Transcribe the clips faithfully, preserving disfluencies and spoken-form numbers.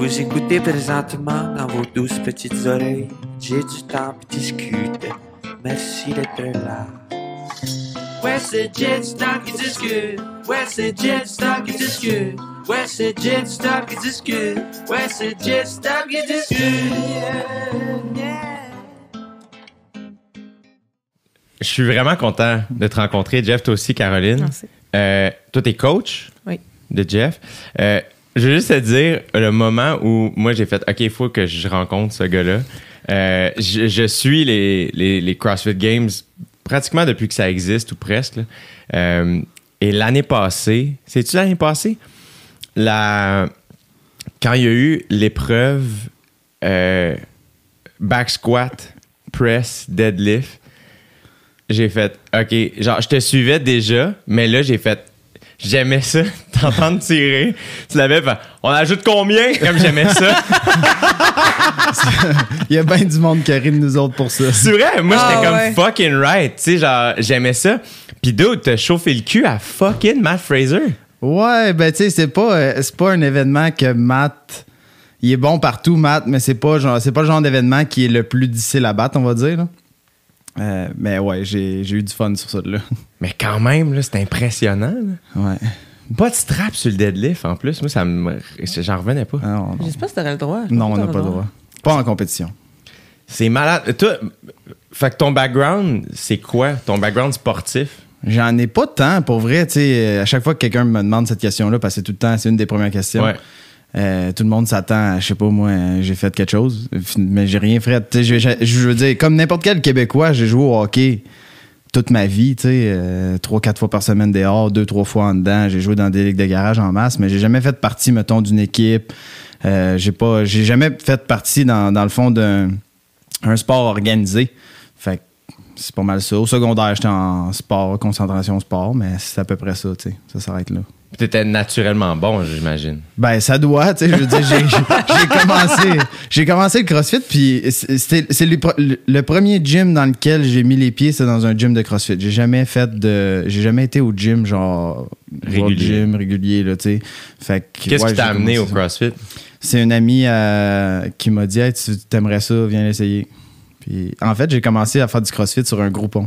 Vous écoutez présentement dans vos douces petites oreilles. J'ai du temps pour discuter. Merci d'être là. Ouais, c'est Jet Stop qui discute. Ouais, c'est Jet Stop qui discute. Ouais, c'est Jet Stop qui discute. Ouais, c'est Jet Stop qui discute. Yeah, yeah. Je suis vraiment content de te rencontrer. Jeff, toi aussi, Caroline. Merci. Euh, toi, t'es coach Oui. de Jeff. Euh, je veux juste te dire le moment où moi, j'ai fait « OK, il faut que je rencontre ce gars-là. Euh, » je, je suis les, les, les CrossFit Games pratiquement depuis que ça existe, ou presque. Là. Euh, et l'année passée, c'est-tu l'année passée? La, quand il y a eu l'épreuve euh, back squat, press, deadlift, j'ai fait, OK, genre, je te suivais déjà, mais là, j'ai fait, j'aimais ça, t'entendre tirer. Tu l'avais fait, on ajoute combien? Comme j'aimais ça. Il y a bien du monde qui rit de nous autres pour ça. C'est vrai, moi, Ah, j'étais comme ouais. fucking right. Tu sais, genre, j'aimais ça. Puis dude, t'as chauffé le cul à fucking Matt Fraser. Ouais, ben tu sais, c'est pas, euh, c'est pas un événement que Matt... Il est bon partout, Matt, mais c'est pas, genre, c'est pas le genre d'événement qui est le plus difficile à battre, on va dire. Là. Euh, mais ouais, j'ai, j'ai eu du fun sur ça là. Mais quand même, là, c'est impressionnant. Là. Ouais. Pas de strap sur le deadlift, en plus. Moi, ça me... j'en revenais pas. Ah, non, non. Je sais pas si t'aurais le droit. Je Non, pense on n'a que pas le t'aurais droit. Pas en compétition. C'est malade. Toi, fait que ton background, c'est quoi? Ton background sportif? J'en ai pas de temps, pour vrai. Tu sais, à chaque fois que quelqu'un me demande cette question-là, parce que c'est tout le temps, c'est une des premières questions. Ouais. Euh, tout le monde s'attend à, je sais pas, moi, euh, j'ai fait quelque chose, mais j'ai rien fait. Tu sais, je, je, je veux dire, comme n'importe quel Québécois, j'ai joué au hockey toute ma vie, tu sais, euh, trois, quatre fois par semaine dehors, deux, trois fois en dedans. J'ai joué dans des ligues de garage en masse, mais j'ai jamais fait partie, mettons, d'une équipe. Euh, j'ai pas, j'ai jamais fait partie, dans, dans le fond, d'un un sport organisé. Fait que c'est pas mal ça. Au secondaire, j'étais en sport, concentration sport, mais c'est à peu près ça, tu sais. Ça s'arrête là. Puis t'étais naturellement bon, j'imagine. Ben, ça doit, tu sais, je veux dire, j'ai, j'ai, j'ai commencé, j'ai commencé le CrossFit, puis c'était, c'est le, le premier gym dans lequel j'ai mis les pieds, c'est dans un gym de CrossFit. J'ai jamais fait de, j'ai jamais été au gym, genre, Régulier. gym, régulier, là, tu sais. Fait que, Qu'est-ce ouais, qui t'a j'ai amené au commencé ça. CrossFit? C'est une amie euh, qui m'a dit, hey, tu t'aimerais ça, viens l'essayer. Puis, en fait, j'ai commencé à faire du CrossFit sur un Groupon.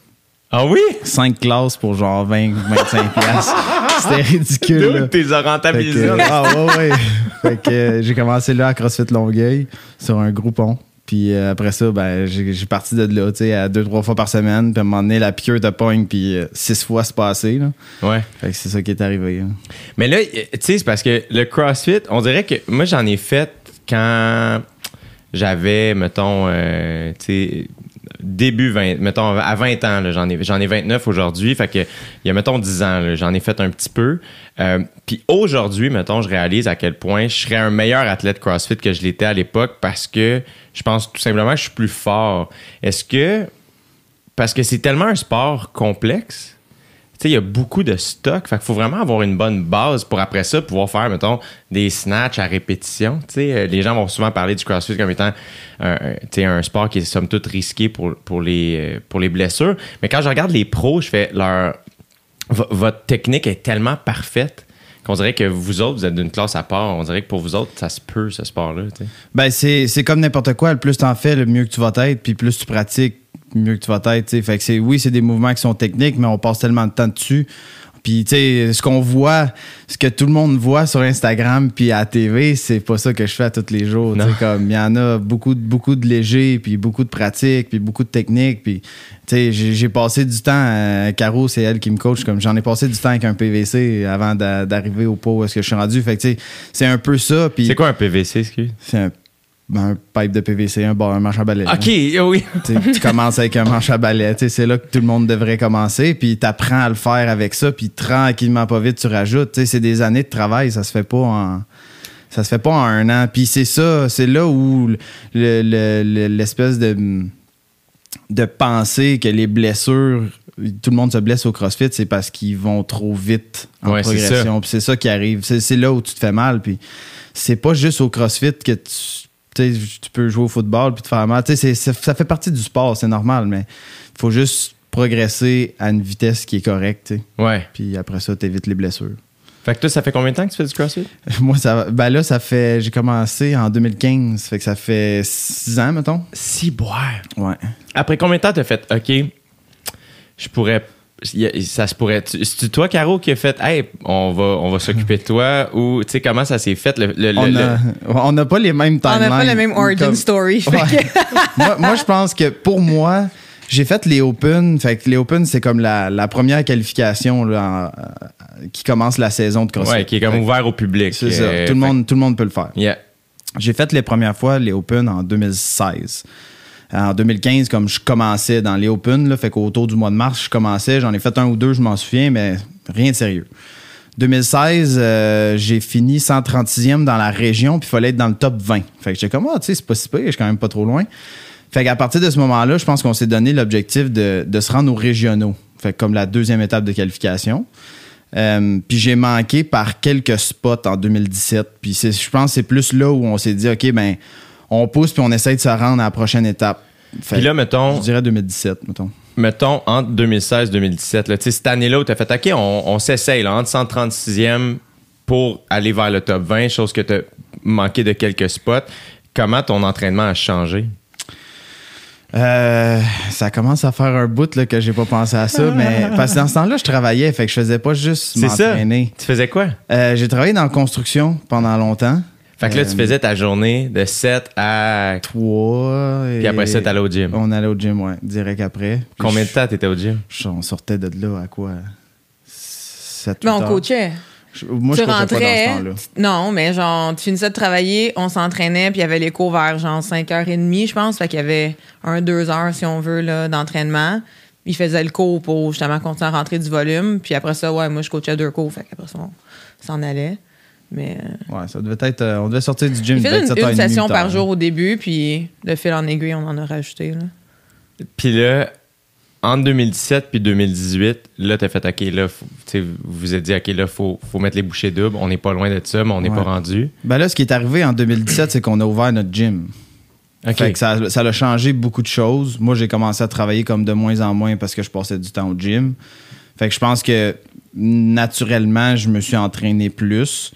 Ah oui? Cinq classes pour genre vingt, vingt-cinq piastres. C'était ridicule. Dude, là. t'es Fait rentabilisé. que, ah ouais, ouais. Fait que euh, j'ai commencé là à CrossFit Longueuil sur un Groupon. Puis euh, après ça, ben, j'ai, j'ai parti de là, tu sais, à deux, trois fois par semaine. Puis à un moment donné, la piqûre de pogne, puis euh, six fois c'est passé. Là. Ouais. Fait que c'est ça qui est arrivé. Là. Mais là, tu sais, c'est parce que le CrossFit, on dirait que moi, j'en ai fait quand j'avais, mettons, euh, tu sais, début vingt, mettons, à vingt ans, là, j'en ai, j'en ai vingt-neuf aujourd'hui. Fait que, il y a, mettons, dix ans, là, j'en ai fait un petit peu. Euh, Puis aujourd'hui, mettons, je réalise à quel point je serais un meilleur athlète CrossFit que je l'étais à l'époque parce que je pense tout simplement que je suis plus fort. Est-ce que, parce que c'est tellement un sport complexe, tu sais, il y a beaucoup de stock. Fait qu'il faut vraiment avoir une bonne base pour après ça pouvoir faire, mettons, des snatchs à répétition. Tu sais, les gens vont souvent parler du CrossFit comme étant un, un, tu sais, un sport qui est somme toute risqué pour, pour, les, pour les blessures. Mais quand je regarde les pros, je fais leur... v- votre technique est tellement parfaite qu'on dirait que vous autres, vous êtes d'une classe à part. On dirait que pour vous autres, ça se peut, ce sport-là. Tu sais. Ben, c'est, c'est comme n'importe quoi. Le plus t'en fais, le mieux que tu vas être. Puis plus tu pratiques, mieux que tu vas être. T'sais. Fait que c'est, oui, c'est des mouvements qui sont techniques, mais on passe tellement de temps dessus. Puis, tu sais, ce qu'on voit, ce que tout le monde voit sur Instagram puis à la T V, c'est pas ça que je fais à tous les jours. T'sais, comme il y en a beaucoup, de- beaucoup de légers, puis beaucoup de pratiques, puis beaucoup de techniques. Puis, tu sais, j'ai, j'ai passé du temps, euh, Caro, c'est elle qui me coach, comme j'en ai passé du temps avec un P V C avant d'a- d'arriver au pot où est-ce que je suis rendu. Fait que, tu sais, c'est un peu ça. Puis C'est quoi un P V C, excuse? c'est un, un pipe de P V C, un, bar, un manche à balai. OK, là. oui. T'sais, tu commences avec un manche à balai. T'sais, c'est là que tout le monde devrait commencer. Puis tu apprends à le faire avec ça. Puis tranquillement, pas vite, tu rajoutes. T'sais, c'est des années de travail. Ça se fait pas en... Ça se fait pas en un an. Puis c'est ça, c'est là où le, le- le- l'espèce de, de pensée que les blessures, tout le monde se blesse au CrossFit, c'est parce qu'ils vont trop vite en Ouais, c'est progression. Puis c'est ça qui arrive. C'est, c'est là où tu te fais mal. Puis c'est pas juste au CrossFit que tu, tu sais, tu peux jouer au football puis te faire mal. Tu sais, c'est, c'est- ça fait partie du sport, c'est normal, mais il faut juste progresser à une vitesse qui est correcte. Tu sais. Ouais. Puis après ça, t'évites les blessures. Fait que toi, ça fait combien de temps que tu fais du CrossFit? Moi, ça, ben là, ça fait. J'ai commencé en deux mille quinze. Fait que ça fait six ans, mettons. Si boire. Ouais. Après combien de temps t'as fait, OK, je pourrais. Ça se pourrait. C'est toi, Caro, qui a fait, hey, on va, on va s'occuper de toi, ou, tu sais, comment ça s'est fait? Le, le, On le, a- on n'a pas les mêmes On timelines. n'a pas la même origin Comme- story. fait Ouais. que- moi, moi, je pense que pour moi, j'ai fait les Open. Fait que les Open, c'est comme la, la première qualification là, en- euh, qui commence la saison de CrossFit. Ouais, qui est comme Fait que ouvert au public. C'est ça. Euh, Tout le, fait- monde, tout le monde peut le faire. Yeah. J'ai fait les premières fois les Open en deux mille seize. En deux mille quinze, comme je commençais dans les Open, là, fait qu'autour du mois de mars, je commençais. J'en ai fait un ou deux, je m'en souviens, mais rien de sérieux. deux mille seize, euh, j'ai fini cent trente-sixième dans la région, puis il fallait être dans le top vingt. Fait que j'étais comme, ah, tu sais, c'est pas si pire, je suis quand même pas trop loin. Fait qu'à partir de ce moment-là, je pense qu'on s'est donné l'objectif de, de se rendre aux régionaux. Fait que comme la deuxième étape de qualification. Euh, puis j'ai manqué par quelques spots en deux mille dix-sept. Puis c'est- je pense que c'est plus là où on s'est dit, OK, ben on pousse puis on essaie de se rendre à la prochaine étape. Fait Puis là, que mettons, je dirais deux mille dix-sept, mettons. mettons, entre deux mille seize et deux mille dix-sept, là, tu sais, cette année-là où tu as fait, OK, on, on s'essaye, là, entre cent trente-sixième pour aller vers le top vingt, chose que tu as manqué de quelques spots. Comment ton entraînement a changé? Euh, ça commence à faire un bout là, que j'ai pas pensé à ça, mais parce que dans ce temps-là, je travaillais, fait que je faisais pas juste C'est ça. m'entraîner. Tu faisais quoi? Euh, j'ai travaillé dans la construction pendant longtemps. Fait que là, Euh, tu faisais ta journée de sept à... Trois. Puis et- après ça, t'allais au gym. On allait au gym, ouais, direct après. Puis Combien de je- temps t'étais au gym? je- On sortait de là à quoi? sept, Mais huit on heures. coachait. Je- moi, tu je coachais pas dans ce rentrais. temps-là. tu- Non, mais genre, tu finissais de travailler, on s'entraînait, puis il y avait les cours vers genre cinq heures trente, je pense. Fait qu'il y avait un, deux heures, si on veut, là, d'entraînement. Il faisait le cours pour justement continuer à rentrer du volume. Puis après ça, ouais, moi, je coachais deux cours. Fait qu'après ça, on s'en allait. Mais. euh, Ouais, ça devait être. euh, on devait sortir du gym. il faisait peut-être une, sept heures une trente, session huit par heures. jour au début, puis de fil en aiguille, on en a rajouté. Là. Puis là, entre deux mille dix-sept puis deux mille dix-huit, là, t'as fait, OK, là, faut- tu sais, vous vous êtes dit, OK, là, faut, faut mettre les bouchées doubles. On n'est pas loin de ça, mais on n'est Ouais. pas rendu. Ben là, ce qui est arrivé en deux mille dix-sept, c'est qu'on a ouvert notre gym. OK. Fait que ça, ça a changé beaucoup de choses. Moi, j'ai commencé à travailler comme de moins en moins parce que je passais du temps au gym. Fait que je pense que naturellement, je me suis entraîné plus.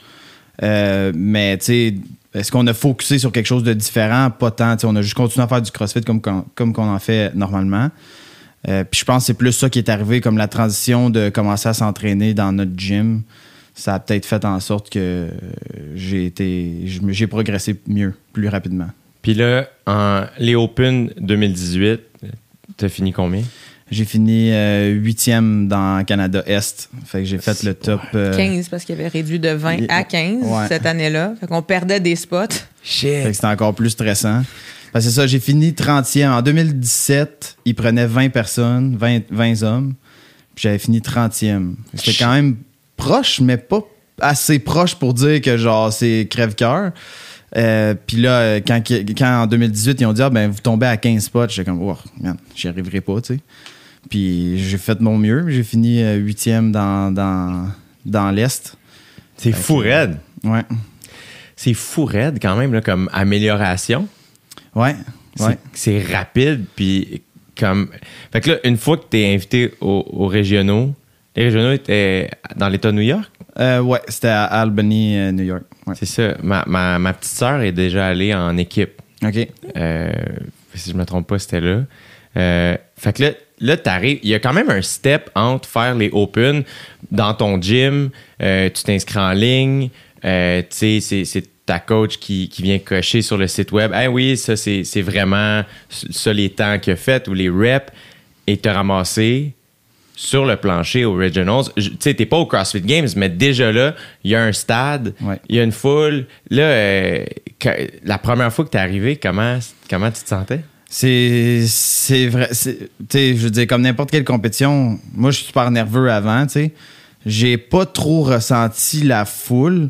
Euh, mais tu sais, est-ce qu'on a focusé sur quelque chose de différent? Pas tant. Tu sais, on a juste continué à faire du CrossFit comme, qu'on- comme qu'on en fait normalement. Euh, Puis je pense que c'est plus ça qui est arrivé, comme la transition de commencer à s'entraîner dans notre gym. Ça a peut-être fait en sorte que j'ai été, je me- j'ai progressé mieux, plus rapidement. Puis là, en, les Open deux mille dix-huit, t'as fini combien? J'ai fini euh, huitième dans Canada Est. Fait que j'ai fait le top. euh, quinze, parce qu'il avait réduit de vingt à quinze Ouais. cette année-là. Fait qu'on perdait des spots. Fait que c'était encore plus stressant. Parce que c'est ça, j'ai fini trentième. En deux mille dix-sept, ils prenaient vingt personnes, vingt, vingt hommes. Puis j'avais fini trentième. C'était quand même proche, mais pas assez proche pour dire que genre c'est crève-cœur. Euh, puis là, euh, quand, quand en deux mille dix-huit, ils ont dit ah, ben vous tombez à quinze spots, j'étais comme, oh, man, j'y arriverai pas, tu sais. Puis j'ai fait de mon mieux. J'ai fini euh, huitième dans, dans, dans l'Est. C'est fou raide. Ouais. C'est fou raide quand même, là, comme amélioration. Ouais. C'est- Ouais. C'est rapide, puis comme... Fait que là, une fois que t'es invité aux, aux régionaux, les régionaux étaient dans l'État de New York? Euh, ouais, c'était à Albany, euh, New York. Ouais. C'est ça. Ma, ma, ma petite sœur est déjà allée en équipe. OK. Euh, si je me trompe pas, c'était là. Euh, fait que là, là t'arrives, il y a quand même un step entre faire les Open dans ton gym, euh, tu t'inscris en ligne, euh, tu sais, c'est, c'est ta coach qui, qui vient cocher sur le site web. Ah oui, ça, c'est, c'est vraiment ça les temps qu'il a fait ou les reps, et te ramasser sur le plancher aux Regionals. Tu sais, t'es pas au CrossFit Games, mais déjà là, il y a un stade, il Ouais. y a une foule. Là, euh, que- la première fois que t'es arrivé, comment, comment tu te sentais? C'est, c'est vrai. c'est- Tu sais, je veux dire, comme n'importe quelle compétition, moi, je suis super nerveux avant, tu sais. J'ai pas trop ressenti la foule.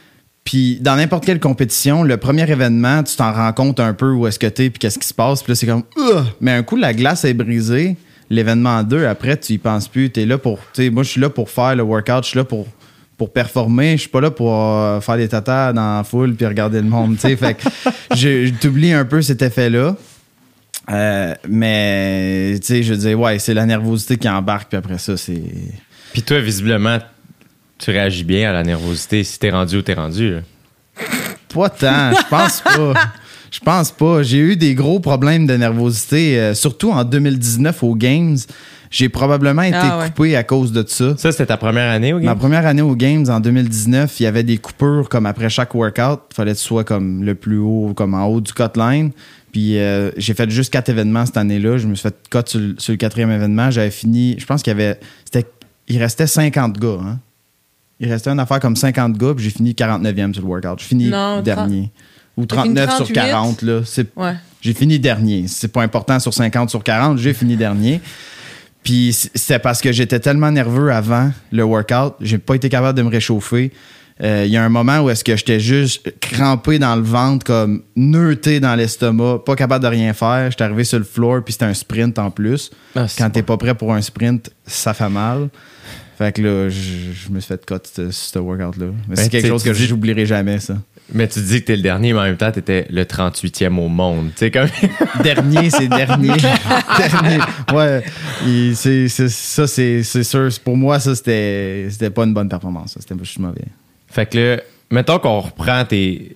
Puis, dans n'importe quelle compétition, le premier événement, tu t'en rends compte un peu où est-ce que t'es puis qu'est-ce qui se passe. Puis là, c'est comme, Ugh! Mais un coup, la glace est brisée. L'événement deux, après, tu y penses plus. T'es là pour, tu sais, moi, je suis là pour faire le workout. Je suis là pour, pour performer. Je suis pas là pour euh, faire des tatas dans la foule puis regarder le monde, tu sais. Fait que je, je t'oublie un peu cet effet-là. Euh, mais, tu sais, je veux dire, ouais, c'est la nervosité qui embarque, puis après ça, c'est. Puis toi, visiblement, tu réagis bien à la nervosité si t'es rendu où t'es rendu. Là. Pas tant, je pense pas. Je pense pas. J'ai eu des gros problèmes de nervosité, euh, surtout en deux mille dix-neuf aux Games. J'ai probablement été Ah ouais. coupé à cause de ça. Ça, c'était ta première année au game? Ma première année aux Games en deux mille dix-neuf, il y avait des coupures comme après chaque workout. Il fallait que tu sois comme le plus haut, comme en haut du cut line. Puis euh, j'ai fait juste quatre événements cette année-là. Je me suis fait cut sur, le- sur le quatrième événement. J'avais fini, je pense qu'il y avait, c'était, il restait cinquante gars. Hein? Il restait une affaire comme cinquante gars, puis j'ai fini quarante-neuvième sur le workout. J'ai fini Non, dernier. Ou T'as fini trente-neuf sur trente-huit? quarante. Là. C'est, Ouais. J'ai fini dernier. C'est pas important sur cinquante sur quarante, j'ai fini dernier. Puis c'est parce que j'étais tellement nerveux avant le workout, j'ai pas été capable de me réchauffer. Euh, Il y a un moment où est-ce que j'étais juste crampé dans le ventre, comme neuté dans l'estomac, pas capable de rien faire. J'étais arrivé sur le floor, puis c'était un sprint en plus. Ah, c'est Quand bon. t'es pas prêt pour un sprint, ça fait mal. Fait que là, je, je me suis fait cut ce, ce workout-là. Mais c'est Ben, quelque t'sais, chose tu que dis- j'oublierai jamais, ça. Mais tu dis que t'es le dernier, mais en même temps, t'étais le trente-huitième au monde. Tu sais, comme. Dernier, c'est dernier. Dernier. Ouais. Et c'est, c'est- ça, c'est, c'est sûr. Pour moi, ça, c'était, c'était pas une bonne performance. Ça. C'était juste mauvais. Fait que là, mettons qu'on reprend tes.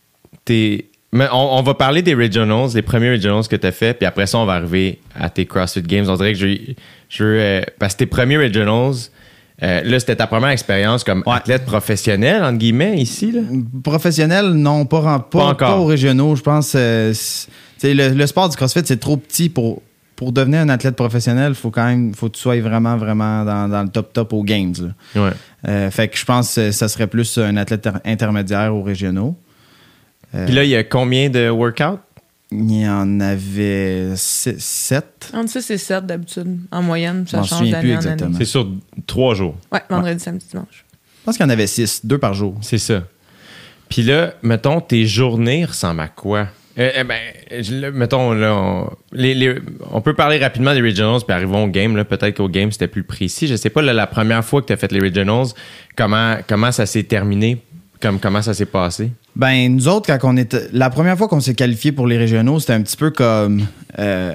tes mais on, on va parler des regionals, les premiers regionals que tu as fait, puis après ça, on va arriver à tes CrossFit Games. On dirait que je, je veux. euh, parce que tes premiers regionals, euh, là, c'était ta première expérience comme Ouais. athlète professionnel, entre guillemets, ici, là. Professionnel, non, pas, ren- pas, Pas encore. pas aux régionaux. Je pense euh, c'est- t'sais, le, le sport du CrossFit, c'est trop petit pour. Pour devenir un athlète professionnel, il faut quand même faut que tu sois vraiment, vraiment dans, dans le top top aux Games. là. Ouais. Euh, fait que je pense que ça serait plus un athlète ter- intermédiaire aux régionaux. Euh, Puis là, il y a combien de workouts? il y en avait six- sept. Entre six et sept d'habitude, en moyenne. Je Ça m'en change souviens plus d'année en année. exactement. C'est sur trois jours. Ouais, vendredi, samedi, dimanche. Je pense qu'il y en avait six, deux par jour. C'est ça. Puis là, mettons, tes journées ressemblent à quoi? Euh, eh ben, je- là, mettons, là, on, les, les- on peut parler rapidement des regionals, puis arrivons au game. Là, peut-être qu'au game, c'était plus précis. Je sais pas, là, la première fois que tu as fait les regionals, comment, comment ça s'est terminé? Comme, comment ça s'est passé? Ben, nous autres, quand on était. La première fois qu'on s'est qualifié pour les régionaux, c'était un petit peu comme. euh,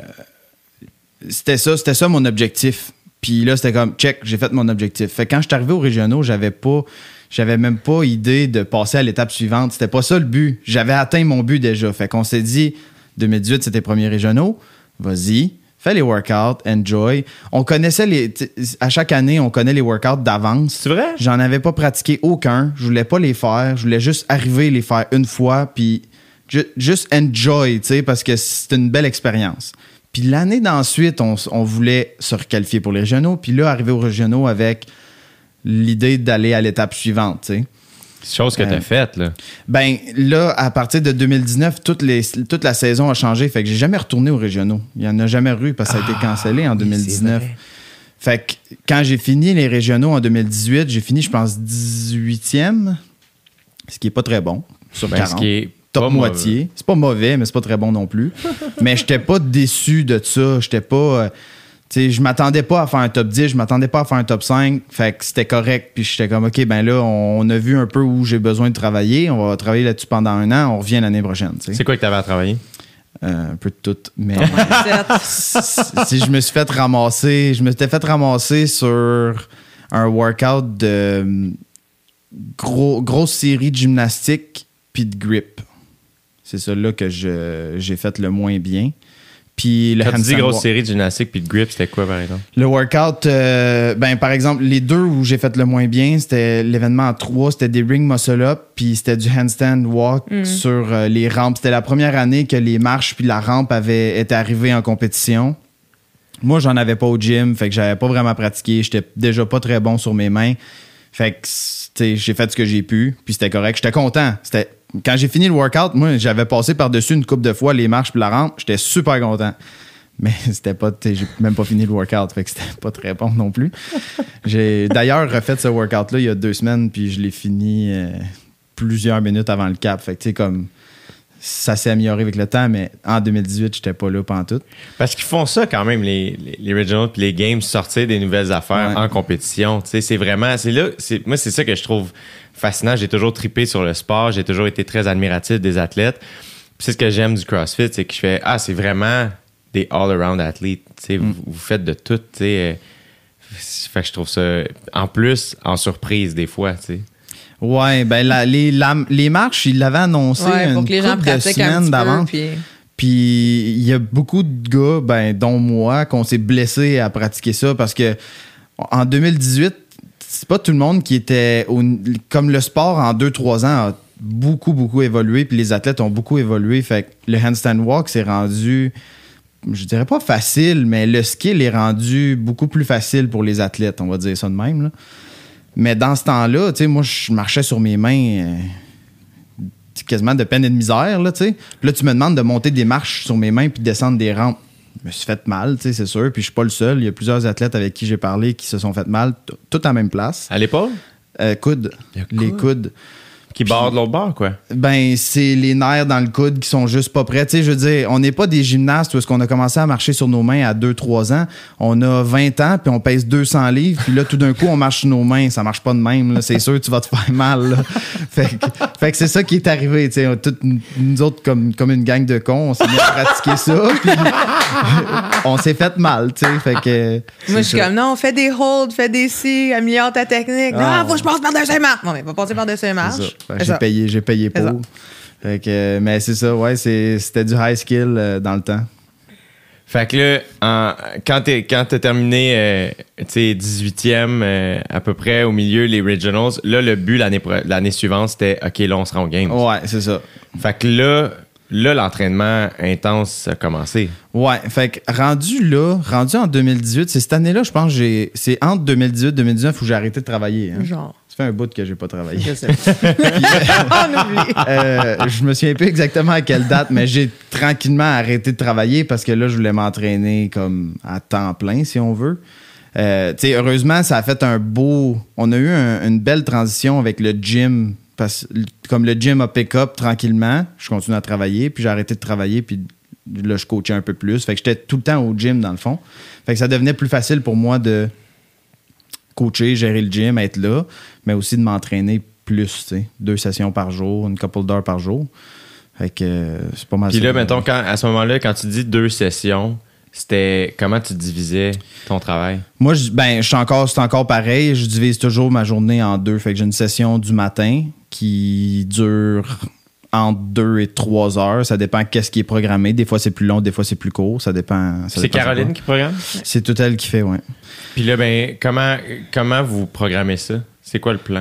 c'était ça, c'était ça mon objectif. Puis là, c'était comme, check, j'ai fait mon objectif. Fait que quand je suis arrivé aux régionaux, j'avais pas. J'avais même pas idée de passer à l'étape suivante. C'était pas ça le but. J'avais atteint mon but déjà. Fait qu'on s'est dit, deux mille dix-huit, c'était les premiers régionaux. Vas-y, fais les workouts, enjoy. On connaissait les. t- À chaque année, on connaît les workouts d'avance. C'est vrai? J'en avais pas pratiqué aucun. Je voulais pas les faire. Je voulais juste arriver les faire une fois, puis ju- juste enjoy, tu sais, parce que c'est une belle expérience. Puis l'année d'ensuite, on, s- on voulait se requalifier pour les régionaux, puis là, arriver aux régionaux avec l'idée d'aller à l'étape suivante, tu sais. C'est chose que tu as Euh, faite, là. Ben là, à partir de deux mille dix-neuf, toute, les, toute la saison a changé. Fait que j'ai jamais retourné aux régionaux. Il y en a jamais eu parce que ça a été cancellé en deux mille dix-neuf. Fait que quand j'ai fini les régionaux en deux mille dix-huit, j'ai fini, je pense, dix-huitième, ce qui est pas très bon sur Ben, ce quarante. qui est Top pas moitié. mauvais. C'est pas mauvais, mais c'est pas très bon non plus. Mais j'étais pas déçu de ça. J'étais pas. euh, tu sais, je m'attendais pas à faire un top dix, je m'attendais pas à faire un top cinq. Fait que c'était correct. Puis j'étais comme, OK, ben là, on, on a vu un peu où j'ai besoin de travailler. On va travailler là-dessus pendant un an. On revient l'année prochaine. tu sais. C'est quoi que tu avais à travailler? Euh, un peu de tout. Mais Sept. si je me suis fait ramasser, je me suis fait ramasser sur un workout de hum, gros, grosse série de gymnastique puis de grip. C'est ça-là que je- j'ai fait le moins bien. Puis le Quand tu dis handstand grosse wa- série de gymnastique puis de grip, c'était quoi, par exemple? Le workout, euh, ben par exemple, les deux où j'ai fait le moins bien, c'était l'événement en trois, c'était des ring muscle up, puis c'était du handstand walk sur euh, les rampes. C'était la première année que les marches puis la rampe avaient été arrivées en compétition. Moi, j'en avais pas au gym, fait que j'avais pas vraiment pratiqué. J'étais déjà pas très bon sur mes mains. Fait que, tu sais, j'ai fait ce que j'ai pu, puis c'était correct. J'étais content. C'était quand j'ai fini le workout, moi, j'avais passé par-dessus une couple de fois les marches puis la rampe. J'étais super content. Mais c'était pas, tu sais, j'ai même pas fini le workout, fait que c'était pas très bon non plus. J'ai d'ailleurs refait ce workout-là il y a deux semaines, puis je l'ai fini euh, plusieurs minutes avant le cap. Fait que, tu sais, comme ça s'est amélioré avec le temps, mais en deux mille dix-huit, j'étais pas là pantoute. Parce qu'ils font ça quand même, les, les, les regionals puis les games, sortir des nouvelles affaires Ouais. en compétition. Tu sais, c'est vraiment, c'est là, c'est, moi, c'est ça que je trouve fascinant. J'ai toujours trippé sur le sport. J'ai toujours été très admiratif des athlètes. Puis c'est ce que j'aime du CrossFit, c'est que je fais, ah, c'est vraiment des all-around athletes. Tu sais, vous, vous faites de tout, tu sais. Fait que je trouve ça, en plus, en surprise des fois, tu sais. Ouais, ben la, les, la, les marches, ils l'avaient annoncé Ouais, une pour que les gens couple de pratiquent un semaines petit d'avance. peu. Puis... Puis il y a beaucoup de gars, ben, dont moi, qu'on s'est blessés à pratiquer ça parce que en deux mille dix-huit, c'est pas tout le monde qui était au, comme le sport en deux trois ans a beaucoup, beaucoup évolué, puis les athlètes ont beaucoup évolué. Fait que le handstand walk s'est rendu, je dirais pas facile, mais le skill est rendu beaucoup plus facile pour les athlètes, on va dire ça de même, là. Mais dans ce temps-là, tu sais, moi, je marchais sur mes mains euh, quasiment de peine et de misère, là, tu sais. Puis là, tu me demandes de monter des marches sur mes mains puis de descendre des rampes. Je me suis fait mal, tu sais, c'est sûr. Puis je suis pas le seul. Il y a plusieurs athlètes avec qui j'ai parlé qui se sont fait mal, t- tout à la même place. À l'épaule? Euh, coude. Le Les coude. coudes. Qui bordent l'autre bord, quoi. Ben, c'est les nerfs dans le coude qui sont juste pas prêts. Tu sais, je veux dire, on n'est pas des gymnastes où est-ce qu'on a commencé à marcher sur nos mains à deux trois ans. On a vingt ans, puis on pèse deux cents livres, puis là, tout d'un coup, on marche sur nos mains. Ça marche pas de même, là. C'est sûr que tu vas te faire mal, là. Fait que, fait que c'est ça qui est arrivé, tu sais. Toutes nous autres, comme, comme une gang de cons, on s'est mis à pratiquer ça, puis on s'est fait mal, tu sais. Fait que... Moi, je suis ça. comme, non, fais des holds, fais des si, améliore ta technique. Ah, non, faut que je passe par-dessus les marches. Non, mais pas passer par-dessus les C'est marches. ça. Fait que C'est j'ai ça. payé, j'ai payé C'est pour. Fait que, euh, mais c'est ça, ouais, c'est, c'était du high skill euh, dans le temps. Fait que là, en, quand t'es, quand t'as terminé, euh, tu sais, dix-huitième, euh, à peu près au milieu, les regionals, là, le but l'année, pro- l'année suivante, c'était, OK, là, on se rend aux games. Ouais, c'est ça. Fait que là, là, l'entraînement intense a commencé. Ouais, fait que rendu là, rendu en deux mille dix-huit, c'est cette année-là, je pense, j'ai, c'est entre deux mille dix-huit et deux mille dix-neuf où j'ai arrêté de travailler. Hein. Genre. Ça fait un bout que j'ai pas travaillé. Je sais. On oublie. Euh, je me souviens plus exactement à quelle date, mais j'ai tranquillement arrêté de travailler parce que là, je voulais m'entraîner comme à temps plein, si on veut. Euh, tu sais, heureusement, ça a fait un beau... On a eu un- une belle transition avec le gym. Parce, comme le gym a pick-up tranquillement, je continue à travailler, puis j'ai arrêté de travailler, puis là, je coachais un peu plus. Fait que j'étais tout le temps au gym, dans le fond. Fait que ça devenait plus facile pour moi de coacher, gérer le gym, être là, mais aussi de m'entraîner plus, tu sais. Deux sessions par jour, une couple d'heures par jour. Fait que euh, c'est pas mal Puis ça. là, mettons, quand, à ce moment-là, quand tu dis deux sessions, c'était comment tu divisais ton travail? Moi, je, ben, je suis encore, c'est encore pareil. Je divise toujours ma journée en deux. Fait que j'ai une session du matin qui dure entre deux et trois heures. Ça dépend qu'est-ce qui est programmé. Des fois, c'est plus long, des fois, c'est plus court. Ça dépend. ça C'est dépend Caroline quoi. qui programme? C'est tout elle qui fait, ouais. Puis là, ben, comment, comment vous programmez ça? C'est quoi le plan?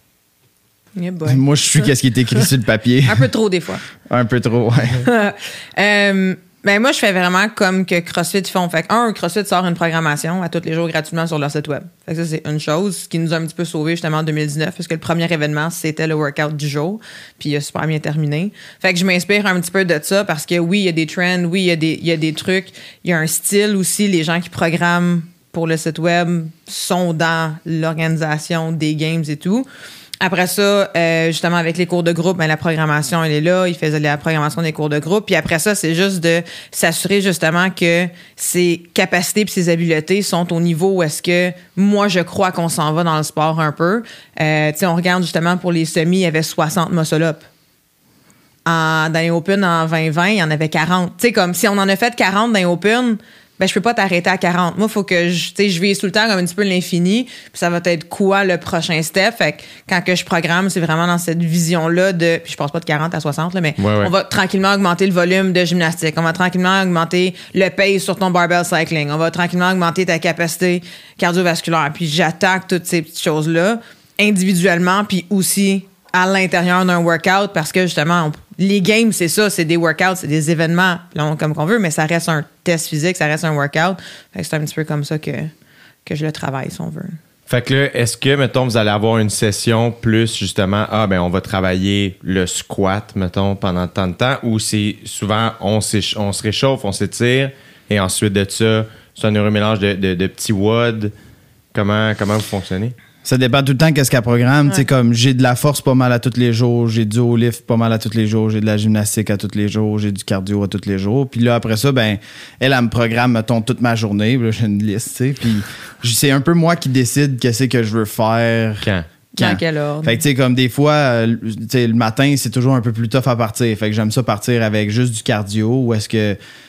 Yeah, boy. Moi, je suis qu'est-ce qui est écrit sur le papier. Un peu trop, des fois. Un peu trop, ouais. Euh, ben moi, je fais vraiment comme que CrossFit font. Fait que, un, CrossFit sort une programmation à tous les jours gratuitement sur leur site web. Fait que ça, c'est une chose qui nous a un petit peu sauvés justement en deux mille dix-neuf parce que le premier événement, c'était le workout du jour. Puis il a super bien terminé. Fait que je m'inspire un petit peu de ça parce que oui, il y a des trends, oui, il y a des, il y a des trucs. Il y a un style aussi. Les gens qui programment pour le site web sont dans l'organisation des games et tout. Après ça, euh, justement, avec les cours de groupe, ben, la programmation, elle est là. Ils faisaient la programmation des cours de groupe. Puis après ça, c'est juste de s'assurer justement que ses capacités et ses habiletés sont au niveau où est-ce que moi, je crois qu'on s'en va dans le sport un peu. Euh, tu sais, on regarde justement pour les semis, il y avait soixante muscle-up. En, dans les Open, en vingt vingt, il y en avait quarante. Tu sais, comme si on en a fait quarante dans les Open, ben je peux pas t'arrêter à quarante. Moi, il faut que je, tu sais, je vise tout le temps comme un petit peu l'infini, puis ça va être quoi le prochain step. Fait que quand que je programme, c'est vraiment dans cette vision-là de, puis je passe pas de quarante à soixante, là, mais Ouais, ouais. on va tranquillement augmenter le volume de gymnastique. On va tranquillement augmenter le pace sur ton barbell cycling. On va tranquillement augmenter ta capacité cardiovasculaire. Puis j'attaque toutes ces petites choses-là individuellement, puis aussi à l'intérieur d'un workout parce que justement, on, les games, c'est ça, c'est des workouts, c'est des événements là, comme qu'on veut, mais ça reste un test physique, ça reste un workout. Fait que c'est un petit peu comme ça que, que je le travaille, si on veut. Fait que là, est-ce que, mettons, vous allez avoir une session plus, justement, ah, ben, on va travailler le squat, mettons, pendant tant de temps, ou c'est souvent, on, on se réchauffe, on s'étire, et ensuite de ça, c'est un neuromélange de, de, de petits W O D. Comment, comment vous fonctionnez? Ça dépend tout le temps qu'est-ce qu'elle programme. Ouais. Tu sais, comme j'ai de la force pas mal à tous les jours, j'ai du haut lift pas mal à tous les jours, j'ai de la gymnastique à tous les jours, j'ai du cardio à tous les jours. Puis là, après ça, ben, elle, elle me programme, mettons, toute ma journée. Puis là, j'ai une liste, tu sais. Puis c'est un peu moi qui décide qu'est-ce que je veux faire. Quand? Dans quel ordre? Fait que, tu sais, comme des fois, euh, tu sais, le matin, c'est toujours un peu plus tough à partir. Fait que j'aime ça partir avec juste du cardio ou est-ce que, tu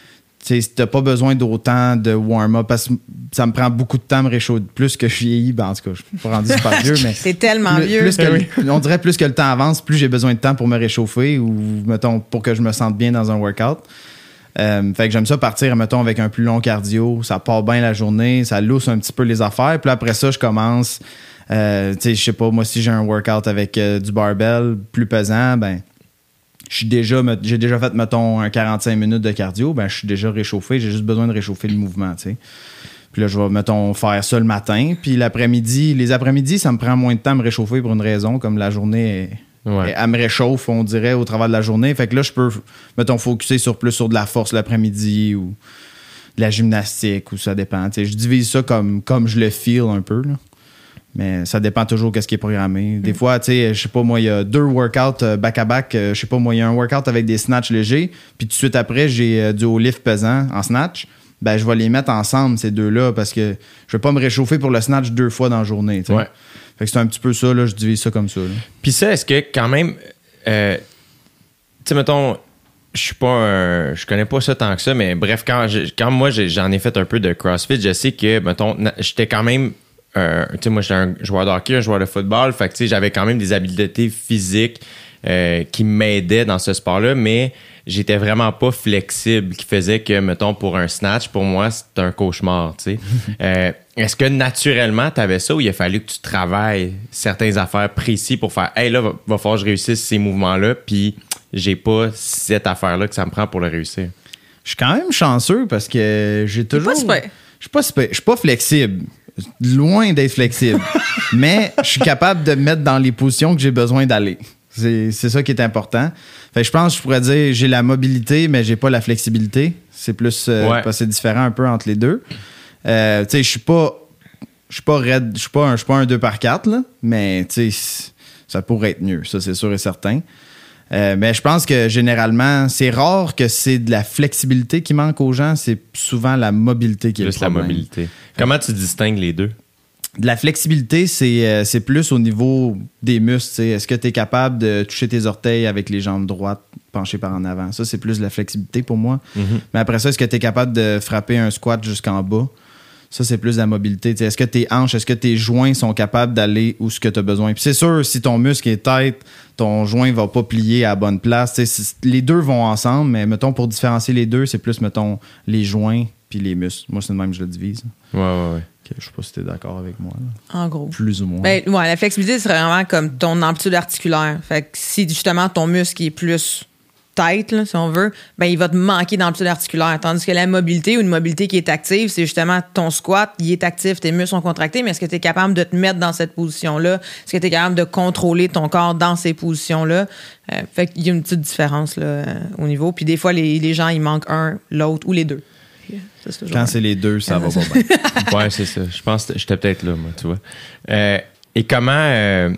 Tu sais, t'as pas besoin d'autant de warm-up parce que ça me prend beaucoup de temps à me réchauffer. Plus que je vieillis, ben en tout cas, je suis pas rendu super vieux, mais. C'est tellement plus, vieux. Plus que le, on dirait plus que le temps avance, plus j'ai besoin de temps pour me réchauffer ou, mettons, pour que je me sente bien dans un workout. Euh, fait que j'aime ça partir, mettons, avec un plus long cardio. Ça part bien la journée, ça lousse un petit peu les affaires. Puis après ça, je commence. Euh, tu sais, je sais pas, moi, si j'ai un workout avec euh, du barbell plus pesant, ben. Je suis déjà, j'ai déjà fait, mettons, un quarante-cinq minutes de cardio, ben je suis déjà réchauffé, j'ai juste besoin de réchauffer le mouvement, tu sais. Puis là, je vais, mettons, faire ça le matin, puis l'après-midi, les après-midi, ça me prend moins de temps à me réchauffer pour une raison, comme la journée, est, ouais. est, elle me réchauffe, on dirait, au travers de la journée. Fait que là, je peux, mettons, focusser sur plus sur de la force l'après-midi ou de la gymnastique, ou ça dépend, tu sais. Je divise ça comme, comme je le feel un peu, là. Mais ça dépend toujours de ce qui est programmé. Des mm. fois, tu sais, je sais pas, moi, il y a deux workouts back-à-back. Je sais pas, moi, il y a un workout avec des snatchs légers. Puis tout de suite après, j'ai euh, du haut lift pesant en snatch. Ben, je vais les mettre ensemble, ces deux-là, parce que je vais pas me réchauffer pour le snatch deux fois dans la journée. T'sais. Ouais. Fait que c'est un petit peu ça, là. Je divise ça comme ça. Puis ça, est-ce que quand même, euh, tu sais, mettons, je suis pas un, je connais pas ça tant que ça, mais bref, quand, je, quand moi, j'en ai fait un peu de CrossFit, je sais que, mettons, j'étais quand même. Euh, tu sais, moi, j'étais un joueur de hockey, un joueur de football. Fait que, tu sais, j'avais quand même des habiletés physiques euh, qui m'aidaient dans ce sport-là, mais j'étais vraiment pas flexible, qui faisait que, mettons, pour un snatch, pour moi, c'était un cauchemar, tu sais. euh, est-ce que naturellement, t'avais ça ou il a fallu que tu travailles certaines affaires précises pour faire « Hey, là, va, va falloir que je réussisse ces mouvements-là, puis j'ai pas cette affaire-là que ça me prend pour le réussir. » Je suis quand même chanceux parce que j'ai toujours... C'est pas super. Je suis pas super. Je suis pas flexible. Loin d'être flexible. Mais je suis capable de me mettre dans les positions que j'ai besoin d'aller. C'est, c'est ça qui est important. Fait que je pense que je pourrais dire j'ai la mobilité, mais j'ai pas la flexibilité. C'est plus euh, ouais. parce que c'est différent un peu entre les deux. Euh, tu sais, je suis pas. Je suis pas raide. Je suis pas un, je suis pas un deux par quatre, là, mais tu sais, ça pourrait être mieux. Ça, c'est sûr et certain. Euh, mais je pense que généralement, c'est rare que c'est de la flexibilité qui manque aux gens, c'est souvent la mobilité qui est plus le problème. La mobilité. Comment tu distingues les deux? De la flexibilité, c'est, euh, c'est plus au niveau des muscles. T'sais. Est-ce que tu es capable de toucher tes orteils avec les jambes droites penchées par en avant? Ça, c'est plus de la flexibilité pour moi. Mm-hmm. Mais après ça, est-ce que tu es capable de frapper un squat jusqu'en bas? Ça, c'est plus de la mobilité. T'sais, est-ce que tes hanches, est-ce que tes joints sont capables d'aller où ce que tu as besoin? Puis c'est sûr, si ton muscle est tête, ton joint va pas plier à la bonne place. T'sais, les deux vont ensemble, mais mettons, pour différencier les deux, c'est plus, mettons, les joints puis les muscles. Moi, c'est de même que je le divise. Ouais, ouais, ouais. Okay, je sais pas si t'es d'accord avec moi. Là. En gros. Plus ou moins. Ben, ouais, la flexibilité, c'est vraiment comme ton amplitude articulaire. Fait que si justement ton muscle est plus tight, là, si on veut, ben il va te manquer d'amplitude articulaire. Tandis que la mobilité ou une mobilité qui est active, c'est justement ton squat, il est actif, tes muscles sont contractés, mais est-ce que tu es capable de te mettre dans cette position-là? Est-ce que tu es capable de contrôler ton corps dans ces positions-là? Euh, fait qu'il y a une petite différence là, euh, au niveau. Puis des fois, les, les gens, ils manquent un, l'autre ou les deux. Ça, c'est Quand c'est les deux, ça va pas bien. Ouais, c'est ça. Je pense que j'étais peut-être là, moi, tu vois. Euh, et comment... Euh...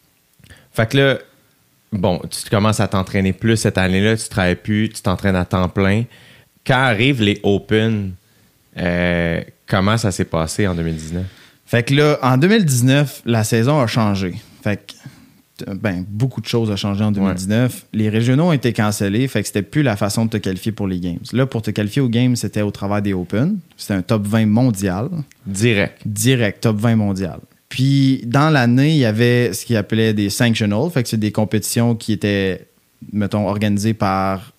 Fait que là, bon, tu commences à t'entraîner plus cette année-là, tu travailles plus, tu t'entraînes à temps plein. Quand arrivent les Open, euh, comment ça s'est passé en deux mille dix-neuf? Fait que là, en deux mille dix-neuf, la saison a changé. Fait que ben, beaucoup de choses ont changé en deux mille dix-neuf. Ouais. Les régionaux ont été cancellés, fait que c'était plus la façon de te qualifier pour les Games. Là, pour te qualifier aux Games, c'était au travers des Open. C'était un top vingt mondial. Direct. Direct, top vingt mondial. Puis, dans l'année, il y avait ce qu'ils appelaient des sanctionals, fait que c'est des compétitions qui étaient, mettons, organisées par...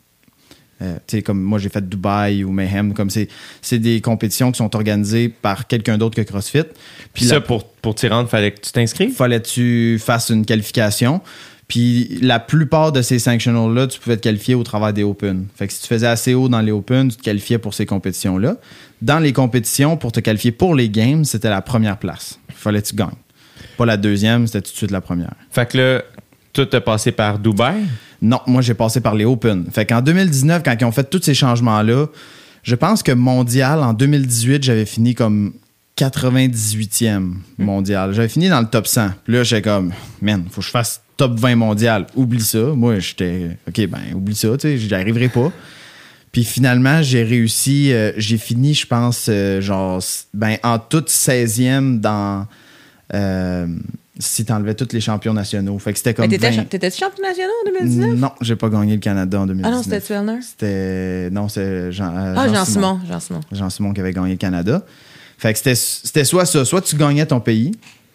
Euh, tu sais, comme moi, j'ai fait Dubaï ou Mayhem, comme c'est, c'est des compétitions qui sont organisées par quelqu'un d'autre que CrossFit. Puis ça, la, pour, pour t'y rendre, fallait que tu t'inscrives? Fallait que tu fasses une qualification. Puis la plupart de ces sanctionals-là, tu pouvais te qualifier au travers des Open. Fait que si tu faisais assez haut dans les Open, tu te qualifiais pour ces compétitions-là. Dans les compétitions, pour te qualifier pour les Games, c'était la première place. Fallait que tu gagnes. Pas la deuxième, c'était tout de suite la première. Fait que là, tout a passé par Dubaï? Non, moi, j'ai passé par les Open. Fait qu'en deux mille dix-neuf, quand ils ont fait tous ces changements-là, je pense que mondial, en deux mille dix-huit, j'avais fini comme quatre-vingt-dix-huitième mondial. J'avais fini dans le top cent. Puis là, j'étais comme, man, faut que je fasse top vingt mondial. Oublie ça. Moi, j'étais, OK, ben, oublie ça, tu sais, j'y arriverai pas. Puis finalement, j'ai réussi, euh, j'ai fini, je pense, euh, genre, ben, en toute seizième dans... Euh, si t'enlevais tous les champions nationaux. Fait que c'était comme. Mais t'étais, vingt... cha- t'étais-tu champion national en deux mille dix-neuf? Non, j'ai pas gagné le Canada en deux mille dix-neuf. Ah non, c'était Twellner? C'était. Non, c'est Jean, euh, Ah, Jean Simon. Jean-Simon. Jean-Simon. Jean-Simon qui avait gagné le Canada. Fait que c'était, c'était soit ça, soit tu gagnais ton pays,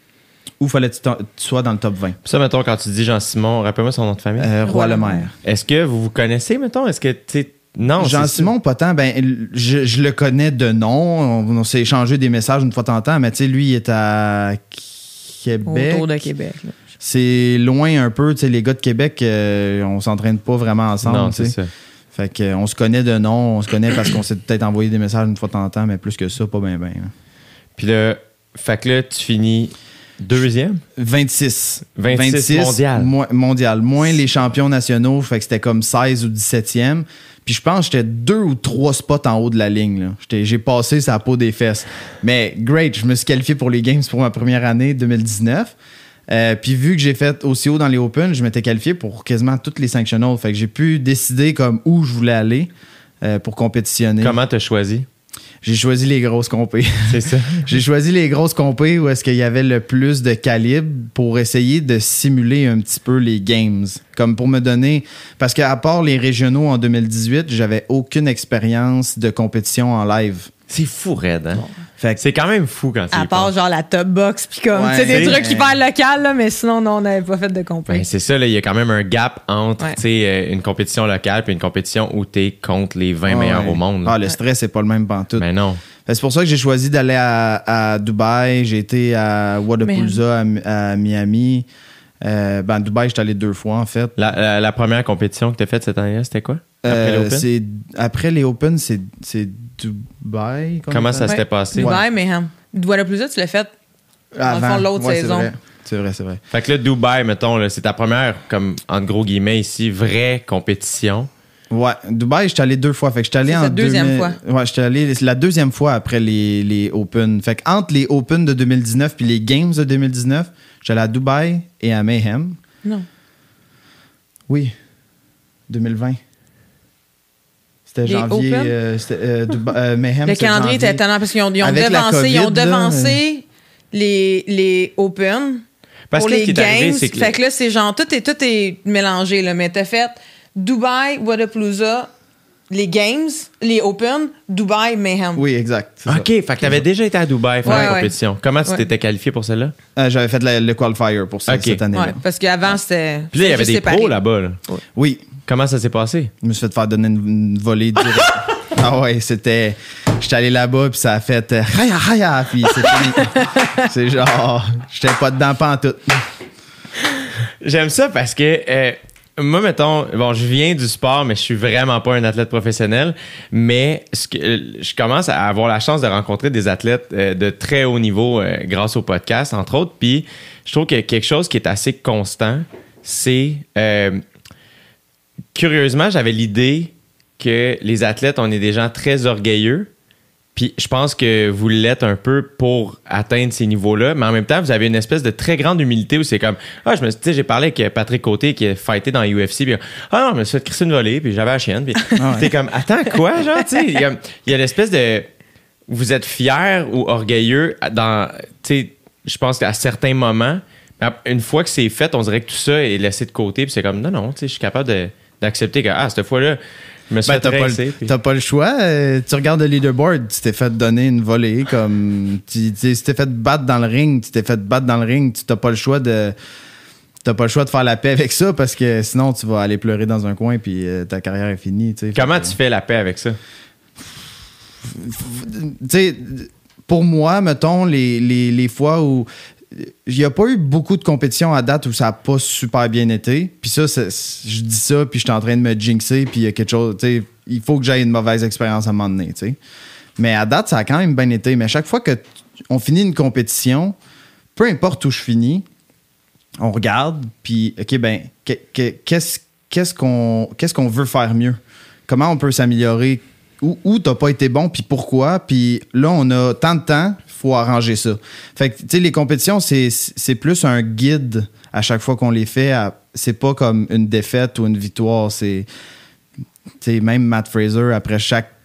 ou fallait que tu, tu sois dans le top vingt. Ça, mettons, quand tu dis Jean-Simon, rappelle-moi son nom de famille. Euh, Roy Lemaire. Est-ce que vous vous connaissez, mettons? Est-ce que, tu sais, non. Jean-Simon, pas tant. Ben, je, je le connais de nom. On, on s'est échangé des messages une fois de temps en temps, mais tu sais, lui, il est à Québec. Autour de Québec. Là. C'est loin un peu. Tu sais, les gars de Québec, euh, on s'entraîne pas vraiment ensemble. Non, c'est tu sais. ça. Fait que, euh, on se connaît de nom, on se connaît parce qu'on s'est peut-être envoyé des messages une fois de temps en temps, mais plus que ça, pas bien, bien. Puis là, fait que là, tu finis deuxième? vingt-six. vingt-six mondial. Mo- mondial. Moins les champions nationaux, fait que c'était comme seize ou dix-septième. Puis je pense que j'étais deux ou trois spots en haut de la ligne. Là. J'étais, j'ai passé sa peau des fesses. Mais great, je me suis qualifié pour les Games pour ma première année, deux mille dix-neuf. Euh, puis vu que j'ai fait aussi haut dans les Open, je m'étais qualifié pour quasiment toutes les sanctionals. Fait que j'ai pu décider comme où je voulais aller euh, pour compétitionner. Comment t'as choisi? J'ai choisi les grosses compés. C'est ça. J'ai choisi les grosses compés où est-ce qu'il y avait le plus de calibre pour essayer de simuler un petit peu les games. Comme pour me donner... Parce qu'à part les régionaux en deux mille dix-huit, j'avais aucune expérience de compétition en live. C'est fou, raide, hein? Fait que C'est quand même fou quand tu À y part penses. genre la top box, puis comme, Ouais, tu sais, des c'est- trucs hyper locaux, là, mais sinon, non, on n'avait pas fait de compétition. Ben, c'est ça, là, il y a quand même un gap entre Ouais. tu sais, euh, une compétition locale puis une compétition où t'es contre les vingt Ah meilleurs ouais. au monde. Ah, là. le stress, c'est pas le même pantoute. Ben non. Fait que c'est pour ça que j'ai choisi d'aller à, à Dubaï. J'ai été à Wodapalooza, à, à Miami. Euh, ben, à Dubaï, j'étais allé deux fois, en fait. La, la, la première compétition que t'as faite cette année-là, c'était quoi? Après Euh, l'Open? c'est, après les Open, c'est, c'est Dubaï. qu'on Comment appelle? ça s'était passé? Dubaï, mais hein, Wodapalooza, tu l'as fait dans le fond, l'autre Ouais, c'est saison. vrai. C'est vrai, c'est vrai. Fait que là, Dubaï, mettons, là, c'est ta première, comme, entre gros guillemets, ici, vraie compétition. Ouais, Dubaï, j'étais allé deux fois. Fait que j'étais allé C'est en sa deuxième deux mille fois. Ouais, j'étais allé c'est la deuxième fois après les, les Open. Fait que entre les Open de deux mille dix-neuf puis les Games de deux mille dix-neuf, j'allais à Dubaï et à Mayhem. Non. Oui, deux mille vingt. C'était Les janvier. Open? euh, c'était, euh, Duba- euh, Mayhem, Le c'était calendrier janvier. était étonnant parce qu'ils ont, ils ont Avec la devancé, ils ont COVID, là, devancé les, les Open Parce pour que ce les qui est Games. arrivé, c'est que- Fait que là, c'est genre, tout est, tout est mélangé, là. Mais t'as fait Dubaï, Wodapalooza, les Games, les Open, Dubaï, Mayhem. Oui, exact. c'est OK, fait que t'avais déjà été à Dubaï faire Ouais, la ouais. compétition. Comment tu Ouais. t'étais qualifié pour celle-là? ça. Euh, j'avais fait la- le qualifier pour ça, Ok. cette année-là. Ouais, parce qu'avant, c'était. Puis là, il y c'était avait juste des séparé. pros là-bas. Là. Oui, Comment ça s'est passé? je me suis fait faire donner une, une volée directe. Ah ouais, c'était... J'étais allé là-bas, puis ça a fait... euh, Raya, raya, puis c'est fini. C'est genre... J'étais pas dedans pantoute. J'aime ça parce que euh, moi, mettons, bon, je viens du sport, mais je suis vraiment pas un athlète professionnel. Mais ce que, euh, je commence à avoir la chance de rencontrer des athlètes euh, de très haut niveau euh, grâce au podcast, entre autres. Puis je trouve que quelque chose qui est assez constant, c'est... euh, curieusement, j'avais l'idée que les athlètes, on est des gens très orgueilleux. Puis je pense que vous l'êtes un peu pour atteindre ces niveaux-là, mais en même temps, vous avez une espèce de très grande humilité où c'est comme ah, je me tu sais, j'ai parlé avec Patrick Côté qui a fighté dans U F C, puis ah non, je me suis fait crisser une volée, puis j'avais la chienne, puis Ah ouais. t'es comme attends quoi, genre, tu sais, il y a, il y a l'espèce de vous êtes fier ou orgueilleux dans, tu sais, je pense qu'à certains moments, une fois que c'est fait, on dirait que tout ça est laissé de côté, puis c'est comme non, non, tu sais, je suis capable de, d'accepter que ah, cette fois-là, je me suis Ben, fait t'as, pas rincer, le, puis- t'as pas le choix. Euh, tu regardes le leaderboard, tu t'es fait donner une volée comme... Tu tu t'es fait battre dans le ring, tu t'es fait battre dans le ring, tu t'as pas le choix de... T'as pas le choix de faire la paix avec ça parce que sinon tu vas aller pleurer dans un coin puis euh, ta carrière est finie. tu sais. Comment Fait que- tu fais la paix avec ça? tu sais, pour moi, mettons, les, les, les fois où il n'y a pas eu beaucoup de compétitions à date où ça n'a pas super bien été. Puis ça, c'est- je dis ça, puis je suis en train de me jinxer, puis il y a quelque chose, tu sais, il faut que j'aille une mauvaise expérience à un moment donné, tu sais. Mais à date, ça a quand même bien été. Mais à chaque fois que t- on finit une compétition, peu importe où je finis, on regarde, puis, OK, ben, que- que- qu'est-ce, qu'est-ce, qu'on, qu'est-ce qu'on veut faire mieux? Comment on peut s'améliorer? Où, où t'as pas été bon, puis pourquoi? Puis là, on a tant de temps, il faut arranger ça. Fait que, tu sais, les compétitions, c'est, c'est plus un guide à chaque fois qu'on les fait. À- c'est pas comme une défaite ou une victoire. C'est, tu sais, même Matt Fraser, après chaque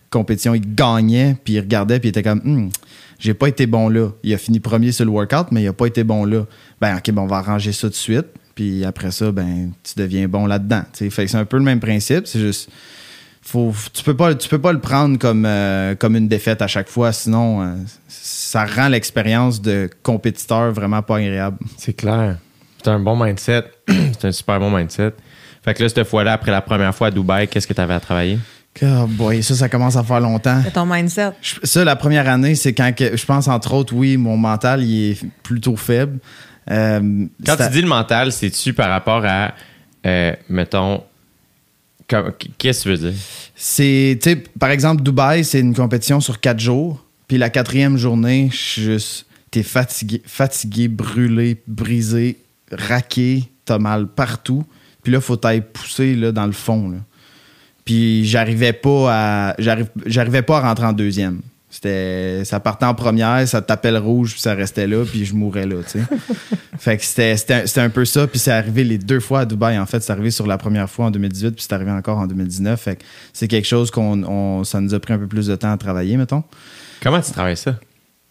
compétition, il gagnait, puis il regardait, puis il était comme hm, j'ai pas été bon là. Il a fini premier sur le workout, mais il a pas été bon là. Ben, OK, ben, on va arranger ça tout de suite. Puis après ça, ben, tu deviens bon là-dedans. T'sais. Fait que c'est un peu le même principe. C'est juste. Faut, tu peux pas, tu peux pas le prendre comme, euh, comme une défaite à chaque fois, sinon euh, ça rend l'expérience de compétiteur vraiment pas agréable. C'est clair. C'est un bon mindset. C'est un super bon mindset. Fait que là, cette fois-là, après la première fois à Dubaï, qu'est-ce que tu avais à travailler? Oh boy, ça, ça commence à faire longtemps. C'est ton mindset. Je, ça, la première année, c'est quand que, je pense, entre autres, oui, mon mental, il est plutôt faible. Euh, quand tu dis le mental, c'est-tu par rapport à, euh, mettons, comme, qu'est-ce que tu veux dire? C'est, tu sais, par exemple, Dubaï, c'est une compétition sur quatre jours. Puis la quatrième journée, je suis juste, t'es fatigué, fatigué, brûlé, brisé, raqué, t'as mal partout. Puis là, faut t'aller pousser là, dans le fond. Là. Puis j'arrivais pas à, j'arrive, j'arrivais pas à rentrer en deuxième. C'était, ça partait en première, ça tapait le rouge, puis ça restait là, puis je mourais là, tu sais. Fait que c'était, c'était, c'était un peu ça, puis c'est arrivé les deux fois à Dubaï, en fait. C'est arrivé sur la première fois en deux mille dix-huit, puis c'est arrivé encore en deux mille dix-neuf. Fait que c'est quelque chose qu'on, on, ça nous a pris un peu plus de temps à travailler, mettons. Comment tu travailles ça?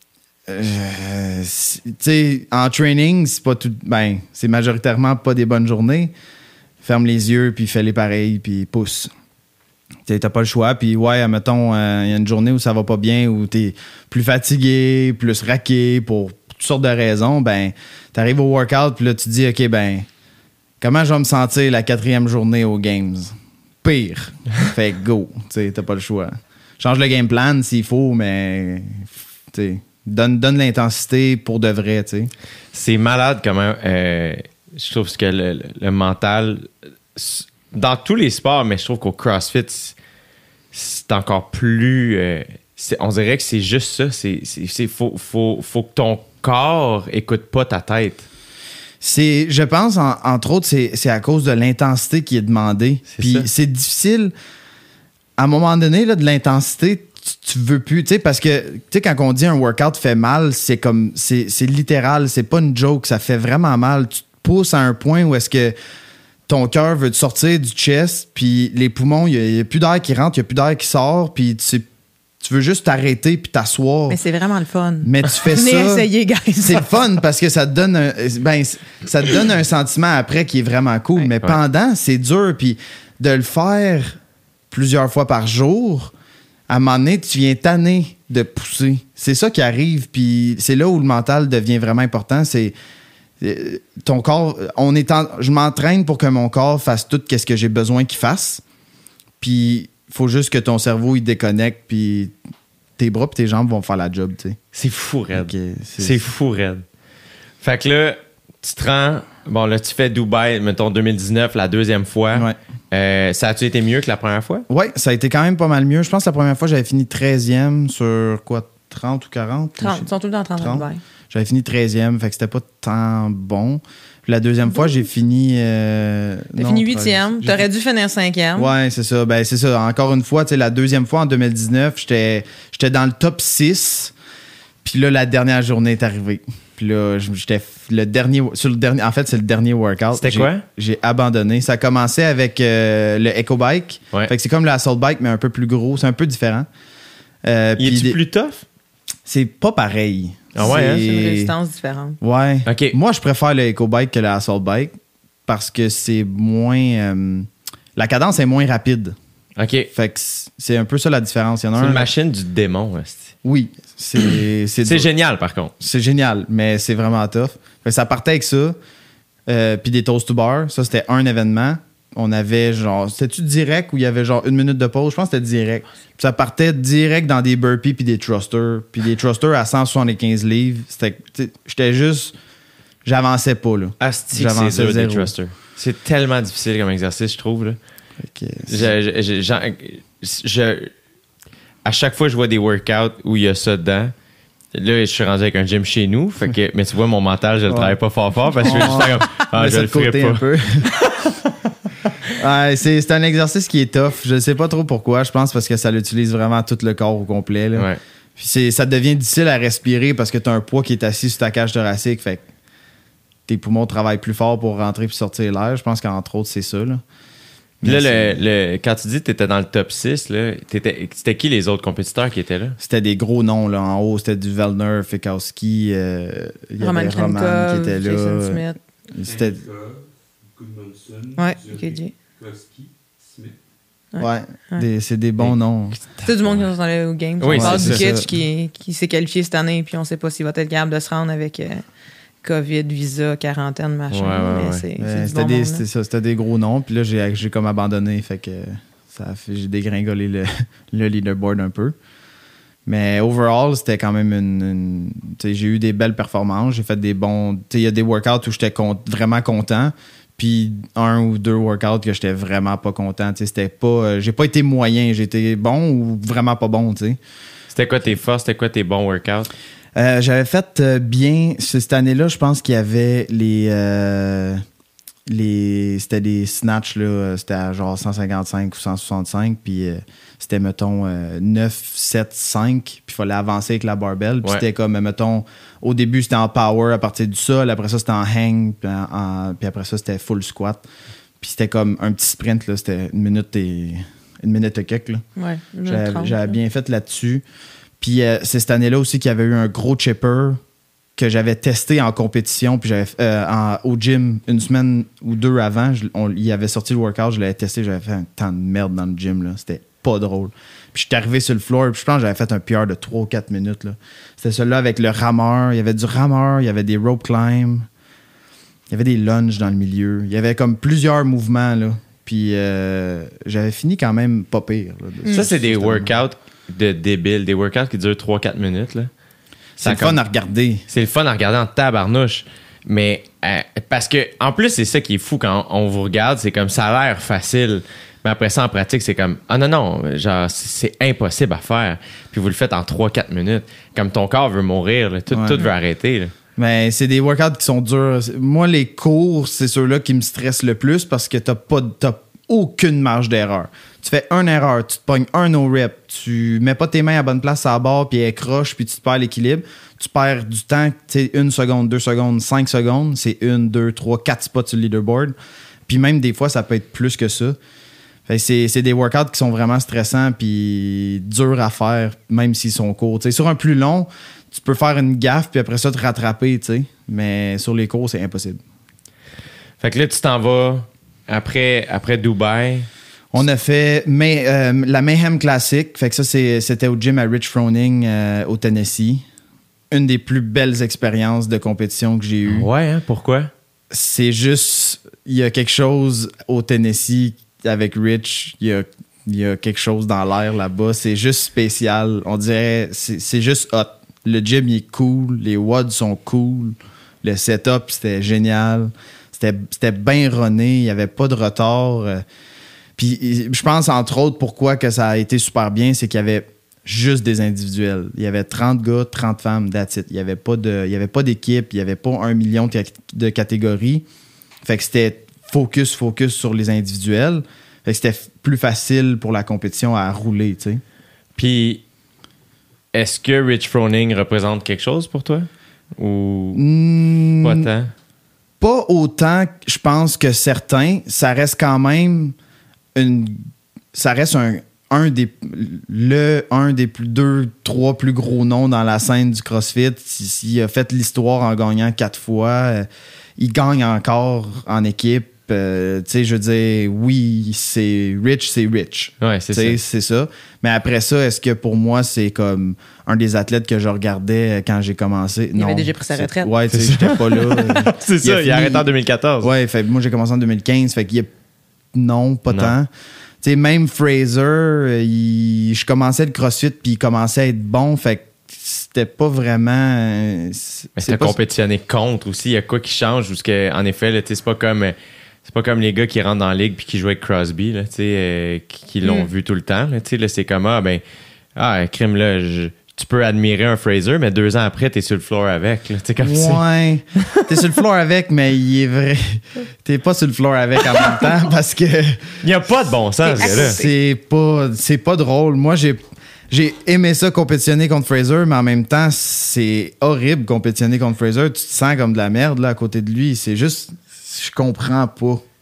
Euh, tu sais, en training, c'est pas tout, ben, c'est majoritairement pas des bonnes journées. Ferme les yeux, puis fais-les pareil, puis pousse. T'sais, t'as pas le choix. Puis ouais, admettons, il euh, y a une journée où ça va pas bien, où t'es plus fatigué, plus raqué, pour toutes sortes de raisons, ben, t'arrives au workout, puis là, tu te dis, OK, ben, comment je vais me sentir la quatrième journée aux Games? Pire. Fait go. T'sais, t'as pas le choix. Change le game plan s'il faut, mais t'sais, donne, donne l'intensité pour de vrai, t'sais. C'est malade comment euh, je trouve que le, le, le mental... Dans tous les sports, mais je trouve qu'au CrossFit, c'est encore plus... Euh, c'est, on dirait que c'est juste ça. C'est, c'est, c'est, faut, faut, faut que ton corps écoute pas ta tête. C'est, je pense, en, entre autres, c'est, c'est à cause de l'intensité qui est demandée. Puis c'est difficile. À un moment donné, là, de l'intensité, tu, tu veux plus... Tu sais, parce que, tu sais, quand on dit un workout fait mal, c'est comme... C'est, c'est littéral. C'est pas une joke. Ça fait vraiment mal. Tu te pousses à un point où est-ce que... ton cœur veut te sortir du chest, puis les poumons, il n'y a, a plus d'air qui rentre, il n'y a plus d'air qui sort, puis tu, tu veux juste t'arrêter puis t'asseoir. Mais c'est vraiment le fun. Mais tu fais Venez ça. essayer, guys. C'est le fun parce que ça te donne un, ben, ça te donne un sentiment après qui est vraiment cool. Ouais, mais ouais. pendant, c'est dur. Puis de le faire plusieurs fois par jour, à un moment donné, tu viens tanner de pousser. C'est ça qui arrive. Puis c'est là où le mental devient vraiment important. C'est ton corps, on est en, je m'entraîne pour que mon corps fasse tout ce que j'ai besoin qu'il fasse. Puis il faut juste que ton cerveau il déconnecte, puis tes bras et tes jambes vont faire la job, tu sais. C'est fou raide. Okay, c'est... c'est fou raide. Fait que là, tu te rends... Bon, là, tu fais Dubaï, mettons, deux mille dix-neuf, la deuxième fois. Ouais. Euh, ça a-tu été mieux que la première fois? Oui, ça a été quand même pas mal mieux. Je pense que la première fois, j'avais fini treizième sur quoi, trente ou quarante? trente, ils sont tout le temps trente à Dubaï. J'avais fini treizième, fait que c'était pas tant bon. Puis la deuxième fois, j'ai fini... Euh, T'as non, fini huitième. j'ai... T'aurais dû finir cinquième. Ouais, c'est ça. Ben, c'est ça. Encore une fois, tu sais, la deuxième fois, en deux mille dix-neuf, j'étais, j'étais dans le top six. Puis là, la dernière journée est arrivée. Puis là, j'étais le dernier... Sur le dernier, en fait, c'est le dernier workout. C'était j'ai, quoi? J'ai abandonné. Ça commençait avec euh, le Echo Bike. Ouais. Fait que c'est comme le Assault Bike, mais un peu plus gros. C'est un peu différent. Euh, Il est-tu des... plus tough? C'est pas pareil. Ah ouais, hein? C'est une résistance différente. Ouais. OK. Moi, je préfère le Echo Bike que le Assault Bike parce que c'est moins... Euh, la cadence est moins rapide. OK. Fait que c'est un peu ça la différence. Il y en a C'est un... une machine du démon. Hostie. Oui. C'est, c'est, C'est génial, par contre. C'est génial, mais c'est vraiment tough. Fait que ça partait avec ça. Euh, Puis des toast to bar. Ça, c'était un événement. On avait genre... C'était-tu direct ou il y avait genre une minute de pause? Je pense que c'était direct. Puis ça partait direct dans des burpees puis des thrusters. Puis des thrusters à cent soixante-quinze livres. C'était... J'étais juste... J'avançais pas, là. Asti, J'avançais c'est dur des zéro. thrusters. C'est tellement difficile comme exercice, je trouve. Là. Fait que Je, je, je, j'en- je- à chaque fois que je vois des workouts où il y a ça dedans, là, je suis rendu avec un gym chez nous. Fait que, mais tu vois, mon mental, je le Ouais. travaille pas fort fort parce que je vais juste faire comme ah, mets je ça le de ferai côté pas. un peu. Ouais, c'est, c'est un exercice qui est tough. Je sais pas trop pourquoi. Je pense parce que ça l'utilise vraiment tout le corps au complet. Là. Ouais. Puis c'est, ça devient difficile à respirer parce que tu as un poids qui est assis sur ta cage thoracique. Fait que tes poumons travaillent plus fort pour rentrer puis sortir l'air. Je pense qu'entre autres, c'est ça. Là. Puis là, Mais le, le, quand tu dis que tu étais dans le top six, là, t'étais, c'était qui les autres compétiteurs qui étaient là? C'était des gros noms. Là. En haut, c'était du Vellner, Fikowski, euh, il y Roman avait Roman Kremkov, qui était là. Jason Smith. C'était... Ouais, K J. Ouais, Ouais. Des, c'est des bons Et- noms. C'est du monde qui sont allés au game. Oui, on parle c'est du ça. Kitch qui, qui s'est qualifié cette année, puis on sait pas s'il va être capable de se rendre avec euh, COVID, visa, quarantaine, machin. Ouais, ouais, mais ouais. c'est, Mais c'est du c'était, bon des, monde, c'était là. ça, c'était des gros noms. Puis là, j'ai, j'ai comme abandonné. Fait que ça a fait, j'ai dégringolé le, le leaderboard un peu. Mais overall, c'était quand même une. une tu sais, j'ai eu des belles performances. J'ai fait des bons. Tu sais, il y a des workouts où j'étais con- vraiment content. Puis un ou deux workouts que j'étais vraiment pas content. Tu sais, c'était pas. euh, j'ai pas été moyen. J'ai été bon ou vraiment pas bon, tu sais. C'était quoi tes forces? C'était quoi tes bons workouts? Euh, j'avais fait euh, bien. Cette année-là, je pense qu'il y avait les. euh, les c'était des snatchs, là. C'était à genre cent cinquante-cinq ou cent soixante-cinq. Puis euh, c'était, mettons, euh, neuf, sept, cinq. Puis il fallait avancer avec la barbell. Puis Ouais. c'était comme, mettons, au début, c'était en power à partir du sol. Après ça, c'était en hang. Puis, en- en- puis après ça, c'était full squat. Puis c'était comme un petit sprint, là. C'était une minute et. Une minute et quelques, là. Ouais, une minute J'avais, trente, j'avais là. bien fait là-dessus. Puis euh, c'est cette année-là aussi qu'il y avait eu un gros chipper que j'avais testé en compétition. Puis j'avais euh, en- au gym une semaine ou deux avant. Je- on- il avait sorti le workout, je l'avais testé. J'avais fait un temps de merde dans le gym. Là. C'était pas drôle. Puis j'étais arrivé sur le floor. Puis je pense que j'avais fait un P R de trois ou quatre minutes. Là. C'était celui-là avec le rameur. Il y avait du rameur, il y avait des rope climb. Il y avait des lunges dans le milieu. Il y avait comme plusieurs mouvements. Là. Puis euh, j'avais fini quand même pas pire. Là, de- Ça, c'est des C'était- workouts de débiles. Des workouts qui durent trois quatre minutes. Là. C'est Ça le fun comme- à regarder. C'est le fun à regarder en tabarnouche. Mais euh, parce que, en plus, c'est ça qui est fou quand on vous regarde. C'est comme ça a l'air facile. Mais après ça, en pratique, c'est comme ah non, non, genre, c'est c'est impossible à faire. Puis vous le faites en trois quatre minutes. Comme ton corps veut mourir. Là. Tout, Ouais. tout veut arrêter. Là. Mais c'est des workouts qui sont durs. Moi, les cours, c'est ceux-là qui me stressent le plus parce que t'as pas, t'as aucune marge d'erreur. Tu fais une erreur, tu te pognes un no-rep, tu mets pas tes mains à bonne place à la barre, puis elle croche, puis tu te perds l'équilibre. Tu perds du temps, tu sais, une seconde, deux secondes, cinq secondes. C'est une, deux, trois, quatre spots sur le leaderboard. Puis même des fois, ça peut être plus que ça. Fait que c'est, c'est des workouts qui sont vraiment stressants puis durs à faire, même s'ils sont courts. Tu sais, sur un plus long, tu peux faire une gaffe puis après ça te rattraper, tu sais. Mais sur les cours, c'est impossible. Fait que là, tu t'en vas après, après Dubaï. On a fait May- euh, la Mayhem Classic. Fait que ça, c'est- c'était au gym à Rich Froning euh, au Tennessee. Une des plus belles expériences de compétition que j'ai eues. Ouais, hein? Pourquoi? C'est juste, il y a quelque chose au Tennessee avec Rich. Il y a, il y a quelque chose dans l'air là-bas. C'est juste spécial. On dirait, c'est, c'est juste hot. Le gym, il est cool. Les W O D sont cool. Le setup, c'était génial. C'était, c'était bien runné. Il n'y avait pas de retard. Euh, Puis je pense, entre autres, pourquoi que ça a été super bien, c'est qu'il y avait juste des individuels. Il y avait trente gars, trente femmes, that's it. Il n'y avait pas de, il y avait pas d'équipe, il n'y avait pas un million de, de catégories. Fait que c'était focus, focus sur les individuels. Fait que c'était f- plus facile pour la compétition à rouler, tu sais. Puis, est-ce que Rich Froning représente quelque chose pour toi? Ou Hmm, pas tant? Pas autant, je pense, que certains. Ça reste quand même une. Ça reste un, un des. Le, un des plus, deux, trois plus gros noms dans la scène du CrossFit. Il, il a fait l'histoire en gagnant quatre fois. Euh, Il gagne encore en équipe. Euh, tu sais, je veux dire, oui, c'est Rich, c'est Rich. Ouais, c'est Tu sais, ça. c'est ça. Mais après ça, est-ce que pour moi, c'est comme un des athlètes que je regardais quand j'ai commencé? Il Non. avait déjà pris sa C'est- retraite. Ouais, tu sais, C'est j'étais pas là. C'est Il ça, a il a fini- arrêté en deux mille quatorze. Ouais, fait, moi j'ai commencé en deux mille quinze, fait qu'il y a non, pas Non. tant. Tu sais, même Fraser, euh, il- je commençais le CrossFit puis il commençait à être bon, fait que c'était pas vraiment. euh, c'est Mais c'est c'est pas- compétitionner contre aussi. Il y a quoi qui change? Parce que, en effet, là, tu sais, c'est pas comme. euh, C'est pas comme les gars qui rentrent dans la ligue puis qui jouent avec Crosby, là, tu sais, euh, qui, qui l'ont Mm. vu tout le temps. Là, tu sais, là, c'est comme, ah, ben, ah, crime, là, je- tu peux admirer un Fraser, mais deux ans après, t'es sur le floor avec. Là, tu sais, comme ça. Ouais. T'es sur le floor avec, mais il est vrai. T'es pas sur le floor avec en même temps parce que Il n'y a pas de bon sens, ce C'est gars-là. c'est pas, c'est pas drôle. Moi, j'ai. J'ai aimé ça compétitionner contre Fraser, mais en même temps, c'est horrible compétitionner contre Fraser. Tu te sens comme de la merde là, à côté de lui. C'est juste, je comprends pas. Tu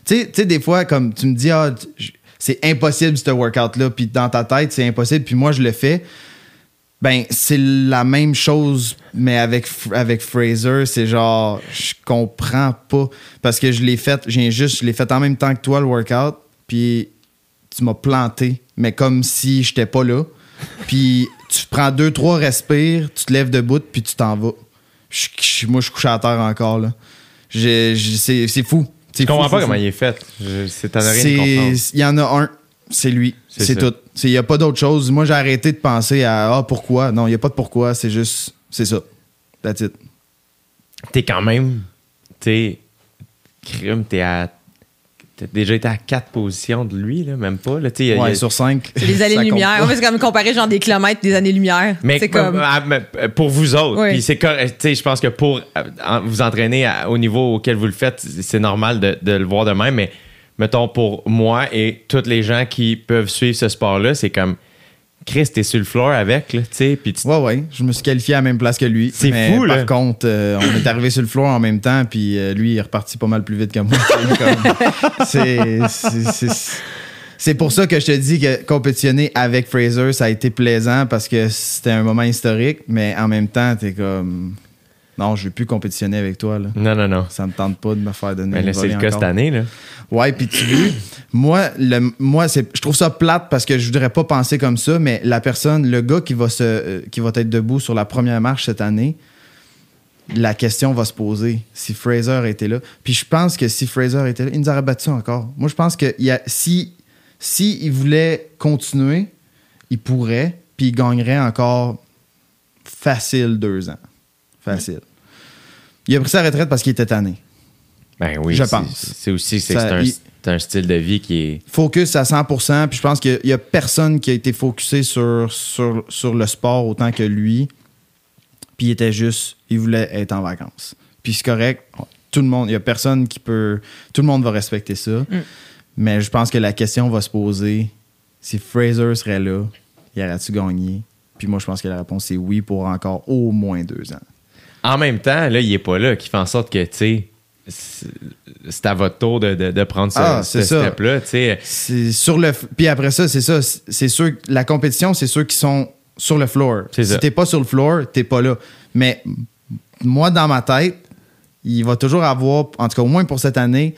Tu sais, des fois, comme tu me dis, ah, c'est impossible ce workout-là, puis dans ta tête, c'est impossible, puis moi, je le fais. Ben, c'est la même chose, mais avec, avec Fraser, c'est genre, je comprends pas. Parce que je l'ai fait, j'ai juste, je l'ai fait en même temps que toi, le workout, puis tu m'as planté, mais comme si j'étais pas là. Puis tu prends deux, trois respires, tu te lèves debout, puis tu t'en vas. Je, je, moi, je suis couché à terre encore, là. Je, je, c'est, c'est fou. Je comprends fou, pas fou, comment fou. Il est fait. Je, c'est à rien de comprendre. Il y en a un, c'est lui. C'est, c'est tout. Il n'y a pas d'autre chose. Moi, j'ai arrêté de penser à ah, pourquoi. Non, il n'y a pas de pourquoi. C'est juste, c'est ça. That's it. T'es quand même, t'es, crime, t'es à, t'as déjà été à quatre positions de lui, là, même pas. Là, y a, ouais, y a... sur cinq. C'est des années-lumière. Ouais, c'est comme comparer genre des kilomètres des années-lumière. Mais c'est comme... pour vous autres, oui. Puis c'est je pense que pour vous entraîner à, au niveau auquel vous le faites, c'est normal de, de le voir de même, mais mettons, pour moi et tous les gens qui peuvent suivre ce sport-là, c'est comme, Chris, t'es sur le floor avec, là, tu sais. Puis tu... Ouais, ouais. Je me suis qualifié à la même place que lui. C'est mais fou, par là. Par contre, euh, on est arrivé sur le floor en même temps, puis euh, lui, il est reparti pas mal plus vite que moi. Comme, c'est, c'est, c'est, c'est pour ça que je te dis que compétitionner avec Fraser, ça a été plaisant parce que c'était un moment historique, mais en même temps, t'es comme... Non, je ne vais plus compétitionner avec toi. Là. Non, non, non. Ça me tente pas de me faire donner mais là, une c'est le encore. cas cette année, là. Ouais, puis tu vois, moi, le, moi c'est, je trouve ça plate parce que je voudrais pas penser comme ça, mais la personne, le gars qui va, se, euh, qui va être debout sur la première marche cette année, la question va se poser si Fraser était là. Puis je pense que si Fraser était là, il nous aurait battu encore. Moi, je pense que il y a, si, si il voulait continuer, il pourrait, puis il gagnerait encore facile deux ans. Facile. Il a pris sa retraite parce qu'il était tanné. Ben oui, je c'est, pense. C'est aussi c'est, ça, c'est, un, il, c'est un style de vie qui est... Focus à cent pour cent. Puis je pense qu'il n'y a personne qui a été focusé sur, sur, sur le sport autant que lui. Puis il était juste... Il voulait être en vacances. Puis c'est correct. Tout le monde... Il n'y a personne qui peut... Tout le monde va respecter ça. Mm. Mais je pense que la question va se poser si Fraser serait là, il aurait-tu gagné? Puis moi, je pense que la réponse c'est oui pour encore au moins deux ans. En même temps, là, il n'est pas là, qui fait en sorte que, tu sais, c'est, c'est à votre tour de, de, de prendre ce, ah, ce step-là, tu sais. C'est sur le... Puis après ça, c'est ça. C'est sûr que la compétition, c'est ceux qui sont sur le floor. C'est si ça. T'es pas sur le floor, t'es pas là. Mais moi, dans ma tête, il va toujours avoir, en tout cas au moins pour cette année,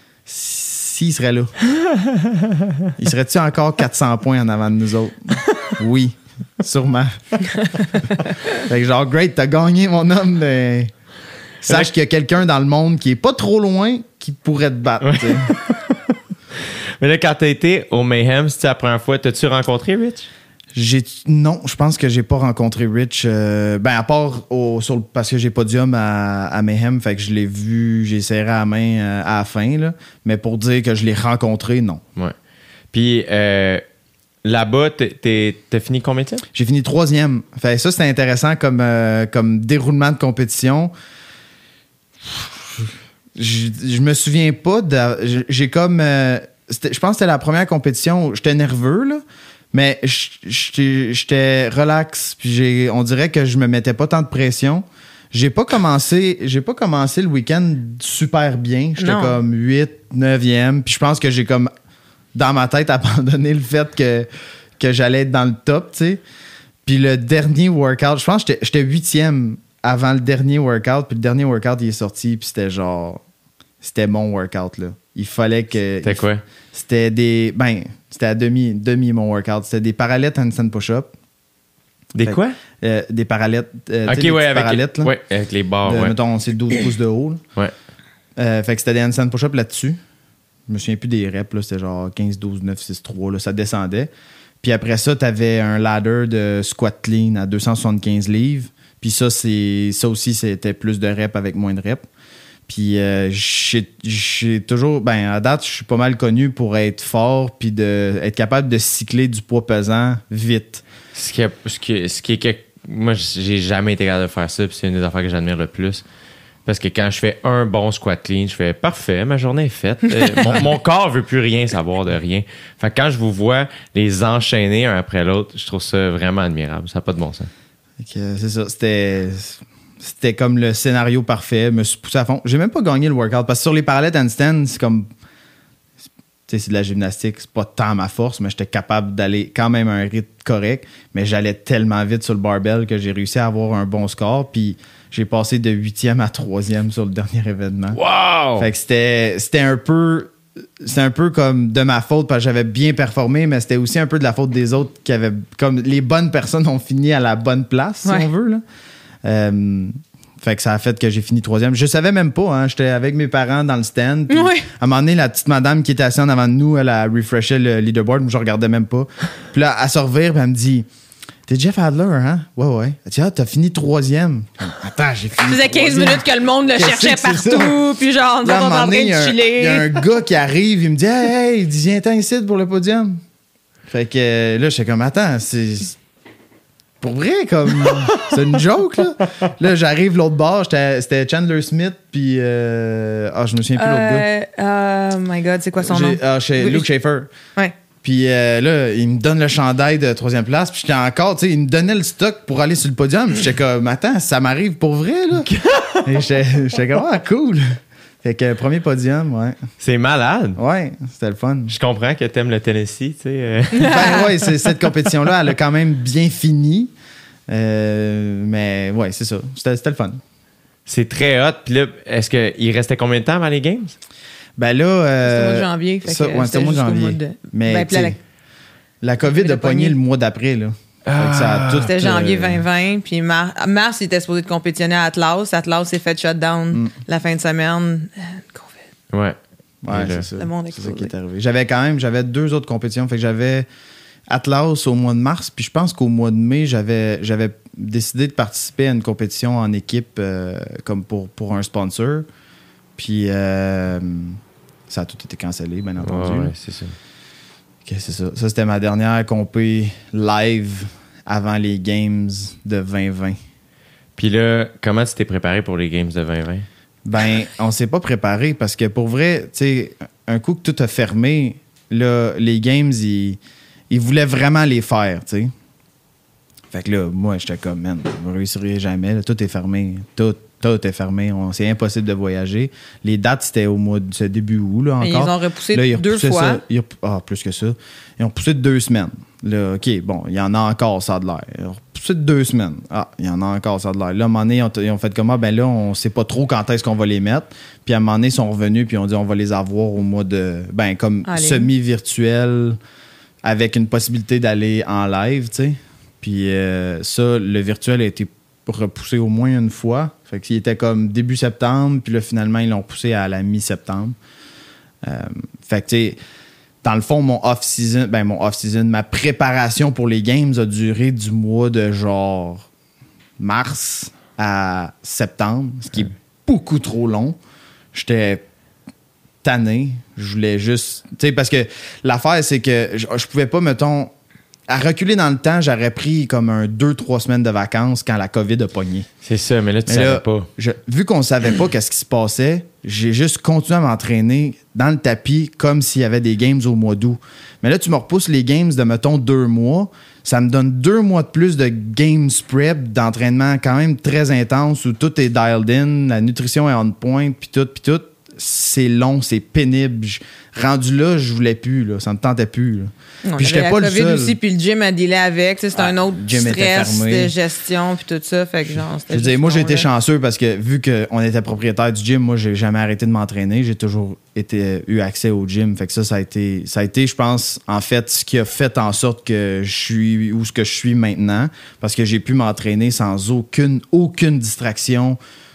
s'il serait là. Il serait-tu encore quatre cents points en avant de nous autres? Oui. Sûrement. Fait que genre, great, t'as gagné, mon homme, mais sache qu'il y a quelqu'un dans le monde qui est pas trop loin qui pourrait te battre. Ouais. Mais là, quand t'as été au Mayhem, c'était la première fois, t'as-tu rencontré Rich? J'ai, non, je pense que j'ai pas rencontré Rich. Euh, ben, à part au, sur le, parce que j'ai podium à, à Mayhem, fait que je l'ai vu, j'ai serré à la main euh, à la fin, là. Mais pour dire que je l'ai rencontré, non. Ouais. Puis, euh, là-bas, t'es, t'es, t'as fini combien de temps? J'ai fini troisième. Fait ça, c'était intéressant comme, euh, comme déroulement de compétition. Je, je me souviens pas de. J'ai comme. Euh, je pense que c'était la première compétition où j'étais nerveux, là. Mais j'étais, j'étais relax. Puis j'ai, on dirait que je me mettais pas tant de pression. J'ai pas commencé, j'ai pas commencé le week-end super bien. J'étais non. comme huit, neuvième. Puis je pense que j'ai comme. Dans ma tête, abandonner le fait que, que j'allais être dans le top, tu sais. Puis le dernier workout, je pense que j'étais, j'étais huitième avant le dernier workout. Puis le dernier workout, il est sorti, puis c'était genre... C'était mon workout, là. Il fallait que... C'était quoi? C'était des... Ben, c'était à demi, demi mon workout. C'était des parallettes handstand push-up. Des fait, quoi? Euh, des parallettes. Euh, OK, ouais, avec, parallettes, les, là. Ouais, avec les barres, euh, ouais. Mettons, c'est douze pouces de haut, là. Ouais. Euh, fait que c'était des handstand push-up là-dessus. Je me souviens plus des reps, là, c'était genre quinze, douze, neuf, six, trois, là, ça descendait. Puis après ça, tu avais un ladder de squat clean à deux cent soixante-quinze livres. Puis ça, c'est, ça aussi, c'était plus de reps avec moins de reps. Puis euh, j'ai, j'ai toujours, ben à date, je suis pas mal connu pour être fort puis de, être capable de cycler du poids pesant vite. Ce qui est, ce qui, ce qui est que moi, j'ai jamais été capable de faire ça, puis c'est une des affaires que j'admire le plus. Parce que quand je fais un bon squat clean, je fais parfait, ma journée est faite. Euh, mon, mon corps veut plus rien savoir de rien. Fait que quand je vous vois les enchaîner un après l'autre, je trouve ça vraiment admirable. Ça n'a pas de bon sens. Okay, c'est ça. C'était, c'était comme le scénario parfait. Je me suis poussé à fond. J'ai même pas gagné le workout parce que sur les parallettes handstand, c'est comme. sais, c'est de la gymnastique, c'est pas tant ma force, mais j'étais capable d'aller quand même à un rythme correct. Mais j'allais tellement vite sur le barbell que j'ai réussi à avoir un bon score. Puis j'ai passé de huitième à troisième sur le dernier événement. Wow! Fait que c'était, c'était un peu... C'est un peu comme de ma faute parce que j'avais bien performé, mais c'était aussi un peu de la faute des autres qui avaient... Comme les bonnes personnes ont fini à la bonne place, ouais. si on veut. Là. Euh, fait que ça a fait que j'ai fini troisième. Je savais même pas, hein. J'étais avec mes parents dans le stand. Puis oui. À un moment donné, la petite madame qui était assise en avant de nous, elle a refreshé le leaderboard, moi je regardais même pas. Puis là, elle se revire, puis elle me dit... T'es Jeff Adler, hein? Ouais, ouais. Elle dit, ah, t'as fini troisième. Attends, j'ai fini. Ça faisait quinze troisième. minutes que le monde le Qu'est-ce cherchait que c'est partout. Puis genre, nous Là, autres, on est en train donné, de chiller. Il y a un gars qui arrive, il me dit, hey, hey, il dit, viens-t'en ici pour le podium. Fait que euh, là, j'étais comme, attends, c'est. Pour vrai, comme. C'est une joke, là. Là, j'arrive l'autre bord, j'étais- c'était Chandler Smith, puis. Euh... Ah, je me souviens plus l'autre gars. Euh, oh my God, c'est quoi son J'ai- nom? Ah, chez Oui, Luke je- Schaefer. Ouais. Puis euh, là, il me donne le chandail de troisième place. Puis j'étais encore, tu sais, il me donnait le stock pour aller sur le podium. Puis j'étais comme, attends, ça m'arrive pour vrai, là. Et j'étais j'étais comme, ah, cool. Fait que premier podium, ouais. C'est malade. Ouais, c'était le fun. Je comprends que t'aimes le Tennessee, tu sais. euh. Ben ouais, c'est- cette compétition-là, elle a quand même bien fini. Euh, mais ouais, c'est ça. C'était c'était le fun. C'est très hot. Puis là, est-ce qu'il restait combien de temps avant les Games? Ben là. Euh, C'était au mois de janvier. Fait ça, que ouais, c'était au mois de jusqu'au janvier. mois de- Mais Ben, puis tu la- sais, la COVID a pogné le mois d'après, là. Fait que ça a tout, C'était janvier euh, vingt vingt, puis mar- mars, il était supposé de compétitionner à Atlas. Atlas s'est fait shutdown la fin de semaine. Euh, COVID. Ouais. Ouais, Et là, c'est ça. Le monde C'est ça explosé. qui est arrivé. J'avais quand même, j'avais deux autres compétitions. Fait que j'avais Atlas au mois de mars, puis je pense qu'au mois de mai, j'avais, j'avais décidé de participer à une compétition en équipe euh, comme pour, pour un sponsor. Puis euh, ça a tout été cancellé, bien entendu. Ouais, là. ouais, c'est ça. Ok, c'est ça. Ça, c'était ma dernière compé live avant les Games de vingt vingt. Puis là, comment tu t'es préparé pour les Games de vingt vingt? Ben, on s'est pas préparé parce que pour vrai, tu sais, un coup que tout a fermé, là, les Games, ils, ils voulaient vraiment les faire, tu sais. Fait que là, moi, j'étais comme, man, on ne réussirait jamais. Là, tout est fermé. Tout, tout est fermé. On- C'est impossible de voyager. Les dates, c'était au mois de ce début août, là, encore. Mais ils ont repoussé Là, ils deux repoussaient fois. ça. Ils rep- Ah, plus que ça. Ils ont repoussé de deux semaines. Là, OK, bon, il y en a encore, ça a de l'air. Ils ont repoussé de deux semaines. Ah, il y en a encore, ça a de l'air. Là, à un moment donné, ils ont, ils ont fait comment? Ben là, on sait pas trop quand est-ce qu'on va les mettre. Puis à un moment donné, ils sont revenus, puis on dit on va les avoir au mois de. Ben, comme En ligne. semi-virtuel, avec une possibilité d'aller en live, tu sais. Puis euh, ça, le virtuel a été repoussé au moins une fois. Fait qu'il était comme début septembre, puis là, finalement, ils l'ont repoussé à la mi-septembre. Euh, fait que, tu sais, dans le fond, mon off-season, ben, mon off-season, ma préparation pour les Games a duré du mois de genre mars à septembre, ce qui est beaucoup trop long. J'étais tanné. Je voulais juste. Tu sais, parce que l'affaire, c'est que je, je pouvais pas, mettons. À reculer dans le temps, j'aurais pris comme un deux, trois semaines de vacances quand la COVID a pogné. C'est ça, mais là, tu Mais savais là, pas. je- vu qu'on savait pas qu'est-ce qui se passait, j'ai juste continué à m'entraîner dans le tapis comme s'il y avait des games au mois d'août. Mais là, tu me repousses les games de, mettons, deux mois. Ça me donne deux mois de plus de games prep, d'entraînement quand même très intense où tout est dialed in, la nutrition est on point, puis tout, puis tout. C'est long, c'est pénible. Je- rendu là, je voulais plus, là. Ça me tentait plus, là. On Puis avait j'étais la pas le COVID seul. aussi, puis le gym a dealé avec. tu sais, C'était Ah, un autre le gym était stress fermé. de gestion, puis tout ça. Fait que genre, Je veux dire, moi, j'ai été chanceux parce que vu qu'on était propriétaire du gym, moi, j'ai jamais arrêté de m'entraîner. J'ai toujours été, eu accès au gym. Fait que ça, ça a été, ça a été, je pense, en fait, ce qui a fait en sorte que je suis où ce que je suis maintenant. Parce que j'ai pu m'entraîner sans aucune, aucune distraction.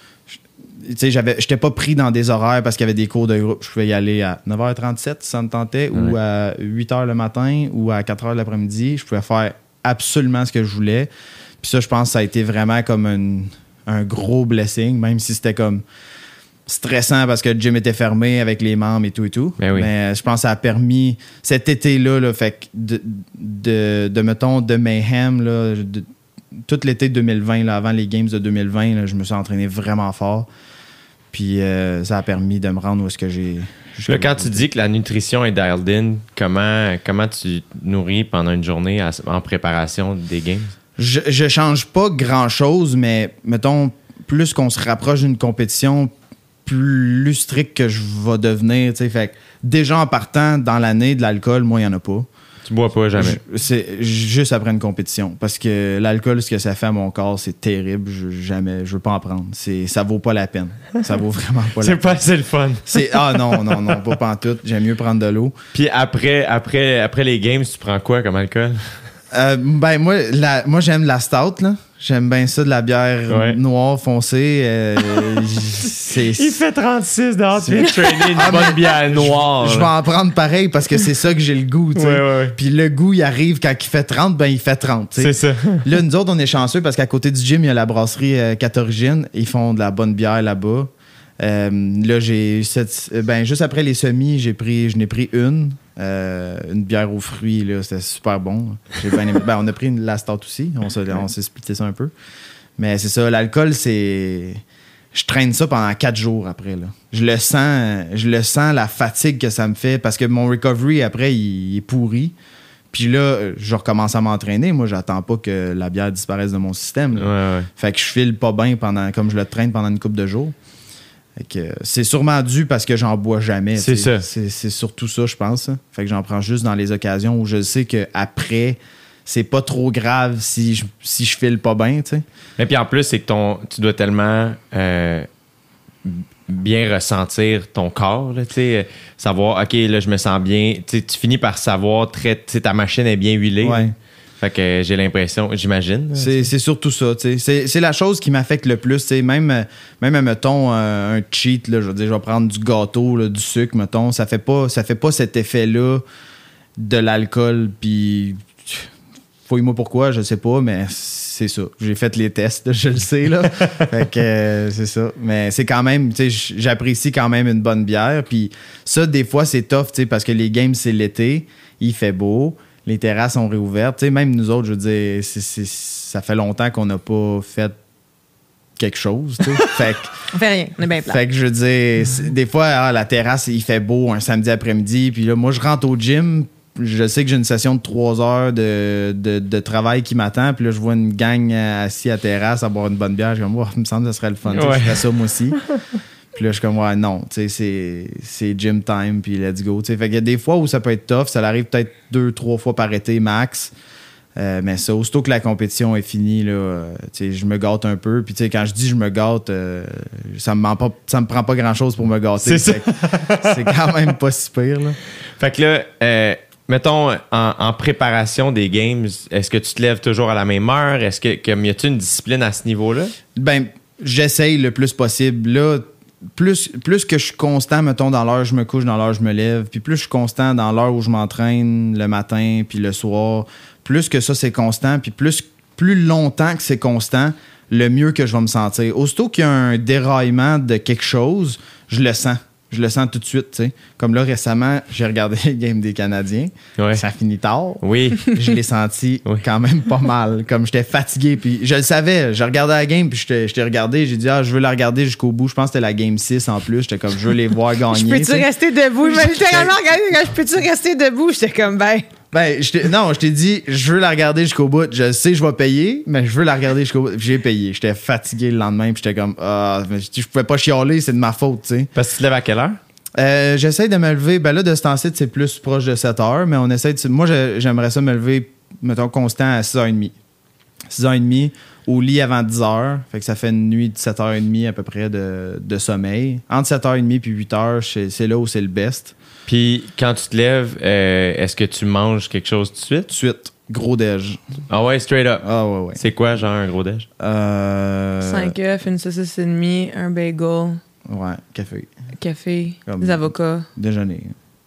Tu sais, j'avais, j'étais pas pris dans des horaires parce qu'il y avait des cours de groupe. Je pouvais y aller à neuf heures trente-sept si ça me tentait, Ouais. ou à huit heures le matin, ou à quatre heures l'après-midi. Je pouvais faire absolument ce que je voulais. Puis ça, je pense que ça a été vraiment comme une- un gros blessing, même si c'était comme stressant parce que le gym était fermé avec les membres et tout et tout. Ben oui. Mais je pense que ça a permis, cet été-là, là, fait que de, de, de, mettons, de Mayhem, là, de- tout l'été deux mille vingt, là, avant les Games de deux mille vingt, là, je me suis entraîné vraiment fort. Puis euh, ça a permis de me rendre où est-ce que j'ai... Là, quand tu dis que la nutrition est dialed in, comment, comment tu te nourris pendant une journée à- en préparation des Games? Je, je change pas grand-chose, mais mettons, plus qu'on se rapproche d'une compétition, plus strict que je vais devenir, tu sais. Fait que déjà en partant dans l'année de l'alcool, moi, il n'y en a pas. Tu bois pas jamais. Je- c'est juste après une compétition. Parce que l'alcool, ce que ça fait à mon corps, c'est terrible. Je, jamais, je veux pas en prendre. C'est, ça vaut pas la peine. Ça vaut vraiment pas la C'est peine. pas assez le fun. C'est, ah non, non, non, pas pantoute. J'aime mieux prendre de l'eau. Puis après, après, après les games, tu prends quoi comme alcool? Euh, ben, moi, la, moi, j'aime la stout, là. J'aime bien ça, de la bière Ouais. noire foncée. Euh, c'est, Il fait trente-six dehors, tu viens de traîner une bonne bière noire. Je vais là. en prendre pareil parce que c'est ça que j'ai le goût, tu sais. Ouais, ouais, ouais. Puis le goût, il arrive quand il fait trente, ben il fait trente, tu sais. C'est ça. Là, nous autres, on est chanceux parce qu'à côté du gym, il y a la brasserie euh, quatre origines. Ils font de la bonne bière là-bas. Euh, là, j'ai cette- ben juste après les semis, j'ai pris, je n'ai pris une, euh, une bière aux fruits là, c'était super bon. J'ai bien aimé. Ben, on a pris une la stout aussi, on s'est, on s'est splitté ça un peu. Mais c'est ça, l'alcool, c'est, je traîne ça pendant quatre jours après là. Je le sens, je le sens la fatigue que ça me fait parce que mon recovery après il, il est pourri. Puis là, je recommence à m'entraîner. Moi, j'attends pas que la bière disparaisse de mon système. là. Ouais, ouais. Fait que je file pas bien pendant, comme je le traîne pendant une couple de jours. Fait que c'est sûrement dû parce que j'en bois jamais. C'est tu sais. ça. C'est, c'est surtout ça, je pense. hein. Fait que j'en prends juste dans les occasions où je sais qu'après, c'est pas trop grave si je, si je file pas bien, tu sais. Et puis en plus, c'est que ton, tu dois tellement euh, bien ressentir ton corps, là, tu sais, euh, savoir, OK, là, je me sens bien. Tu sais, tu finis par savoir, très, tu sais, ta machine est bien huilée. Ouais. Fait que euh, j'ai l'impression, j'imagine. là. C'est, c'est surtout ça, tu sais. C'est, c'est la chose qui m'affecte le plus, tu sais. Même, euh, même mettons, euh, un cheat, là, je veux dire, je vais prendre du gâteau, là, du sucre, mettons. Ça fait pas, ça fait pas cet effet-là de l'alcool, puis fouille-moi pourquoi, je sais pas, mais c'est ça. J'ai fait les tests, je le sais, là. Fait que euh, c'est ça. Mais c'est quand même, tu sais, j'apprécie quand même une bonne bière, puis ça, des fois, c'est tough, tu sais, parce que les games, c'est l'été, il fait beau, les terrasses sont réouvertes. Tu sais, même nous autres, je veux dire, c'est, c'est, ça fait longtemps qu'on n'a pas fait quelque chose. Tu sais. fait, que, On fait rien, on est bien plat. fait que je veux dire, c'est- des fois, ah, la terrasse, il fait beau un samedi après-midi. Puis là, moi, je rentre au gym. Je sais que j'ai une session de trois heures de, de, de travail qui m'attend. Puis là, je vois une gang assise à la terrasse à boire une bonne bière. Je suis comme, oh, il me semble que ce serait le fun. Tu sais, Ouais. Je ferais ça moi aussi. Puis là, je suis comme, ouais, non, tu sais, c'est, c'est gym time, puis let's go. Tu sais, fait qu'il y a des fois où ça peut être tough, ça arrive peut-être deux, trois fois par été max. Euh, mais ça, aussitôt que la compétition est finie, là, euh, tu sais, je me gâte un peu. Puis tu sais, quand je dis je me gâte, euh, ça me ment pas, ça me prend pas grand-chose pour me gâter. C'est ça. Fait que c'est quand même pas si pire, là. Fait que là, euh, mettons, en, en préparation des games, est-ce que tu te lèves toujours à la même heure? Est-ce que, comme y a-tu une discipline à ce niveau-là? Ben, j'essaye le plus possible. Là, plus, plus que je suis constant, mettons, dans l'heure où je me couche, dans l'heure où je me lève, puis plus je suis constant dans l'heure où je m'entraîne le matin puis le soir, plus que ça, c'est constant, puis plus, plus longtemps que c'est constant, le mieux que je vais me sentir. Aussitôt qu'il y a un déraillement de quelque chose, je le sens. Je le sens tout de suite, tu sais. Comme là, récemment, j'ai regardé le game des Canadiens. Ouais. Ça finit tard. Oui. Je l'ai senti Oui. quand même pas mal. Comme j'étais fatigué. Puis je le savais. Je regardais la game. Puis je t'ai- je t'ai regardé. J'ai dit, ah, je veux la regarder jusqu'au bout. Je pense que c'était la game six en plus. J'étais comme, je veux les voir gagner. Je tu peux-tu sais. rester debout? Je me littéralement regardé, je peux-tu rester debout? J'étais comme, ben. Ben, je t'ai- non, je t'ai dit, je veux la regarder jusqu'au bout. Je sais, je vais payer, mais je veux la regarder jusqu'au bout. Puis j'ai payé. J'étais fatigué le lendemain. Puis j'étais comme, ah, mais je je pouvais pas chialer. C'est de ma faute, tu sais. Parce que tu te lèves à quelle heure? Euh, j'essaie de me lever. Ben là, de ce temps-ci, c'est plus proche de sept heures, mais on essaie de. Moi, je- j'aimerais ça me lever, mettons, constant à six heures trente. six heures trente au lit avant dix heures. Fait que ça fait une nuit de sept heures trente à peu près de, de sommeil. Entre sept heures trente et huit heures, c'est c'est là où c'est le best. Puis quand tu te lèves, euh, est-ce que tu manges quelque chose tout de suite? Tout de suite, gros déj. Ah ouais, straight up. Ah ouais, ouais. C'est quoi, genre, un gros déj? Euh, Cinq œufs, une saucisse et demie, un bagel, Ouais, café. café, Comme- des avocats. Déjeuner.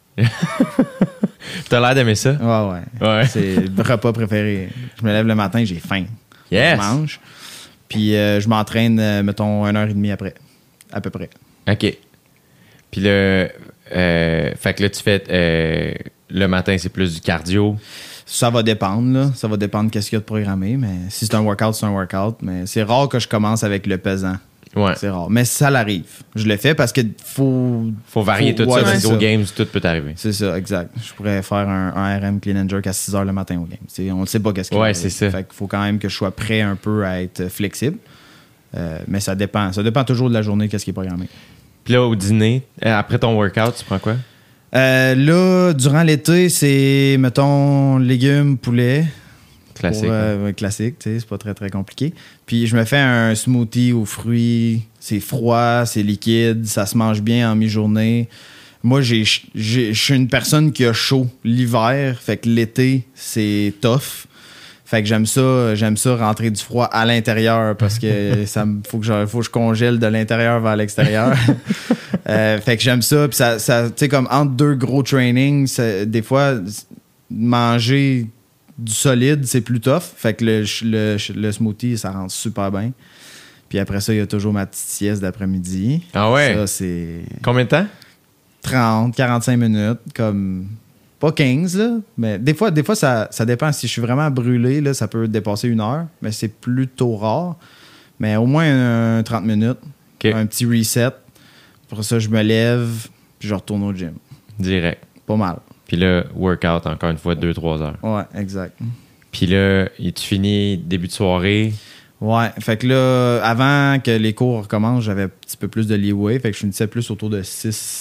T'as l'air d'aimer ça? Ouais, ouais. Ouais. C'est le repas préféré. Je me lève le matin, j'ai faim. Yes! Je mange. Puis euh, je m'entraîne, euh, mettons, une heure et demie après. À peu près. OK. Puis le... Euh, fait que là, tu fais... euh, le matin, c'est plus du cardio. Ça va dépendre, là. Ça va dépendre qu'est-ce qu'il y a de programmé. Mais si c'est un workout, c'est un workout. Mais c'est rare que je commence avec le pesant. Ouais. C'est rare. Mais ça l'arrive. Je le fais parce que faut... Faut varier faut- tout ouais, ça, parce c'est qu'aux ça. games, tout peut arriver. C'est ça, exact. Je pourrais faire un, un R M clean and jerk à six heures le matin au game. T'sais, on ne sait pas qu'est-ce qu'il Ouais, va c'est arriver. ça. Fait qu'il faut quand même que je sois prêt un peu à être flexible. Euh, mais ça dépend. Ça dépend toujours de la journée, qu'est-ce qui est programmé. Puis là, au dîner, euh, après ton workout, tu prends quoi? Euh, là, durant l'été, c'est, mettons, légumes, poulet. Classique. Pour, euh, ouais, classique, tu sais, c'est pas très, très compliqué. Puis je me fais un smoothie aux fruits. C'est froid, c'est liquide, ça se mange bien en mi-journée. Moi, j'ai, j'ai, je suis une personne qui a chaud l'hiver, fait que l'été, c'est tough. Fait que j'aime ça, j'aime ça rentrer du froid à l'intérieur parce que ça me faut que je, faut que je congèle de l'intérieur vers l'extérieur. euh, fait que j'aime ça. Puis ça, ça tu sais, comme entre deux gros trainings, ça, des fois, manger du solide, c'est plus tough. Fait que le, le, le smoothie, ça rentre super bien. Puis après ça, il y a toujours ma petite sieste d'après-midi. Ah ouais? Ça, c'est Combien de temps? trente, quarante-cinq minutes, comme... Pas quinze, là, mais des fois, des fois ça, ça dépend. Si je suis vraiment brûlé, là, ça peut dépasser une heure, mais c'est plutôt rare. Mais au moins un, trente minutes, Okay. un petit reset. Pour ça, je me lève, puis je retourne au gym. Direct. Pas mal. Puis là, workout encore une fois, deux trois heures. Ouais, exact. Puis là, tu finis début de soirée. Ouais, fait que là, avant que les cours recommencent, j'avais un petit peu plus de leeway, fait que je finissais plus autour de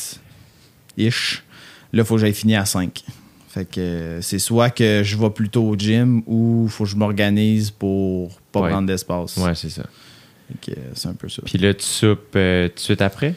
six-ish. Là, il faut que j'aille finir à cinq. Fait que euh, c'est soit que je vais plutôt au gym ou il faut que je m'organise pour pas Ouais. prendre d'espace. Ouais, c'est ça. Fait que, euh, c'est un peu ça. Puis là, tu soupes euh, tout de suite après?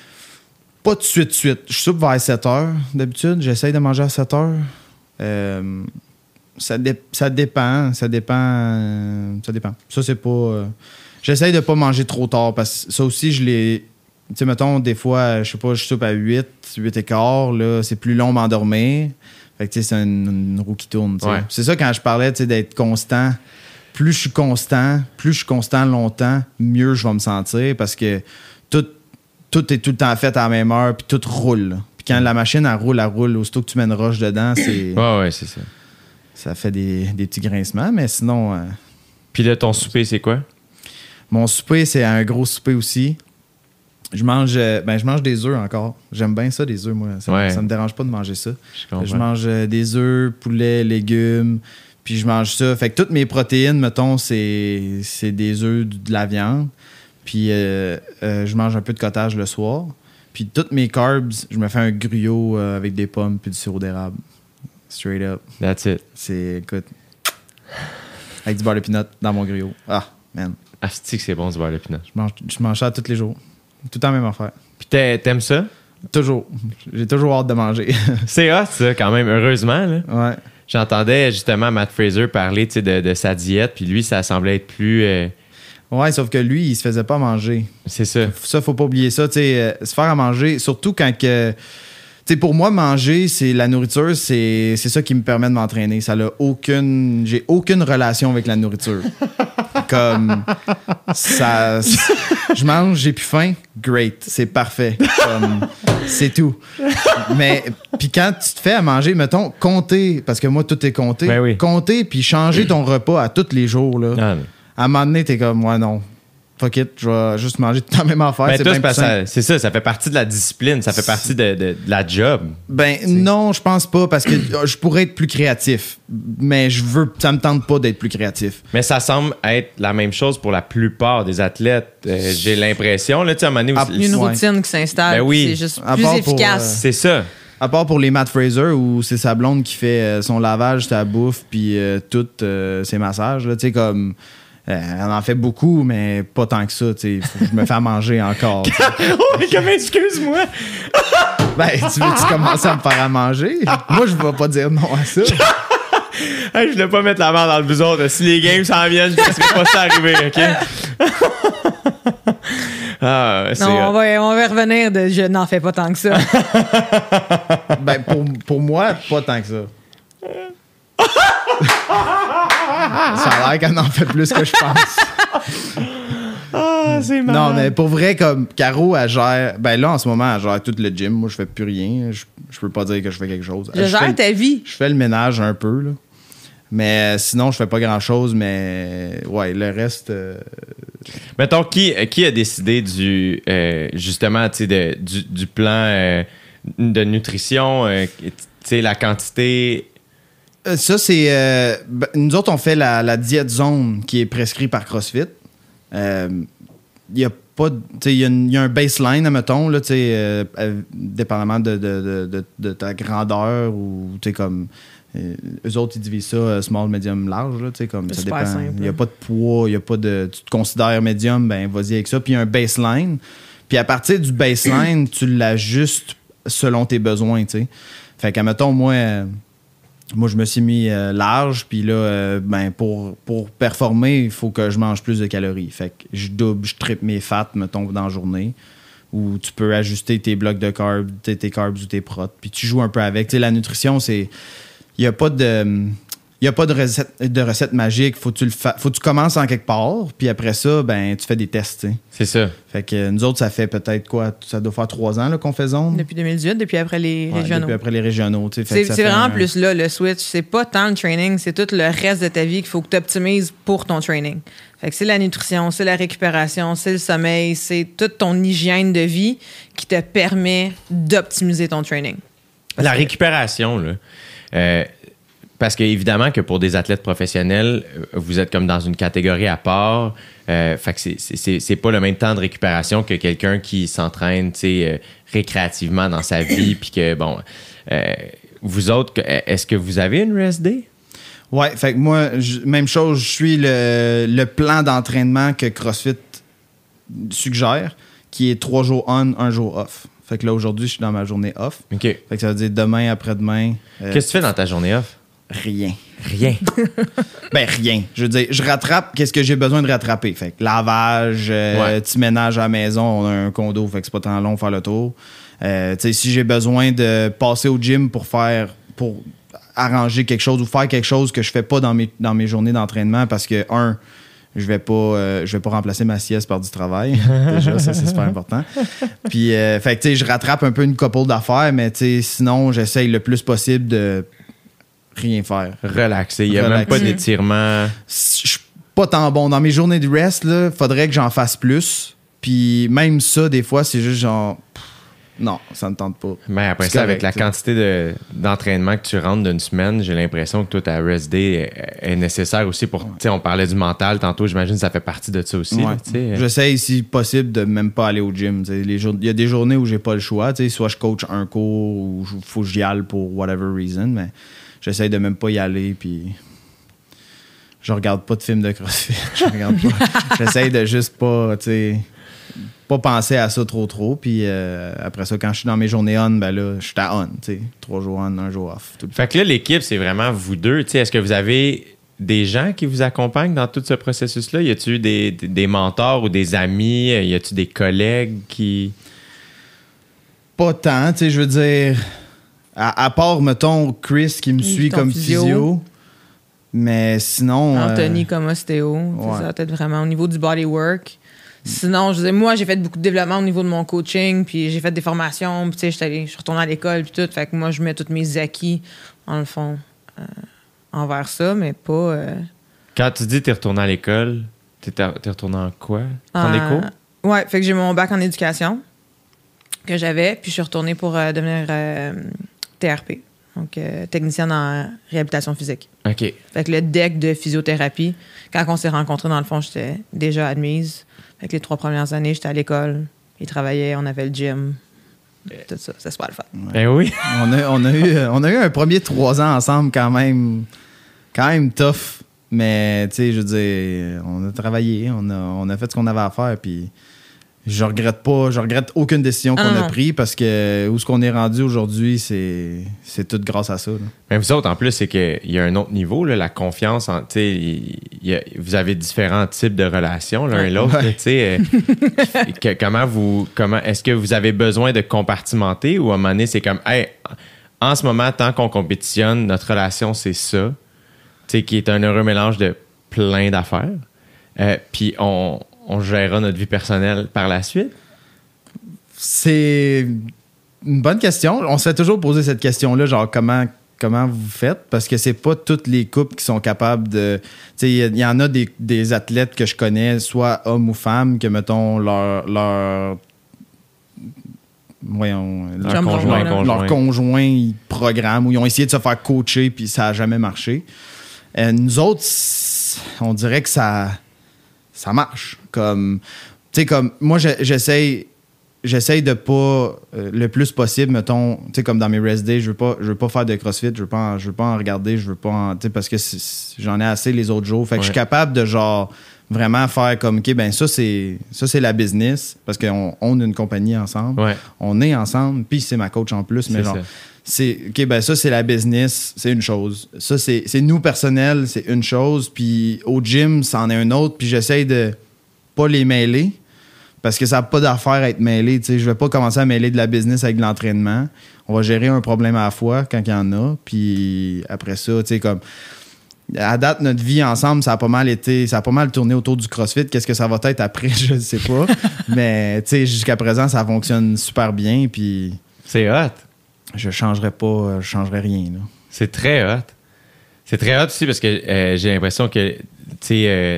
Pas tout de suite, tout de suite. Je soupe vers sept heures d'habitude. J'essaye de manger à sept heures. Euh, ça, dé- ça dépend. Ça dépend. euh, ça dépend. Ça, c'est pas... euh, j'essaye de pas manger trop tard parce que ça aussi, je l'ai... Tu sais, mettons, des fois, je sais pas, je soupe à huit, huit et quart. Là, c'est plus long m'endormir. Fait que, tu sais, c'est une, une roue qui tourne. Tu sais. Ouais. C'est ça, quand je parlais, tu sais, d'être constant. Plus je suis constant, plus je suis constant longtemps, mieux je vais me sentir parce que tout, tout est tout le temps fait à la même heure puis tout roule. là. Puis quand la machine, elle roule, elle roule. Aussitôt que tu mets une roche dedans, c'est, Ouais, ouais, c'est ça. ça fait des, des petits grincements. Mais sinon, euh, Puis là, ton souper, c'est quoi? mon souper, c'est un gros souper aussi. Je mange, euh, ben, je mange des œufs encore. J'aime bien ça, des œufs, moi. Ça, Ouais. ça me dérange pas de manger ça. Je comprends. Je mange euh, des œufs, poulet, légumes, puis je mange ça. Fait que toutes mes protéines, mettons, c'est, c'est des œufs, de la viande. Puis euh, euh, je mange un peu de cottage le soir. Puis toutes mes carbs, je me fais un gruyot euh, avec des pommes puis du sirop d'érable. Straight up. That's it. C'est, écoute, avec du beurre de pinot dans mon gruyot. Ah, man. Asti que c'est bon, du beurre de pinot. Je mange, je mange ça tous les jours. Tout le temps, même affaire. Puis t'a- t'aimes ça? Toujours. J'ai toujours hâte de manger. C'est hot, ça, quand même, heureusement. Là. Ouais. J'entendais justement Matt Fraser parler tu sais, de, de sa diète, puis lui, ça semblait être plus... euh, Ouais, sauf que lui, il se faisait pas manger. c'est ça. Ça, faut pas oublier ça. Tu sais, euh, se faire à manger, surtout quand que. Tu sais, pour moi, manger, c'est la nourriture, c'est, c'est ça qui me permet de m'entraîner. Ça n'a aucune. J'ai aucune relation avec la nourriture. Comme. Ça. Je mange, j'ai plus faim. Great. C'est parfait. Comme, c'est tout. Mais. Puis quand tu te fais à manger, mettons, compter, parce que moi, tout est compté. Ben oui. Compter, puis changer ton repas à tous les jours, là. Ah, non. À un moment donné, t'es comme, ouais, non. Fuck it, je vais juste manger tout le temps la même affaire. Ben, c'est toi, bien c'est parce plus que simple. ça- c'est ça, ça fait partie de la discipline, ça fait partie de, de- de la job. Ben non, je pense pas parce que je pourrais être plus créatif, mais je veux, ça me tente pas d'être plus créatif. Mais ça semble être la même chose pour la plupart des athlètes. Euh, j'ai l'impression, là, tu sais, à un moment donné, Ah, où- Une Ouais. routine qui s'installe. Ben oui. C'est juste À plus part pour, efficace. c'est ça. À part pour les Matt Fraser où c'est sa blonde qui fait euh, son lavage, sa bouffe, puis euh, tout euh, ses massages, là, tu sais comme. Euh, elle en fait beaucoup, mais pas tant que ça. tu sais. Faut que je me fais à manger encore. tu sais. oh, mais comme excuse-moi. Ben, tu veux-tu commencer à me faire à manger? Moi, je vais pas dire non à ça. Hey, je voulais pas mettre la main dans le bouson. Si les games s'en viennent, je ne laisserai pas ça arriver, OK? ah, c'est Non, on hot. va, on va revenir de je n'en fais pas tant que ça. Ben, pour, pour moi, pas tant que ça. Ça a l'air qu'elle en fait plus que je pense. Ah, c'est Non, marrant. mais pour vrai, comme Caro, elle gère. Ben là, en ce moment, elle gère tout le gym. Moi, je fais plus rien. Je, je peux pas dire que je fais quelque chose. Je fais gère le- ta vie. Je fais le ménage un peu, là. Mais euh, sinon, je fais pas grand chose. Mais ouais, le reste. euh, Mettons, qui, qui a décidé du, euh, justement, tu sais, de- du, du plan euh, de nutrition, euh, tu sais, la quantité... Euh, Ça, c'est. euh, ben, nous autres, on fait la, la diète zone qui est prescrite par CrossFit. Euh, Il y a pas, il y, y a un baseline, admettons, là, euh, euh, dépendamment de, de, de, de, de ta grandeur ou comme. Euh, eux autres, ils divisent ça euh, small, medium, large. Là, comme, ça dépend. Il n'y a pas de poids, il y a pas de. Tu te considères médium, ben vas-y avec ça. Puis il y a un baseline. Puis à partir du baseline, tu l'ajustes selon tes besoins. T'sais. Fait qu'à mettons, moi. Euh, Moi, je me suis mis euh, large, puis là, euh, ben, pour, pour performer, il faut que je mange plus de calories. Fait que je double, je triple mes fats, mettons, dans la journée, où tu peux ajuster tes blocs de carbs, tes, tes carbs ou tes protes, puis tu joues un peu avec. Tu sais, la nutrition, c'est... Il n'y a pas de... Il n'y a pas de recette, de recette magique. Faut que tu le fa... Faut que tu commences en quelque part, puis après ça, ben, tu fais des tests. T'sais. C'est ça. Fait que nous autres, ça fait peut-être quoi? Ça doit faire trois ans là, qu'on fait zone. Depuis deux mille dix-huit, depuis après les ouais, régionaux. Depuis après les régionaux. C'est, c'est vraiment un... plus là, le switch. C'est pas tant le training, c'est tout le reste de ta vie qu'il faut que tu optimises pour ton training. Fait que c'est la nutrition, c'est la récupération, c'est le sommeil, c'est toute ton hygiène de vie qui te permet d'optimiser ton training. Parce la que... récupération, là. Euh, Parce qu'évidemment que pour des athlètes professionnels, vous êtes comme dans une catégorie à part. Euh, fait que c'est, c'est, c'est pas le même temps de récupération que quelqu'un qui s'entraîne, tu sais, euh, récréativement dans sa vie. Puis que, bon, euh, vous autres, est-ce que vous avez une rest day? Ouais, fait que moi, je, même chose, je suis le, le plan d'entraînement que CrossFit suggère, qui est trois jours on, un jour off. Fait que là, aujourd'hui, je suis dans ma journée off. OK. Fait que ça veut dire demain, après-demain. Euh, Qu'est-ce que tu fais dans ta journée off? Rien. Rien. Ben, rien. Je veux dire, je rattrape qu'est-ce que j'ai besoin de rattraper. Fait que lavage, euh, ouais. petit ménage à la maison, on a un condo, fait que c'est pas tant long faire le tour. Euh, tu sais, si j'ai besoin de passer au gym pour faire, pour arranger quelque chose ou faire quelque chose que je fais pas dans mes, dans mes journées d'entraînement parce que, un, je vais pas euh, je vais pas remplacer ma sieste par du travail. Déjà, ça, c'est super important. Puis, euh, fait que, tu sais, je rattrape un peu une couple d'affaires, mais, tu sais, sinon, j'essaye le plus possible de rien faire. Relaxer. Il n'y a Relaxer. Même pas d'étirement. Je suis pas tant bon. Dans mes journées de rest, il faudrait que j'en fasse plus. Puis même ça, des fois, c'est juste genre... Pff, non, ça ne tente pas. Mais après c'est ça, correct, avec la t'sais. quantité de, d'entraînement que tu rentres d'une semaine, j'ai l'impression que toi, ta rest day est, est nécessaire aussi pour... Ouais. On parlait du mental tantôt, j'imagine que ça fait partie de ça aussi. Ouais. Là, j'essaie, si possible, de même pas aller au gym. Il jour... y a des journées où j'ai pas le choix. Soit je coach un cours ou il faut que j'y aille pour whatever reason, mais... J'essaie de même pas y aller, puis je regarde pas de films de CrossFit. Je regarde pas. J'essaie de juste pas, tu sais, pas penser à ça trop trop. Puis euh, après ça, quand je suis dans mes journées on, ben là, je suis à on, tu sais, trois jours on, un jour off. Tout le fait que là, l'équipe, c'est vraiment vous deux. Tu sais, est-ce que vous avez des gens qui vous accompagnent dans tout ce processus-là? Y a-tu des, des, des mentors ou des amis? Y a-tu des collègues qui... Pas tant, tu sais, je veux dire... À, à part, mettons, Chris qui me suit comme physio. physio. Mais sinon... Anthony euh, comme ostéo. Ouais. Ça, peut-être vraiment au niveau du bodywork. Sinon, je disais, moi, j'ai fait beaucoup de développement au niveau de mon coaching, puis j'ai fait des formations, puis tu sais, je suis retournée à l'école, puis tout. Fait que moi, je mets tous mes acquis, en le fond, euh, envers ça, mais pas... Euh... Quand tu dis que tu es retournée à l'école, tu es retournée en quoi? Prendre des cours? Ouais, fait que j'ai mon bac en éducation que j'avais, puis je suis retournée pour euh, devenir... Euh, T R P, donc euh, technicienne en réhabilitation physique. OK. Fait que le deck de physiothérapie, quand on s'est rencontrés, dans le fond, j'étais déjà admise. Fait que les trois premières années, j'étais à l'école, il travaillait, on avait le gym, tout ça, c'est super le fun. Ouais. Ben oui. on, a, on, a eu, on a eu un premier trois ans ensemble quand même, quand même tough, mais tu sais, je veux dire, on a travaillé, on a, on a fait ce qu'on avait à faire, puis... Je regrette pas, je regrette aucune décision qu'on ah, a prise parce que où ce qu'on est rendu aujourd'hui, c'est, c'est tout grâce à ça. Là. Mais vous autres, en plus, c'est qu'il y a un autre niveau, là, la confiance. En, y a, vous avez différents types de relations l'un ouais. et l'autre. Ouais. Là, euh, que, comment vous, comment, est-ce que vous avez besoin de compartimenter ou à un moment donné, c'est comme, hey, en ce moment, tant qu'on compétitionne, notre relation, c'est ça, qui est un heureux mélange de plein d'affaires. Euh, Puis on on gérera notre vie personnelle par la suite? C'est une bonne question. On se fait toujours poser cette question-là, genre comment, comment vous faites? Parce que c'est pas toutes les couples qui sont capables de... Tu sais, il y en a des, des athlètes que je connais, soit hommes ou femmes, que, mettons, leur... leur voyons, leur conjoint, conjoint, leur conjoint, ils programment ou ils ont essayé de se faire coacher puis ça n'a jamais marché. Euh, nous autres, on dirait que ça... ça marche. Comme, sais, comme, moi, je- j'essaye... J'essaye de pas, euh, le plus possible, mettons, tu sais, comme dans mes rest days, je veux pas, je veux pas faire de CrossFit, je veux pas en, je veux pas en regarder, je veux pas en, tu sais, parce que c'est- c'est- j'en ai assez les autres jours. Fait que Ouais. je suis capable de, genre, vraiment faire comme, OK, ben ça, c'est ça c'est la business, parce qu'on on a une compagnie ensemble, Ouais. on est ensemble, puis c'est ma coach en plus, mais C'est genre, ça. c'est, OK, ben ça, c'est la business, c'est une chose. Ça, c'est, c'est nous, personnel, c'est une chose, puis au gym, c'en est un autre, puis j'essaye de pas les mêler. Parce que ça n'a pas d'affaire à être mêlé. Je ne vais pas commencer à mêler de la business avec de l'entraînement. On va gérer un problème à la fois quand il y en a. Puis après ça, tu sais, comme. À date, notre vie ensemble, ça a pas mal été. Ça a pas mal tourné autour du CrossFit. Qu'est-ce que ça va être après, je ne sais pas. Mais tu sais, jusqu'à présent, ça fonctionne super bien. Puis C'est hot. je changerais pas. Je changerais rien. Là. C'est très hot. C'est très hot aussi parce que euh, j'ai l'impression que, tu sais, euh,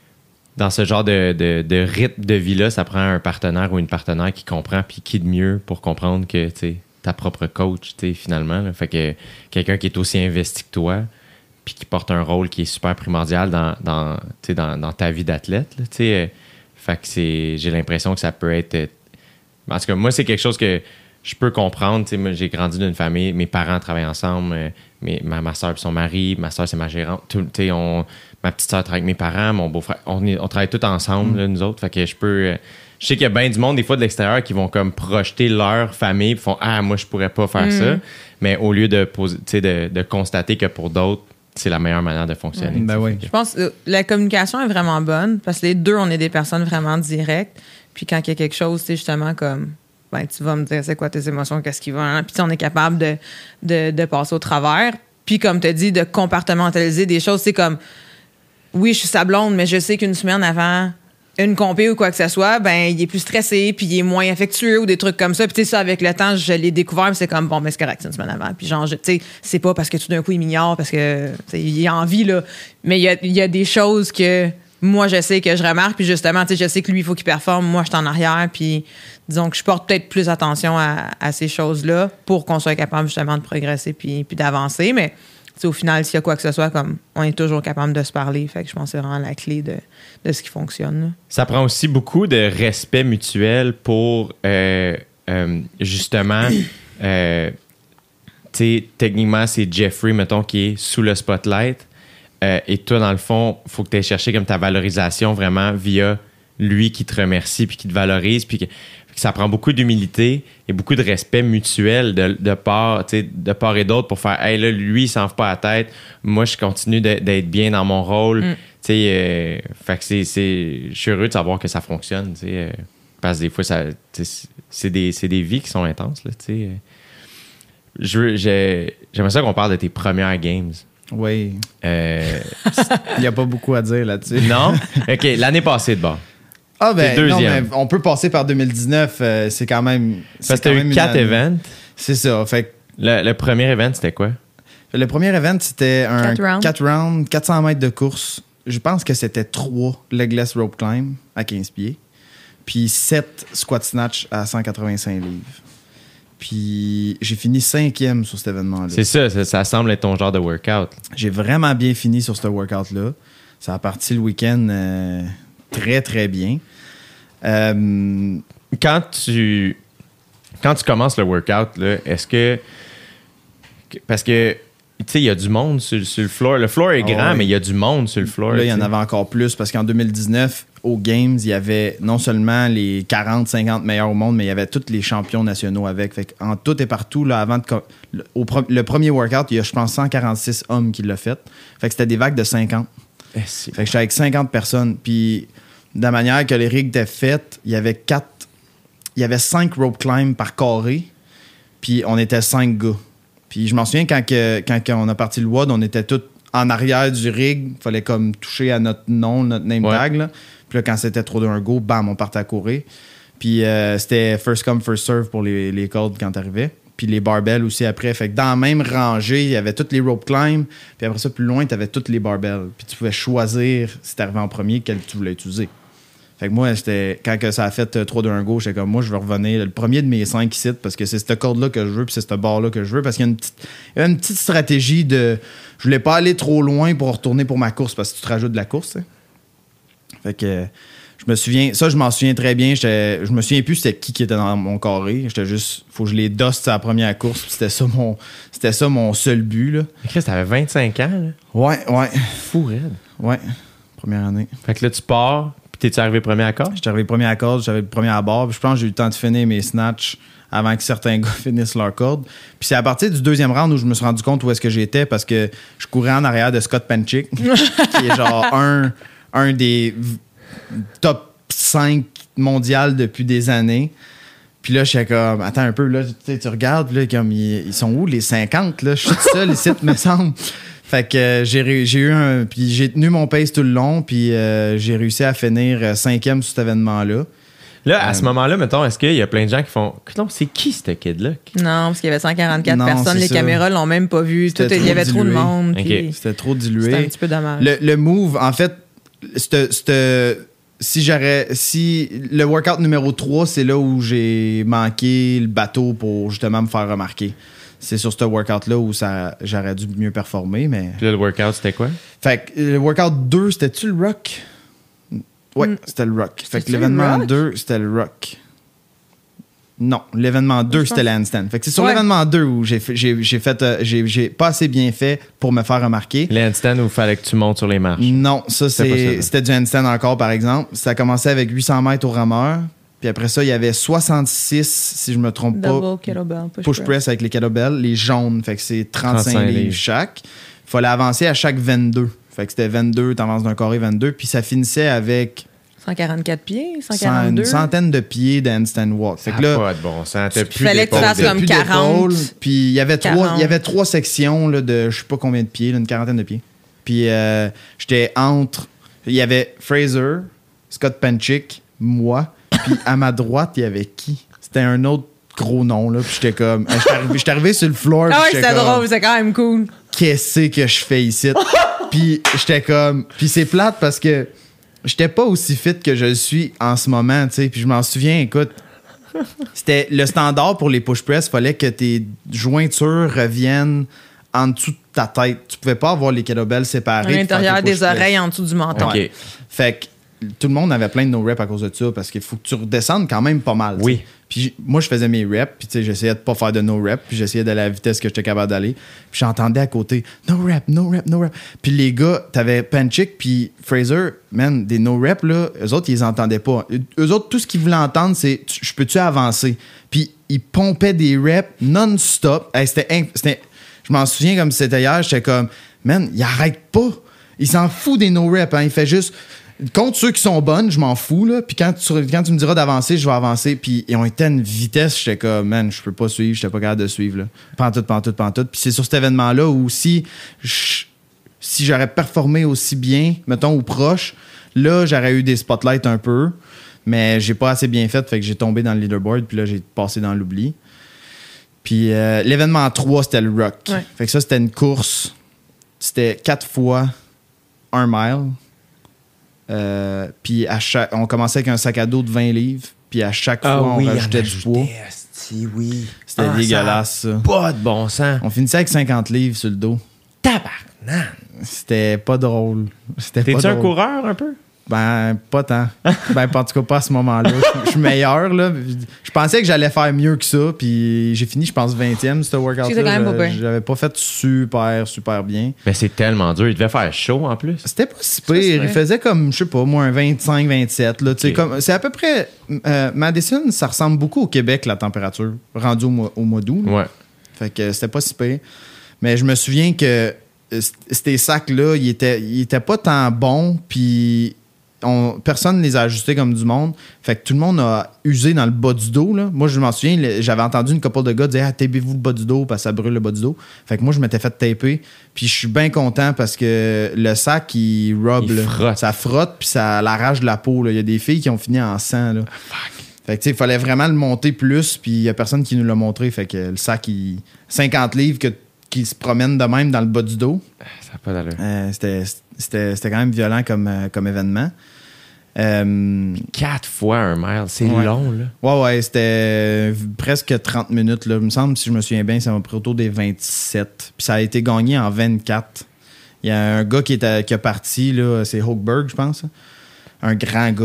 dans ce genre de, de, de rythme de vie-là, ça prend un partenaire ou une partenaire qui comprend, puis qui de mieux pour comprendre que, tu sais, ta propre coach, tu sais, finalement. Là. Fait que quelqu'un qui est aussi investi que toi, puis qui porte un rôle qui est super primordial dans, dans, tu sais, dans, dans ta vie d'athlète, là, tu sais. Euh, fait que c'est, j'ai l'impression que ça peut être... euh, en tout cas, moi, c'est quelque chose que je peux comprendre. Tu sais, moi, j'ai grandi d'une famille, mes parents travaillent ensemble, euh, mes, ma, ma soeur et son mari, ma soeur, c'est ma gérante. Tout, tu sais, on, ma petite soeur travaille avec mes parents, mon beau-frère. On, est, on travaille tous ensemble, mm. là, nous autres. Fait que je peux... Euh, je sais qu'il y a bien du monde, des fois, de l'extérieur, qui vont comme projeter leur famille, puis font « Ah, moi, je pourrais pas faire mm. ça. » Mais au lieu de, poser, tu sais, de, de constater que pour d'autres, c'est la meilleure manière de fonctionner. Ben oui. Je pense que la communication est vraiment bonne parce que les deux, on est des personnes vraiment directes. Puis quand il y a quelque chose, c'est justement comme, ben, tu vas me dire c'est quoi tes émotions, qu'est-ce qui va. Hein? Puis on est capable de, de, de passer au travers. Puis comme tu as dit, de compartimentaliser des choses. C'est comme, oui, je suis sa blonde, mais je sais qu'une semaine avant une compé ou quoi que ce soit, ben il est plus stressé, puis il est moins affectueux ou des trucs comme ça. Puis tu sais, ça, avec le temps, je l'ai découvert, puis c'est comme, bon, mais c'est correct, c'est une semaine avant. Puis genre, tu sais, c'est pas parce que tout d'un coup, il m'ignore, parce que, tu sais, il a envie, là. Mais il y a, y a des choses que moi, je sais que je remarque, puis justement, tu sais, je sais que lui, il faut qu'il performe. Moi, je suis en arrière, puis disons que je porte peut-être plus attention à, à ces choses-là pour qu'on soit capable, justement, de progresser puis, puis d'avancer. Mais t'sais, au final, s'il y a quoi que ce soit, comme on est toujours capable de se parler. Fait que je pense que c'est vraiment la clé de, de ce qui fonctionne. Là. Ça prend aussi beaucoup de respect mutuel pour euh, euh, justement, euh, tu sais, techniquement, c'est Jeffrey, mettons, qui est sous le spotlight. Euh, et toi, dans le fond, il faut que tu ailles chercher comme ta valorisation vraiment via lui qui te remercie puis qui te valorise. Puis que, ça prend beaucoup d'humilité et beaucoup de respect mutuel de, de, part, de part et d'autre pour faire « Hey, là, lui, il s'en fout pas la tête. Moi, je continue de, d'être bien dans mon rôle. Mm. » Euh, fait que c'est, c'est, je suis heureux de savoir que ça fonctionne. Euh, parce que des fois, ça, c'est, des, c'est des vies qui sont intenses. Là, euh. je, j'ai, j'aimerais ça qu'on parle de tes premières games. Oui. Euh, Il n'y a pas beaucoup à dire là-dessus. Non? OK, l'année passée de bord. Ah ben deuxième. Non, mais on peut passer par deux mille dix-neuf, euh, c'est quand même... C'est Parce que tu as eu quatre events. C'est ça, fait le, le premier event, c'était quoi? Le premier event, c'était un quatre rounds. quatre rounds, quatre cents mètres de course. Je pense que c'était trois legless rope climb à quinze pieds, puis sept squat snatch à cent quatre-vingt-cinq livres. Puis j'ai fini cinquième sur cet événement-là. C'est ça, ça, ça semble être ton genre de workout. J'ai vraiment bien fini sur ce workout-là. Ça a parti le week-end... Euh, très, très bien. Euh, quand tu quand tu commences le workout, là, est-ce que... Parce que, tu sais, il y a du monde sur, sur le floor. Le floor est oh, grand, oui. mais il y a du monde sur le floor. Là, il y en avait encore plus parce qu'en deux mille dix-neuf, aux Games, il y avait non seulement les quarante cinquante meilleurs au monde, mais il y avait tous les champions nationaux avec. Fait en tout et partout, là, avant de... Le, au, le premier workout, il y a, je pense, cent quarante-six hommes qui l'ont fait. Fait que c'était des vagues de cinquante. Eh, fait que j'étais avec cinquante personnes. Puis... de la manière que les rigues étaient faites, il y avait quatre, il y avait cinq rope climb par carré, puis on était cinq gars. Puis je m'en souviens quand, que, quand on a parti le W O D, on était tous en arrière du rig, il fallait comme toucher à notre nom, notre name ouais. tag. Là. Puis là, quand c'était trop d'un go, bam, on partait à courir. Puis euh, c'était first come, first serve pour les, les cordes quand t'arrivais. Puis les barbells aussi après. Fait que dans la même rangée, il y avait toutes les rope climb. Puis après ça, plus loin, tu avais toutes les barbells. Puis tu pouvais choisir, si t'arrivais en premier, quel tu voulais utiliser. Fait que moi, c'était, quand que ça a fait trois deux un go, j'étais comme, moi, je veux revenir le premier de mes cinq ici parce que c'est cette corde-là que je veux puis c'est cette barre-là que je veux. Parce qu'il y a une petite, il y a une petite stratégie de... Je voulais pas aller trop loin pour retourner pour ma course parce que tu te rajoutes de la course. T'sais. Fait que... Je me souviens, ça, je m'en souviens très bien. J'étais, je me souviens plus c'était qui qui était dans mon carré. J'étais juste, faut que je les dust à la première course. Puis c'était ça mon, c'était ça mon seul but, là. Chris, t'avais vingt-cinq ans, là. Ouais, ouais. Fou, raide. Ouais. Première année. Fait que là, tu pars, puis t'es-tu arrivé premier à corde? J'étais arrivé premier à corde, j'avais le premier à bord. Puis je pense que j'ai eu le temps de finir mes snatchs avant que certains gars finissent leur corde. Puis c'est à partir du deuxième round où je me suis rendu compte où est-ce que j'étais parce que je courais en arrière de Scott Penchick, qui est genre un, un des top cinq mondial depuis des années. Puis là, j'étais comme, attends un peu, là, tu, tu regardes, là, comme, ils, ils sont où les cinquante, là? Je suis tout seul ici, me semble. Fait que euh, j'ai, j'ai eu un. Puis j'ai tenu mon pace tout le long, puis euh, j'ai réussi à finir euh, cinquième sur cet événement-là. Là, à ce moment-là, mettons, est-ce qu'il y a plein de gens qui font. Non, c'est qui ce kid-là? Non, parce qu'il y avait cent quarante-quatre Non, personnes, c'est les ça. caméras l'ont même pas vu. Tout, C'était il y avait trop de dilué. monde. Ok. Puis C'était trop dilué. c'était un petit peu dommage. Le, le move, en fait, c'était, c'était, si j'aurais. Si le workout numéro trois, c'est là où j'ai manqué le bateau pour justement me faire remarquer. C'est sur ce workout-là où ça, j'aurais dû mieux performer, mais. Puis là, le workout, c'était quoi? Fait que le workout deux, c'était-tu le rock? Ouais, Mm. c'était le rock. Fait que C'était-tu l'événement le rock? deux, c'était le rock. Non, l'événement deux, Je c'était pense- l'handstand. Fait que c'est sur Ouais. l'événement deux où j'ai fait, j'ai, j'ai fait, euh, j'ai, j'ai pas assez bien fait pour me faire remarquer. L'handstand où il fallait que tu montes sur les marches. Non, ça, C'était pas c'est, ça. c'était du handstand encore, par exemple. Ça a commencé avec huit cents mètres au rameur. Puis après ça, il y avait soixante-six, si je me trompe pas, Double kettlebell push, push press avec les kettlebells, les jaunes. Fait que c'est trente-cinq, trente-cinq livres livres. chaque. Il fallait avancer à chaque vingt-deux. Fait que c'était vingt-deux, t'avances d'un carré vingt-deux. Puis ça finissait avec cent quarante-quatre pieds, cent cent- quarante-deux. une centaine de pieds de handstand walk. Fait Ça que a là, pas de bon sens. T'as plus fallait que tu d'épaule fasses de- t'as comme plus quarante. d'épaule. Puis il y avait trois, quarante. il y avait trois sections là, de je sais pas combien de pieds, là, une quarantaine de pieds. Puis euh, j'étais entre. Il y avait Fraser, Scott Penchick, moi. Puis à ma droite, il y avait qui? C'était un autre gros nom. Là. Puis j'étais comme. euh, J'étais arrivé, j'étais arrivé sur le floor. Ah puis ouais, j'étais c'était comme, drôle, c'est quand même cool. Qu'est-ce que je fais ici? Puis j'étais comme. Puis c'est plate parce que j'étais pas aussi fit que je le suis en ce moment, tu sais. Puis je m'en souviens, écoute. C'était le standard pour les push press, fallait que tes jointures reviennent en dessous de ta tête. Tu pouvais pas avoir les kettlebells séparés. À l'intérieur pour faire tes des push press. oreilles, en dessous du menton. OK. Ouais. Fait que tout le monde avait plein de no reps à cause de ça parce qu'il faut que tu redescendes quand même pas mal. tu sais. Oui. Puis j- moi, je faisais mes reps, puis tu sais, j'essayais de pas faire de no reps, puis j'essayais d'aller à la vitesse que j'étais capable d'aller. Puis j'entendais à côté no rep, no rep, no rep. Puis les gars, t'avais Penchick puis Fraser, man, des no reps là, eux autres, ils les entendaient pas. Eux autres, tout ce qu'ils voulaient entendre, c'est tu- je peux-tu avancer? Puis ils pompaient des reps non-stop. Hey, c'était, inc- c'était- je m'en souviens comme si c'était hier, j'étais comme, man, il arrête pas. Il s'en fout des no reps, hein. Il fait juste. Contre ceux qui sont bonnes, je m'en fous, là. Puis quand tu, quand tu me diras d'avancer, je vais avancer. Puis ils ont été à une vitesse, j'étais comme, man, je peux pas suivre, j'étais pas capable de suivre, là. Pantoute, pantoute, pantoute. Puis c'est sur cet événement-là où si, je- si j'aurais performé aussi bien, mettons, ou proche, là, j'aurais eu des spotlights un peu. Mais j'ai pas assez bien fait, fait que j'ai tombé dans le leaderboard, puis là, j'ai passé dans l'oubli. Puis euh, l'événement trois, c'était le rock. Ouais. Fait que ça, c'était une course. C'était quatre fois un mile. Euh, puis à chaque, on commençait avec un sac à dos de vingt livres, puis à chaque Ah fois, on oui, rajoutait en du poids. ajoutait, asti, oui. C'était Ah, dégueulasse, ça. ça a Pas de bon sens. On finissait avec cinquante livres sur le dos. Tabarnak. C'était pas drôle. C'était pas T'es-tu un drôle. coureur un peu? Ben, pas tant. Ben, en tout cas, pas à ce moment-là. Je- Je suis meilleur, là. Je pensais que j'allais faire mieux que ça, puis j'ai fini, je pense, vingtième, ce C'était workout-là. quand même pas Je- pire. J'avais pas fait super, super bien. Mais c'est tellement dur. Il devait faire chaud en plus. C'était pas si pas si pire. pire. Il faisait comme, je sais pas, moi, un vingt-cinq, vingt-sept. Là, Tu sais, Ok. comme, c'est à peu près. euh, Madison, ça ressemble beaucoup au Québec, la température, rendue au mois, au mois d'août. là. Ouais. Fait que c'était pas si pire. Mais je me souviens que euh, c- ces sacs-là, ils étaient, ils étaient pas tant bons, puis on, personne ne les a ajustés comme du monde. Fait que tout le monde a usé dans le bas du dos. Là. Moi, je m'en souviens, le- j'avais entendu une couple de gars dire ah, tapez-vous le bas du dos parce que ça brûle le bas du dos. Fait que moi, je m'étais fait taper. Puis je suis bien content parce que le sac, il rub. Il là. frotte. Ça frotte, puis ça l'arrache de la peau. là. Il y a des filles qui ont fini en sang. Là. Fait que, tu sais, il fallait vraiment le monter plus, puis il y a personne qui nous l'a montré. Fait que le sac, il... cinquante livres que, qui se promène de même dans le bas du dos. Ça n'a pas d'allure. Euh, c'était, c'était, c'était quand même violent comme, euh, comme événement. Euh, Quatre fois un mile, c'est Ouais. long, là. ouais, ouais, c'était presque trente minutes. Là. Il me semble, si je me souviens bien, ça m'a pris autour des vingt-sept. Puis ça a été gagné en vingt-quatre. Il y a un gars qui, est à- qui a parti, là, c'est Hochberg, je pense. Un grand gars.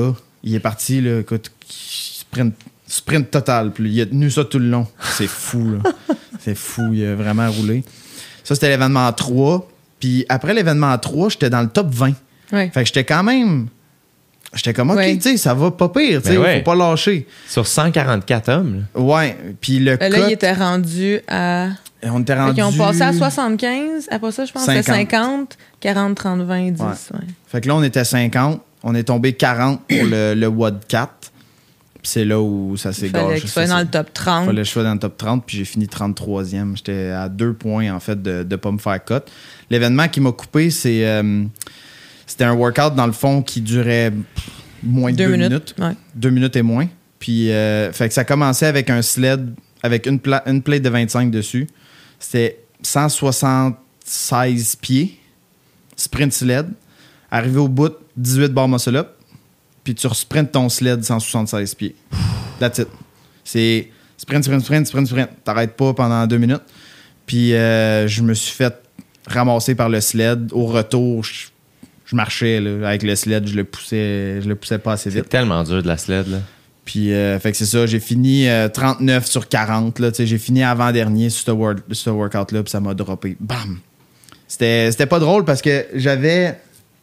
Il est parti, là, écoute, sprint, sprint total. Puis il a tenu ça tout le long. C'est fou, là. C'est fou, il a vraiment roulé. Ça, c'était l'événement trois. Puis après l'événement trois, j'étais dans le top vingt. Ouais. Fait que j'étais quand même... J'étais comme, OK, ouais. tu sais, ça va pas pire, tu sais, ouais. faut pas lâcher. Sur cent quarante-quatre hommes. Là. Ouais, puis le Là, cut, il était rendu à... on était rendu... Ils ont passé à soixante-quinze. Après ça, je pense que c'était cinquante, quarante, trente, vingt, dix. Ouais. Ouais. Fait que là, on était cinquante. On est tombé quarante pour le, le W O D quatre. Puis c'est là où ça s'est Il fallait gâché. qu'il soit dans le top trente. Il fallait que je sois dans le top trente, puis j'ai fini trente-troisième. J'étais à deux points, en fait, de ne pas me faire cut. L'événement qui m'a coupé, c'est... Euh, c'était un workout, dans le fond, qui durait pff, moins de deux, deux minutes. minutes. Ouais. Deux minutes et moins. Puis, euh, fait que ça commençait avec un sled, avec une, pla- une plate de vingt-cinq dessus. C'était cent soixante-seize pieds, sprint sled. Arrivé au bout, dix-huit bar muscle-up. Puis tu sprintes ton sled cent soixante-seize pieds. That's it. C'est sprint, sprint, sprint, sprint, sprint. T'arrêtes pas pendant deux minutes. Puis euh, je me suis fait ramasser par le sled. Au retour, je, je marchais là, avec le sled. Je le poussais, je le poussais pas assez vite. C'est tellement dur de la sled, là. Puis, euh, fait que c'est ça. J'ai fini euh, trente-neuf sur quarante. Là, j'ai fini avant-dernier sur ce, wor- ce workout-là. Puis ça m'a droppé. Bam! C'était, c'était pas drôle parce que j'avais...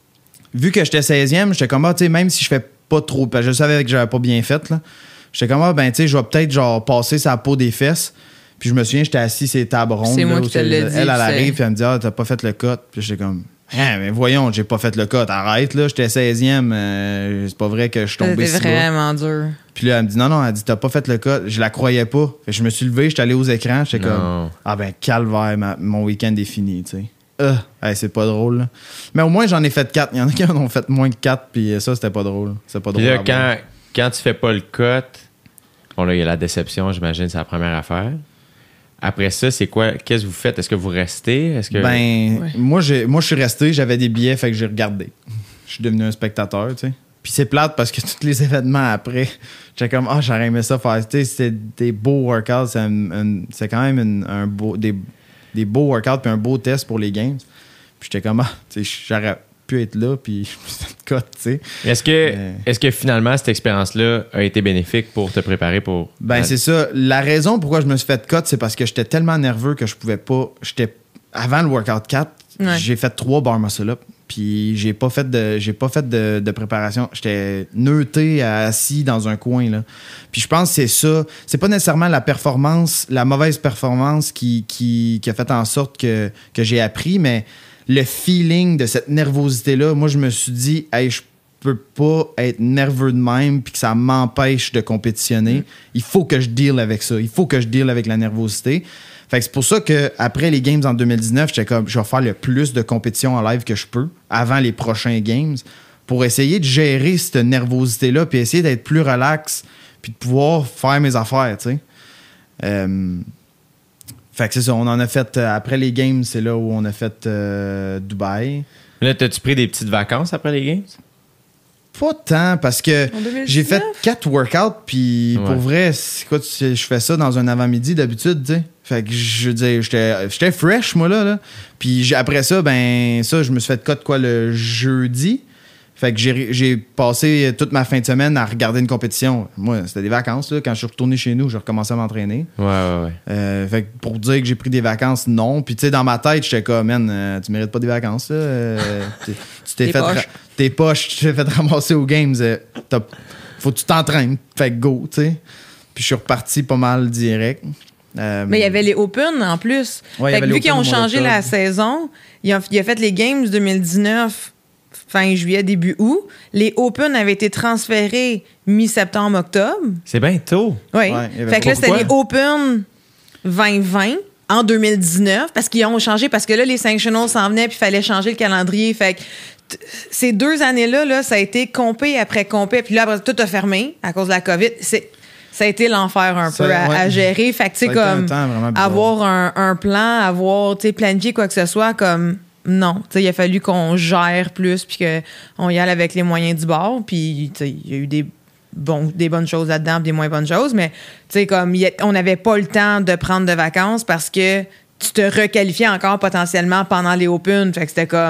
Vu que j'étais seizième, j'étais comme, ah, tu sais, même si je fais pas trop, parce que je savais que j'avais pas bien fait, là, j'étais comme, ah, ben, tu sais, je vais peut-être, genre, passer sa peau des fesses. Puis je me souviens, j'étais assis sur les tables rondes. C'est là, moi qui te elle, l'ai dit. Elle, elle arrive, puis elle me dit, ah, t'as pas fait le cut. Puis j'étais comme, ah, mais voyons, j'ai pas fait le cut. Arrête, là, j'étais seizième. Euh, c'est pas vrai que je suis tombé C'était si bas. vraiment dur. Puis là, elle me dit, non, non, elle dit, t'as pas fait le cut. Je la croyais pas. Fait que je me suis levé, j'étais allé aux écrans. J'étais Non. comme, ah, ben, calvaire, ma- mon week-end est fini, tu sais. Euh, hey, c'est pas drôle, là. Mais au moins, j'en ai fait quatre. Il y en a qui en ont fait moins que quatre, puis ça, c'était pas drôle. C'est pas drôle. Puis là, à voir. quand, quand tu fais pas le cut, bon, là, il y a la déception, j'imagine, c'est la première affaire. Après ça, c'est quoi? Qu'est-ce que vous faites? Est-ce que vous restez? Est-ce que... Ben, Ouais. moi, j'ai, moi, je suis resté, j'avais des billets, fait que j'ai regardé. Je suis devenu un spectateur, tu sais. Puis c'est plate parce que tous les événements après, j'étais comme, ah, oh, j'aurais aimé ça faire. Tu sais, c'était des beaux workouts. C'est, un- un- c'est quand même une- un beau, des, des beaux workouts puis un beau test pour les games. Puis j'étais comme, ah, tu sais, j'aurais pu être là, puis je me suis fait cut, tu sais. Est-ce que, Mais- est-ce que finalement, cette expérience-là a été bénéfique pour te préparer pour... Ben, c'est ça. La raison pourquoi je me suis fait cut, c'est parce que j'étais tellement nerveux que je pouvais pas. J'étais. Avant le workout quatre, Ouais. j'ai fait trois bar muscle-up. Puis j'ai pas fait de j'ai pas fait de, de préparation. J'étais neuté, assis dans un coin, là. Puis je pense que c'est ça. C'est pas nécessairement la performance, la mauvaise performance qui, qui, qui a fait en sorte que, que j'ai appris, mais le feeling de cette nervosité-là, moi, je me suis dit, hey, je peux pas être nerveux de même puis que ça m'empêche de compétitionner. Il faut que je deal avec ça. Il faut que je deal avec la nervosité. Fait que c'est pour ça qu'après les Games en deux mille dix-neuf, j'étais comme, je vais faire le plus de compétitions en live que je peux avant les prochains Games pour essayer de gérer cette nervosité-là puis essayer d'être plus relax puis de pouvoir faire mes affaires, tu sais. Euh, fait que c'est ça, on en a fait, euh, après les Games, c'est là où on a fait euh, Dubaï. Là, t'as-tu pris des petites vacances après les games? Pas tant, parce que En deux mille dix-neuf? j'ai fait quatre workouts, puis Ouais. pour vrai, c'est quoi, tu- je fais ça dans un avant-midi d'habitude, tu sais. Fait que je veux dire, j'étais j'étais fresh, moi, là. là. Puis j'ai- après ça, ben, ça, je me suis fait cut, quoi, le jeudi. Fait que j'ai j'ai passé toute ma fin de semaine à regarder une compétition. Moi, c'était des vacances, là. Quand je suis retourné chez nous, j'ai recommencé à m'entraîner. Ouais, ouais, ouais. Euh, fait que pour dire que j'ai pris des vacances, non. Puis tu sais, dans ma tête, j'étais comme, man, euh, tu mérites pas des vacances, là. Euh, tu tu t'es Tes fait. poches. ra- Tes poches, tu t'es fait ramasser aux games. euh, t'as- faut que tu t'entraînes. Fait que go, tu sais. Puis je suis reparti pas mal direct. Euh, Mais il y avait les Open en plus. Ouais, il y Fait avait que les vu qu'ils Open ont au mois changé d'octobre. la saison, il a, il a fait les Games deux mille dix-neuf fin juillet, début août. Les Open avaient été transférés mi-septembre, octobre. C'est bien tôt. Oui. Ouais, il y avait Fait que là, c'était pourquoi? les Open vingt vingt en deux mille dix-neuf parce qu'ils ont changé, parce que là, les Sanctionals s'en venaient puis il fallait changer le calendrier. Fait que t- ces deux années-là, là, ça a été compé après compé. Puis là, après, tout a fermé à cause de la COVID. C'est, ça a été l'enfer un Ça, peu à, ouais. à gérer. Fait que, tu sais, Ça a été un comme temps vraiment bizarre. avoir un, un plan, avoir, tu sais, planifié quoi que ce soit, comme non. Tu sais, il a fallu qu'on gère plus puis qu'on y aille avec les moyens du bord. Puis, tu sais, il y a eu des bon, des bonnes choses là-dedans, puis des moins bonnes choses, mais tu sais, comme y a- on n'avait pas le temps de prendre de vacances parce que tu te requalifiais encore potentiellement pendant les Open. Fait que c'était comme,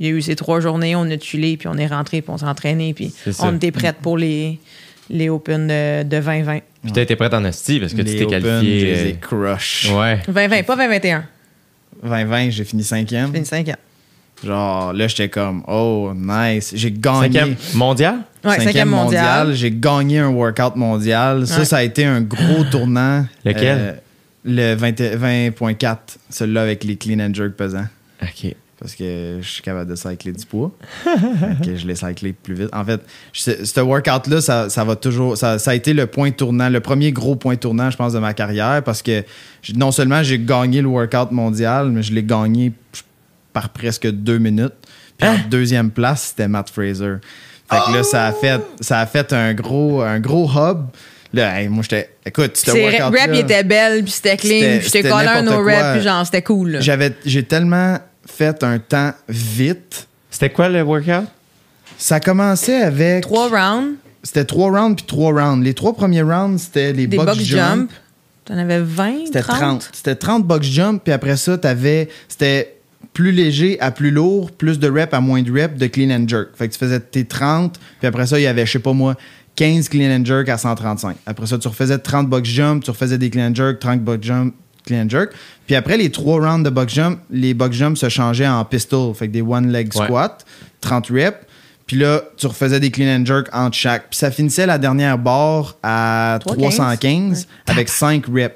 il y a eu ces trois journées, on a tuilé, puis on est rentré, puis on s'est entraîné, puis on était prête pour les, les Open de, de vingt vingt. Puis t'as été prête en esti parce que Les tu t'es Open, qualifié. je les euh, ai crush. Ouais. vingt vingt, pas vingt vingt et un. vingt vingt, j'ai fini cinquième. J'ai fini cinquième. Genre, là, j'étais comme, oh, nice. J'ai gagné. Cinquième mondial? Ouais, cinquième mondial. J'ai gagné un workout mondial. Ça, Ouais. ça a été un gros tournant. Lequel? Euh, le vingt vingt quatre. Celui-là avec les clean and jerk pesants. OK. Parce que je suis capable de cycler du poids. que je l'ai cyclé plus vite. En fait, je- ce workout-là, ça, ça va toujours. Ça, ça a été le point tournant, le premier gros point tournant, je pense, de ma carrière. Parce que j- non seulement j'ai gagné le workout mondial, mais je l'ai gagné par presque deux minutes. Puis en deuxième place, c'était Matt Fraser. Fait que là, ça a fait, ça a fait un gros, un gros hub. Là, hey, moi, j'étais. Écoute, ce Ses workout-là. reps, il était belle, puis c'était clean, C'était- puis j'étais c'était collé un n'importe no quoi. rep, puis genre, c'était cool. là. J'avais, j'ai tellement fait un temps vite. C'était quoi le workout? Ça commençait avec. Trois rounds, C'était trois rounds puis trois rounds. Les trois premiers rounds, c'était les des box, box jump. jump. T'en avais vingt, C'était trente? trente. C'était trente box jump, puis après ça, t'avais. C'était plus léger à plus lourd, plus de reps à moins de reps de clean and jerk. Fait que tu faisais tes trente, puis après ça, il y avait, je sais pas moi, quinze clean and jerk à cent trente-cinq. Après ça, tu refaisais trente box jump, tu refaisais des clean and jerk, trente box jump, clean and jerk. Puis après les trois rounds de box jump, les box jump se changeaient en pistol, fait que des one leg Ouais. squat, trente reps. Puis là, tu refaisais des clean and jerk entre chaque. Puis ça finissait la dernière barre à trois trois cent quinze avec cinq reps.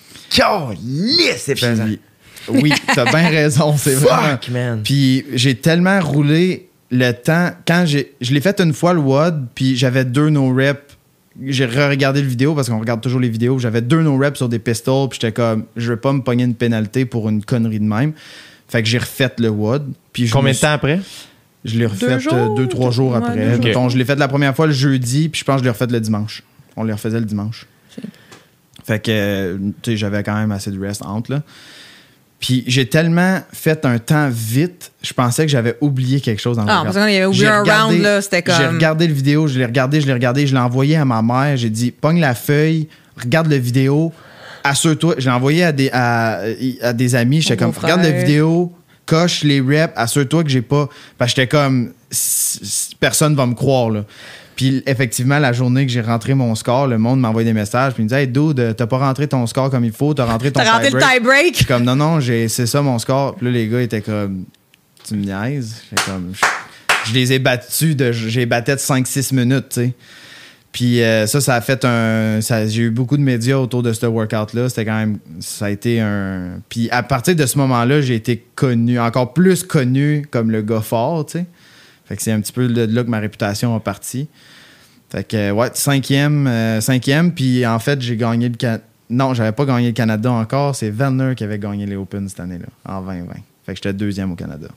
Calisse, c'est Puis- oui, t'as bien raison, c'est vraiment. Fuck, man. Puis j'ai tellement roulé le temps. Quand j'ai, je l'ai fait une fois le W O D, puis j'avais deux no reps. J'ai re-regardé le vidéo parce qu'on regarde toujours les vidéos. J'avais deux no reps sur des pistols, puis j'étais comme, je vais pas me pogner une pénalité pour une connerie de même. Fait que j'ai refait le W O D. Puis je Combien me de temps après? Je l'ai refait Deux euh, jours, deux, trois jours ouais, après. deux jours. Mettons, je l'ai fait la première fois le jeudi, puis je pense que je l'ai refait le dimanche. On les refaisait le dimanche. Fait que, euh, tu sais, j'avais quand même assez de rest entre, là. Puis j'ai tellement fait un temps vite, je pensais que j'avais oublié quelque chose dans le Ah, workout. parce qu'on avait oublié J'ai un regardé- round, là, c'était comme- J'ai regardé le vidéo, je l'ai regardé, je l'ai regardé, je l'ai envoyé à ma mère, j'ai dit, pogne la feuille, regarde le vidéo, assure-toi. Je l'ai envoyé à des, à, à des amis, j'étais Mon comme, regarde la beau-frère. vidéo, coche les reps, assure-toi que j'ai pas. Parce que j'étais comme, s- s- personne va me croire, là. Puis effectivement, la journée que j'ai rentré mon score, le monde m'envoyait des messages, puis il me disait, hey, dude, t'as pas rentré ton score comme il faut, t'as rentré ton T'as rentré le tie-break. Je tie-break? suis comme, non, non, j'ai, c'est ça mon score. Puis là, les gars étaient comme, tu me niaises. J'étais comme, je, je les ai battus, de, j'ai battu de cinq six minutes, tu sais. Puis euh, ça, ça a fait un. Ça, j'ai eu beaucoup de médias autour de ce workout-là. C'était quand même. Ça a été un. Puis à partir de ce moment-là, j'ai été connu, encore plus connu comme le gars fort, tu sais. Fait que c'est un petit peu de là que ma réputation a parti. Fait que, ouais, cinquième, euh, cinquième. Puis en fait, j'ai gagné le Canada. Non, j'avais pas gagné le Canada encore. C'est Werner qui avait gagné les Open cette année-là, en vingt vingt. Fait que j'étais deuxième au Canada.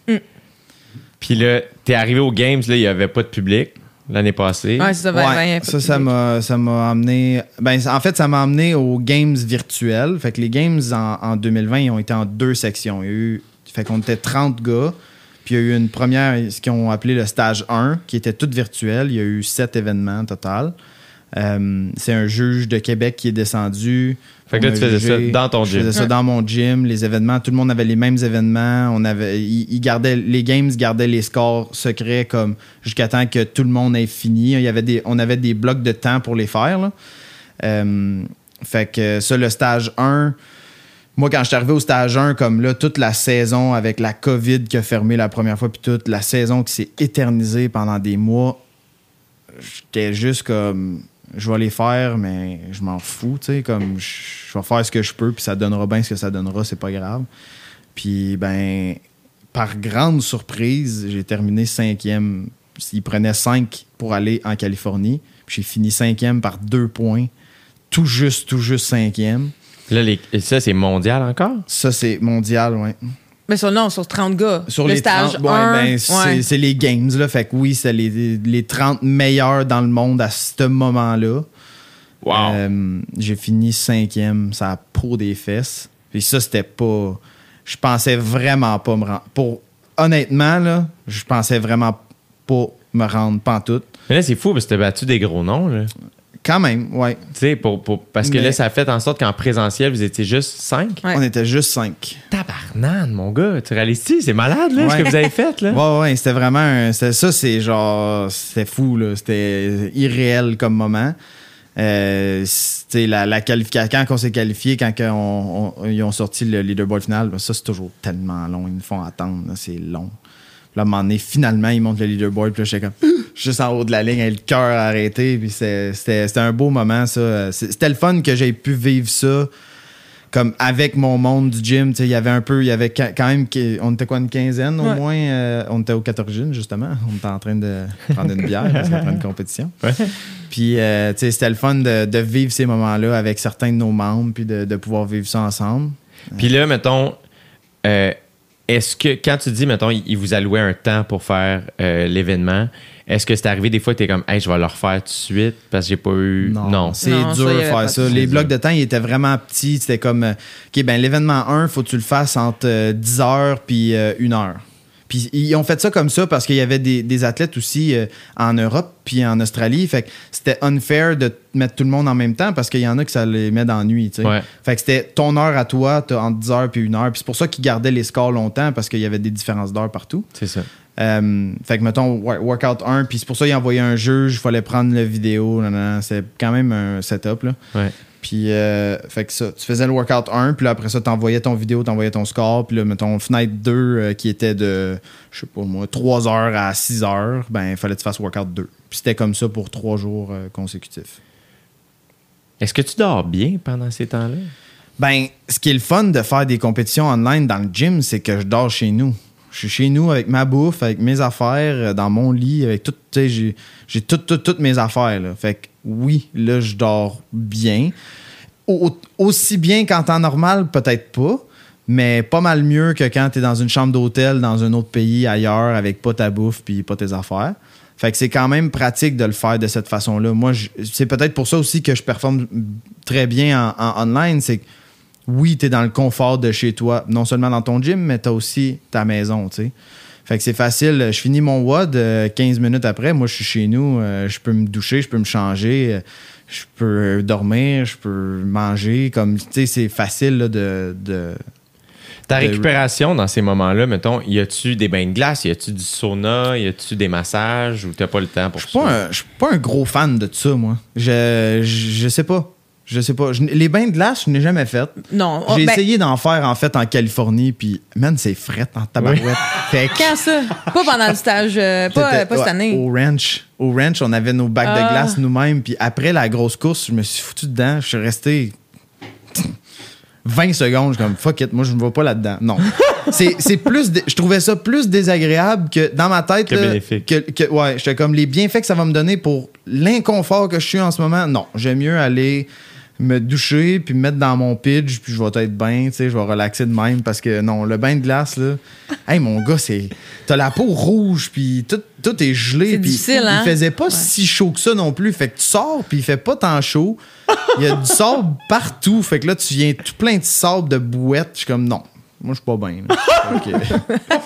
Puis là, t'es arrivé aux Games, là, il n'y avait pas de public l'année passée. Ouais, c'est ça, vingt vingt. Ouais, ça, ça m'a, ça m'a amené. Ben, en fait, ça m'a amené aux Games virtuels. Fait que les Games en, en deux mille vingt, ils ont été en deux sections. Il y a eu, fait qu'on était trente gars. Puis il y a eu une première, ce qu'ils ont appelé le stage un, qui était tout virtuel. Il y a eu sept événements total. Euh, c'est un juge de Québec qui est descendu. Fait que là, On tu a faisais jugé. ça dans ton Je gym. faisais ça dans mon gym. Les événements, tout le monde avait les mêmes événements. On avait, ils, ils gardaient, les games gardaient les scores secrets comme jusqu'à temps que tout le monde ait fini. Il y avait des, on avait des blocs de temps pour les faire, là. Euh, fait que ça, le stage un, moi, quand je suis arrivé au stage un, comme là, toute la saison avec la COVID qui a fermé la première fois, puis toute la saison qui s'est éternisée pendant des mois, j'étais juste comme, je vais les faire, mais je m'en fous, tu sais, comme, je vais faire ce que je peux, puis ça donnera bien ce que ça donnera, c'est pas grave. Puis, ben, par grande surprise, j'ai terminé cinquième. Il prenait cinq pour aller en Californie, puis j'ai fini cinquième par deux points, tout juste, tout juste cinquième. Là, les, ça, c'est mondial encore? Ça, c'est mondial, ouais. Mais sur, non, sur trente gars. Sur le les stage trente, ouais, un, ben, ouais. c'est, c'est les games, là. Fait que oui, c'est les, les trente meilleurs dans le monde à ce moment-là. Wow. Euh, j'ai fini cinquième, ça a peau des fesses. Puis ça, c'était pas... Je pensais vraiment pas me rendre... Pour, honnêtement, là, je pensais vraiment pas me rendre pantoute. Mais là, c'est fou parce que t'as battu des gros noms, là. Quand même, ouais. Tu sais, pour, pour, parce que Mais- là, ça a fait en sorte qu'en présentiel, vous étiez juste cinq. Ouais. On était juste cinq. Tabarnane, mon gars. Tu réalises-tu? C'est malade, là, ce Ouais. que vous avez fait, là. Ouais, ouais, c'était vraiment. Un, c'était, ça, c'est genre. C'était fou, là. C'était irréel comme moment. Euh, c'est la, la qualification, quand on s'est qualifié, quand on, on- ils ont sorti le leaderboard final, ben ça, c'est toujours tellement long. Ils nous font attendre, là, c'est long. Puis là, à un moment donné, finalement, ils montent le leaderboard, puis là, j'étais comme juste en haut de la ligne, avec le cœur arrêté, puis c'est- c'était, c'était un beau moment, ça. C'est- C'était le fun que j'ai pu vivre ça. Comme avec mon monde du gym, tu sais, il y avait un peu, il y avait quand quand même, on était quoi, une quinzaine au Ouais. moins, euh, on était au quatorzième justement, on était en train de prendre une bière parce qu'après une compétition. Ouais. Puis, euh, tu sais, c'était le fun de, de vivre ces moments-là avec certains de nos membres, puis de, de pouvoir vivre ça ensemble. Puis là, mettons, euh, est-ce que quand tu dis, mettons, ils vous allouaient un temps pour faire euh, l'événement, est-ce que c'est arrivé des fois que t'es comme, hey, je vais le refaire tout de suite parce que j'ai pas eu. Non. C'est Non, dur ça, y de avait pas faire de ça. souci. Les C'est blocs dur. de temps, ils étaient vraiment petits. C'était comme, euh, OK, ben l'événement un, faut que tu le fasses entre euh, dix heures puis euh, une heure. Puis ils ont fait ça comme ça parce qu'il y avait des, des athlètes aussi euh, en Europe puis en Australie. Fait que c'était unfair de mettre tout le monde en même temps parce qu'il y en a que ça les met dans la nuit. Tu sais. Ouais. Fait que c'était ton heure à toi, t'as entre dix heures puis une heure. Puis c'est pour ça qu'ils gardaient les scores longtemps parce qu'il y avait des différences d'heures partout. C'est ça. Euh, fait que, mettons, wor- workout un, puis c'est pour ça qu'ils envoyaient un juge, il fallait prendre la vidéo. Nan, nan, nan. C'est quand même un setup, là. Ouais. Puis, euh, fait que ça, tu faisais le workout un, puis là, après ça, t'envoyais ton vidéo, t'envoyais ton score, puis là, mettons, fenêtre deux, euh, qui était de, je sais pas moi, trois heures à six heures, ben, il fallait que tu fasses workout deux. Puis c'était comme ça pour trois jours euh, consécutifs. Est-ce que tu dors bien pendant ces temps-là? Ben, ce qui est le fun de faire des compétitions online dans le gym, c'est que je dors chez nous. Je suis chez nous avec ma bouffe, avec mes affaires, euh, dans mon lit, avec tout, tu sais, j'ai, j'ai toutes, toutes, toutes mes affaires, là. Fait que oui, là, je dors bien. Au- aussi bien qu'en temps normal, peut-être pas, mais pas mal mieux que quand t'es dans une chambre d'hôtel dans un autre pays, ailleurs, avec pas ta bouffe puis pas tes affaires. Fait que c'est quand même pratique de le faire de cette façon-là. Moi, je- c'est peut-être pour ça aussi que je performe très bien en, en online, c'est que oui, tu es dans le confort de chez toi, non seulement dans ton gym, mais tu as aussi ta maison, tu sais. Fait que c'est facile. Je finis mon W O D, euh, quinze minutes après, moi, je suis chez nous, euh, je peux me doucher, je peux me changer, euh, je peux dormir, je peux manger. Comme, tu sais, c'est facile là, de, de... Ta De- récupération dans ces moments-là, mettons, y a-tu des bains de glace, y a-tu du sauna, y a-tu des massages ou t'as pas le temps pour Je suis ça? pas un- je suis pas un gros fan de ça, moi. Je, je, je sais pas. Je sais pas. Je- les bains de glace, je n'ai jamais fait. Non. Oh, J'ai ben, essayé d'en faire, en fait, en Californie, puis, man, c'est fret en tabarouette. Fait que- Quand ça? Pas pendant le stage, euh, pas, J'étais- pas cette ouais, année. Au ranch. Au ranch, on avait nos bacs Ah. de glace nous-mêmes. Puis après la grosse course, je me suis foutu dedans. Je suis resté vingt secondes. Je suis comme, fuck it, moi, je ne vais pas là-dedans. Non. c'est, c'est plus... dé- Je trouvais ça plus désagréable que dans ma tête. Que là, bénéfique. que, que- ouais, j'étais comme, les bienfaits que ça va me donner pour l'inconfort que je suis en ce moment. Non, j'aime mieux aller me doucher puis me mettre dans mon pitch puis je vais être bien, tu sais, je vais relaxer de même parce que non, le bain de glace là, hey mon gars, c'est t'as la peau rouge puis tout, tout est gelé C'est puis difficile, hein? il faisait pas Ouais. si chaud que ça non plus, fait que tu sors puis il fait pas tant chaud. Il y a du sable partout, fait que là tu viens tout plein de sable de bouettes, je suis comme non. Moi, je suis pas bien. là. Ok.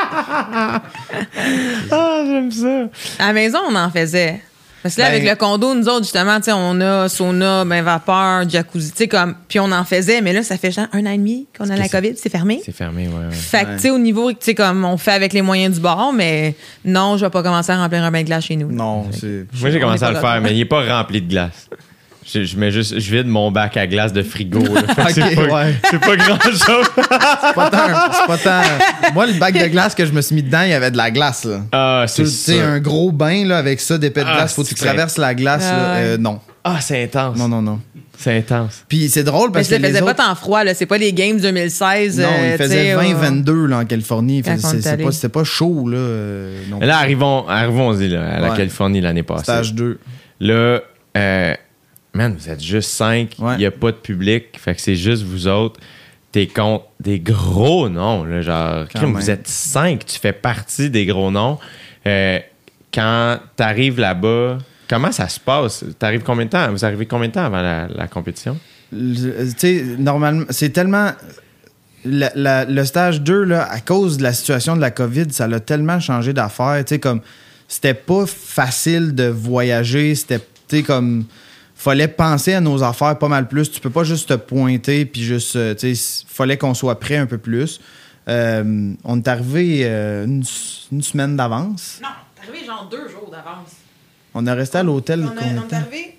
Ah, j'aime ça. À la maison, on en faisait. Parce que là, Ben- avec le condo, nous autres, justement, tu sais, on a sauna, ben, vapeur, jacuzzi, tu sais, comme. Puis on en faisait, mais là, ça fait genre un an et demi qu'on a la que c'est- COVID, c'est fermé. C'est fermé, ouais, ouais. Fait que, Ouais. tu sais, au niveau, tu sais, comme on fait avec les moyens du bord, mais non, je vais pas commencer à remplir un bain de glace chez nous. Non, c'est. Moi, j'ai On commencé est à pas le faire, là. mais il est pas rempli de glace. Je, je mets juste, je vide mon bac à glace de frigo. là. Fait que Ok, c'est pas, ouais. c'est pas grand-chose. C'est pas tant. C'est pas tant. Moi, le bac de glace que je me suis mis dedans, il y avait de la glace, là. Ah, Tu c'est sais, ça. un gros bain là, avec ça, d'épais de Ah, glace, faut que tu c'est traverses la glace. Ah, là. ouais. Euh, non. Ah, c'est intense. Non, non, non. C'est intense. Puis c'est drôle Mais parce que ça les faisait autres... pas tant froid, là. C'est pas les Games deux mille seize. Non, euh, il tu faisait sais, vingt euh, vingt-deux là, en Californie. Il Quand faisait- on c'est- est c'est allé. pas- C'était pas chaud, là. euh, non. Mais là, arrivons, arrivons-y là, à la Ouais. Californie l'année passée. Stage deux. Là, euh, man, vous êtes juste cinq. Il Ouais. n'y a pas de public. Fait que c'est juste vous autres. T'es contre des gros noms. Là, genre, Quand crime, même. vous êtes cinq. Tu fais partie des gros noms. Euh, quand t'arrives là-bas, comment ça se passe? T'arrives combien de temps? Vous arrivez combien de temps avant la, la compétition? Le- Tu sais, normalement, c'est tellement... la- la- le stage deux, là, à cause de la situation de la COVID, ça l'a tellement changé d'affaires. Tu sais, comme... C'était pas facile de voyager. C'était, tu sais, comme... fallait penser à nos affaires pas mal plus. Tu peux pas juste te pointer puis juste, euh, tu sais, fallait qu'on soit prêt un peu plus. Euh, on est arrivé euh, une, une semaine d'avance. Non, t'es arrivé genre deux jours d'avance. On est resté à l'hôtel. On, a, on est arrivé...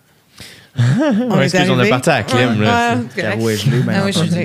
On, ouais, excuse, on est parti à la clim. Ouais, là, ouais, Caro est gelé, ben ah, oui, je suis entendu.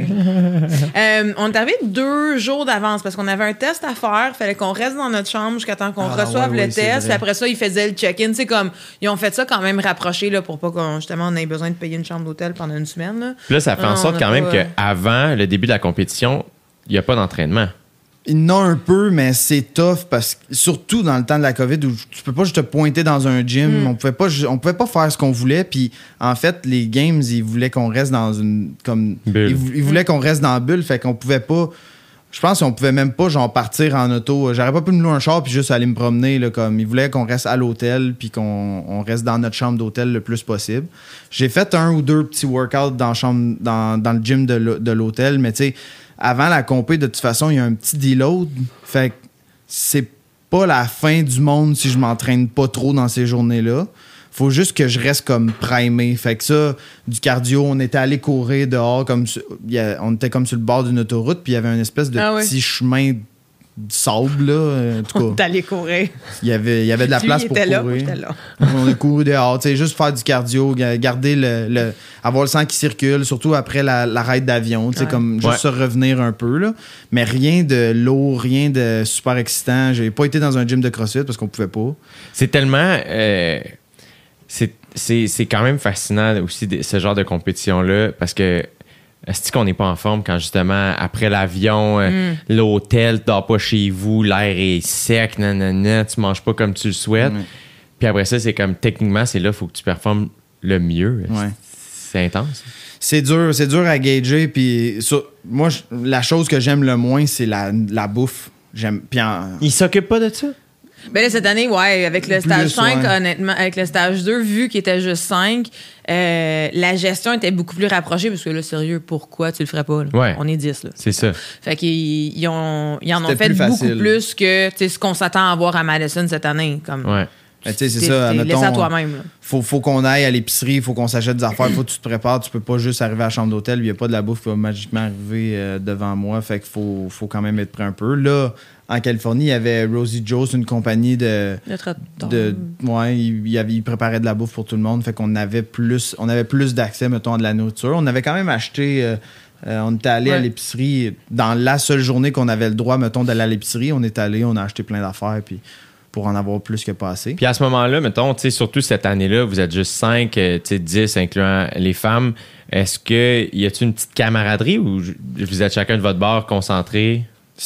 euh, on est arrivé deux jours d'avance parce qu'on avait un test à faire. Il fallait qu'on reste dans notre chambre jusqu'à temps qu'on Ah, reçoive ouais, le oui, c'est test. vrai. Puis après ça, ils faisaient le check-in. C'est comme, ils ont fait ça quand même rapproché là, pour pas qu'on justement on ait besoin de payer une chambre d'hôtel pendant une semaine. Là, Puis là, ça fait en Non, sorte on a quand même pas, euh, qu'avant le début de la compétition, il n'y a pas d'entraînement. Il y en a un peu, mais c'est tough parce que surtout dans le temps de la COVID où tu peux pas juste te pointer dans un gym, Mm. on pouvait pas ju- on pouvait pas faire ce qu'on voulait puis en fait les games ils voulaient qu'on reste dans une comme Bulle. ils, vou- ils voulaient qu'on reste dans la bulle, fait qu'on pouvait pas je pense qu'on pouvait même pas genre partir en auto. J'aurais pas pu me louer un char puis juste aller me promener là, comme ils voulaient qu'on reste à l'hôtel puis qu'on on reste dans notre chambre d'hôtel le plus possible. J'ai fait un ou deux petits workouts dans la chambre dans, dans le gym de l'hô- de l'hôtel, mais tu sais avant la compé, de toute façon, il y a un petit deload. Fait que c'est pas la fin du monde si je m'entraîne pas trop dans ces journées-là. Faut juste que je reste comme primé. Fait que ça, du cardio, on était allé courir dehors. Comme sur- il y a- on était comme sur le bord d'une autoroute, puis il y avait une espèce de Ah ouais. petit chemin de sable, là. euh, En tout on est cas, allé courir. il y avait, il y avait de la Lui, place il pour était là, courir. moi, j'étais là. On a couru dehors, tu sais, juste faire du cardio, ga- garder le, le- avoir le sang qui circule, surtout après la, la ride d'avion, tu sais, Ouais. comme juste Ouais. se revenir un peu, là. Mais rien de lourd, rien de super excitant. J'ai pas été dans un gym de CrossFit parce qu'on pouvait pas. C'est tellement. euh, c'est, c'est, c'est quand même fascinant aussi de- ce genre de compétition-là parce que. Est-ce qu'on n'est pas en forme quand justement après l'avion, euh, l'hôtel, tu dors pas chez vous, l'air est sec, nanana, tu manges pas comme tu le souhaites. Ouais. Puis après ça, c'est comme techniquement, c'est là, il faut que tu performes le mieux. Ouais. C'est intense. C'est dur, c'est dur à gager. Puis ça, moi, je- la chose que j'aime le moins, c'est la, la bouffe. J'aime. Puis en- Il s'occupe pas de ça? Ben là, cette année, ouais, avec le Plus, stage cinq, ouais. honnêtement, avec le stage deux, vu qu'il était juste cinq, euh, la gestion était beaucoup plus rapprochée parce que là, sérieux, pourquoi tu le ferais pas? Là? Ouais. On est dix, là. C'est ça. Fait qu'ils ils ont, ils en ont C'était fait plus beaucoup facile. plus que tu sais, ce qu'on s'attend à voir à Madison cette année. Comme, Ouais. Ben, tu sais, c'est t'es- ça. t'es admettons, laissé à toi-même. là. faut, faut qu'on aille à l'épicerie, faut qu'on s'achète des affaires, faut que tu te prépares. Tu peux pas juste arriver à la chambre d'hôtel, il n'y a pas de la bouffe qui va magiquement arriver euh, devant moi. Fait qu'il faut, faut quand même être prêt un peu. Là, en Californie, il y avait Rosie Joe's, une compagnie de. Le trottoir. de ouais, il, il avait, il préparait de la bouffe pour tout le monde. Fait qu'on avait plus, on avait plus d'accès, mettons, à de la nourriture. On avait quand même acheté. euh, euh, on était allé à Ouais. l'épicerie. Dans la seule journée qu'on avait le droit, mettons, d'aller à l'épicerie, on est allé, on a acheté plein d'affaires. Puis pour en avoir plus que pas assez. Puis à ce moment-là, mettons, tu sais, surtout cette année-là, vous êtes juste cinq, euh, tu sais, dix, incluant les femmes. Est-ce que y a-t-il une petite camaraderie ou j- vous êtes chacun de votre bord concentré?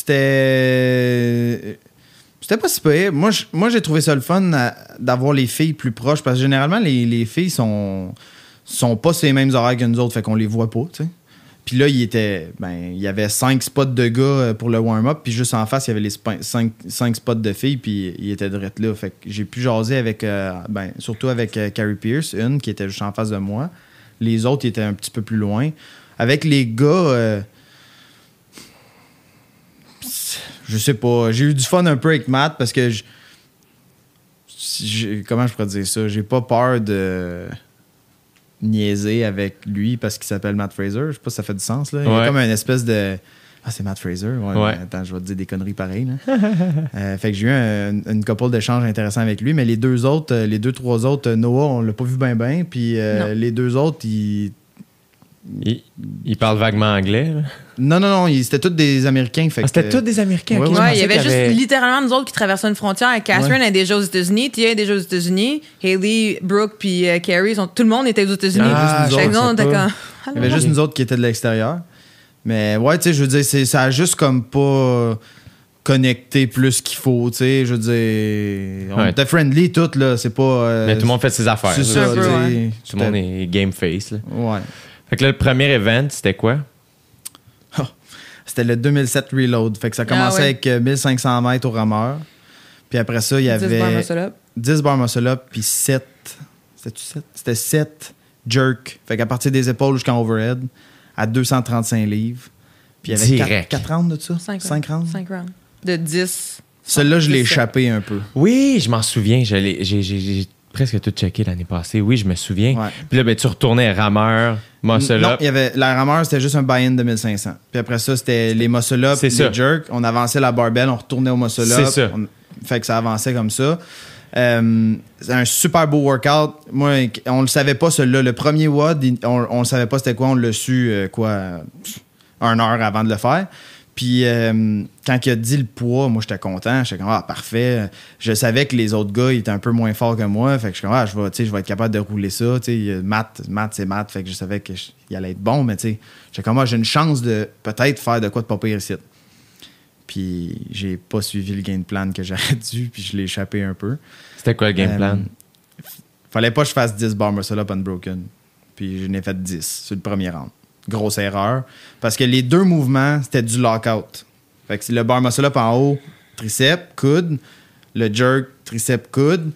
C'était. C'était pas si pire. Moi, je- moi, j'ai trouvé ça le fun à- d'avoir les filles plus proches parce que généralement, les, les filles sont, sont pas sur les mêmes horaires que nous autres, fait qu'on les voit pas, tu sais. Puis là, il était. Ben, il y avait cinq spots de gars euh, pour le warm-up, puis juste en face, il y avait les spi- cinq, cinq spots de filles, puis il était direct là. Fait que j'ai pu jaser avec. euh, ben, surtout avec euh, Carrie Pierce, une qui était juste en face de moi. Les autres, ils étaient un petit peu plus loin. Avec les gars. euh, je sais pas. J'ai eu du fun un peu avec Matt parce que je- j'ai- comment je pourrais dire ça? J'ai pas peur de niaiser avec lui parce qu'il s'appelle Matt Fraser. Je sais pas si ça fait du sens. Là. Il y a Ouais. comme une espèce de. Ah, c'est Matt Fraser? Ouais. Ouais. mais attends, je vais te dire des conneries pareilles. Là. Euh, fait que j'ai eu un- une couple d'échanges intéressants avec lui, mais les deux autres, euh, les deux, trois autres, euh, Noah, on l'a pas vu bien bien. Puis euh, Non. les deux autres, ils. Il, il parle vaguement anglais. là. Non, non, non, ils- c'était tous des Américains. Fait Ah, c'était que- tous des Américains. Ouais, ok, je Ouais, pensais il y avait qu'il juste avait- littéralement nous autres qui traversaient une frontière. Catherine Ouais. est déjà aux États-Unis, Tia est déjà aux États-Unis, Hailey, Brooke puis euh, Carrie, sont, tout le monde était aux États-Unis. Ah, juste nous Fait que autres, nous, on c'est était pas- comme. Il y avait juste nous autres qui étaient de l'extérieur. Mais ouais, tu sais, je veux dire, c'est- ça a juste comme pas connecté plus qu'il faut, tu sais. Je veux dire, on Ouais. était friendly tout, là. C'est pas. euh, Mais tout le monde fait ses affaires. C'est là. ça, Un peu, tu sais. ouais. Tout le monde est game face. là. Ouais. Fait que là, le premier event, c'était quoi? C'était le deux mille sept Reload. Fait que ça commençait Ah ouais. avec euh, mille cinq cents mètres au rameur. Puis après ça, il y dix avait bars muscle-up. dix bars muscle-up, puis sept. C'était-tu sept? C'était sept jerk. Fait qu'à partir des épaules jusqu'en overhead, à deux cent trente-cinq livres. Puis il y avait Direct. quatre rounds de ça? cinq cinq rounds? cinq rounds. De dix. Celle-là, je l'ai dix-sept. échappé un peu. Oui, je m'en souviens. Je l'ai- j'ai, j'ai- j'ai presque tout checké l'année passée. Oui, je me souviens. Ouais. Puis là, ben, tu retournais rameur, muscle Non, up. il y avait, la rameur, c'était juste un buy-in de mille cinq cents. Puis après ça, c'était les muscle up, C'est les ça. jerks. On avançait la barbell, on retournait au muscle C'est up. ça. On- fait que ça avançait comme ça. Euh, c'est un super beau workout. Moi, on le savait pas, celui-là. Le premier W O D, on, on le savait pas c'était quoi. On l'a su, euh, quoi, une heure avant de le faire. Puis euh, quand il a dit le poids, moi, j'étais content. J'étais comme, ah, parfait. Je savais que les autres gars, ils étaient un peu moins forts que moi. Fait que je suis comme, ah, je vais, tu sais, je vais être capable de rouler ça. Tu sais, maths, maths, c'est maths. Fait que je savais qu'il allait être bon. Mais tu sais, j'étais comme, ah, j'ai une chance de peut-être faire de quoi de pas pire ici. Puis j'ai pas suivi le game plan que j'aurais dû. Puis je l'ai échappé un peu. C'était quoi le game Euh, plan? Fallait pas que je fasse dix bar muscle up unbroken. Puis je n'ai fait dix sur le premier round. Grosse erreur. Parce que les deux mouvements, c'était du lockout. Fait que c'est le bar muscle up en haut, triceps, coude. Le jerk, triceps, coude.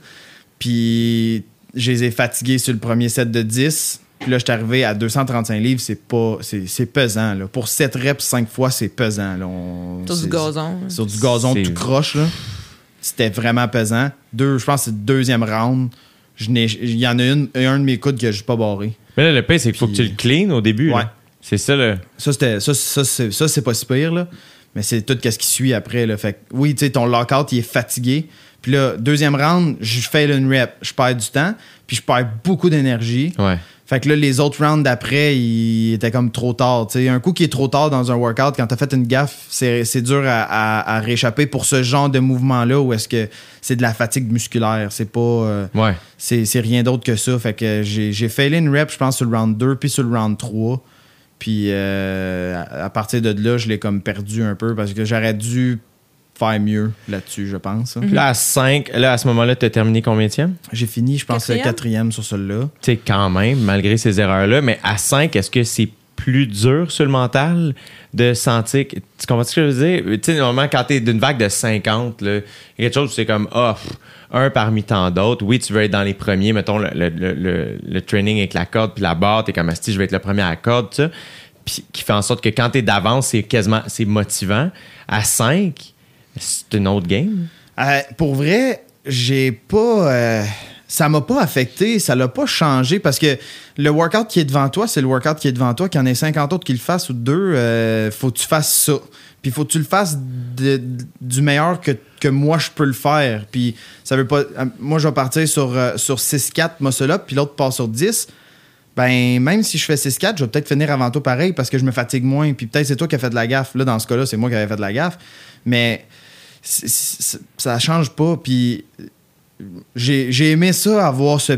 Puis je les ai fatigués sur le premier set de dix. Puis là, je suis arrivé à deux cent trente-cinq livres. C'est pas, c'est, c'est pesant. Là. Pour sept reps, cinq fois, c'est pesant. Là. On- Sur c'est- du gazon. Sur du gazon C'est- tout croche. Là. C'était vraiment pesant. Deux, je pense que c'est le deuxième round. Je n'ai- Il y en a une, un de mes coudes que je n'ai pas barré. Mais là, le pire, c'est qu'il faut Puis- que tu le clean au début. là. Ouais. C'est ça, là. Ça, c'était, ça, ça, c'est, ça, c'est pas si pire, là. Mais c'est tout ce qui suit après. Là. Fait que, oui, tu sais, ton lockout, il est fatigué. Puis là, deuxième round, je fais une rep. Je perds du temps. Puis je perds beaucoup d'énergie. Ouais. Fait que là, les autres rounds d'après, il était comme trop tard. T'sais, un coup qui est trop tard dans un workout, quand t'as fait une gaffe, c'est, c'est dur à, à, à rééchapper pour ce genre de mouvement-là où est-ce que c'est de la fatigue musculaire. C'est pas... euh, Ouais. c'est, c'est rien d'autre que ça. Fait que j'ai, j'ai failé une rep, je pense, sur le round deux puis sur le round trois. Puis euh, à, à partir de là, je l'ai comme perdu un peu parce que j'aurais dû faire mieux là-dessus, je pense. hein. Puis là, à cinq, là, à ce moment-là, tu as terminé combienième? J'ai fini, je pense, Quatrième? quatrième sur celui-là. Tu sais, quand même, malgré ces erreurs-là. Mais à cinq, est-ce que c'est plus dur sur le mental de sentir... que- Tu comprends ce que je veux dire? Tu sais, normalement, quand t'es d'une vague de cinquante, là, il y a quelque chose où c'est comme, ah, pff, un parmi tant d'autres. Oui, tu veux être dans les premiers. Mettons, le, le, le, le, le training avec la corde puis la barre, t'es comme, si je vais être le premier à la corde, tout ça. Puis qui fait en sorte que quand t'es d'avance, c'est quasiment... C'est motivant. À cinq... C'est une autre game? Euh, pour vrai, j'ai pas. euh, ça m'a pas affecté, ça l'a pas changé parce que le workout qui est devant toi, c'est le workout qui est devant toi. Qu'il y en ait cinquante autres qui le fassent ou deux, euh, faut que tu fasses ça. Puis faut que tu le fasses de- de- du meilleur que, que moi je peux le faire. Puis ça veut pas. euh, moi, je vais partir sur, euh, sur six quatre muscle up, puis l'autre part sur dix. Ben, même si je fais six quatre, je vais peut-être finir avant toi pareil parce que je me fatigue moins. Puis peut-être c'est toi qui as fait de la gaffe. Là, dans ce cas-là, c'est moi qui avais fait de la gaffe. Mais c'est- c'est- ça change pas. Puis j'ai, j'ai aimé ça, avoir ce,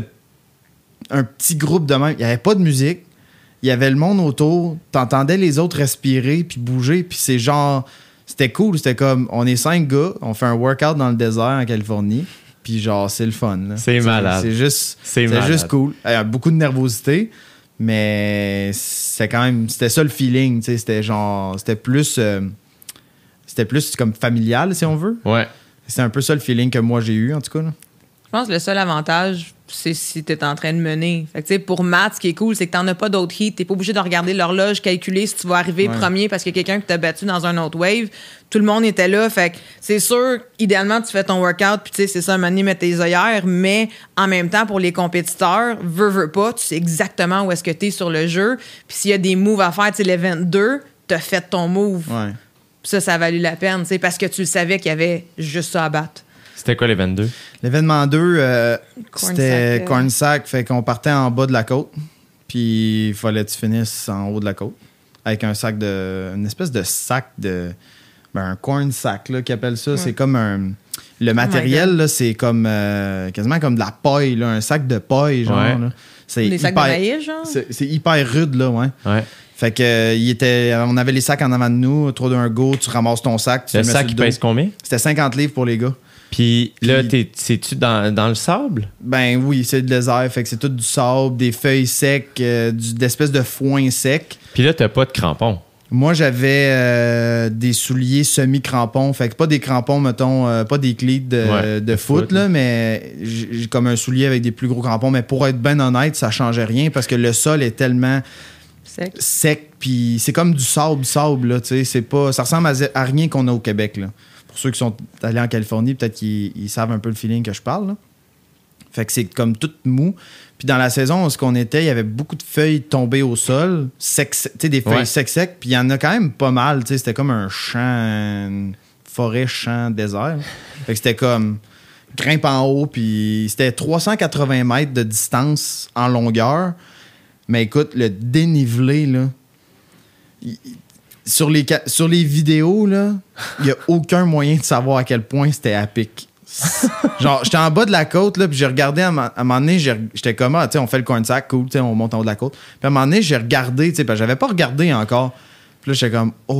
un petit groupe de même. Il n'y avait pas de musique. Il y avait le monde autour. T'entendais les autres respirer puis bouger. Puis c'est genre... C'était cool. C'était comme, on est cinq gars. On fait un workout dans le désert en Californie. Puis genre, c'est le fun. là. C'est malade. C'est juste, C'est c'est malade. juste cool. Euh, beaucoup de nervosité. Mais c'est quand même... C'était ça le feeling. tu sais. C'était genre... C'était plus... euh, c'était plus comme familial, si on veut. Ouais. C'est un peu ça le feeling que moi j'ai eu, en tout cas. là. Je pense que le seul avantage, c'est si tu es en train de mener. Fait que, tu sais, pour Matt, ce qui est cool, c'est que tu n'en as pas d'autres hits. Tu n'es pas obligé de regarder l'horloge, calculer si tu vas arriver Ouais. premier parce qu'il y a quelqu'un qui t'a battu dans un autre wave. Tout le monde était là. Fait que c'est sûr, idéalement, tu fais ton workout, puis tu sais, c'est ça, un moment donné, mettre tes œillères. Mais en même temps, pour les compétiteurs, veux, veux pas, tu sais exactement où est-ce que tu es sur le jeu. Puis s'il y a des moves à faire, tu sais, l'event deux, tu as fait ton move. Ouais. Ça, ça a valu la peine, tu sais, parce que tu le savais qu'il y avait juste ça à battre. C'était quoi les vingt-deux? L'événement deux, euh, Corn c'était sack, euh. corn sack, fait qu'on partait en bas de la côte, puis il fallait que tu finisses en haut de la côte, avec un sac de... une espèce de sac de... ben, un corn sack, là, qu'ils appellent ça. C'est comme un... Le matériel, God. là, c'est comme... euh, quasiment comme de la paille, là, un sac de paille, genre. Ouais. là. C'est Des sacs de maïs, genre? C'est, c'est hyper rude, là, ouais. Ouais. Fait que euh, il était, on avait les sacs en avant de nous, trois d'un go, tu ramasses ton sac, tu Le le mets sac, sur il le dos. pèse combien? C'était cinquante livres pour les gars. Puis là, Puis- t'es, c'est-tu dans, dans le sable? Ben oui, c'est de désert, fait que c'est tout du sable, des feuilles secs, euh, du, d'espèces de foin sec. Puis là, t'as pas de crampons. Moi, j'avais euh, des souliers semi-crampons, fait que pas des crampons, mettons, euh, pas des cleats de, Ouais, de de foot, foot, là, là. mais j'ai j'ai comme un soulier avec des plus gros crampons. Mais pour être bien honnête, ça changeait rien parce que le sol est tellement Sec. sec, puis c'est comme du sable, sable, là, tu sais, c'est pas... Ça ressemble à, à rien qu'on a au Québec, là. Pour ceux qui sont allés en Californie, peut-être qu'ils ils savent un peu le feeling que je parle, là. Fait que c'est comme tout mou. Puis dans la saison où on était, il y avait beaucoup de feuilles tombées au sol, sec, tu sais, des feuilles Ouais. secs secs. Puis il y en a quand même pas mal. Tu sais, c'était comme un champ, une forêt, champ, désert. Fait que c'était comme grimpe en haut. Puis c'était trois cent quatre-vingts mètres de distance en longueur. Mais écoute, le dénivelé, là, il- sur les, ca- sur les vidéos, là, il n'y a aucun moyen de savoir à quel point c'était à pic. Genre, j'étais en bas de la côte, là, puis j'ai regardé, à, ma- à un moment donné, j'ai- j'étais comme, ah, tu sais, on fait le coin de sac, cool, tu sais, on monte en haut de la côte. Puis à un moment donné, j'ai regardé, tu sais, parce que j'avais pas regardé encore. Puis là, j'étais comme, oh,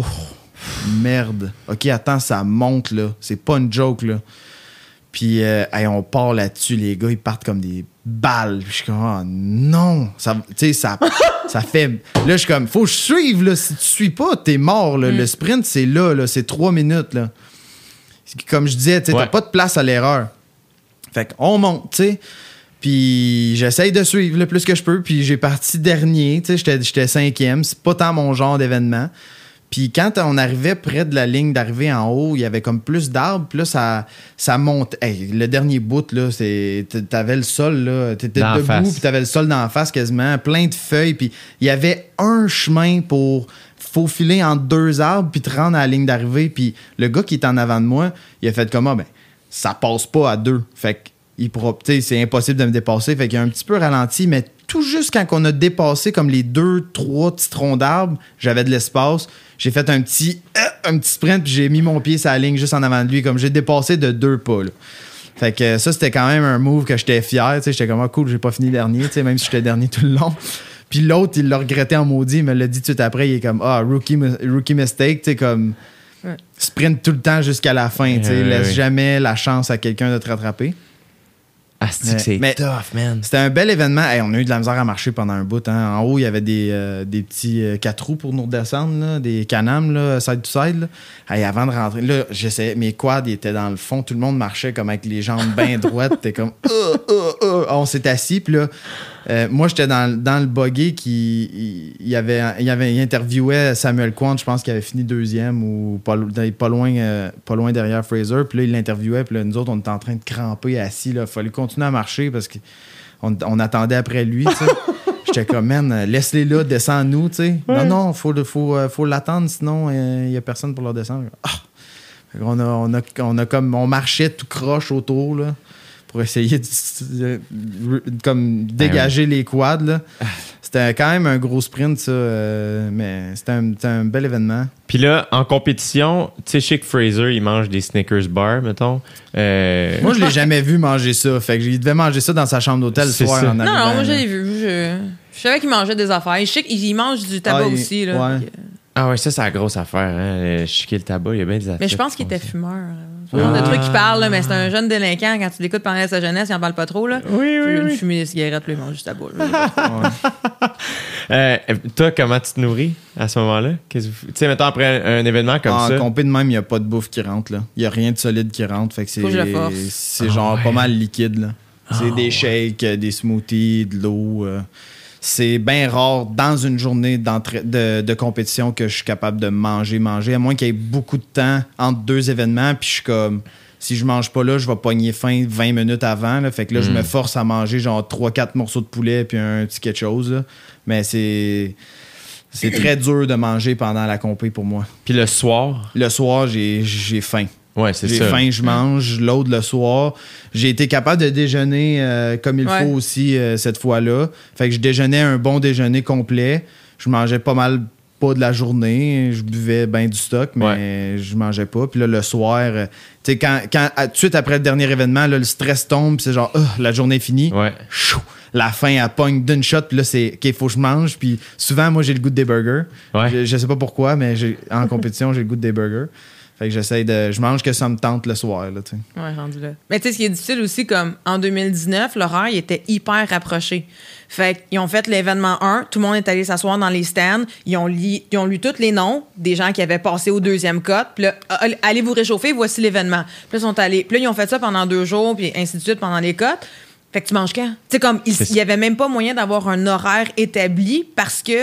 merde. OK, attends, ça monte, là. C'est pas une joke, là. Puis, euh, hey, on part là-dessus, les gars, ils partent comme des balles. Puis je suis comme, oh non. Ça, tu sais, ça, ça fait. Là, je suis comme, faut que je suive, là. Si tu suis pas, t'es mort, là. Mm. Le sprint, c'est là, là. C'est trois minutes, là. Comme je disais, tu sais, Ouais. t'as pas de place à l'erreur. Fait qu'on monte, tu sais. Puis j'essaye de suivre le plus que je peux. Puis j'ai parti dernier, tu sais, j'étais, j'étais cinquième. C'est pas tant mon genre d'événement. Puis quand on arrivait près de la ligne d'arrivée en haut, il y avait comme plus d'arbres. Puis là, ça, ça monte. Hey, le dernier bout, là, c'est, t'avais le sol, là. T'étais D'en debout, face. puis t'avais le sol d'en face quasiment, plein de feuilles. Puis il y avait un chemin pour faufiler entre deux arbres, puis te rendre à la ligne d'arrivée. Puis le gars qui est en avant de moi, il a fait comme, ah, ben, ça passe pas à deux. Fait que il pourra, tu sais, c'est impossible de me dépasser. Fait qu'il a un petit peu ralenti, mais tout juste quand on a dépassé comme les deux, trois petits troncs d'arbres, j'avais de l'espace. J'ai fait un petit, euh, un petit sprint, puis j'ai mis mon pied sur la ligne juste en avant de lui, comme j'ai dépassé de deux pas, là. Fait que ça, c'était quand même un move que j'étais fier. Tu sais, j'étais comme, ah, cool, j'ai pas fini dernier, tu sais, même si j'étais dernier tout le long. Puis l'autre, il l'a regretté en maudit, il me l'a dit tout de suite après. Il est comme, ah, rookie, rookie mistake, tu sais, comme, Ouais. sprint tout le temps jusqu'à la fin, tu sais, Ouais, laisse ouais. jamais la chance à quelqu'un de te rattraper. Ah, c'est que c'est Mais- tough, man. C'était un bel événement. Hey, on a eu de la misère à marcher pendant un bout. Hein. En haut, il y avait des, euh, des petits euh, quatre roues pour nous redescendre, là, des canams, là, side to side. Là. Hey, avant de rentrer, là, j'essayais, mes quads ils étaient dans le fond. Tout le monde marchait comme avec les jambes bien droites. T'es comme, euh, euh, euh. On s'est assis, puis là, euh, moi, j'étais dans, dans le buggy qui il, il avait, il avait il interviewait Samuel Quant, je pense qu'il avait fini deuxième ou pas, pas, loin, euh, pas loin derrière Fraser. Puis là, il l'interviewait, puis là, nous autres, on était en train de cramper assis. Il fallait continuer à marcher parce qu'on on attendait après lui. tu sais. J'étais comme, man, laisse-les là, descends-nous. tu sais. Non, non, il faut, faut, faut l'attendre, sinon il n'y a personne pour leur descendre. Ah! Fait qu'on a, on, a, on a comme, on marchait tout croche autour, là, pour essayer de, de- de- comme dégager les quads. Là. C'était quand même un gros sprint, ça, euh, mais c'était un, c'était un bel événement. Puis là, en compétition, tu sais, je sais que Fraser, il mange des Snickers bar, mettons. Euh, Moi, je l'ai jamais vu manger ça. Fait que il devait manger ça dans sa chambre d'hôtel le C'est soir ça. en Non, arrivant. non, moi, là. j'ai vu. Je, je savais qu'il mangeait des affaires. Je sais qu'il il mange du tabac Ah, il- aussi. Là. ouais. Fait que- Ah ouais, ça, c'est la grosse affaire. Hein? Le chiquer le tabac, il y a bien des athlètes Mais je pense qui qu'il était font ça. fumeur. là. C'est le genre de truc qu'il parle, là, mais c'est un jeune délinquant. Quand tu l'écoutes pendant sa jeunesse, il en parle pas trop. Là. Oui, oui, Il oui. fumer des cigarettes, lui, il mange du tabac. là. Euh, toi, comment tu te nourris à ce moment-là? Qu'est-ce que vous- Tu sais, mettons, après un, un événement comme En ça. compé de même, il n'y a pas de bouffe qui rentre. là. Il n'y a rien de solide qui rentre. Fait que c'est, Faut que je le force. c'est Ah genre ouais. pas mal liquide. Là. C'est Ah des shakes, euh, des smoothies, de l'eau. euh. C'est bien rare dans une journée d'entra- de, de compétition que je suis capable de manger, manger, à moins qu'il y ait beaucoup de temps entre deux événements. Puis je suis comme, si je mange pas là, je vais pogner faim vingt minutes avant. Là. Fait que là, je Mm. me force à manger genre trois quatre morceaux de poulet puis un petit quelque chose. là. Mais c'est, c'est très dur de manger pendant la compé pour moi. Puis le soir. Le soir, j'ai, j'ai faim. Ouais, c'est J'ai ça. faim, je mange. L'autre, le soir. J'ai été capable de déjeuner euh, comme il Ouais. faut aussi euh, cette fois-là. Fait que je déjeunais un bon déjeuner complet. Je mangeais pas mal pas de la journée. Je buvais bien du stock, mais je mangeais pas. Puis là, le soir, euh, tu sais, quand, quand, à- tout de suite après le dernier événement, là, le stress tombe, puis c'est genre, Ah, la journée est finie. Ouais. Chou! La faim, elle pogne d'une shot, puis là, c'est OK, il faut que je mange. Puis souvent, moi, j'ai le goût des burgers. Ouais. Je, je sais pas pourquoi, mais j'ai, en compétition, j'ai le goût des burgers. Fait que j'essaie de. Je mange que ça me tente le soir, là, tu sais. Ouais, rendu là. Mais tu sais, ce qui est difficile aussi, comme en deux mille dix-neuf, l'horaire, il était hyper rapproché. Fait qu'ils ont fait l'événement un, tout le monde est allé s'asseoir dans les stands, ils ont, li- ils ont lu tous les noms des gens qui avaient passé au deuxième cote, puis là, ah, allez vous réchauffer, voici l'événement. Puis là, ils sont allés. Puis là, ils ont fait ça pendant deux jours, puis ainsi de suite pendant les cotes. Fait que tu manges quand? Tu sais, comme, il C'est n'y avait même pas moyen d'avoir un horaire établi parce que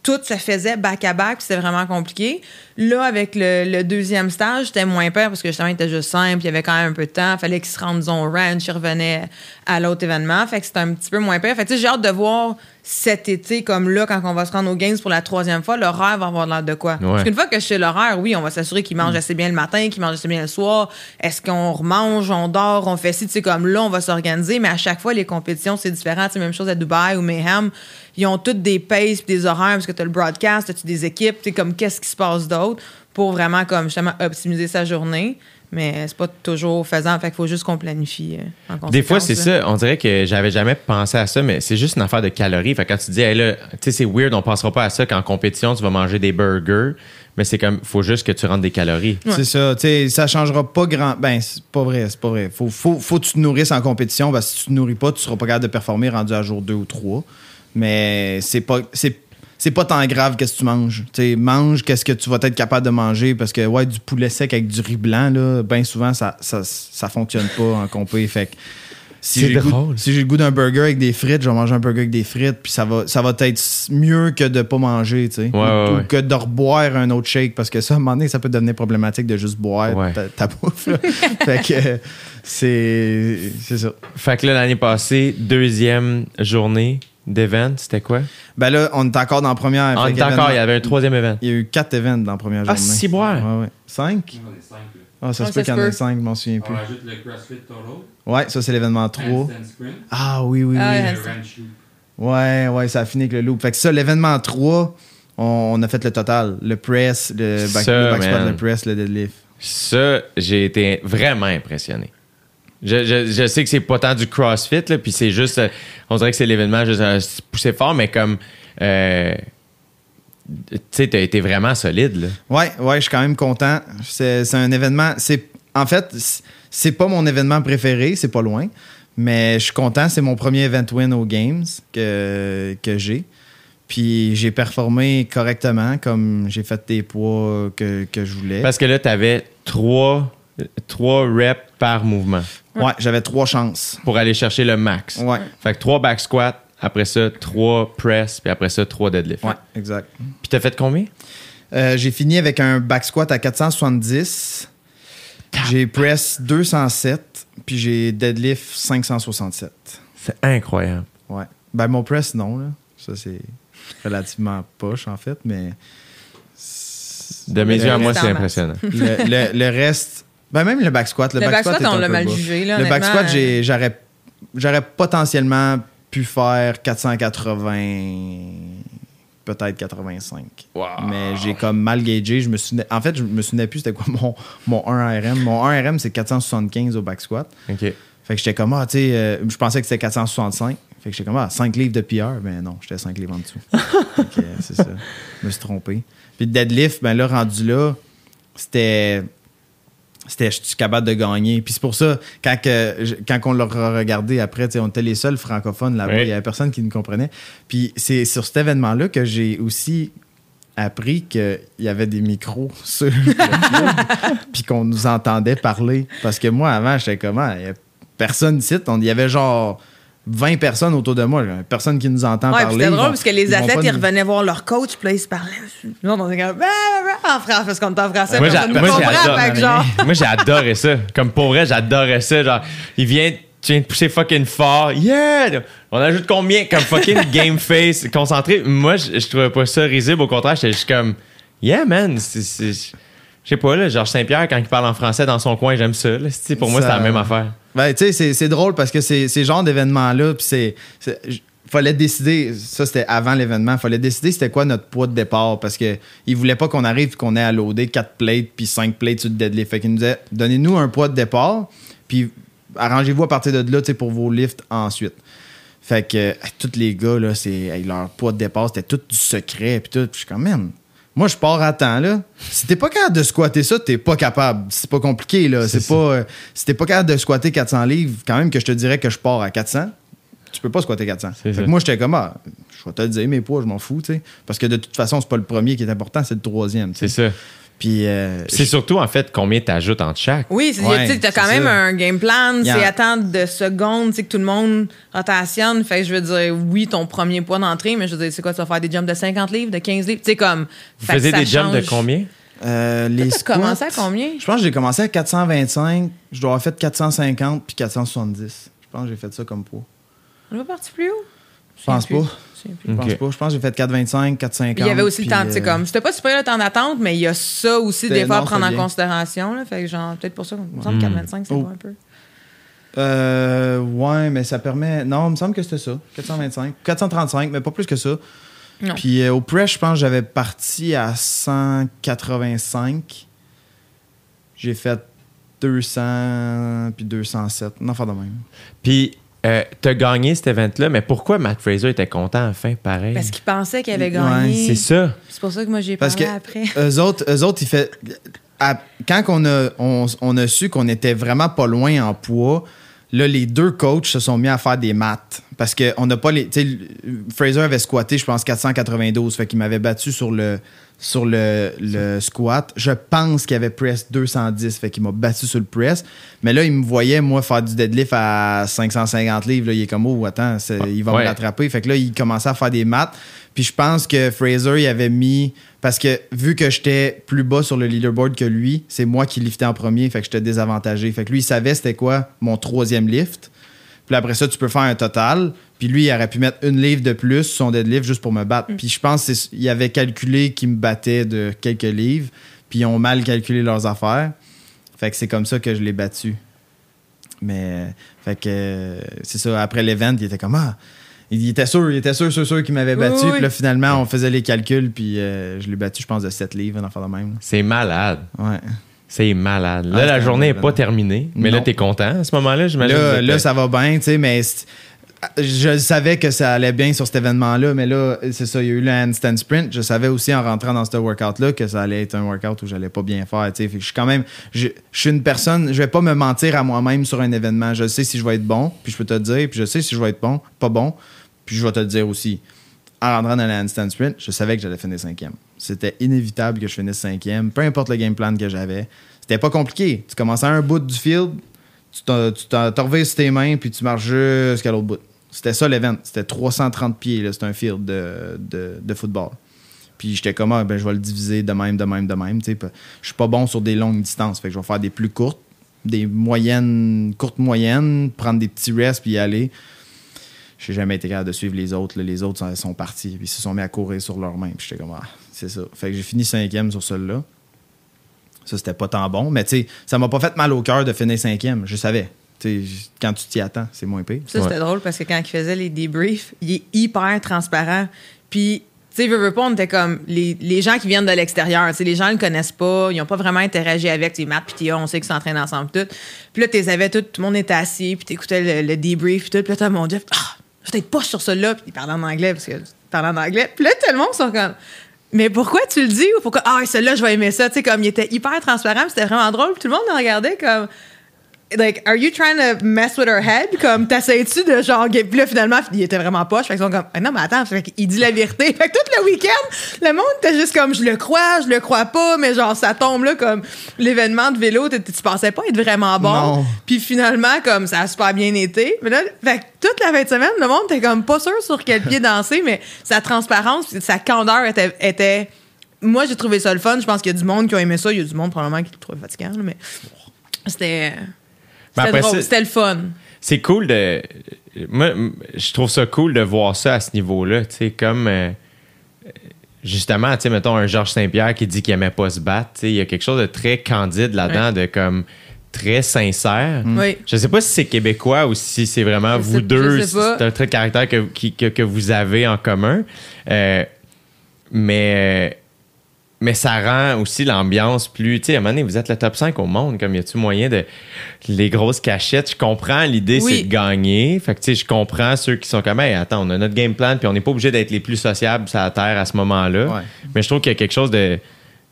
tout se faisait back-à-back, puis c'était vraiment compliqué. Là, avec le, le deuxième stage, c'était moins peur parce que justement, il était juste simple, il y avait quand même un peu de temps, il fallait qu'il se rende, disons, au ranch, il revenait à l'autre événement, fait que c'était un petit peu moins peur. Fait que, tu sais, j'ai hâte de voir cet été, comme là, quand on va se rendre aux Games pour la troisième fois, l'horaire va avoir l'air de quoi? Ouais. Parce qu'une fois que je sais l'horaire, oui, on va s'assurer qu'il mange assez bien le matin, qu'il mange assez bien le soir. Est-ce qu'on remange, on dort, on fait ci, tu sais, comme là, on va s'organiser, mais à chaque fois, les compétitions, c'est différent. Tu sais, même chose à Dubaï ou Mayhem, ils ont toutes des paces et des horaires parce que tu as le broadcast, tu as des équipes, tu sais, comme qu'est-ce qui se passe d'autre pour vraiment, comme, justement, optimiser sa journée. Mais c'est pas toujours faisant, fait qu'il faut juste qu'on planifie euh, en conséquence. Des fois, c'est là. ça. On dirait que j'avais jamais pensé à ça, mais c'est juste une affaire de calories. Fait que quand tu dis, hey, là, tu sais, c'est weird, on pensera pas à ça qu'en compétition, tu vas manger des burgers, mais c'est comme, faut juste que tu rentres des calories. Ouais. C'est ça, tu sais, ça changera pas grand. Ben, c'est pas vrai, c'est pas vrai. Faut, faut, faut que tu te nourrisses en compétition, parce que si tu te nourris pas, tu seras pas capable de performer rendu à jour deux ou trois. Mais c'est pas. C'est, c'est pas tant grave qu'est-ce que tu manges. Tu sais, mange qu'est-ce que tu vas être capable de manger, parce que, ouais, du poulet sec avec du riz blanc, là, bien souvent, ça, ça, ça fonctionne pas en compé. Fait que. Si C'est j'ai, le goût, drôle. si j'ai le goût d'un burger avec des frites, je vais manger un burger avec des frites, puis ça va, ça va être mieux que de pas manger, tu sais. Ouais, ou, ouais, ou ouais. que de reboire un autre shake, parce que ça, à un moment donné, ça peut devenir problématique de juste boire Ouais. ta, ta bouffe. là. Fait que euh, c'est, c'est ça. Fait que là, l'année passée, deuxième journée d'event, c'était quoi? Ben là, on est encore dans la première. On fait est qu'événement- encore, il y avait un troisième event. Il y a eu quatre événements dans la première Ah, journée. six boire. Ouais, ouais. Cinq? Ah, ça Ah, se ça peut qu'il y se en ait peut. cinq, je m'en souviens plus. On rajoute le CrossFit Total, Ouais, ça, c'est l'événement trois. Handstand Sprint, Ah oui, oui, oui. Ah, et ouais. le Ranch Loop. Ouais, ouais, ça a fini avec le loop. Fait que ça, l'événement trois, on, on a fait le total. Le press, le back, Ça, le back squat, man. le press, le deadlift. Ça, j'ai été vraiment impressionné. Je, je, je sais que c'est pas tant du CrossFit, là, puis c'est juste... euh, on dirait que c'est l'événement juste à se pousser fort, mais comme... Euh, tu sais, t'as été vraiment solide, là. Ouais, ouais, je suis quand même content. C'est, c'est un événement... C'est, en fait, c'est- c'est pas mon événement préféré, c'est pas loin. Mais je suis content, c'est mon premier event win aux Games que, que j'ai. Puis j'ai performé correctement, comme j'ai fait des poids que, que je voulais. Parce que là, t'avais trois, trois reps par mouvement Ouais, j'avais trois chances. pour aller chercher le max. Ouais, Fait que trois back squats, après ça, trois press, puis après ça, trois deadlifts. ouais, exact. Puis t'as fait combien? Euh, j'ai fini avec un back squat à quatre cent soixante-dix. J'ai press deux cent sept, puis j'ai deadlift cinq cent soixante-sept. C'est incroyable. Ouais. Ben, mon press, non, là. Ça, c'est relativement poche, en fait, mais. De mes Le yeux à moi, reste c'est en masse. impressionnant. Le, le- le reste. Ben, même le back squat. Le, Le back squat, est on un l'a peu mal bas. jugé, là, Le back honnêtement. squat, j'ai- j'aurais, j'aurais potentiellement pu faire quatre cent quatre-vingts, peut-être quatre-vingt-cinq. Wow. Mais j'ai comme mal gagé. Je me souvenais, en fait, je me souvenais plus c'était quoi mon, mon un R M. Mon un R M, c'est quatre cent soixante-quinze au back squat. OK. Fait que j'étais comme, ah, tu sais, euh, je pensais que c'était quatre cent soixante-cinq. Fait que j'étais comme, ah, cinq livres de P R. Mais non, j'étais cinq livres en dessous. Fait que, euh, c'est ça. Je me suis trompé. Puis le deadlift, ben là, rendu là, c'était. C'était, je suis capable de gagner. Puis c'est pour ça, quand, que, je- quand on l'a regardé après, tu sais, on était les seuls francophones là-bas. Oui. Il n'y avait personne qui nous comprenait. Puis c'est sur cet événement-là que j'ai aussi appris qu'il y avait des micros sur le club, puis qu'on nous entendait parler. Parce que moi, avant, j'étais comment? Il n'y a personne ici. On- Il y avait genre vingt personnes autour de moi. là. Personne qui nous entend Ouais, puis parler. c'était Ils drôle vont- parce que les ils vont athlètes, pas ils nous- revenaient voir leur coach, puis là, ils se parlaient. Nous, on était comme, bah, bah, bah, en français, parce qu'on était en français. Moi, personne j'a- nous moi, comprend, j'adore. fait que genre. Moi, j'ai adoré ça. Comme pour vrai, j'adorais ça. Genre, il vient, tu viens de pousser fucking fort. Yeah! On ajoute combien? Comme fucking game face, concentré. Moi, je, je trouvais pas ça risible. Au contraire, j'étais juste comme, yeah, man. C'est, c'est, je sais pas, là, Georges Saint-Pierre, quand il parle en français dans son coin, j'aime ça. Là. C'est- Pour moi, Ça- c'est la même affaire. Ben, tu sais, c'est, c'est drôle parce que c'est ces genres d'événements-là, puis c'est. c'est- j- fallait décider, ça c'était avant l'événement, fallait décider c'était quoi notre poids de départ parce que ils voulaient pas qu'on arrive et qu'on ait à loader quatre plates puis cinq plates sur le deadlift. Fait qu'ils nous disaient, donnez-nous un poids de départ, puis arrangez-vous à partir de là, tu sais, pour vos lifts ensuite. Fait que euh, tous les gars, là, c'est, hey, leur poids de départ, c'était tout du secret, puis tout. Puis je suis comme, man, moi, je pars à temps, là. Si t'es pas capable de squatter ça, t'es pas capable. C'est pas compliqué, là. C'est, C'est pas... euh, si t'es pas capable de squatter quatre cents livres, quand même que je te dirais que je pars à quatre cents, tu peux pas squatter quatre cents. C'est Fait ça. que moi, j'étais comme, ah, je vais te le dire, mes poids, je m'en fous, tu sais. Parce que de toute façon, c'est pas le premier qui est important, c'est le troisième. tu sais. C'est ça. Puis euh, C'est surtout, en fait, combien t'ajoutes entre chaque. Oui, c'est, Ouais, tu sais, t'as quand c'est même ça. un game plan, Y a- c'est attendre de secondes, tu sais, que tout le monde rotationne. Fait que je veux dire, oui, ton premier poids d'entrée, mais je veux dire, c'est quoi, tu vas faire des jumps de cinquante livres, de quinze livres? Tu sais, comme. Vous fait que faisiez ça des jumps de change. combien? euh, les T'as squats. commencé à combien? Je pense que j'ai commencé à quatre cent vingt-cinq. Je dois avoir fait quatre cent cinquante puis quatre cent soixante-dix. Je pense que j'ai fait ça comme poids. On est pas parti plus haut? Je pense pas. Je sais plus. Je pense Ok. pas. Je pense que j'ai fait quatre vingt-cinq, quatre cinquante. Il y avait aussi le puis, temps, tu sais, euh, comme. C'était pas super le temps d'attente, mais il y a ça aussi, C'était- des fois, à non, prendre en c'était bien. considération, là. Fait que, genre, peut-être pour ça, il me semble Mm. quatre vingt-cinq, c'est Oh. bon un peu. Euh, ouais, mais ça permet. Non, il me semble que c'était ça. quatre cent vingt-cinq. quatre cent trente-cinq, mais pas plus que ça. Non. Puis euh, au press, je pense que j'avais parti à cent quatre-vingt-cinq. J'ai fait deux cents puis deux cent sept. Non, faire de même. Puis, euh, t'as gagné cet event-là, mais pourquoi Matt Fraser était content à la fin, pareil? Parce qu'il pensait qu'il avait Ouais, gagné. C'est ça. C'est pour ça que moi, j'ai Parce parlé que après. eux autres, eux autres, ils fait. à- quand on a, on, on a su qu'on était vraiment pas loin en poids, là, les deux coachs se sont mis à faire des maths. Parce qu'on n'a pas les. Tu sais, Fraser avait squatté, je pense, quatre cent quatre-vingt-douze. Fait qu'il m'avait battu sur le, sur le, le squat. Je pense qu'il avait press deux cent dix. Fait qu'il m'a battu sur le press. Mais là, il me voyait, moi, faire du deadlift à cinq cent cinquante livres. Là, il est comme, oh, attends, c'est- il va Ouais. me rattraper. Fait que là, il commençait à faire des maths. Puis je pense que Fraser, il avait mis. Parce que vu que j'étais plus bas sur le leaderboard que lui, c'est moi qui liftais en premier. Fait que j'étais désavantagé. Fait que lui, il savait c'était quoi mon troisième lift. Puis après ça, tu peux faire un total. Puis lui, il aurait pu mettre une livre de plus sur son deadlift juste pour me battre. Puis je pense qu'il avait calculé qu'il me battait de quelques livres. Puis ils ont mal calculé leurs affaires. Fait que c'est comme ça que je l'ai battu. Mais, fait que, euh, c'est ça. Après l'event, il était comme, ah, il était sûr, il était sûr, sûr, sûr qu'il m'avait battu. Oui, oui. Puis là, finalement, on faisait les calculs. Puis euh, je l'ai battu, je pense, de sept livres, un affaire de même. C'est malade. Ouais. C'est malade. Là, Ah, la c'était journée n'est malade. pas terminée, mais là, Non. t'es content à ce moment-là, j'imagine. Là, que là, t'es- ça va bien, tu sais, mais c'est- je savais que ça allait bien sur cet événement-là, mais là, c'est ça, il y a eu le handstand sprint. Je savais aussi en rentrant dans ce workout-là que ça allait être un workout où j'allais pas bien faire, tu sais. Fait que je suis quand même, je, je suis une personne, je vais pas me mentir à moi-même sur un événement. Je sais si je vais être bon, puis je peux te le dire, puis je sais si je vais être bon, pas bon, puis je vais te le dire aussi. En rentrant dans le handstand sprint, je savais que j'allais finir cinquième. C'était inévitable que je finisse cinquième, peu importe le game plan que j'avais. C'était pas compliqué. Tu commençais à un bout du field, tu t'en- tu t'en- t'en reviens sur tes mains, puis tu marches jusqu'à l'autre bout. C'était ça l'event. C'était trois cent trente pieds. là. C'était un field de, de, de football. Puis j'étais comme, ah, ben, je vais le diviser de même, de même, de même. tu sais. Je suis pas bon sur des longues distances. Fait que je vais faire des plus courtes, des moyennes, courtes moyennes, prendre des petits rests, puis y aller. J'ai jamais été capable de suivre les autres. là. Les autres sont, sont partis. Puis ils se sont mis à courir sur leurs mains. Puis j'étais comme, ah, c'est ça. Fait que j'ai fini cinquième sur celui-là. Ça, c'était pas tant bon. Mais tu sais, ça m'a pas fait mal au cœur de finir cinquième. Je savais. Tu sais, quand tu t'y attends, c'est moins pire. Ça, c'était Ouais. drôle parce que quand il faisait les débriefs, il est hyper transparent. Puis, tu sais, veux, veux pas, on était comme les, les gens qui viennent de l'extérieur. Tu sais, les gens le connaissent pas, ils n'ont pas vraiment interagi avec. Tu sais, Matt puis Théa, on sait qu'ils s'entraînent ensemble, tout. Puis là, tu les avais tout, tout le monde était assis, puis t'écoutais le, le débrief, tout. Puis là, t'as mon Jeff, ah, je peut-être pas sur celui-là. Puis il parlait en anglais parce que je parlais en anglais. Puis là, tout le monde sont comme. Mais pourquoi tu le dis ou pourquoi. Ah, celui-là, je vais aimer ça. Tu sais, comme il était hyper transparent, puis c'était vraiment drôle. Puis tout le monde le regardait comme. Like, are you trying to mess with her head? Comme, t'essayes-tu de genre. Puis là, finalement, il était vraiment poche. Fait qu'ils sont comme, ah non, mais attends, fait qu'il dit la vérité. Fait que tout le week-end, le monde était juste comme, je le crois, je le crois pas, mais genre, ça tombe là, comme l'événement de vélo, tu tu pensais pas être vraiment bon. Non. Puis finalement, comme, ça a super bien été. Mais là, fait que toute la fin de semaine, le monde était comme pas sûr sur quel pied danser, mais sa transparence, sa candeur était. était moi, j'ai trouvé ça le fun. Je pense qu'il y a du monde qui a aimé ça. Il y a du monde probablement qui le trouvait fatigant, là, mais c'était. Mais C'était après drôle, ça- c'était le fun. C'est cool de. Moi, m- je trouve ça cool de voir ça à ce niveau-là. Tu sais, comme. euh, justement, tu sais, mettons un Georges Saint-Pierre qui dit qu'il aimait pas se battre. Tu sais, il y a quelque chose de très candide là-dedans, de comme. Très sincère. Oui. Je sais pas si c'est québécois ou si c'est vraiment Je vous sais- deux. je sais pas. C'est un trait de caractère que, qui- que, que vous avez en commun. Euh, mais. Mais ça rend aussi l'ambiance plus. Tu sais, à un moment donné, vous êtes le top cinq au monde. Comme y a-tu moyen de. Les grosses cachettes, je comprends. L'idée, Oui. c'est de gagner. Fait que, tu sais, je comprends ceux qui sont comme, hey, attends, on a notre game plan, puis on n'est pas obligé d'être les plus sociables sur la terre à ce moment-là. Ouais. Mais je trouve qu'il y a quelque chose de.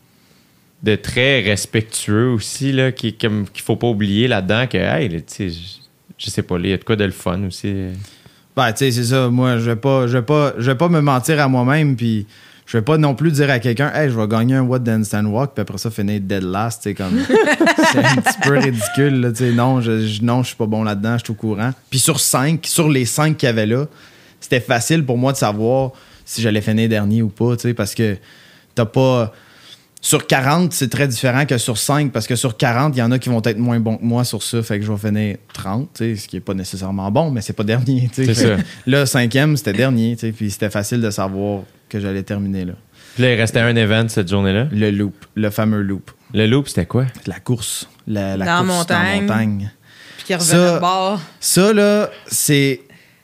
de très respectueux aussi, là, qui, comme, qu'il faut pas oublier là-dedans. Que, hey, là, tu sais, je, je sais pas, il y a de quoi de le fun aussi. Ben, tu sais, c'est ça. Moi, je vais pas, je vais pas, je vais pas me mentir à moi-même. Puis, je vais pas non plus dire à quelqu'un, hey, je vais gagner un What the Handstand Walk, puis après ça, finir dead last, tu sais, comme. C'est un petit peu ridicule, là, tu sais. Non, je, je, non, je suis pas bon là-dedans, je suis au courant. Puis sur cinq, sur les cinq qu'il y avait là, c'était facile pour moi de savoir si j'allais finir dernier ou pas, tu sais, parce que t'as pas. Sur quarante, c'est très différent que sur cinq, parce que sur quarante, il y en a qui vont être moins bons que moi sur ça, fait que je vais finir trente, tu sais, ce qui est pas nécessairement bon, mais c'est pas dernier, tu sais. C'est ça. Là, cinquième, c'était dernier, tu sais, puis c'était facile de savoir que j'allais terminer là. Puis là, il restait un event cette journée-là. Le loop, le fameux loop. Le loop, c'était quoi? La course. La, la Dans course montagne. dans la montagne. Puis qui revenait Ça- de bord. Ça, là, c'est...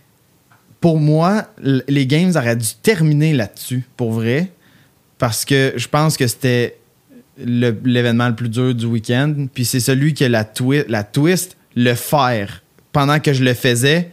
Pour moi, l- les games auraient dû terminer là-dessus, pour vrai, parce que je pense que c'était le- l'événement le plus dur du week-end, puis c'est celui que la, twi- la twist, le faire, pendant que je le faisais,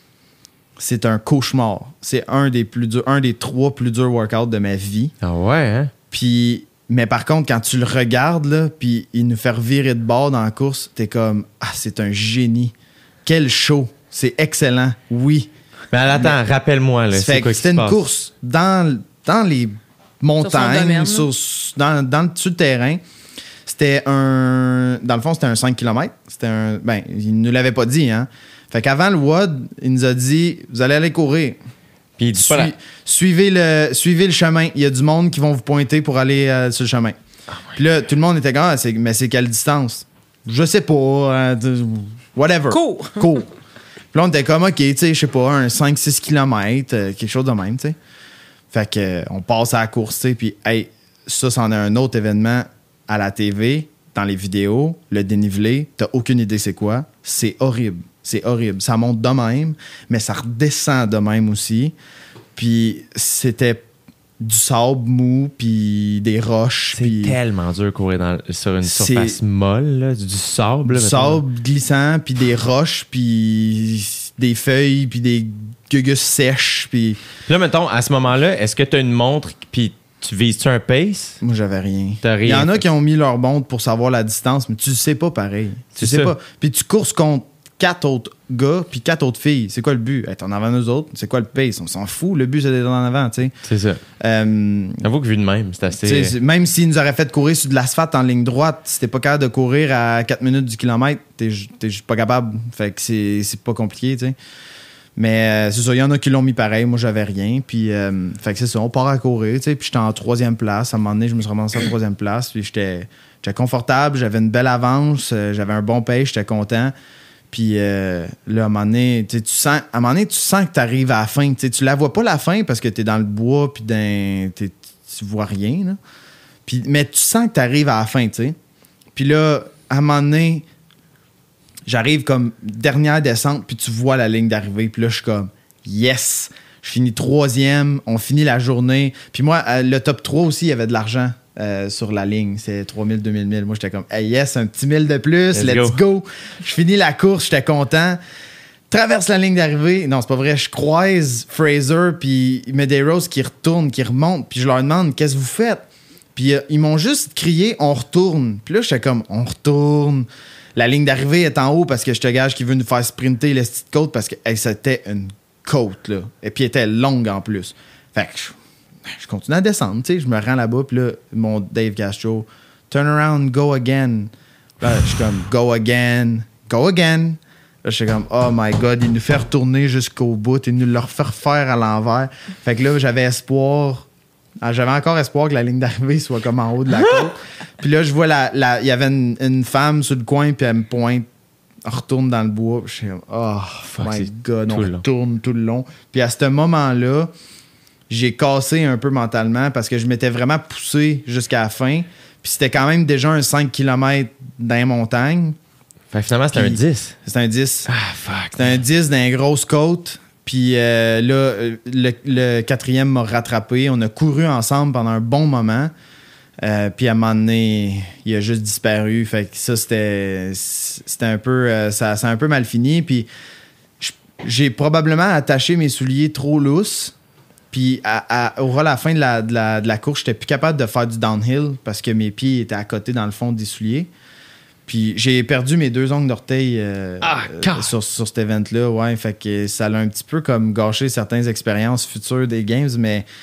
c'est un cauchemar. C'est un des plus durs, un des trois plus durs workouts de ma vie. Ah ouais, hein? Puis, mais par contre, quand tu le regardes, là, puis il nous fait revirer de bord dans la course, t'es comme, ah, c'est un génie. Quel show. C'est excellent. Oui. Mais attends, rappelle-moi, là. Ça C'est fait quoi que qui c'était se une passe? course dans, dans les montagnes, domaine, sur- dans, dans le dessus de terrain. C'était un. Dans le fond, c'était un cinq kilomètres. C'était un. Ben, il ne nous l'avait pas dit, hein. Fait qu'avant le W O D, il nous a dit, vous allez aller courir. Puis il dit Suis- pas la... suivez, le, suivez le chemin. Il y a du monde qui vont vous pointer pour aller euh, sur le chemin. Puis là, tout le monde était comme, ah, c'est- mais c'est quelle distance? Je sais pas. euh, de- whatever. Cours. Cours. Puis là, on était comme, OK, tu sais, je sais pas, un cinq six kilomètres, euh, quelque chose de même, tu sais. Fait que, euh, on passe à la course, tu sais, puis, hey, ça, c'en est un autre événement à la T V, dans les vidéos, le dénivelé, t'as aucune idée c'est quoi. C'est horrible. C'est horrible. Ça monte de même, mais ça redescend de même aussi. Puis c'était du sable mou, puis des roches. C'est puis tellement dur de courir dans, sur une C'est- surface molle, là, du sable. du là, mettons. sable glissant, puis des roches, puis des feuilles, puis des gugus sèches. Puis Puis là, mettons, à ce moment-là, est-ce que tu as une montre, puis tu vises-tu un pace? moi, j'avais rien. T'as Il y rien en a fait. qui ont mis leur montre pour savoir la distance, mais tu le sais pas pareil. Tu C'est sais ça. pas. Puis tu courses contre quatre autres gars, puis quatre autres filles. C'est quoi le but? Être en avant d'eux autres, c'est quoi le pace? On s'en fout. Le but, c'est d'être en avant, tu sais. C'est ça. Euh, J'avoue que vu de même, c'est assez... Tu sais, c'est- même s'ils nous auraient fait courir sur de l'asphalte en ligne droite, si t'es pas capable de courir à quatre minutes du kilomètre, t'es, t'es pas capable. Fait que c'est, c'est pas compliqué, tu sais. Mais euh, c'est ça, il y en a qui l'ont mis pareil. Moi, j'avais rien. Puis, euh, fait que c'est ça, on part à courir, tu sais. Puis j'étais en troisième place. À un moment donné, je me suis ramassé en troisième place. Puis j'étais, j'étais confortable, j'avais une belle avance, euh, j'avais un bon pace, j'étais content. Puis euh, là, à un moment donné, tu sais, tu sens, à un moment donné, tu sens que tu arrives à la fin. Tu sais, tu la vois pas la fin parce que tu es dans le bois, puis dans, t'es- tu vois rien. Là. Puis, mais tu sens que tu arrives à la fin, tu sais. Puis là, à un moment donné, j'arrive comme dernière descente, puis tu vois la ligne d'arrivée. Puis là, je suis comme, yes! Je finis troisième, on finit la journée. Puis moi, euh, le top trois aussi, il y avait de l'argent. Euh, sur la ligne, c'est trois mille, deux mille, mille. Moi, j'étais comme, hey, yes, un petit mille de plus, Let's let's, go. go. Je finis la course, j'étais content. Traverse la ligne d'arrivée. Non, c'est pas vrai. Je croise Fraser, puis Medeiros qui retourne, qui remonte, puis je leur demande, qu'est-ce que vous faites? Puis euh, ils m'ont juste crié, on retourne. Puis là, j'étais comme, on retourne. La ligne d'arrivée est en haut parce que je te gage qu'il veut nous faire sprinter la petite côte parce que hey, c'était une côte, là. Et puis elle était longue en plus. Fait que je, je continue à descendre, tu sais. Je me rends là-bas, puis là, mon Dave Castro, turn around, go again. Là, je suis comme, go again, go again. Là, je suis comme, oh my God, il nous fait retourner jusqu'au bout, il nous le refait refaire à l'envers. Fait que là, j'avais espoir. Ah, j'avais encore espoir que la ligne d'arrivée soit comme en haut de la côte. Puis là, je vois, la, la, il y avait une, une femme sur le coin, puis elle me pointe, on retourne dans le bois. Je suis comme, oh Fuck, my c'est God, on tout le long. retourne tout le long. Puis à ce moment-là, j'ai cassé un peu mentalement parce que je m'étais vraiment poussé jusqu'à la fin. Puis c'était quand même déjà un cinq kilomètres dans les montagnes. Fait que finalement, c'était un Puis- dix. C'était un dix. Ah, fuck. C'était un dix dans une grosse côte. Puis euh, là, euh, le, le quatrième m'a rattrapé. On a couru ensemble pendant un bon moment. Euh, puis à un moment donné, il a juste disparu. Fait que ça, c'était, c'était un peu... euh, ça, ça a un peu mal fini. Puis je- j'ai probablement attaché mes souliers trop lousses. Puis à, à, au- à la fin de la, de la, de la course, j'étais plus capable de faire du downhill parce que mes pieds étaient à côté dans le fond des souliers. Puis j'ai perdu mes deux ongles d'orteil euh, Ah, euh, car- sur, sur cet event-là. Ouais, fait que ça l'a un petit peu comme gâché certaines expériences futures des games, mais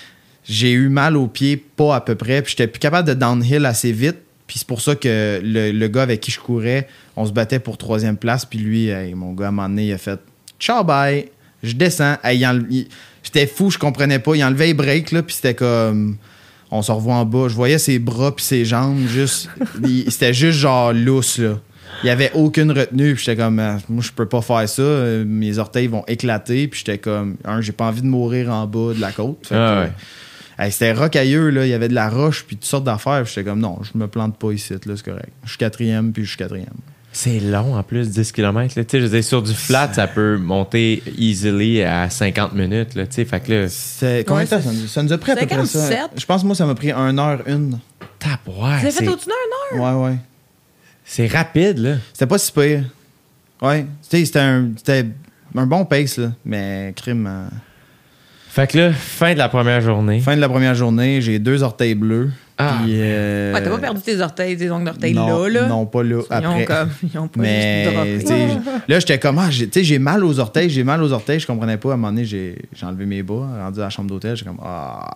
j'ai eu mal aux pieds, pas à peu près. Puis j'étais plus capable de downhill assez vite. Puis c'est pour ça que le, le gars avec qui je courais, on se battait pour troisième place. Puis lui, hey, mon gars, à un moment donné, il a fait « Ciao, bye! » Je descends. Hey, il enle- il- j'étais fou, je comprenais pas. Il enlevait les breaks, là, puis c'était comme... On se revoit en bas. Je voyais ses bras puis ses jambes, juste... il- c'était juste genre lousse, là. Il n'y avait aucune retenue. Puis j'étais comme, euh, moi, je peux pas faire ça. Euh, mes orteils vont éclater. Puis j'étais comme, un, j'ai pas envie de mourir en bas de la côte. Fait Ah que, ouais. Hey, c'était rocailleux, là. Il y avait de la roche, puis toutes sortes d'affaires. Puis j'étais comme, non, je me plante pas ici, là, c'est correct. Je suis quatrième, puis je suis quatrième. C'est long en plus, dix kilomètres. Là. Tu sais, je veux dire, sur du flat, ça peut monter easily à cinquante minutes. Là, tu sais, fait que là, C'est, combien de Ouais, temps ça nous, ça nous a pris à peu près ça? cinquante-sept. Je pense, moi, ça m'a pris une heure, une. tapoire, Tu l'as fait c'est, au-dessus d'une heure? Ouais, ouais. c'est rapide, là. C'était pas si pire. Ouais. Tu sais, c'était un, c'était un bon pace, là. Mais crime. euh, Fait que là, fin de la première journée. Fin de la première journée, j'ai deux orteils bleus. Ah, puis, euh, Ouais, t'as pas perdu tes orteils, tes ongles d'orteils non, là, là? Non, pas là. Ils ont Après. comme, ils ont pas Mais juste droppé. tu sais, j- là, j'étais comme, ah, j'ai- tu sais, j'ai mal aux orteils, j'ai mal aux orteils, je comprenais pas. À un moment donné, j'ai, j'ai enlevé mes bas, rendu à la chambre d'hôtel, j'étais comme, ah.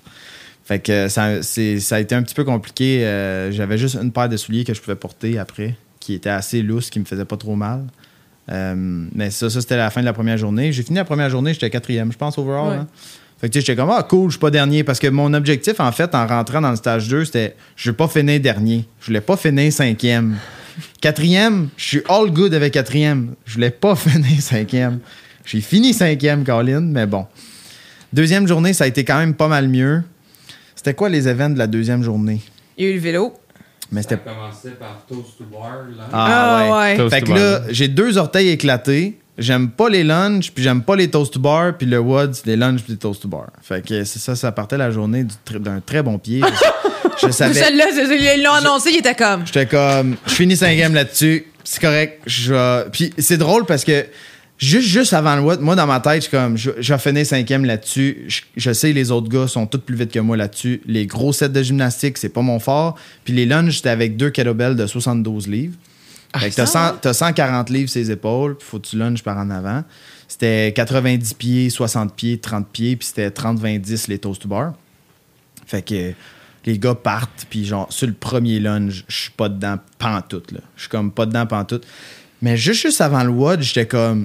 Fait que ça, c'est, ça a été un petit peu compliqué. Euh, j'avais juste une paire de souliers que je pouvais porter après, qui était assez lousse, qui me faisait pas trop mal. Euh, mais ça, ça, c'était la fin de la première journée. J'ai fini la première journée, j'étais quatrième, je pense, overall. Ouais. Hein. Fait que tu sais, j'étais comme, ah, cool, je suis pas dernier. Parce que mon objectif, en fait, en rentrant dans le stage deux, c'était, je veux pas finir dernier. Je voulais pas finir cinquième. Quatrième, je suis all good avec quatrième. Je voulais pas finir cinquième. J'ai fini cinquième, Colin, mais bon. Deuxième journée, ça a été quand même pas mal mieux. C'était quoi les événements de la deuxième journée? Il y a eu le vélo. Mais c'était commencé par Toast to Bar, là. Ah, ouais. Toast Fait to que bar. là, j'ai deux orteils éclatés. J'aime pas les lunchs, puis j'aime pas les toast to bar, puis le wood, c'est des lunchs puis des toast to bar. Fait que c'est ça, ça partait la journée du tr- d'un très bon pied. Je, je savais. Celle-là, c'est celui-là, ils l'ont annoncé, il était comme. J'étais comme, je finis cinquième là-dessus, c'est correct. Je vais- Puis c'est drôle parce que juste, juste avant le wood, moi dans ma tête, je suis comme, je, je vais finir cinquième là-dessus. Je, je sais les autres gars sont tous plus vite que moi là-dessus. Les gros sets de gymnastique, c'est pas mon fort. Puis les lunges, c'était avec deux kettlebells de soixante-douze livres. Fait que t'as, cent, t'as cent quarante livres ses épaules, puis faut que tu lunges par en avant. C'était quatre-vingt-dix pieds, soixante pieds, trente pieds, puis c'était trente vingt dix les toast to bar. Fait que euh, les gars partent, puis genre, sur le premier lunge, je suis pas dedans pantoute, là. Je suis comme pas dedans pantoute. Mais juste, juste avant le W O D, j'étais comme,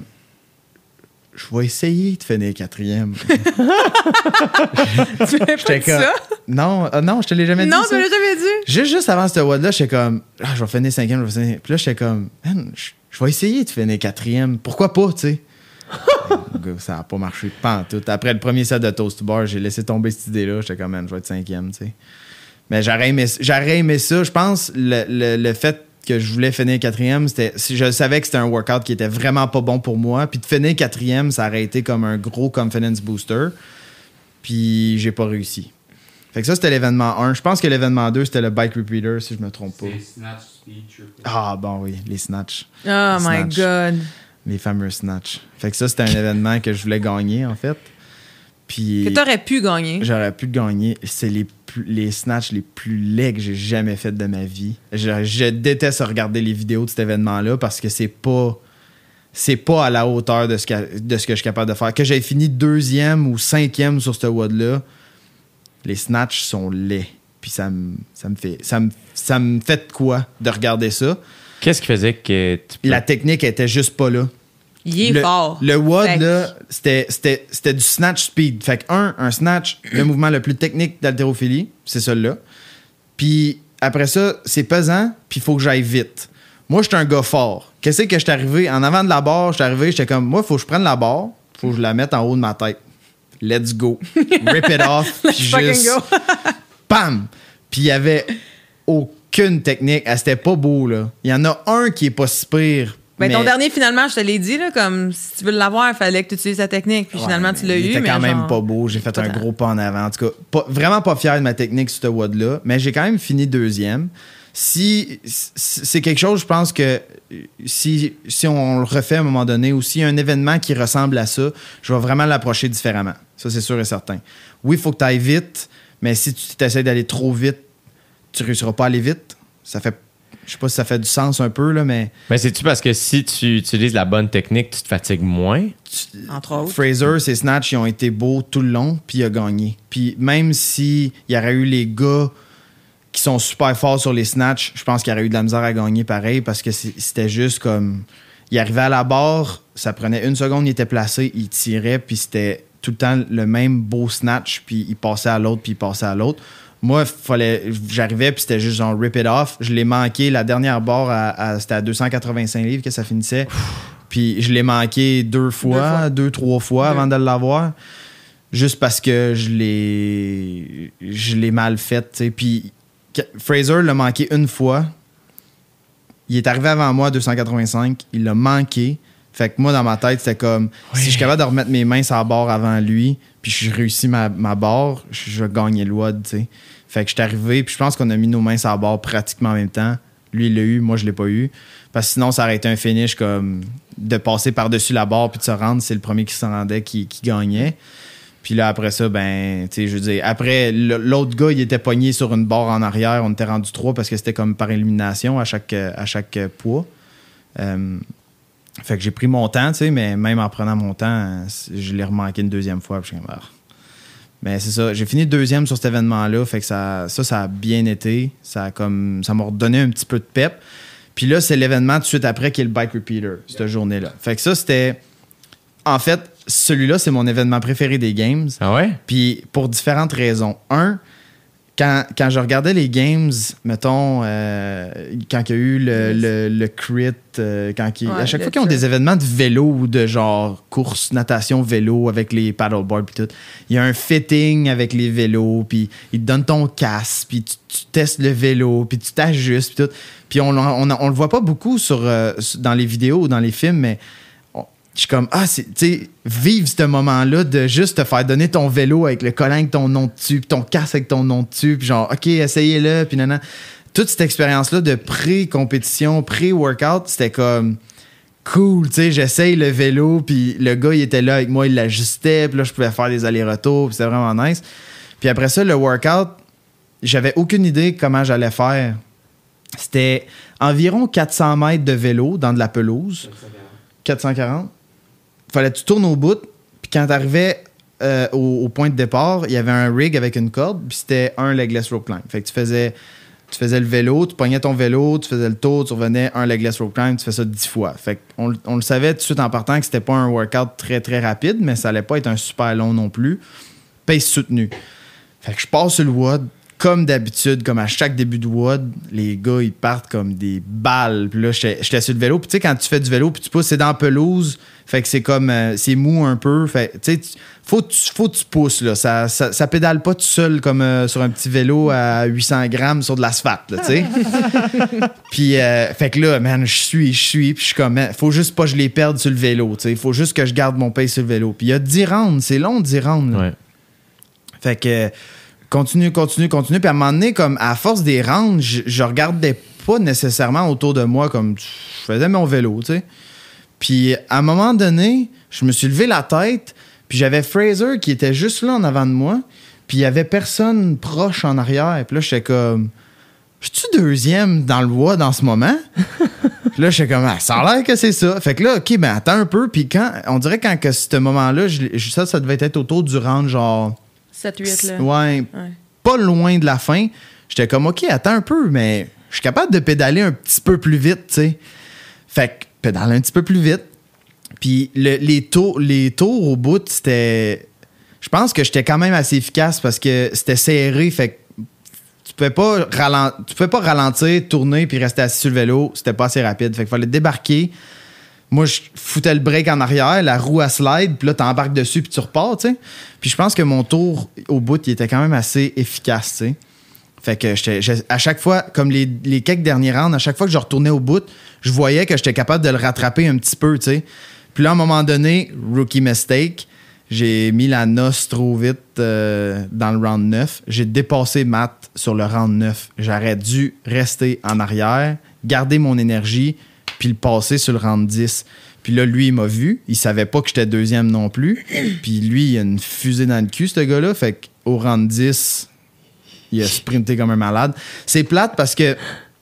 je vais essayer de finir quatrième. Tu fais pas J'étais dit comme, ça? non, euh, non, je te l'ai jamais Non, dit. tu ça. l'as jamais dit. Juste, juste avant ce W O D-là, j'étais comme, ah, je vais finir cinquième, je vais finir. Puis là, j'étais comme, man, je, je vais essayer de finir quatrième. Pourquoi pas, tu sais? Le gars, ça n'a pas marché pas en tout. Après le premier set de Toast to Bar, j'ai laissé tomber cette idée-là. J'étais comme, man, je vais être cinquième, tu sais. Mais j'aurais aimé, j'aurais aimé ça. Je pense le, le, le fait que je voulais finir quatrième, c'était, je savais que c'était un workout qui était vraiment pas bon pour moi. Puis de finir quatrième, ça aurait été comme un gros confidence booster. Puis j'ai pas réussi. Fait que ça, c'était l'événement un. Je pense que l'événement deux, c'était le bike repeater, si je me trompe pas. C'est Snatch Speed Triple. Ah, bon, oui, les snatch. Oh my Snatch. God. Les fameux snatch. Fait que ça, c'était un événement que je voulais gagner, en fait. Puis Que t'aurais pu gagner. j'aurais pu le gagner. C'est les, plus- les snatchs les plus laids que j'ai jamais fait de ma vie. Je, je déteste regarder les vidéos de cet événement-là parce que c'est pas... C'est pas à la hauteur de ce, que, de ce que je suis capable de faire. Que j'ai fini deuxième ou cinquième sur ce W O D-là, les snatchs sont laids. Puis ça me, ça me fait... Ça me, ça me fait de quoi de regarder ça? Qu'est-ce qui faisait que tu peux... La technique était juste pas là. Il est le, fort. Le W O D, Fait que- là, c'était, c'était, c'était du snatch speed. Fait que, un, un snatch, le mouvement le plus technique d'haltérophilie, c'est celui-là. Puis après ça, c'est pesant, puis il faut que j'aille vite. Moi, j'étais un gars fort. Qu'est-ce que j'étais arrivé? En avant de la barre, j'étais arrivé, j'étais comme, moi, il faut que je prenne la barre, il faut que je la mette en haut de ma tête. Let's go. Rip it off. Puis Let's fucking juste, go. Pam! Puis il y avait aucune technique. Ah, c'était pas beau, là. Il y en a un qui est pas si pire. Ben, ton mais- dernier, finalement, je te l'ai dit, là, comme si tu veux l'avoir, il fallait que tu utilises ta technique. Puis Ouais, finalement, tu l'as il eu. était mais quand même genre- pas beau. J'ai fait Pas un tant. gros pas en avant. En tout cas, pas- vraiment pas fier de ma technique sur ce W O D-là, mais j'ai quand même fini deuxième. Si si- c'est quelque chose, je pense que si, si on le refait à un moment donné ou s'il y a un événement qui ressemble à ça, je vais vraiment l'approcher différemment. Ça, c'est sûr et certain. Oui, il faut que tu ailles vite, mais si tu essaies d'aller trop vite, tu réussiras pas à aller vite. Ça fait Je sais pas si ça fait du sens un peu, là, mais... Mais c'est-tu parce que si tu utilises la bonne technique, tu te fatigues moins? Entre autres. Fraser, ses snatchs, ils ont été beaux tout le long, puis il a gagné. Puis même s'il y aurait eu les gars qui sont super forts sur les snatchs, je pense qu'il y aurait eu de la misère à gagner pareil, parce que c'était juste comme... Il arrivait à la barre, ça prenait une seconde, il était placé, il tirait, puis c'était tout le temps le même beau snatch, puis il passait à l'autre, puis il passait à l'autre. Moi, fallait, j'arrivais, puis c'était juste genre rip it off. Je l'ai manqué, la dernière barre, à, à, c'était à deux cent quatre-vingt-cinq livres que ça finissait. Puis je l'ai manqué deux fois, deux, fois. deux trois fois deux. Avant de l'avoir. Juste parce que je l'ai, je l'ai mal fait, tu sais. Puis Fraser l'a manqué une fois. Il est arrivé avant moi à deux cent quatre-vingt-cinq. Il l'a manqué. Fait que moi, dans ma tête, c'était comme... Oui. Si je suis capable de remettre mes mains sur la barre avant lui, puis je réussis ma, ma barre, je vais gagner le W O D, tu sais. Fait que je suis arrivé, puis je pense qu'on a mis nos mains sur la barre pratiquement en même temps. Lui, il l'a eu, moi, je l'ai pas eu. Parce que sinon, ça aurait été un finish comme de passer par-dessus la barre puis de se rendre. C'est le premier qui s'en rendait qui, qui gagnait. Puis là, après ça, ben, tu sais, je veux dire, après, l'autre gars, il était pogné sur une barre en arrière. On était rendu trois parce que c'était comme par élimination à chaque, à chaque poids. Euh, fait que j'ai pris mon temps, tu sais, mais même en prenant mon temps, je l'ai remanqué une deuxième fois. Puis je suis comme, ah. Mais c'est ça, j'ai fini deuxième sur cet événement-là. Fait que ça, ça, ça a bien été. Ça a comme, ça m'a redonné un petit peu de pep. Puis là, c'est l'événement tout de suite après qui est le Bike Repeater, cette yeah. journée-là. Fait que ça, c'était... En fait, celui-là, c'est mon événement préféré des Games. Ah ouais? Puis pour différentes raisons. Un, quand, quand je regardais les Games, mettons, euh, quand il y a eu le, le, le crit, euh, quand il, ouais, à chaque fois qu'ils ont des événements de vélo ou de genre course, natation, vélo avec les paddleboards puis tout, il y a un fitting avec les vélos, puis ils te donnent ton casque, puis tu, tu testes le vélo, puis tu t'ajustes, puis tout. Puis on, on, on, on le voit pas beaucoup sur, euh, dans les vidéos ou dans les films, mais je suis comme, ah, tu sais, vive ce moment-là de juste te faire donner ton vélo avec le collant avec ton nom dessus, puis ton casque avec ton nom dessus, puis genre, OK, essayez-le, puis nanana. Toute cette expérience-là de pré-compétition, pré-workout, c'était comme cool, tu sais, j'essaye le vélo, puis le gars, il était là avec moi, il l'ajustait, puis là, je pouvais faire des allers-retours, puis c'était vraiment nice. Puis après ça, le workout, j'avais aucune idée comment j'allais faire. C'était environ quatre cents mètres de vélo dans de la pelouse. quatre cent quarante. Fallait que tu tournes au bout, puis quand t'arrivais euh, au, au point de départ, il y avait un rig avec une corde, puis c'était un legless rope climb. Fait que tu faisais, tu faisais le vélo, tu pognais ton vélo, tu faisais le tour, tu revenais un legless rope climb, tu fais ça dix fois. Fait qu'on on le savait tout de suite en partant que c'était pas un workout très très rapide, mais ça allait pas être un super long non plus. Pace soutenu. Fait que je passe sur le W O D. Comme d'habitude, comme à chaque début de W O D, les gars, ils partent comme des balles. Puis là, j'étais, j'étais sur le vélo. Puis tu sais, quand tu fais du vélo, puis tu pousses, c'est dans la pelouse. Fait que c'est comme... Euh, c'est mou un peu. Fait tu sais, faut que tu, faut que tu pousses, là. Ça, ça, ça pédale pas tout seul comme euh, sur un petit vélo à huit cents grammes sur de l'asphalte, là, tu sais. Puis, euh, fait que là, man, je suis, je suis. Puis je suis comme... Man, faut juste pas que je les perde sur le vélo, tu sais. Faut juste que je garde mon pace sur le vélo. Puis il y a dix rounds. C'est long, dix rounds, là. Ouais. Fait que... Continue, continue, continue. Puis à un moment donné, comme à force des rounds, je, je regardais pas nécessairement autour de moi comme je faisais mon vélo, tu sais. Puis à un moment donné, je me suis levé la tête, puis j'avais Fraser qui était juste là en avant de moi, puis il y avait personne proche en arrière. Puis là, j'étais comme, je suis deuxième dans le W O D en ce moment? Puis là, j'étais comme, ah, ça a l'air que c'est ça. Fait que là, OK, ben attends un peu. Puis quand, on dirait quand que ce moment-là, je, ça, ça devait être autour du round genre... sept huit, là. Ouais, ouais. Pas loin de la fin. J'étais comme, OK, attends un peu, mais je suis capable de pédaler un petit peu plus vite, tu sais. Fait que pédaler un petit peu plus vite. Puis le, les, tours, les tours au bout, c'était... Je pense que j'étais quand même assez efficace parce que c'était serré. Fait que tu pouvais pas, ralent... tu pouvais pas ralentir, tourner puis rester assis sur le vélo. C'était pas assez rapide. Fait qu'il fallait débarquer. Moi, je foutais le break en arrière, la roue à slide, puis là, t'embarques dessus, puis tu repars, tu sais. Puis je pense que mon tour au bout, il était quand même assez efficace, tu sais. Fait que j'étais, j'étais, à chaque fois, comme les, les quelques derniers rounds, à chaque fois que je retournais au bout, je voyais que j'étais capable de le rattraper un petit peu, tu sais. Puis là, à un moment donné, rookie mistake, j'ai mis la noce trop vite euh, dans le round neuf. J'ai dépassé Matt sur le round neuf. J'aurais dû rester en arrière, garder mon énergie, puis le passer sur le round dix. Puis là, lui, il m'a vu. Il savait pas que j'étais deuxième non plus. Puis lui, il a une fusée dans le cul, ce gars-là. Fait qu'au round dix, il a sprinté comme un malade. C'est plate parce que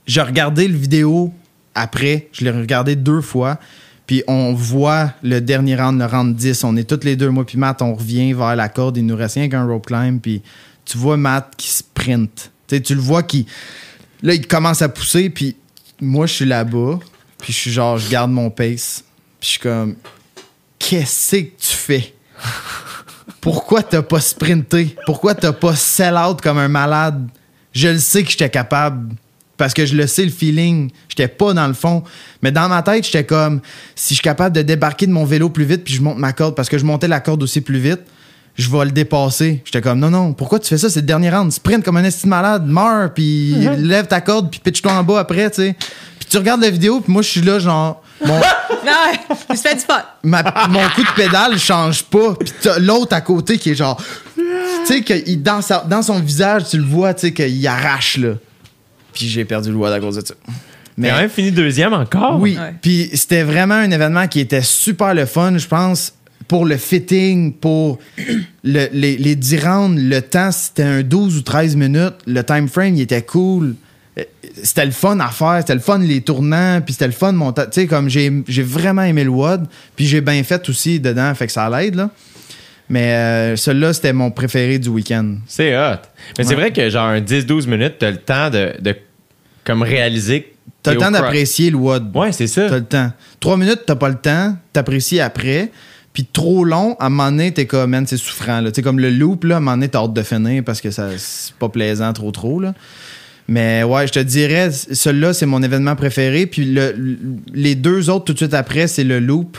j'ai regardé le vidéo après, je l'ai regardé deux fois, puis on voit le dernier round, le round dix. On est tous les deux, moi puis Matt, on revient vers la corde, il nous reste rien qu'un rope climb, puis tu vois Matt qui sprint. T'sais, tu le vois qui... Là, il commence à pousser, puis moi, je suis là-bas, puis je suis genre, je garde mon pace, puis je suis comme, qu'est-ce que tu fais? Pourquoi t'as pas sprinté? Pourquoi t'as pas sell out comme un malade? Je le sais que j'étais capable, parce que je le sais, le feeling. J'étais pas dans le fond. Mais dans ma tête, j'étais comme, si je suis capable de débarquer de mon vélo plus vite, puis je monte ma corde, parce que je montais la corde aussi plus vite, je vais le dépasser. J'étais comme, non, non, pourquoi tu fais ça? C'est le dernier round. Sprint comme un esti de malade, meurs, puis mm-hmm. lève ta corde, puis pitch-toi en bas après, tu sais. Puis tu regardes la vidéo, puis moi, je suis là, genre... Mon... non, il se fait du spot. Ma, mon coup de pédale change pas, puis t'as l'autre à côté qui est genre... Tu sais, que dans, sa, dans son visage, tu le vois, tu sais, qu'il arrache, là. Puis j'ai perdu le WOD à cause de ça. Mais quand même fini deuxième encore. Oui, ouais. Puis c'était vraiment un événement qui était super le fun, je pense... Pour le fitting, pour le, les, les dix rounds, le temps, c'était un douze ou treize minutes. Le time frame, il était cool. C'était le fun à faire. C'était le fun, les tournants. Puis c'était le fun, mon... Tu sais, comme j'ai, j'ai vraiment aimé le W O D. Puis j'ai bien fait aussi dedans. Fait que ça l'aide, là. Mais euh, celui-là, c'était mon préféré du week-end. C'est hot. Mais ouais. C'est vrai que genre un dix douze minutes, t'as le temps de, de comme réaliser... T'as le temps d'apprécier le W O D. Ouais, c'est ça. T'as le temps. Trois minutes, t'as pas le temps. T'apprécies après. Puis trop long, à un moment donné, t'es comme, man, c'est souffrant. Tu sais, comme le loop, là, à un moment donné, t'as hâte de finir parce que ça, c'est pas plaisant trop, trop. Là. Mais ouais, je te dirais, celui-là, c'est mon événement préféré. Puis le, le, les deux autres, tout de suite après, c'est le loop.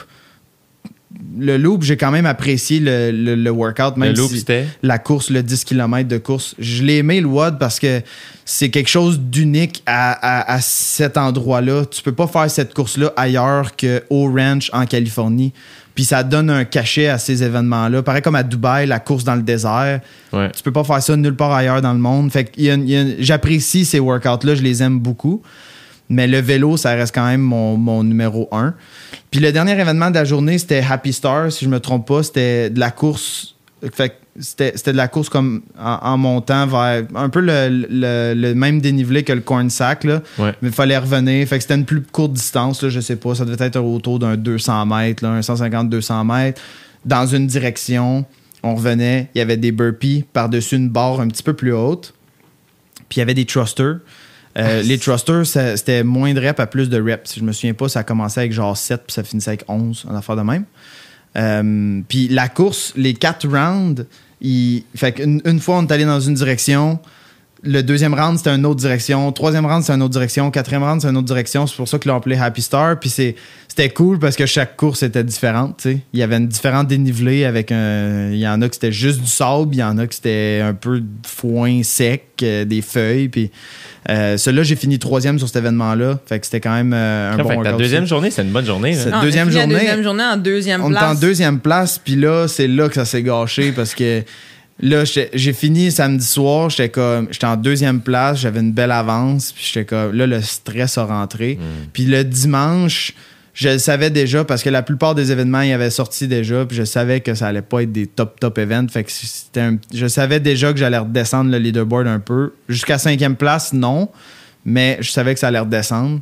Le loop, j'ai quand même apprécié le, le, le workout. Même le loop, si c'était? La course, le dix kilomètres de course. Je l'ai aimé, le W O D, parce que c'est quelque chose d'unique à, à, à cet endroit-là. Tu peux pas faire cette course-là ailleurs qu'au ranch en Californie. Puis ça donne un cachet à ces événements-là. Pareil comme à Dubaï, la course dans le désert. Ouais. Tu peux pas faire ça nulle part ailleurs dans le monde. Fait que y a, y a, j'apprécie ces workouts-là, je les aime beaucoup. Mais le vélo, ça reste quand même mon, mon numéro un. Puis le dernier événement de la journée, c'était Happy Star, si je me trompe pas. C'était de la course... Fait que c'était, c'était de la course comme en, en montant vers un peu le, le, le même dénivelé que le corn sack, là. Ouais. Mais il fallait revenir. Fait que c'était une plus courte distance, là, je sais pas. Ça devait être autour d'un deux cents mètres, là, un cent cinquante à deux cents mètres. Dans une direction, on revenait. Il y avait des burpees par-dessus une barre un petit peu plus haute. Puis il y avait des thrusters. Euh, les thrusters, ça, c'était moins de reps à plus de reps. Si je me souviens pas, ça commençait avec genre sept puis ça finissait avec onze, en affaire de même. Euh, puis la course, les quatre rounds, il, fait qu'une, une fois on est allé dans une direction, le deuxième round c'était une autre direction, troisième round c'est une autre direction, quatrième round c'est une autre direction. C'est pour ça que l'on appelait Happy Star. Puis c'est, c'était cool parce que chaque course était différente. T'sais. Il y avait une différente dénivelée avec un. Il y en a que c'était juste du sable, il y en a que c'était un peu de foin sec, euh, des feuilles. Puis euh, celui-là, j'ai fini troisième sur cet événement-là. Fait que c'était quand même euh, un Fait bon que workout. ta deuxième aussi. journée, c'est une bonne journée. C'est- Là. Ah, deuxième on a fini journée- La deuxième journée en deuxième On place. était en deuxième place, puis là, c'est là que ça s'est gâché parce que là, j'étais- j'ai fini samedi soir, j'étais comme, j'étais en deuxième place, j'avais une belle avance, puis j'étais comme, là, le stress a rentré. Puis le dimanche, je le savais déjà parce que la plupart des événements, ils avaient sorti déjà, puis je savais que ça allait pas être des top, top events. Fait que c'était un- je savais déjà que j'allais redescendre le leaderboard un peu. Jusqu'à cinquième place, non, mais je savais que ça allait redescendre.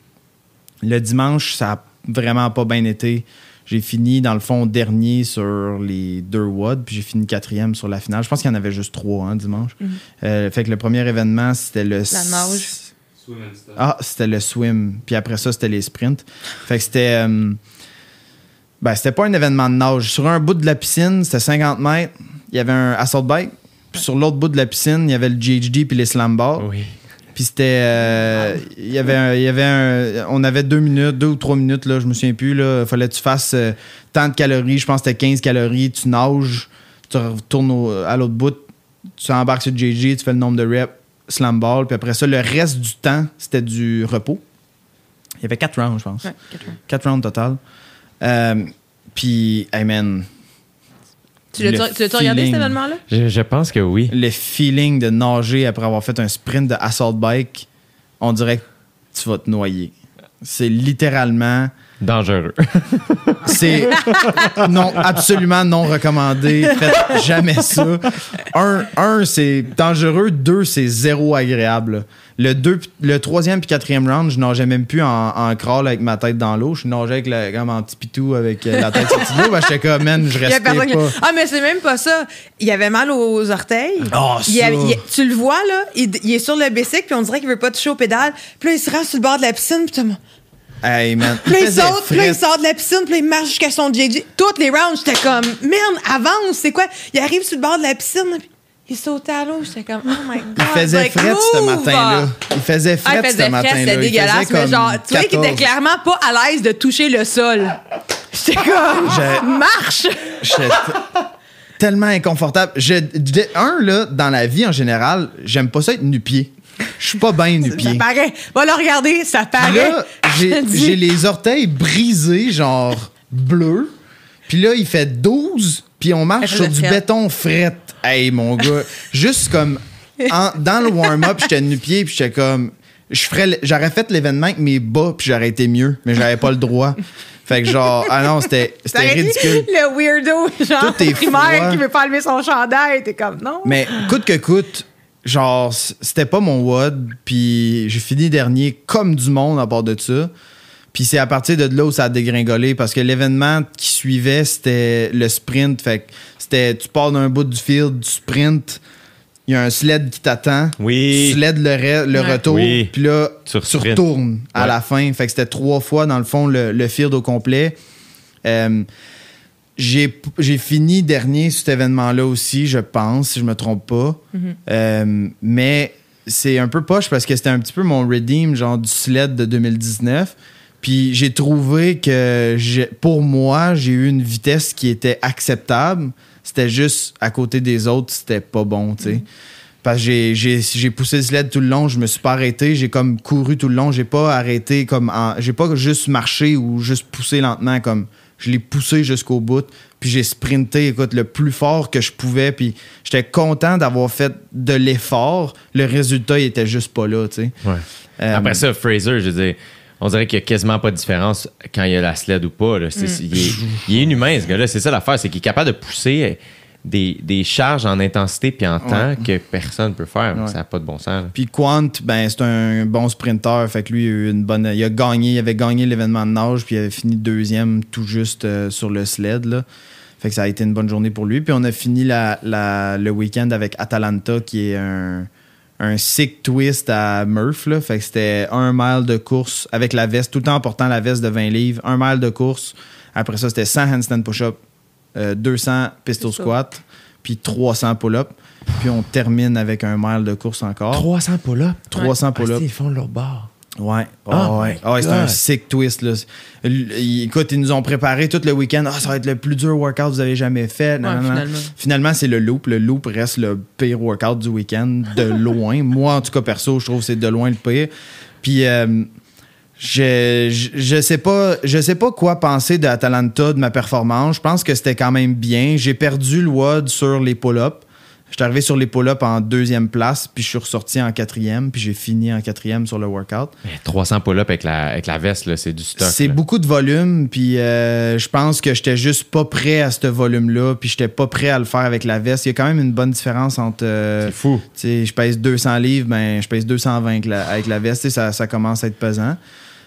Le dimanche, ça a vraiment pas bien été. J'ai fini, dans le fond, dernier sur les deux W O D, puis j'ai fini quatrième sur la finale. Je pense qu'il y en avait juste trois, hein, dimanche. Mm-hmm. Euh, fait que le premier événement, c'était le... La nage. Swim and stuff. Ah, c'était le swim. Puis après ça, c'était les sprints. Fait que c'était... euh, ben, c'était pas un événement de nage. Sur un bout de la piscine, c'était cinquante mètres. Il y avait un assault bike. Puis sur l'autre bout de la piscine, il y avait le G H D puis les slam balls. Oui. Puis c'était... euh, il y avait un, il y avait un... On avait deux minutes, deux ou trois minutes, là, je me souviens plus. Il fallait que tu fasses euh, tant de calories. Je pense que c'était quinze calories. Tu nages, tu retournes au- à l'autre bout, tu embarques sur le G H D, tu fais le nombre de reps, slam ball. Puis après ça, le reste du temps, c'était du repos. Il y avait quatre rounds, je pense. Ouais, quatre rounds. Quatre rounds total. Euh, puis, hey man, Tu l'as- Le tu l'as-tu regardé cet feeling. événement-là? Je, je pense que oui. le feeling de nager après avoir fait un sprint de assault bike, on dirait que tu vas te noyer. C'est littéralement... Dangereux. C'est non, absolument non recommandé. Faites jamais ça. Un, un c'est dangereux. Deux, c'est zéro agréable. Le, deux, le troisième puis quatrième round, je nageais même plus en, en crawl avec ma tête dans l'eau. Je nageais avec la, comme en petit pitou avec la tête sortie de l'eau. Ben, j'étais comme, man, je respire pas. Qui... Ah, mais c'est même pas ça. Il avait mal aux orteils. Oh, il ça. A, il, tu le vois, là, il, il est sur le bicycle, puis on dirait qu'il veut pas toucher aux pédales. Puis là, il se rend sur le bord de la piscine, puis tout le monde... Hey, man. Puis là, il saute, puis là, il sort de la piscine, puis là, il marche jusqu'à son J J. Toutes les rounds, j'étais comme, merde, avance, c'est quoi? Il arrive sur le bord de la piscine, puis il sautait à l'eau, j'étais comme, oh my God. Il faisait like, fret ce move. matin-là. Il faisait fret Ah, il faisait ce matin-là. c'était dégueulasse, mais genre, tu vois qu'il était clairement pas à l'aise de toucher le sol. J'étais comme, Je- marche! J'étais t- tellement inconfortable. Je, je- un, là, dans la vie en général, j'aime pas ça être nu-pied. Je suis pas bien nu-pied. Ça paraît. Va le regarder, ça Puis paraît. là, j'ai, Je dis. j'ai les orteils brisés, genre bleus. Puis là, il fait douze, puis on marche Ça sur faisait du fret. béton fret. Hey, mon gars, juste comme en- dans le warm-up, j'étais nu-pied, puis j'étais comme... Je ferais, l- j'aurais fait l'événement avec mes bas, puis j'aurais été mieux, mais j'avais pas le droit. Fait que genre, ah non, c'était, c'était T'aurais dit ridicule. le weirdo, genre, Tout est primaire froid. qui veut pas enlever son chandail. T'es comme, non. Mais coûte que coûte, genre, c- c'était pas mon W O D, puis j'ai fini dernier comme du monde à part de ça. Puis c'est à partir de là où ça a dégringolé, parce que l'événement qui suivait, c'était le sprint. Fait que c'était, tu pars d'un bout du field, du sprint, il y a un sled qui t'attend. Oui. Tu sled le, re- le Ouais. retour, Oui. puis là, Tu tu resprintes. retournes à Ouais. la fin. Fait que c'était trois fois, dans le fond, le, le field au complet. Euh, j'ai, j'ai fini dernier sur cet événement-là aussi, je pense, si je me trompe pas. Euh, mais c'est un peu poche parce que c'était un petit peu mon redeem, genre du sled de deux mille dix-neuf. Puis j'ai trouvé que j'ai- pour moi, j'ai eu une vitesse qui était acceptable. C'était juste à côté des autres, c'était pas bon, tu sais. Parce que j'ai, j'ai, j'ai poussé le sled tout le long, je me suis pas arrêté, j'ai comme couru tout le long, j'ai pas arrêté comme en- j'ai pas juste marché ou juste poussé lentement, comme je l'ai poussé jusqu'au bout, puis j'ai sprinté, écoute, le plus fort que je pouvais, puis j'étais content d'avoir fait de l'effort. Le résultat, il était juste pas là, tu sais. Ouais. Euh, Après ça, Fraser, je veux dire, on dirait qu'il n'y a quasiment pas de différence quand il y a la sled ou pas. Là. C'est- il, est, il est inhumain, ce gars-là. C'est ça l'affaire, c'est qu'il est capable de pousser des, des charges en intensité puis en temps Ouais. que personne ne peut faire. Ouais. Ça n'a pas de bon sens. là. Puis Quant, ben c'est un bon sprinter, fait que lui il a eu une bonne, il a gagné, il avait gagné l'événement de nage puis il avait fini deuxième tout juste euh, sur le sled là. Fait que ça a été une bonne journée pour lui. Puis on a fini la, la- le week-end avec Atalanta qui est un un sick twist à Murph là. Fait que c'était un mile de course avec la veste, tout le temps en portant la veste de vingt livres, un mile de course. Après ça c'était cent handstand push-up, euh, deux cents pistol C'est ça. squat, puis trois cents pull-up. Puis on termine avec un mile de course encore. trois cents pull-ups. trois cents pull-up. Ils font leur bord. Ouais. Oh Oh, ouais. my Ah ouais, c'est un God. sick twist. Là. L- il- Écoute, ils nous ont préparé tout le week-end. Ah, ça va être le plus dur workout que vous avez jamais fait. Nan, Ouais, nan, nan. finalement. Finalement, c'est le loop. Le loop reste le pire workout du week-end, de loin. Moi, en tout cas, perso, je trouve que c'est de loin le pire. Puis, euh, je, je, je sais pas, je sais pas quoi penser de Atalanta, de ma performance. Je pense que c'était quand même bien. J'ai perdu le W O D sur les pull-ups. Je suis arrivé sur les pull-ups en deuxième place, puis je suis ressorti en quatrième, puis j'ai fini en quatrième sur le workout. Mais trois cents pull-ups avec la, avec la veste, là, c'est du stock. C'est là. beaucoup de volume, puis euh, je pense que j'étais juste pas prêt à ce volume-là, puis j'étais pas prêt à le faire avec la veste. Il y a quand même une bonne différence entre... euh, C'est fou. tu sais, je pèse deux cents livres, ben je pèse deux cent vingt avec la, avec la veste, tu sais, ça, ça commence à être pesant.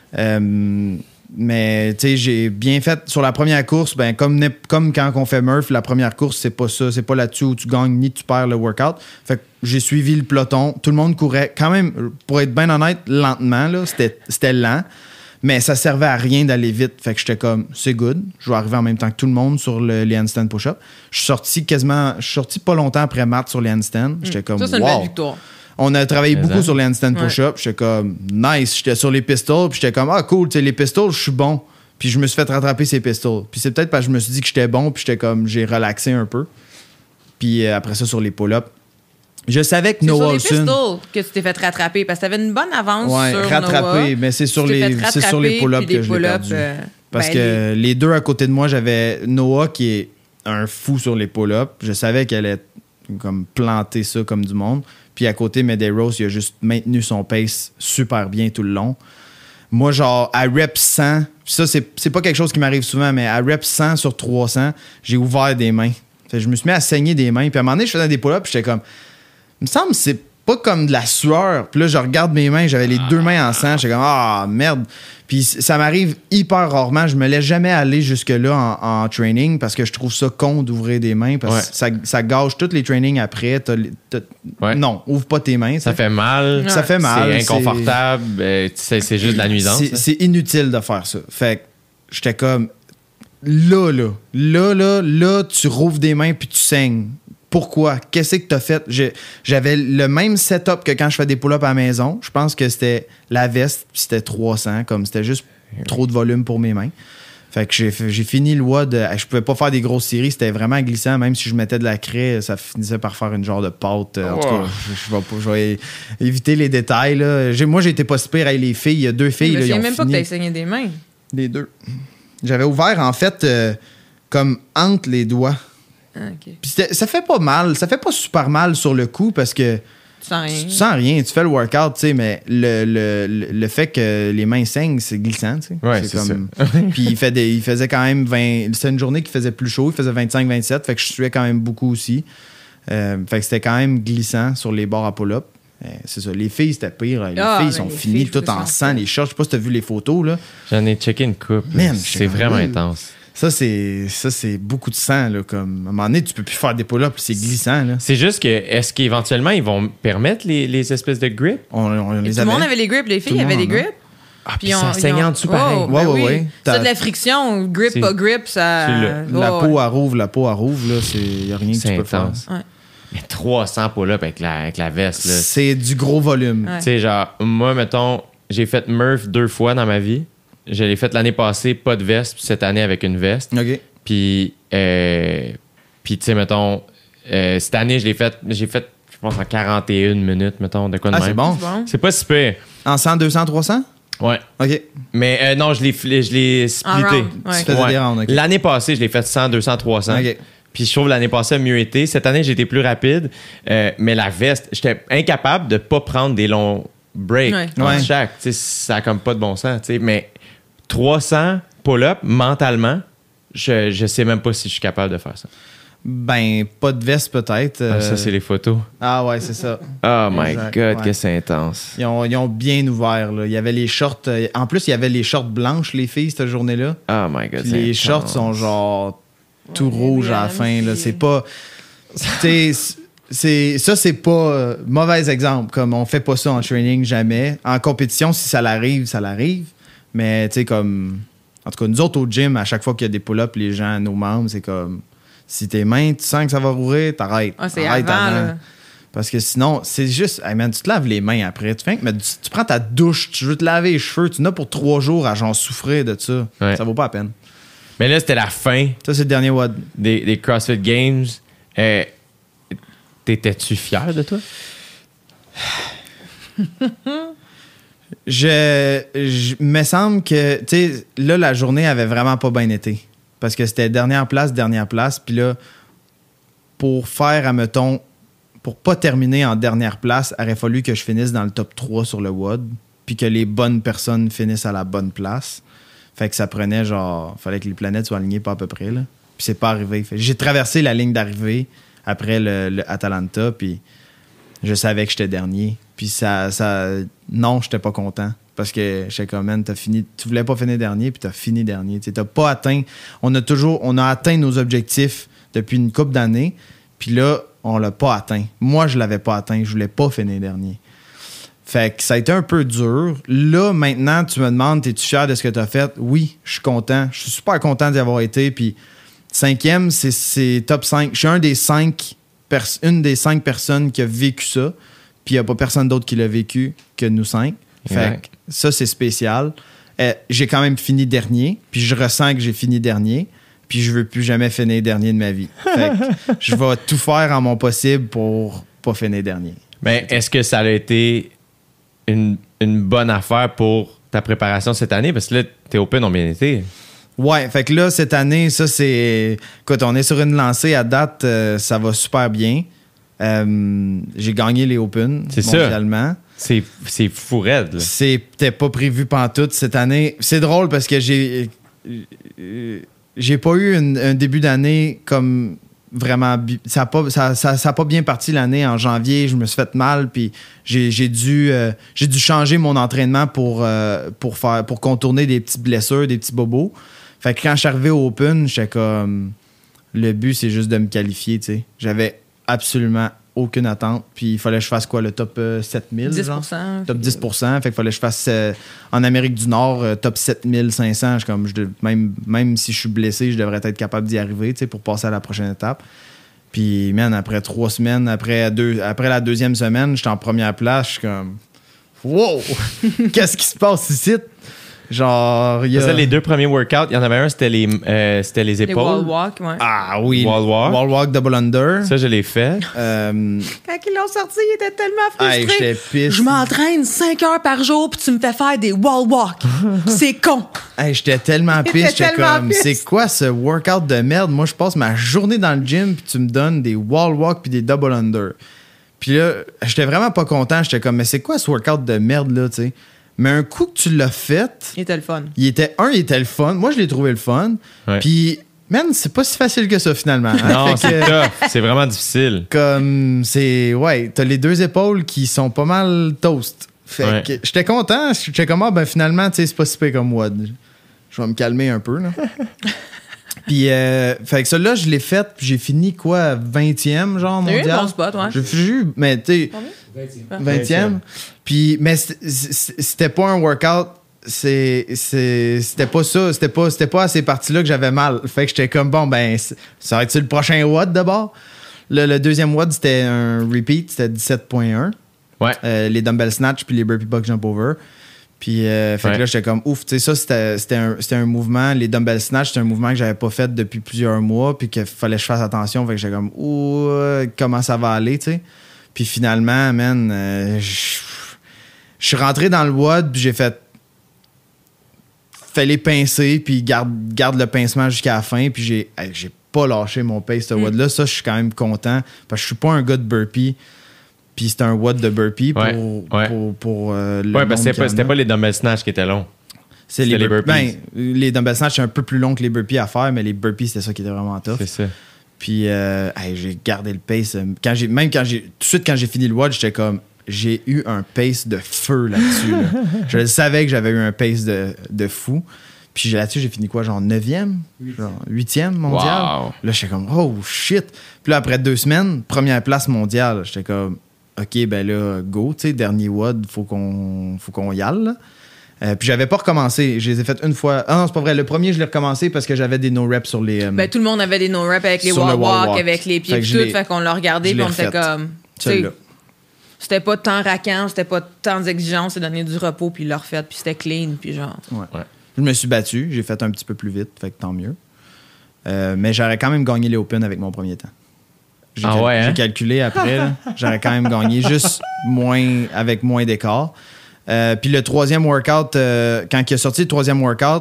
Euh, mais tu sais, j'ai bien fait sur la première course, ben comme, n'ép- comme quand on fait Murph, la première course, c'est pas ça, c'est pas là-dessus où tu gagnes ni tu perds le workout. Fait que j'ai suivi le peloton, tout le monde courait quand même, pour être bien honnête, lentement, là, c'était, c'était lent. Mais ça servait à rien d'aller vite. Fait que j'étais comme, c'est good. Je vais arriver en même temps que tout le monde sur le, les handstand push-up. Je suis sorti quasiment, je suis sorti pas longtemps après Matt sur les handstand. J'étais comme, Ça, c'est une wow. belle victoire. On a travaillé Mais beaucoup hein. sur les handstand Ouais. push-up. J'étais comme, nice. J'étais sur les pistols. Puis j'étais comme, ah, cool. Tu sais, les pistols, je suis bon. Puis je me suis fait rattraper ces pistols. Puis c'est peut-être parce que je me suis dit que j'étais bon. Puis j'étais comme, j'ai relaxé un peu. Puis euh, après ça, sur les pull-ups. Je savais que C'est Noah sur les Olson. pistols que tu t'es fait rattraper parce que t'avais une bonne avance Ouais, sur rattrapé. Noah. Mais c'est sur Tu t'es les, fait c'est sur les rattraper, pull-ups puis que les je l'ai pull-ups, perdu. euh, Parce ben, que les... deux à côté de moi, j'avais Noah qui est un fou sur les pull-ups. Je savais qu'elle allait comme planter ça comme du monde. Puis à côté, Medeiros, il a juste maintenu son pace super bien tout le long. moi, genre, à rep cent, ça, c'est, c'est pas quelque chose qui m'arrive souvent, mais à rep cent sur trois cents, j'ai ouvert des mains. Fait que je me suis mis à saigner des mains. Puis à un moment donné, je faisais des pull-ups, puis j'étais comme, il me semble que c'est pas comme de la sueur. Puis là, je regarde mes mains, j'avais les deux mains en sang. J'étais comme, ah, merde. Puis ça m'arrive hyper rarement. Je me laisse jamais aller jusque-là en, en training parce que je trouve ça con d'ouvrir des mains parce Ouais. que ça, ça gâche tous les trainings après. T'as, t'as, Ouais. Non, ouvre pas tes mains. Ça fait mal. Ça fait mal. C'est inconfortable. euh, c'est, c'est juste de la nuisance. C'est, hein. c'est inutile de faire ça. Fait que j'étais comme, là, là, là, là, là, tu rouvres des mains puis tu saignes. Pourquoi? Qu'est-ce que t'as fait? J'ai- j'avais le même setup que quand je fais des pull-ups à la maison. Je pense que c'était la veste, puis c'était trois cents, comme c'était juste trop de volume pour mes mains. Fait que j'ai, j'ai fini le W O D. Je pouvais pas faire des grosses séries, c'était vraiment glissant. Même si je mettais de la craie, ça finissait par faire une genre de pâte. En tout Oh. cas, je, je vais, pas- je vais éviter les détails. Là. J'ai- moi, j'ai été pas si pire avec les filles. Il y a deux filles. Je Là, ils sais ont même pas que fini. t'as saigné des mains. Les deux. J'avais ouvert, en fait, euh, comme entre les doigts. Ah, OK. Puis c'était- ça fait pas mal. Ça fait pas super mal sur le coup parce que Tu sens rien. tu sens rien. Tu fais le workout, tu sais, mais le, le, le, le fait que les mains saignent, c'est glissant, tu sais. Ouais, c'est ça. Puis il, fait des, il faisait quand même vingt... C'était une journée qui faisait plus chaud. Il faisait vingt-cinq vingt-sept. Fait que je suais quand même beaucoup aussi. Euh, fait que c'était quand même glissant sur les barres à pull-up. Euh, c'est ça. Les filles, c'était pire. Les Ah, filles ben, sont les finies filles, je toutes me en sens sang. ça. Les shorts, je sais pas si t'as vu les photos, là. J'en ai checké une coupe. Man, c'est je- vraiment oui. intense. Ça, c'est, ça, c'est beaucoup de sang. Là, comme, à un moment donné, tu peux plus faire des pull-ups, c'est glissant. Là. C'est juste que, est-ce qu'éventuellement, ils vont permettre les, les espèces de grips? On, on Et les tout le monde avait les grips. Les Tout filles le avaient monde des en a. grips. Ah, Puis puis ça on- saigne ils ont- en dessous pareil. Oh, Ouais, ben ouais, oui. ouais. Ça, T'as- de la friction, grip, C'est- pas grip, ça. C'est le- La Oh, peau, ouais. elle rouvre, la peau, elle rouvre. Là, c'est, y a rien que C'est tu peux faire. intense. Ouais. Mais trois cents pull-ups avec la, avec la veste, là. C'est du gros volume. Ouais. Tu sais, genre, moi, mettons, j'ai fait Murph deux fois dans ma vie. Je l'ai fait l'année passée, pas de veste, puis cette année avec une veste. OK. Puis, euh, puis tu sais, mettons, euh, cette année, je l'ai fait, j'ai fait, je pense, en quarante et une minutes, mettons, de quoi de Ah, même. c'est bon. C'est bon. C'est pas si pire. En cent, deux cents, trois cents? Ouais. OK. Mais euh, non, je l'ai, je l'ai splitté. round, ouais. Tu faisais des rounds, OK. L'année passée, je l'ai fait cent, deux cents, trois cents. OK. Puis je trouve que l'année passée a mieux été. Cette année, j'ai été plus rapide. Euh, mais la veste, j'étais incapable de pas prendre des longs breaks Ouais. entre Ouais. chaque. Tu sais, ça a comme pas de bon sens. tu sais. Mais trois cents pull-up, mentalement, je, je sais même pas si je suis capable de faire ça. Ben, pas de veste peut-être. Ah, euh, ça, c'est les photos. Ah ouais, c'est ça. Oh my Exact, God, ouais. que c'est intense. Ils ont, ils ont bien ouvert. Là. Il y avait les shorts. euh, En plus, il y avait les shorts blanches, les filles, cette journée-là. Oh my God, Puis c'est les intense. shorts sont genre tout Ouais, rouges à la oui, fin. Là. puis- C'est pas. Tu sais, c'est, ça, c'est pas. euh, mauvais exemple. Comme on fait pas ça en training jamais. En compétition, si ça l'arrive, ça l'arrive. Mais tu sais, comme. En tout cas, nous autres au gym, à chaque fois qu'il y a des pull-ups, les gens, nos membres, c'est comme. Si tes mains, tu sens que ça va rouvrir, t'arrêtes. Ah, c'est Arrête avant, là. Parce que sinon, c'est juste. Hey man, tu te laves les mains après. Tu, fais que- mais tu, tu prends ta douche, tu veux te laver les cheveux, tu n'as pour trois jours à genre souffrir de ça. Ouais. Ça vaut pas la peine. Mais là, c'était la fin Ça, c'est le dernier W O D. des, des CrossFit Games. Euh, T'étais-tu fier de toi? Je, je me semble que, tu sais, là, la journée avait vraiment pas bien été. Parce que c'était dernière place, dernière place. Puis là, pour faire, admettons, pour pas terminer en dernière place, il aurait fallu que je finisse dans le top trois sur le W O D. Puis que les bonnes personnes finissent à la bonne place. Fait que ça prenait genre, fallait que les planètes soient alignées pas à peu près, là. Puis c'est pas arrivé. Fait que j'ai traversé la ligne d'arrivée après le, le Atalanta, puis je savais que j'étais dernier. Puis ça, ça non, j'étais pas content. Parce que j'étais comme, man, t'as fini, tu voulais pas finir dernier, puis t'as fini dernier. T'sais, t'as pas atteint. On a toujours, on a atteint nos objectifs depuis une couple d'années, puis là, on l'a pas atteint. Moi, je l'avais pas atteint. Je voulais pas finir dernier. Fait que ça a été un peu dur. Là, maintenant, tu me demandes, es-tu fier de ce que tu as fait? Oui, je suis content. Je suis super content d'y avoir été. Puis cinquième, c'est, c'est top cinq. Je suis un des cinq pers- une des cinq personnes qui a vécu ça. Puis il n'y a pas personne d'autre qui l'a vécu que nous cinq. Fait Exact. que ça, c'est spécial. Euh, j'ai quand même fini dernier. Puis je ressens que j'ai fini dernier. Puis je veux plus jamais finir dernier de ma vie. Fait que je vais tout faire en mon possible pour pas finir dernier. Mais est-ce que ça a été une, une bonne affaire pour ta préparation cette année? Parce que là, tes Open ont bien été. Ouais, fait que là, cette année, ça, c'est... Écoute, on est sur une lancée à date, euh, ça va super bien. Euh, j'ai gagné les Open C'est ça. mondialement. C'est, c'est fou raide, là. C'était pas prévu pantoute cette année. C'est drôle parce que j'ai j'ai pas eu une- un début d'année comme vraiment... bi- Ça a pas, ça, ça, ça a pas bien parti l'année. En janvier, je me suis fait mal, puis j'ai j'ai dû, euh, j'ai dû changer mon entraînement pour, euh, pour, faire, pour contourner des petites blessures, des petits bobos. Fait que quand je suis arrivé au Open, j'étais comme... Le but, c'est juste de me qualifier, tu sais. J'avais absolument aucune attente, puis il fallait que je fasse quoi, le top euh, sept mille, dix genre? pour cent. Top dix pour cent, fait qu'il fallait que je fasse euh, en Amérique du Nord euh, top sept mille cinq cents. Je, suis comme, je dev- même, même si je suis blessé, je devrais être capable d'y arriver, tu sais, pour passer à la prochaine étape. Puis, man, après trois semaines, après, deux, après la deuxième semaine, j'étais en première place, je suis comme, wow, qu'est-ce qui se passe ici? Genre, il y a... Ça, les deux premiers workouts, il y en avait un, c'était les, euh, c'était les Les épaules. wall walk, ouais. Ah oui, Wall walk. wall walk double under. Ça, je l'ai fait. Euh, Quand ils l'ont sorti, il était tellement hey, frustré. j'étais pisse. Je m'entraîne cinq heures par jour puis tu me fais faire des wall walk. C'est con. Hey, j'étais tellement J'étais pisse, j'étais tellement comme, pisse. c'est quoi ce workout de merde? Moi, je passe ma journée dans le gym, puis tu me donnes des wall walk puis des double under. Puis là, j'étais vraiment pas content. J'étais comme, mais c'est quoi ce workout de merde, là, tu sais? Mais un coup que tu l'as fait, Il était le fun. il était, un, il était le fun. Moi, je l'ai trouvé le fun. Ouais. Puis, man, c'est pas si facile que ça, finalement. Non, Fait c'est que, tough. C'est vraiment difficile. comme, c'est, ouais, t'as les deux épaules qui sont pas mal toast. Fait Ouais. que j'étais content. J'étais comme, ah, ben finalement, tu sais, c'est pas si pire comme WOD. Je vais me calmer un peu, là. Puis, euh, fait que ça, là, je l'ai fait, puis j'ai fini, quoi, vingtième, genre, T'as eu un mondial. bon spot, ouais. J'ai j'ai eu, mais tu sais, vingtième. vingtième. Puis, mais c'est- c'est- c'était pas un workout. C'est, c'est- c'était pas ça. C'était pas, c'était pas à ces parties-là que j'avais mal. Fait que j'étais comme, bon, ben, c'est- ça va être le prochain WOD d'abord. Le, le deuxième WOD, c'était un repeat, c'était dix-sept point un. Ouais. Euh, les dumbbell snatch puis les burpee box jump over. Puis, euh, fait Ouais. que là, j'étais comme, ouf, tu sais, ça, c'était, c'était, un, c'était un mouvement. Les dumbbell snatch, c'était un mouvement que j'avais pas fait depuis plusieurs mois, puis qu'il fallait que je fasse attention. Fait que j'étais comme, ouh, euh, comment ça va aller, tu sais. Puis finalement, man, euh, je je suis rentré dans le WOD, puis j'ai fait, fallait pincer, puis garde, garde le pincement jusqu'à la fin, puis j'ai, hey, j'ai pas lâché mon pace, ce WOD-là. Ça, je suis quand même content, parce que je suis pas un gars de burpee. Puis c'était un WOD de burpee pour, Ouais, ouais. pour, pour euh, le Ouais, nombre parce que c'était qu'il y pas, en c'était a. pas les dumbbell snatch qui étaient longs. C'est c'était les, les bur- burpees. ben, les dumbbell snatch, c'est un peu plus long que les burpees à faire, mais les burpees, c'était ça qui était vraiment tough. C'est ça. Puis euh, hey, j'ai gardé le pace. euh, Quand j'ai, même quand j'ai, tout de suite quand j'ai fini le WOD, j'étais comme, j'ai eu un pace de feu là-dessus. là. Je savais que j'avais eu un pace de, de fou. Puis là-dessus, j'ai fini quoi, genre neuvième? Genre huitième mondial? Wow. Là, j'étais comme, oh shit. Puis là, après deux semaines, première place mondiale. J'étais comme, OK, ben là, go, tu sais, dernier WOD, faut qu'on, faut qu'on y aille. là. Euh, puis j'avais pas recommencé. Je les ai fait une fois. Ah non, c'est pas vrai. Le premier, je l'ai recommencé parce que j'avais des no-reps sur les. euh, Ben, tout le monde avait des no-reps avec les Sur le wall wall walk, walk. avec les pieds Fait que pis je tout. l'ai- Fait qu'on l'a regardé je puis l'ai on était refait. comme... tu sais, Celle-là. c'était pas tant raquant, c'était pas tant d'exigence, c'est donner du repos puis l'a refait puis c'était clean puis genre... Ouais. Ouais. Je me suis battu. J'ai fait un petit peu plus vite, fait que tant mieux. Euh, mais j'aurais quand même gagné les Open avec mon premier temps. J'ai, Ah cal- ouais, hein? j'ai calculé après. là. J'aurais quand même gagné, juste moins avec moins d'écart. Euh, puis le troisième workout, euh, quand il a sorti le troisième workout,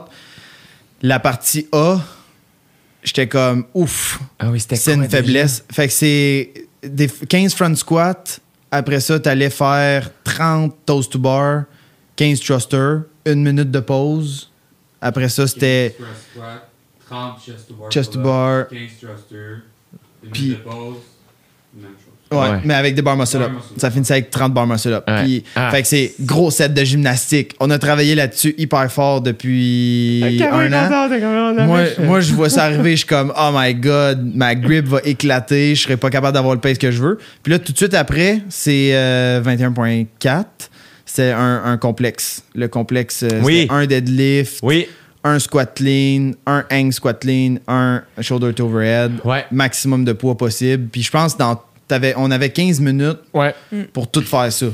la partie A, j'étais comme ouf. Ah oui, c'était C'est quoi, une déjà? faiblesse. Fait que c'est des quinze front squats. Après ça, t'allais faire trente toes to bar, quinze thruster, une minute de pause. Après ça, c'était quinze press squat, trente chest to bar. Chest to pull-up, bar. quinze thruster. Une Puis- minute de pause. Même chose. ouais, Ouais. mais avec des bar muscle Bar up. muscle up. Ça finissait avec trente bar muscle up. Ouais. Puis, Ah. fait que c'est gros set de gymnastique. On a travaillé là-dessus hyper fort depuis un an. Moi, moi, je vois ça arriver, je suis comme, oh my god, ma grip va éclater, je serai pas capable d'avoir le pace que je veux. Puis là, tout de suite après, c'est euh, vingt et un virgule quatre. C'est un, un complexe. Le complexe, euh, Oui. c'était un deadlift, Oui. un squat clean, un hang squat clean, un shoulder to overhead, Ouais. maximum de poids possible. Puis je pense dans t'avais, on avait quinze minutes Ouais. pour tout faire ça.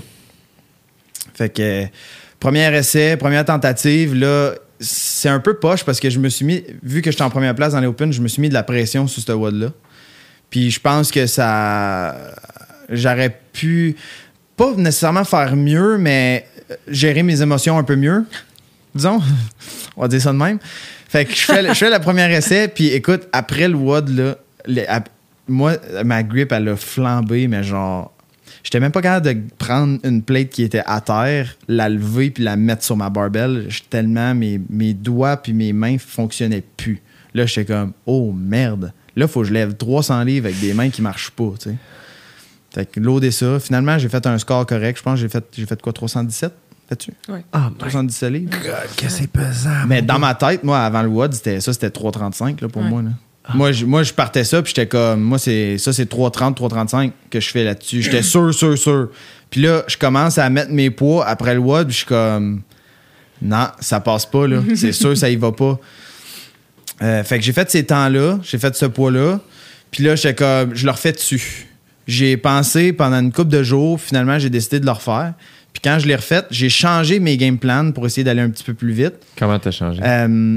Fait que euh, premier essai, première tentative, là, c'est un peu poche parce que je me suis mis, vu que j'étais en première place dans les Open, je me suis mis de la pression sur ce WOD-là. Puis je pense que ça. J'aurais pu pas nécessairement faire mieux, mais gérer mes émotions un peu mieux. Disons. On va dire ça de même. Fait que je fais, je fais la première essai, puis écoute, après le WOD, là, les- ap- moi, ma grip, elle a flambé, mais genre. J'étais même pas capable de prendre une plate qui était à terre, la lever puis la mettre sur ma barbell. J'étais tellement, mes, mes doigts puis mes mains fonctionnaient plus. Là, j'étais comme, oh merde. Là, il faut que je lève trois cents livres avec des mains qui marchent pas, tu sais. Fait que loader ça. Finalement, j'ai fait un score correct. Je pense que j'ai fait, j'ai fait quoi, trois cent dix-sept là-dessus? Oui. Ah, trois cent dix-sept livres. God, que c'est pesant. Mais dans ma tête, moi, avant le W O D, c'était, ça, c'était trois trente-cinq là, pour Ouais. moi. Là. Moi, je, moi, je partais ça, puis j'étais comme, moi, c'est, ça, c'est trois trente, trois trente-cinq que je fais là-dessus. J'étais sûr, sûr, sûr. Puis là, je commence à mettre mes poids après le W O D, puis je suis comme, non, ça passe pas, là. C'est sûr, ça y va pas. Euh, fait que j'ai fait ces temps-là, j'ai fait ce poids-là, puis là, j'étais comme, je le refais dessus. J'ai pensé pendant une couple de jours, finalement, j'ai décidé de le refaire. Puis quand je l'ai refait, j'ai changé mes game plans pour essayer d'aller un petit peu plus vite. Comment t'as changé? Euh,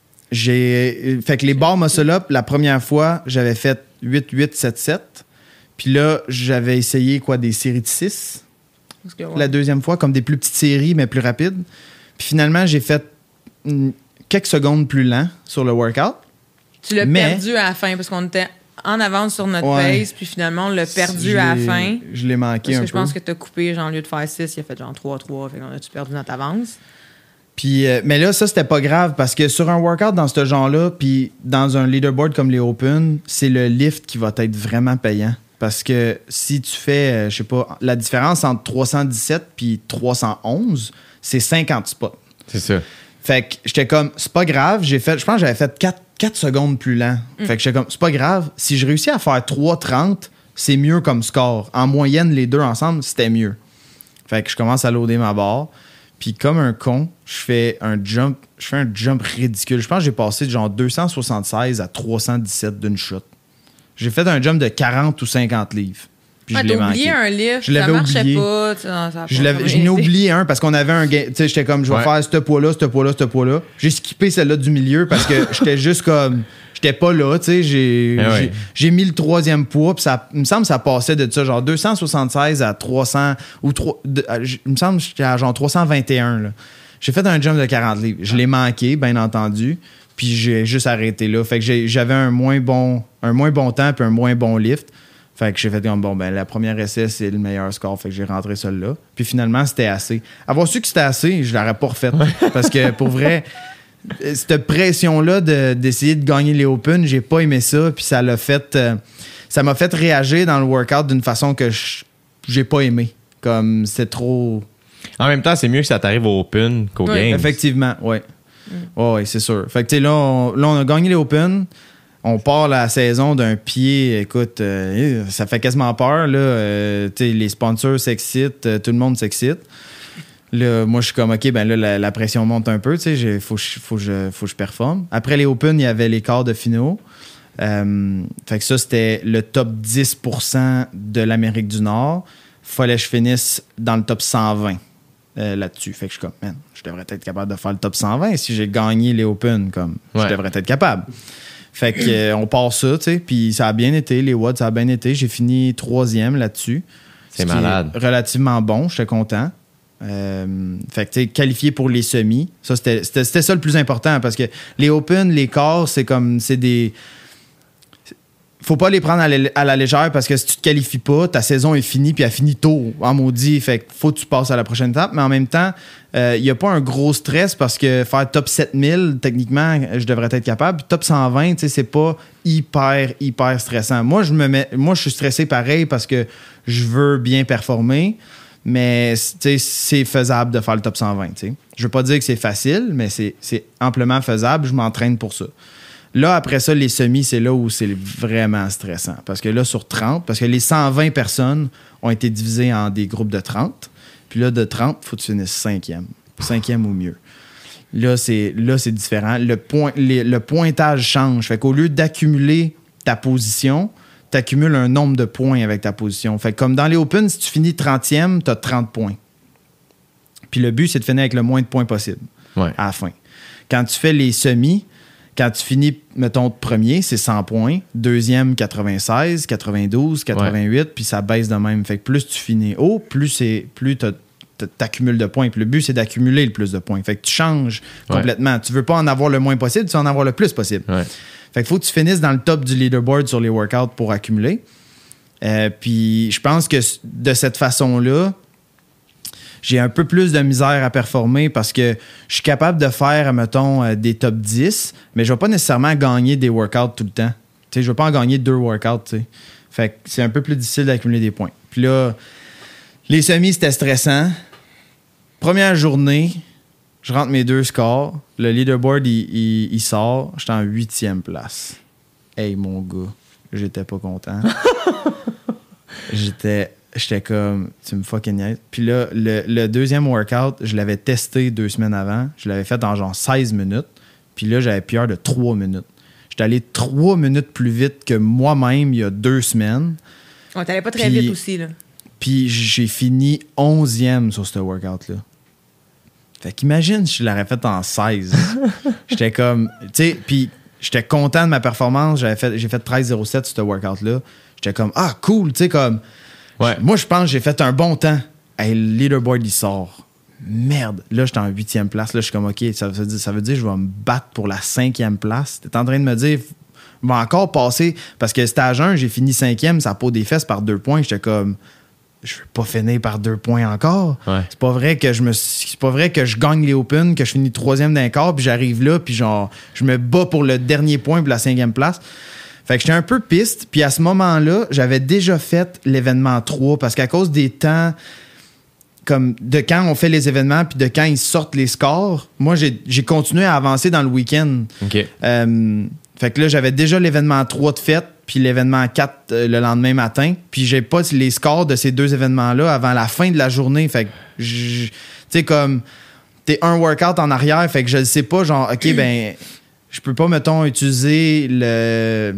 j'ai fait que les barres muscle-up, la première fois, j'avais fait huit huit sept sept. Puis là, j'avais essayé quoi, des séries de six. Parce que, ouais. La deuxième fois, comme des plus petites séries, mais plus rapides. Puis finalement, j'ai fait mm, quelques secondes plus lent sur le workout. Tu l'as mais- perdu à la fin parce qu'on était en avance sur notre Ouais. pace, puis finalement, on l'a perdu Je à la l'ai- fin. Je l'ai manqué Parce un que je peu. pense que tu as coupé, genre, au lieu de faire six, il a fait genre trois trois, fait qu'on a-tu perdu notre avance? Puis, euh, mais là, ça, c'était pas grave parce que sur un workout dans ce genre-là, puis dans un leaderboard comme les Open, c'est le lift qui va être vraiment payant. Parce que si tu fais, euh, je sais pas, la différence entre trois cent dix-sept puis trois cent onze, c'est cinquante spots. C'est ça. Fait que j'étais comme, c'est pas grave, j'ai fait, je pense que j'avais fait quatre, quatre secondes plus lent. Fait que j'étais comme, c'est pas grave, si je réussis à faire trois trente, c'est mieux comme score. En moyenne, les deux ensemble, c'était mieux. Fait que je commence à loader ma barre. Puis comme un con, je fais un jump, je fais un jump ridicule. Je pense que j'ai passé de genre deux cent soixante-seize à trois cent dix-sept d'une shot. J'ai fait un jump de quarante ou cinquante livres. Puis Ah, je l'ai t'as oublié manqué. un lift, Je l'avais ça marchait oublié. pas. tu sais, non, ça a Je, pas l'avais, comme je n'ai été. oublié un parce qu'on avait un game. Tu sais, j'étais comme, je vais Ouais. faire ce poids-là, ce poids-là, ce poids-là. J'ai skippé celle-là du milieu parce que j'étais juste comme. J'étais pas là, tu sais. J'ai, Eh ouais. j'ai, j'ai mis le troisième poids, puis ça, il me semble que ça passait de ça, genre deux cent soixante-seize à trois cents. Ou trois, de- à- j- il me semble que j'étais à genre trois cent vingt et un, là. J'ai fait un jump de quarante livres. Je l'ai manqué, bien entendu. Puis j'ai juste arrêté là. Fait que j'ai- j'avais un moins bon, un moins bon temps puis un moins bon lift. Fait que j'ai fait comme, bon, ben la première essai, c'est le meilleur score. Fait que j'ai rentré celle-là. Puis finalement, c'était assez. Avoir su que c'était assez, je l'aurais pas refait. Parce que pour vrai, cette pression-là de- d'essayer de gagner les Open, j'ai pas aimé ça. Puis ça l'a fait. euh, ça m'a fait réagir dans le workout d'une façon que je- j'ai pas aimé. Comme c'est trop. En même temps, c'est mieux que ça t'arrive au Open qu'au Oui. Games. Effectivement, oui. Ouais, ouais, c'est sûr. Fait que, tu sais, là, on, là, on a gagné les Open. On part la saison d'un pied, écoute, euh, ça fait quasiment peur. Là, euh, tu sais, les sponsors s'excitent, euh, tout le monde s'excite. Là, moi, je suis comme, OK, ben là, la, la pression monte un peu. Tu sais, il faut, que je- faut, que je- faut que je performe. Après les Open, il y avait les quarts de finaux. Euh, fait que ça, c'était le top dix pour cent de l'Amérique du Nord. Fallait que je finisse dans le top cent vingt euh, là-dessus. Fait que je suis comme, man, je devrais être capable de faire le top cent vingt si j'ai gagné les Open. Comme, Ouais. je devrais être capable. Fait que euh, on part ça, tu sais. Puis ça a bien été, les watts, ça a bien été. J'ai fini troisième là-dessus. C'est Ce qui malade. est relativement bon, j'étais content. Euh, fait que, tu sais, qualifié pour les semis, ça, c'était, c'était, c'était ça le plus important parce que les Open, les quarts, c'est comme, c'est des. Faut pas les prendre à la, à la légère parce que si tu te qualifies pas, ta saison est finie puis elle finit tôt, en maudit. Fait que faut que tu passes à la prochaine étape. Mais en même temps, il n'y a pas un gros stress parce que faire top sept mille, techniquement, je devrais être capable. Puis top cent vingt, tu sais, c'est pas hyper, hyper stressant. Moi, je me mets, moi, je suis stressé pareil parce que je veux bien performer. Mais tu sais, c'est faisable de faire le top cent vingt. Tu sais. Je veux pas dire que c'est facile, mais c'est, c'est amplement faisable. Je m'entraîne pour ça. Là, après ça, les semis, c'est là où c'est vraiment stressant. Parce que là, sur trente, parce que les cent vingt personnes ont été divisées en des groupes de trente. Puis là, de trente, il faut que tu finisses cinquième. Cinquième ou mieux. Là, c'est, là, c'est différent. Le, point, les- le pointage change. Fait qu'au lieu d'accumuler ta position, tu accumules un nombre de points avec ta position. Fait que comme dans les Open, si tu finis trentième, tu as trente points. Puis le but, c'est de finir avec le moins de points possible Ouais. à la fin. Quand tu fais les semis, quand tu finis, mettons, premier, c'est cent points. Deuxième, quatre-vingt-seize, quatre-vingt-douze, quatre-vingt-huit, puis ça baisse de même. Fait que plus tu finis haut, plus, c'est, plus t'as- t'as- t'accumules de points. Puis le but, c'est d'accumuler le plus de points. Fait que tu changes Ouais. complètement. Tu veux pas en avoir le moins possible, tu veux en avoir le plus possible. Ouais. Fait qu'il faut que tu finisses dans le top du leaderboard sur les workouts pour accumuler. Euh, puis je pense que de cette façon-là, j'ai un peu plus de misère à performer parce que je suis capable de faire, mettons, euh, des top dix, mais je vais pas nécessairement gagner des workouts tout le temps. Tu sais, je vais pas en gagner deux workouts, tu sais. Fait que c'est un peu plus difficile d'accumuler des points. Puis là, les semis, c'était stressant. Première journée, je rentre mes deux scores. Le leaderboard, il, il, il sort. J'étais en huitième place. Hey, mon gars, j'étais pas content. j'étais, j'étais comme, tu me fucking niaises. Puis là, le, le deuxième workout, je l'avais testé deux semaines avant. Je l'avais fait en genre seize minutes. Puis là, j'avais pire de trois minutes. J'étais allé trois minutes plus vite que moi-même il y a deux semaines. On t'allait pas très Puis- vite aussi, là. Puis j'ai fini onzième sur ce workout-là. Fait qu'imagine si je l'aurais fait en seize. J'étais comme... Tu sais, puis j'étais content de ma performance. J'avais fait, j'ai fait treize zéro sept sur ce workout-là. J'étais comme, ah, cool, tu sais, comme... Ouais. Moi, je pense que j'ai fait un bon temps. Hey, le leaderboard, il sort. Merde. Là, j'étais en huitième place. Là, je suis comme, OK, ça veut dire, ça veut dire que je vais me battre pour la cinquième place. T'es en train de me dire... Je vais encore passer... Parce que stage un, j'ai fini cinquième, ça peau des fesses par deux points. J'étais comme... Je veux pas finir par deux points encore. Ouais. C'est pas vrai que je me c'est pas vrai que je gagne les Open, que je finis troisième d'un quart, puis j'arrive là, puis genre je me bats pour le dernier point pour la cinquième place. Fait que j'étais un peu piste, puis à ce moment-là, j'avais déjà fait l'événement trois parce qu'à cause des temps comme de quand on fait les événements puis de quand ils sortent les scores, moi j'ai, j'ai continué à avancer dans le week-end. OK. Euh, fait que là, j'avais déjà l'événement trois de fête, puis l'événement quatre euh, le lendemain matin. Puis j'ai pas les scores de ces deux événements-là avant la fin de la journée. Fait que, tu sais, comme, t'es un workout en arrière, fait que je ne sais pas, genre, OK, ben, je peux pas, mettons, utiliser le,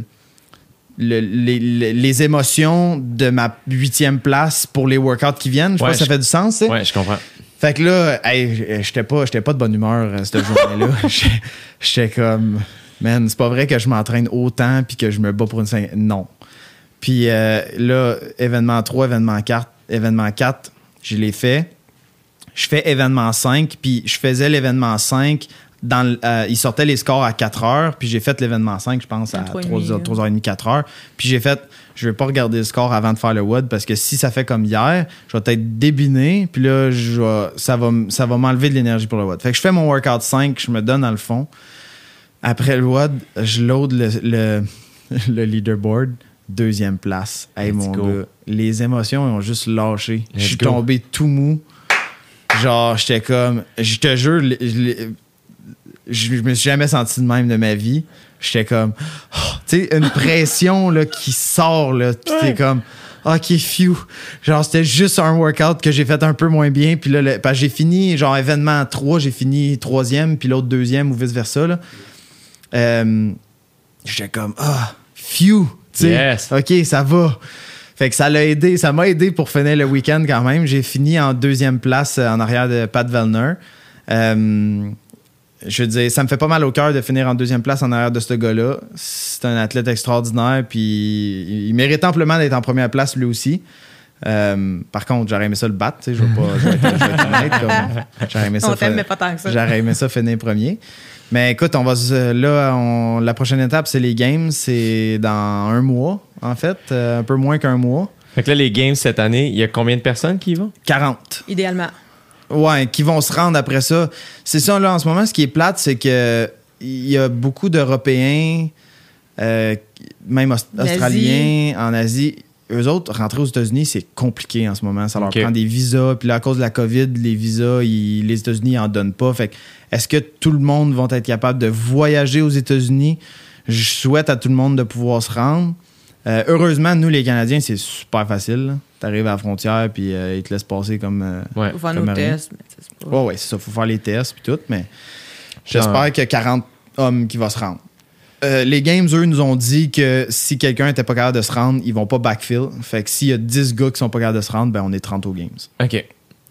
le- les, les- les émotions de ma huitième place pour les workouts qui viennent. Je sais Ouais, pas si ça je- fait du sens, tu sais. Ouais, je comprends. Fait que là, hey, j'étais pas, j'étais pas de bonne humeur euh, cette journée-là. J'étais- J'étais comme, man, c'est pas vrai que je m'entraîne autant puis que je me bats pour une cinq. Non. Puis euh, là, événement trois, événement quatre, événement quatre, je l'ai fait. Je fais événement cinq, puis je faisais l'événement cinq. Dans le- euh, il sortait les scores à quatre heures, puis j'ai fait l'événement cinq, je pense, à À trois trois heures trente, heures trente, quatre heures. Puis j'ai fait, je vais pas regarder le score avant de faire le W O D parce que si ça fait comme hier, je vais être débiné, puis là, je vais- ça va, m- ça va m'enlever de l'énergie pour le W O D. Fait que je fais mon workout cinq, je me donne dans le fond. Après le W O D, je load le, le, le leaderboard, deuxième place. Hey, Let's mon go. gars, les émotions ont juste lâché. Je Let's suis go. tombé tout mou. Genre, j'étais comme, je te jure, le- je, je, je me suis jamais senti de même de ma vie. J'étais comme, oh, tu sais, une pression là, qui sort, là, pis t'es comme, OK, phew. Genre, c'était juste un workout que j'ai fait un peu moins bien. Puis là, le- parce que j'ai fini, genre, événement trois, j'ai fini troisième, puis l'autre deuxième ou vice-versa. Là. Euh, j'étais comme, ah, phew. Tu sais, Yes. OK, ça va. Fait que ça l'a aidé, ça m'a aidé pour finir le week-end quand même. J'ai fini en deuxième place euh, en arrière de Pat Vellner. Euh, je veux dire, ça me fait pas mal au cœur de finir en deuxième place en arrière de ce gars-là. C'est un athlète extraordinaire, puis il mérite amplement d'être en première place lui aussi. Euh, par contre, j'aurais aimé ça le battre, tu sais, je vais pas, je vais être, je vais être honnête, comme, j'aurais aimé ça On t'aime, fa- mais pas tant que ça. J'aurais aimé ça finir premier. Mais écoute, on va se- là, on- la prochaine étape, c'est les games. C'est dans un mois, en fait. euh, un peu moins qu'un mois. Fait que là, les games cette année, il y a combien de personnes qui y vont? quarante. Idéalement. Ouais, qui vont se rendre après ça. C'est ça, là, en ce moment, ce qui est plate, c'est que il y a beaucoup d'Européens, euh, même Aus- D'Asie. Australiens, en Asie. Eux autres, rentrer aux États-Unis, c'est compliqué en ce moment. Ça leur Ok. prend des visas. Puis là, à cause de la COVID, les visas, ils- les États-Unis en donnent pas. Fait que, est-ce que tout le monde va être capable de voyager aux États-Unis? Je souhaite à tout le monde de pouvoir se rendre. Euh, heureusement, nous, les Canadiens, c'est super facile. Tu arrives à la frontière, puis euh, ils te laissent passer comme. euh, Ouais. Faut faire Comme nos rien. tests. Mais c'est pas... Ouais, ouais, c'est ça. Faut faire les tests puis tout, mais j'espère qu'il y a quarante hommes qui vont se rendre. Euh, les Games, eux, nous ont dit que si quelqu'un n'était pas capable de se rendre, ils vont pas backfill. Fait que s'il y a dix gars qui sont pas capables de se rendre, ben on est trente aux Games. OK.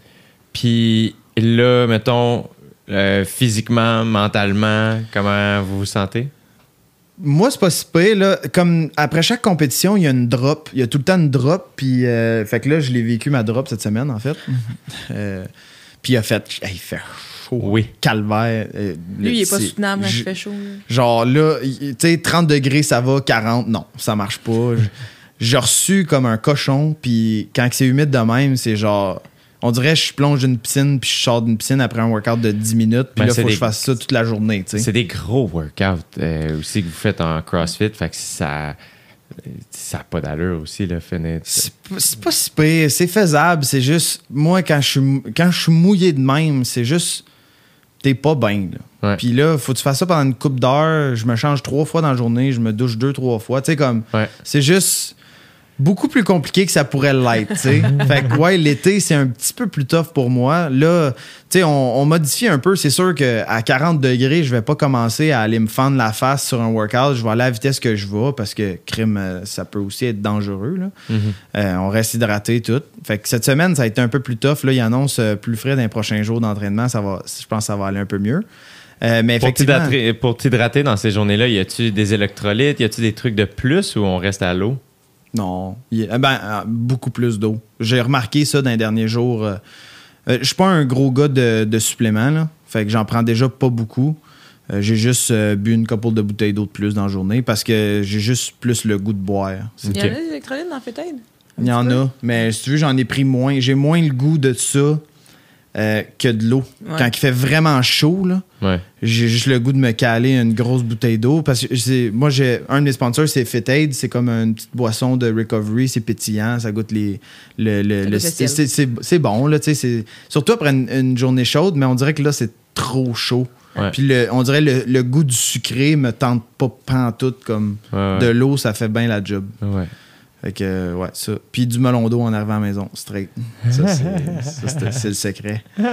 Puis là, mettons, euh, physiquement, mentalement, comment vous vous sentez? Moi, c'est pas si pire, là. Comme après chaque compétition, il y a une drop. Il y a tout le temps une drop. Puis, euh, fait que là, je l'ai vécu ma drop cette semaine, en fait. Euh, puis, il a fait. Hey, il fait chaud. Oui. Calvaire. Euh, Lui, il est pas c'est- soutenable quand je- il fait chaud. là. Genre là, tu sais, trente degrés, ça va, quarante, non, ça marche pas. Je- j'ai reçu comme un cochon, puis quand c'est humide de même, c'est genre... On dirait que je plonge d'une piscine, puis je sors d'une piscine après un workout de dix minutes, puis Ben, là, c'est faut que des- je fasse ça toute la journée, tu sais. C'est des gros workouts euh, aussi que vous faites en CrossFit. Fait que ça ça n'a pas d'allure aussi, le finir. C'est pas- c'est pas si pire, c'est faisable, c'est juste... Moi, quand je suis mou- quand je suis mouillé de même, c'est juste... T'es pas bien, là. Ouais. Puis là, faut que tu fasses ça pendant une couple d'heures. Je me change trois fois dans la journée, je me douche deux, trois fois. Tu sais, comme... Ouais. C'est juste beaucoup plus compliqué que ça pourrait l'être, tu sais. Fait que, ouais, l'été, c'est un petit peu plus tough pour moi. Là, tu sais, on, on modifie un peu. C'est sûr qu'à quarante degrés, je vais pas commencer à aller me fendre la face sur un workout. Je vais aller à la vitesse que je vais parce que, crime, euh, ça peut aussi être dangereux, là. Mhm. Euh, on reste hydraté, tout. Fait que cette semaine, ça a été un peu plus tough. Là, il annonce euh, plus frais dans les prochains jours d'entraînement. Ça va, je pense que ça va aller un peu mieux. Euh, mais Pour effectivement... t'hydrater, pour t'hydrater dans ces journées-là, y a-tu des électrolytes? Y a-tu des trucs de plus ou on reste à l'eau? Non. Il- euh, ben, euh, beaucoup plus d'eau. J'ai remarqué ça dans les derniers jours. Euh, euh, je suis pas un gros gars de, de suppléments, là. Fait que j'en prends déjà pas beaucoup. Euh, j'ai juste euh, bu une couple de bouteilles d'eau de plus dans la journée parce que j'ai juste plus le goût de boire. Il y Ok. en a des électrolytes dans Fit Aid? Il y en a, mais si tu veux, j'en ai pris moins. J'ai moins le goût de ça euh, que de l'eau. Ouais. Quand il fait vraiment chaud, là, Ouais. j'ai juste le goût de me caler une grosse bouteille d'eau. Parce que c'est- moi, j'ai un de mes sponsors, c'est Fit Aid. C'est comme une petite boisson de recovery. C'est pétillant. Ça goûte les. Le, le- Ça le- goûte le ciel. c'est, c'est- c'est bon, là, tu sais. c'est- Surtout après une, une journée chaude, mais on dirait que là, c'est trop chaud. Ouais. Puis le- on dirait le, le goût du sucré me tente pas pantoute comme Ouais, ouais. de l'eau, ça fait bien la job. Ouais. Fait que, euh, ouais, ça. Puis du melon d'eau en arrivant à la maison, straight. Ça, c'est, ça, c'est- c'est le secret. Fait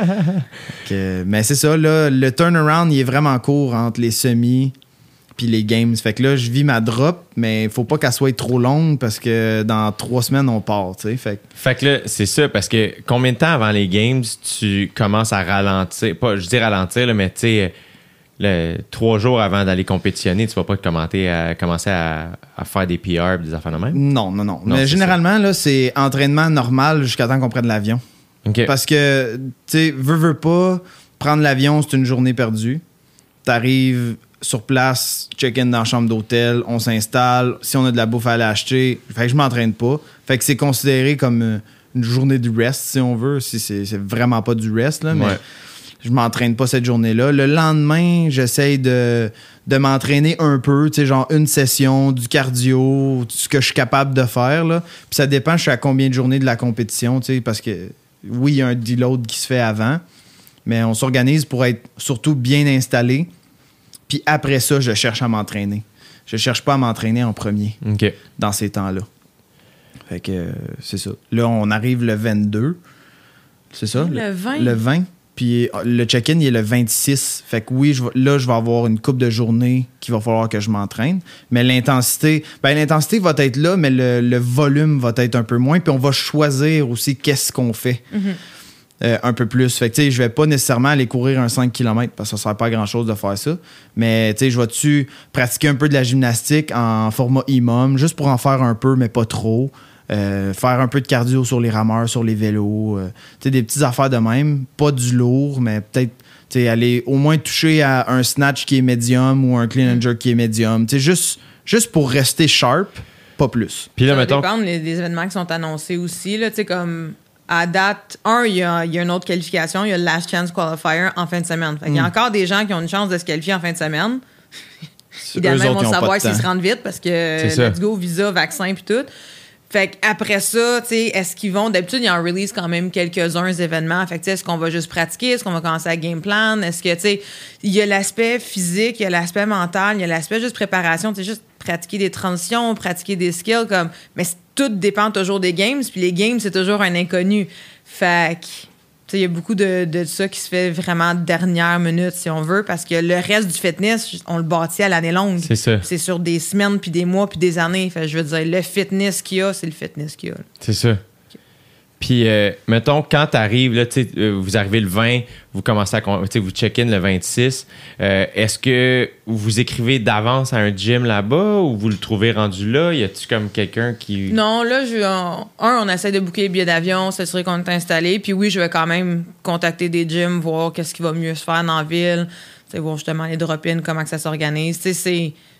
que, mais c'est ça, là, le turnaround, il est vraiment court entre les semis puis les games. Fait que là, je vis ma drop, mais il faut pas qu'elle soit trop longue parce que dans trois semaines, on part, tu sais. Fait que, Fait que là, c'est ça, parce que combien de temps avant les games tu commences à ralentir? Pas, je dis ralentir, là, mais tu sais, le- trois jours avant d'aller compétitionner, tu vas pas te commenter à, commencer à, à faire des P R et des affaires de même? non, non, non. Non, mais c'est généralement, là, c'est entraînement normal jusqu'à temps qu'on prenne l'avion. OK. Parce que, tu sais, veux, veux pas, prendre l'avion, c'est une journée perdue. T'arrives sur place, check-in dans la chambre d'hôtel, on s'installe. Si on a de la bouffe à aller acheter, fait que je m'entraîne pas. Fait que c'est considéré comme euh, une journée du rest, si on veut. Si c'est, c'est vraiment pas du rest, là, mais Ouais. je m'entraîne pas cette journée-là. Le lendemain, j'essaye de, de m'entraîner un peu, tu sais, genre une session, du cardio, tout ce que je suis capable de faire, là. Puis ça dépend, je suis à combien de journées de la compétition, tu sais, parce que oui, il y a un deload qui se fait avant, mais on s'organise pour être surtout bien installé. Puis après ça, je cherche à m'entraîner. Je cherche pas à m'entraîner en premier OK. dans ces temps-là. Fait que euh, c'est ça. Là, on arrive le vingt-deux. C'est ça? Le vingt. Le vingt. Puis euh, le check-in, il est le vingt-six. Fait que oui, je vais- là, je vais avoir une couple de journées qu'il va falloir que je m'entraîne. Mais l'intensité, ben l'intensité va être là, mais le, le volume va être un peu moins. Puis on va choisir aussi qu'est-ce qu'on fait. Euh, un peu plus. Fait que, tu sais, je vais pas nécessairement aller courir un cinq kilomètres parce que ça sert pas à grand-chose de faire ça. Mais, tu sais, je vais-tu pratiquer un peu de la gymnastique en format I M O M, juste pour en faire un peu, mais pas trop. Euh, faire un peu de cardio sur les rameurs, sur les vélos. Euh, tu sais, des petites affaires de même. Pas du lourd, mais peut-être, tu sais, aller au moins toucher à un snatch qui est médium ou un clean and jerk qui est médium. Tu sais, juste, juste pour rester sharp, pas plus. Puis là, Ça va mettons. dépendre des, des événements qui sont annoncés aussi. Là, tu sais, comme à date, un, il y a, il y a une autre qualification, il y a le Last Chance Qualifier en fin de semaine. Fait qu'il y a Mm. encore des gens qui ont une chance de se qualifier en fin de semaine. Idéalement, Eux ils autres, vont ils ont pas savoir de s'ils temps. se rendent vite parce que C'est ça. let's go, visa, vaccin puis tout. Fait qu'après ça, tu sais, est-ce qu'ils vont... D'habitude, ils en release quand même quelques-uns événements. Fait que, tu sais, est-ce qu'on va juste pratiquer? Est-ce qu'on va commencer à game plan? Est-ce que, tu sais, il y a l'aspect physique, il y a l'aspect mental, il y a l'aspect juste préparation. Tu sais, juste pratiquer des transitions, pratiquer des skills, comme... Mais c- tout dépend toujours des games. Puis les games, c'est toujours un inconnu. Fait que... Tu sais, il y a beaucoup de, de ça qui se fait vraiment dernière minute, si on veut, parce que le reste du fitness, on le bâtit à l'année longue. C'est ça. C'est sur des semaines, puis des mois, puis des années. Fait, je veux dire, le fitness qu'il y a, c'est le fitness qu'il y a. là. C'est ça. Puis, euh, mettons, quand tu arrives, là, tu sais, euh, vous arrivez le vingt, vous commencez à, con- tu sais, vous check-in le vingt-six, euh, est-ce que vous écrivez d'avance à un gym là-bas ou vous le trouvez rendu là? Y a-tu comme quelqu'un qui... Non, là, je, on- un, on essaie de booker les billets d'avion, s'assurer qu'on est installé. Puis oui, je vais quand même contacter des gyms, voir qu'est-ce qui va mieux se faire dans la ville, tu sais, voir justement les drop-ins, comment que ça s'organise. Tu sais, c'est...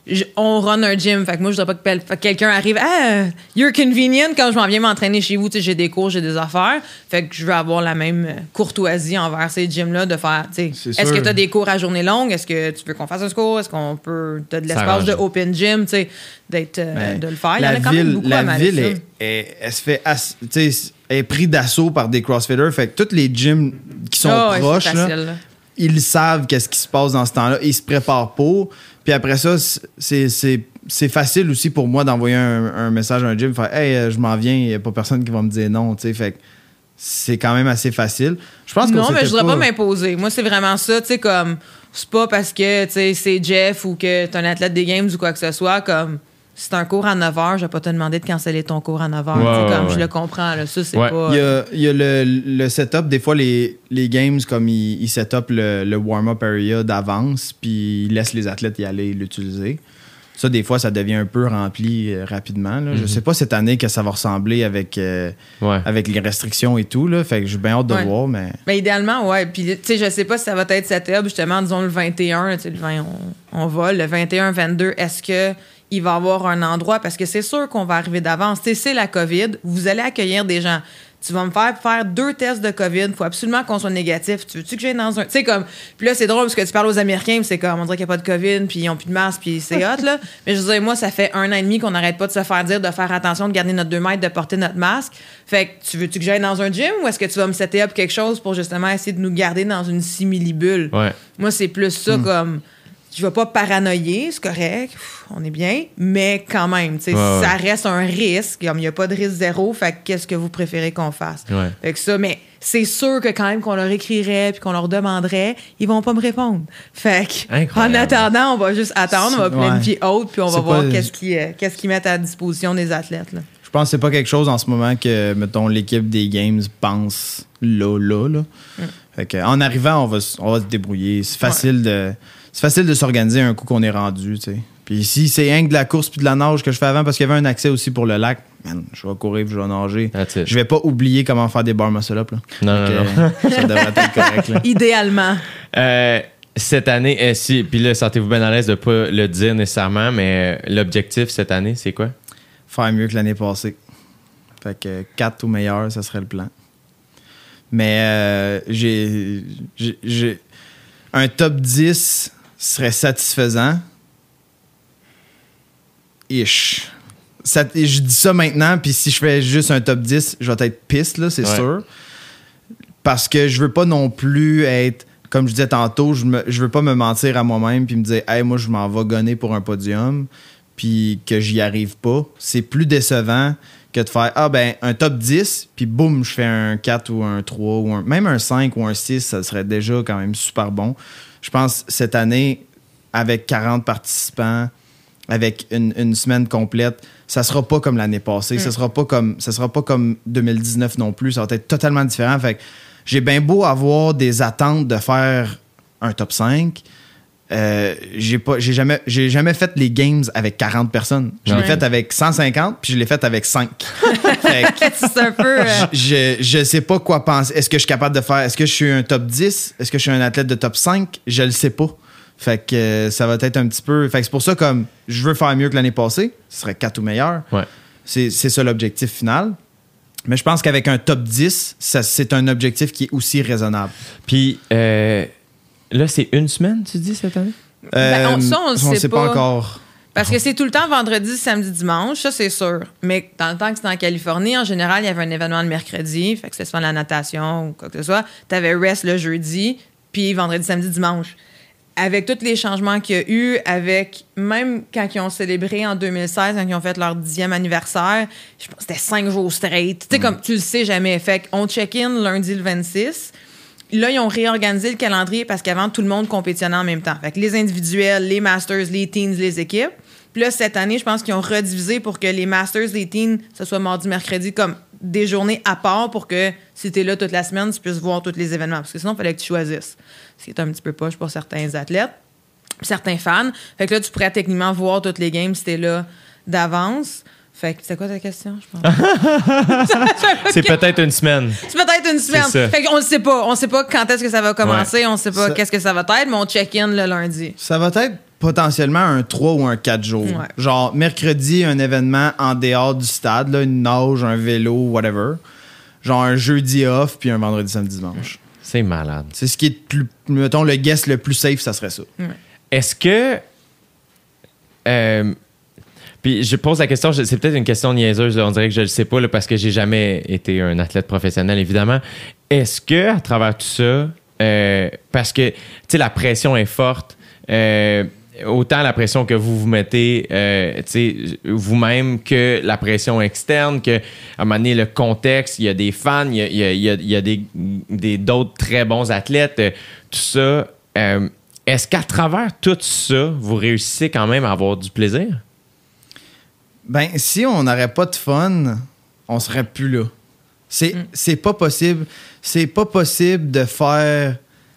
je- on run un gym. Fait que moi, je voudrais pas que, pel- fait que quelqu'un arrive. Ah, you're convenient quand je m'en viens m'entraîner chez vous. Tu sais, j'ai des cours, j'ai des affaires. Fait que je veux avoir la même euh, courtoisie envers ces gyms-là de faire. Tu sais, C'est est-ce sûr. que tu as des cours à journée longue? Est-ce que tu veux qu'on fasse un cours? Est-ce qu'on peut. Tu as de l'espace S'arranger. de open gym? Tu sais, d'être, euh, Ben, de le faire. Il y la en a quand même ville, beaucoup la à mal. ville est, est- elle se fait ass- tu sais, elle est prise d'assaut par des CrossFitters. Fait que tous les gyms qui sont Ah ouais, c'est proches, là, facile, là. ils savent qu'est-ce qui se passe dans ce temps-là. Ils se préparent pour. Puis après ça, c'est, c'est, c'est facile aussi pour moi d'envoyer un, un message à un gym, faire hey, euh, je m'en viens, il n'y a pas personne qui va me dire non. Tu sais, fait que c'est quand même assez facile. Je pense qu'on Non, mais s'était je voudrais pas m'imposer. Moi, c'est vraiment ça, tu sais, comme, c'est pas parce que, tu sais, c'est Jeff ou que t'es un athlète des Games ou quoi que ce soit, comme, si c'est un cours à neuf heures, je vais pas te demander de canceller ton cours à neuf heures. Ouais, Tu sais, ouais, comme, ouais. je le comprends, là. Ça, c'est Ouais. pas. Il y a, il y a le, le setup. Des fois, les, les games, comme ils, ils set up le, le warm-up area d'avance, puis ils laissent les athlètes y aller l'utiliser. Ça, des fois, ça devient un peu rempli euh, rapidement. Là. Je sais pas cette année que ça va ressembler avec, euh, Ouais. avec les restrictions et tout. Là. Fait que j'ai bien hâte de Ouais. voir, mais Ben, idéalement, ouais. Puis, tu sais, je sais pas si ça va être setup, justement, disons le vingt et un, tu sais, le vingt, on, on va. Le vingt et un, vingt-deux, est-ce que il va y avoir un endroit? Parce que c'est sûr qu'on va arriver d'avance. Tu sais, c'est la COVID. Vous allez accueillir des gens. Tu vas me faire faire deux tests de COVID. Il faut absolument qu'on soit négatif. Tu veux-tu que j'aille dans un. Tu sais, comme. Puis là, c'est drôle parce que tu parles aux Américains, puis c'est comme, on dirait qu'il n'y a pas de COVID, puis ils n'ont plus de masque, puis c'est hot, là. Mais je veux dire, moi, ça fait un an et demi qu'on n'arrête pas de se faire dire de faire attention, de garder notre deux mètres, de porter notre masque. Fait que, tu veux-tu que j'aille dans un gym ou est-ce que tu vas me setter up quelque chose pour justement essayer de nous garder dans une simili-bulle? Ouais. Moi, c'est plus ça comme. Je vais pas paranoïer, c'est correct, pff, on est bien, mais quand même, tu sais, Ouais, ouais. ça reste un risque. Comme il n'y a pas de risque zéro, fait que qu'est-ce que vous préférez qu'on fasse? Ouais. Fait que ça, mais c'est sûr que quand même qu'on leur écrirait puis qu'on leur demanderait, ils vont pas me répondre. Fait que, en Incroyable. attendant, on va juste attendre, on va C'est- planifier autre, puis on va C'est voir pas- qu'est-ce qu'ils euh, qu'est-ce qu'ils mettent à disposition des athlètes. Là. je pense que c'est pas quelque chose en ce moment que, mettons, l'équipe des games pense là, là, là. Fait que, en arrivant, on va, s- on va se débrouiller. C'est facile de... C'est facile de s'organiser un coup qu'on est rendu, tu sais. Puis si c'est rien que de la course puis de la nage que je fais avant, parce qu'il y avait un accès aussi pour le lac, man, je vais courir puis je vais nager. That's it. Je vais pas oublier comment faire des bar muscle-up, là. Non, Fait non, que, ça devrait être correct, là. Idéalement. Euh, cette année, euh, si, puis là, sentez-vous bien à l'aise de pas le dire nécessairement, mais euh, l'objectif cette année, c'est quoi? Faire mieux que l'année passée. Fait que quatre ou meilleur, ça serait le plan. Mais euh, j'ai, j'ai, j'ai- un top dix serait satisfaisant. Ish. Ça- je dis ça maintenant, puis si je fais juste un top dix, je vais être piste, là, c'est Ouais. sûr. Parce que je veux pas non plus être, comme je disais tantôt, je, me, je veux pas me mentir à moi-même puis me dire, hey, moi, je m'en vais gonner pour un podium, puis que j'y arrive pas. C'est plus décevant que de faire, ah ben, un top dix, puis boum, je fais un quatre ou un trois, ou un, même un cinq ou un six, ça serait déjà quand même super bon. Je pense cette année, avec quarante participants, avec une, une semaine complète, ça sera pas comme l'année passée. Mm. Ça sera pas comme ça sera pas comme deux mille dix-neuf non plus. Ça va être totalement différent. Fait que j'ai bien beau avoir des attentes de faire un top cinq. Euh, j'ai pas j'ai jamais j'ai jamais fait les games avec quarante personnes. Je l'ai Ouais. fait avec cent cinquante puis je l'ai fait avec cinq. Fait que C'est un peu. euh, je, je sais pas quoi penser. Est-ce que je suis capable de faire. Est-ce que je suis un top dix? Est-ce que je suis un athlète de top cinq? Je le sais pas. Fait que euh, ça va être un petit peu. Fait que c'est pour ça, comme je veux faire mieux que l'année passée, ce serait quatre ou meilleur. Ouais. C'est, c'est ça l'objectif final. Mais je pense qu'avec un top dix, ça, c'est un objectif qui est aussi raisonnable. Puis euh, là, c'est une semaine, tu dis, cette année? Ben, on- ça, on le sait sait pas pas. encore. Parce que c'est tout le temps vendredi, samedi, dimanche, ça c'est sûr. Mais dans le temps que c'était en Californie, en général, il y avait un événement le mercredi, fait que c'était soit la natation ou quoi que ce soit. T'avais rest le jeudi, puis vendredi, samedi, dimanche. Avec tous les changements qu'il y a eu, avec même quand ils ont célébré en deux mille seize, quand ils ont fait leur dixième anniversaire, je pense que c'était cinq jours straight. Tu sais, comme tu le sais jamais. Fait qu'on check-in lundi le vingt-six. Là, ils ont réorganisé le calendrier parce qu'avant, tout le monde compétitionnait en même temps. Fait que les individuels, les masters, les teens, les équipes. Puis là, cette année, je pense qu'ils ont redivisé pour que les masters, les teens, ce soit mardi, mercredi, comme des journées à part pour que si t'es là toute la semaine, tu puisses voir tous les événements. Parce que sinon, il fallait que tu choisisses. Ce qui est un petit peu poche pour certains athlètes, certains fans. Fait que là, tu pourrais techniquement voir toutes les games si t'es là d'avance. Fait que c'est quoi ta question, je pense? C'est peut-être une semaine. C'est peut-être une semaine. C'est ça. Fait qu'on le sait pas. On sait pas quand est-ce que ça va commencer. On sait pas Ça- qu'est-ce que ça va être, mais on check-in le lundi. Ça va être potentiellement un trois ou un quatre jours. Ouais. Genre, mercredi, un événement en dehors du stade, là, une nage, un vélo, whatever. Genre, un jeudi off, puis un vendredi, samedi, dimanche. C'est malade. C'est ce qui est, plus, mettons, le guest le plus safe, ça serait ça. Ouais. Est-ce que... Euh, puis je pose la question, je- c'est peut-être une question niaiseuse, là, on dirait que je le sais pas, là, parce que j'ai jamais été un athlète professionnel, évidemment. Est-ce que, à travers tout ça, euh, parce que, tu sais, la pression est forte, euh, autant la pression que vous vous mettez euh, tu sais, vous-même que la pression externe, que à un moment donné, le contexte, il y a des fans, il y a, il y a, il y a, il y a des, des, d'autres très bons athlètes, euh, tout ça. Euh, est-ce qu'à travers tout ça, vous réussissez quand même à avoir du plaisir? Ben, si on n'aurait pas de fun, on serait plus là. C'est, Mm. c'est pas possible. C'est pas possible de faire...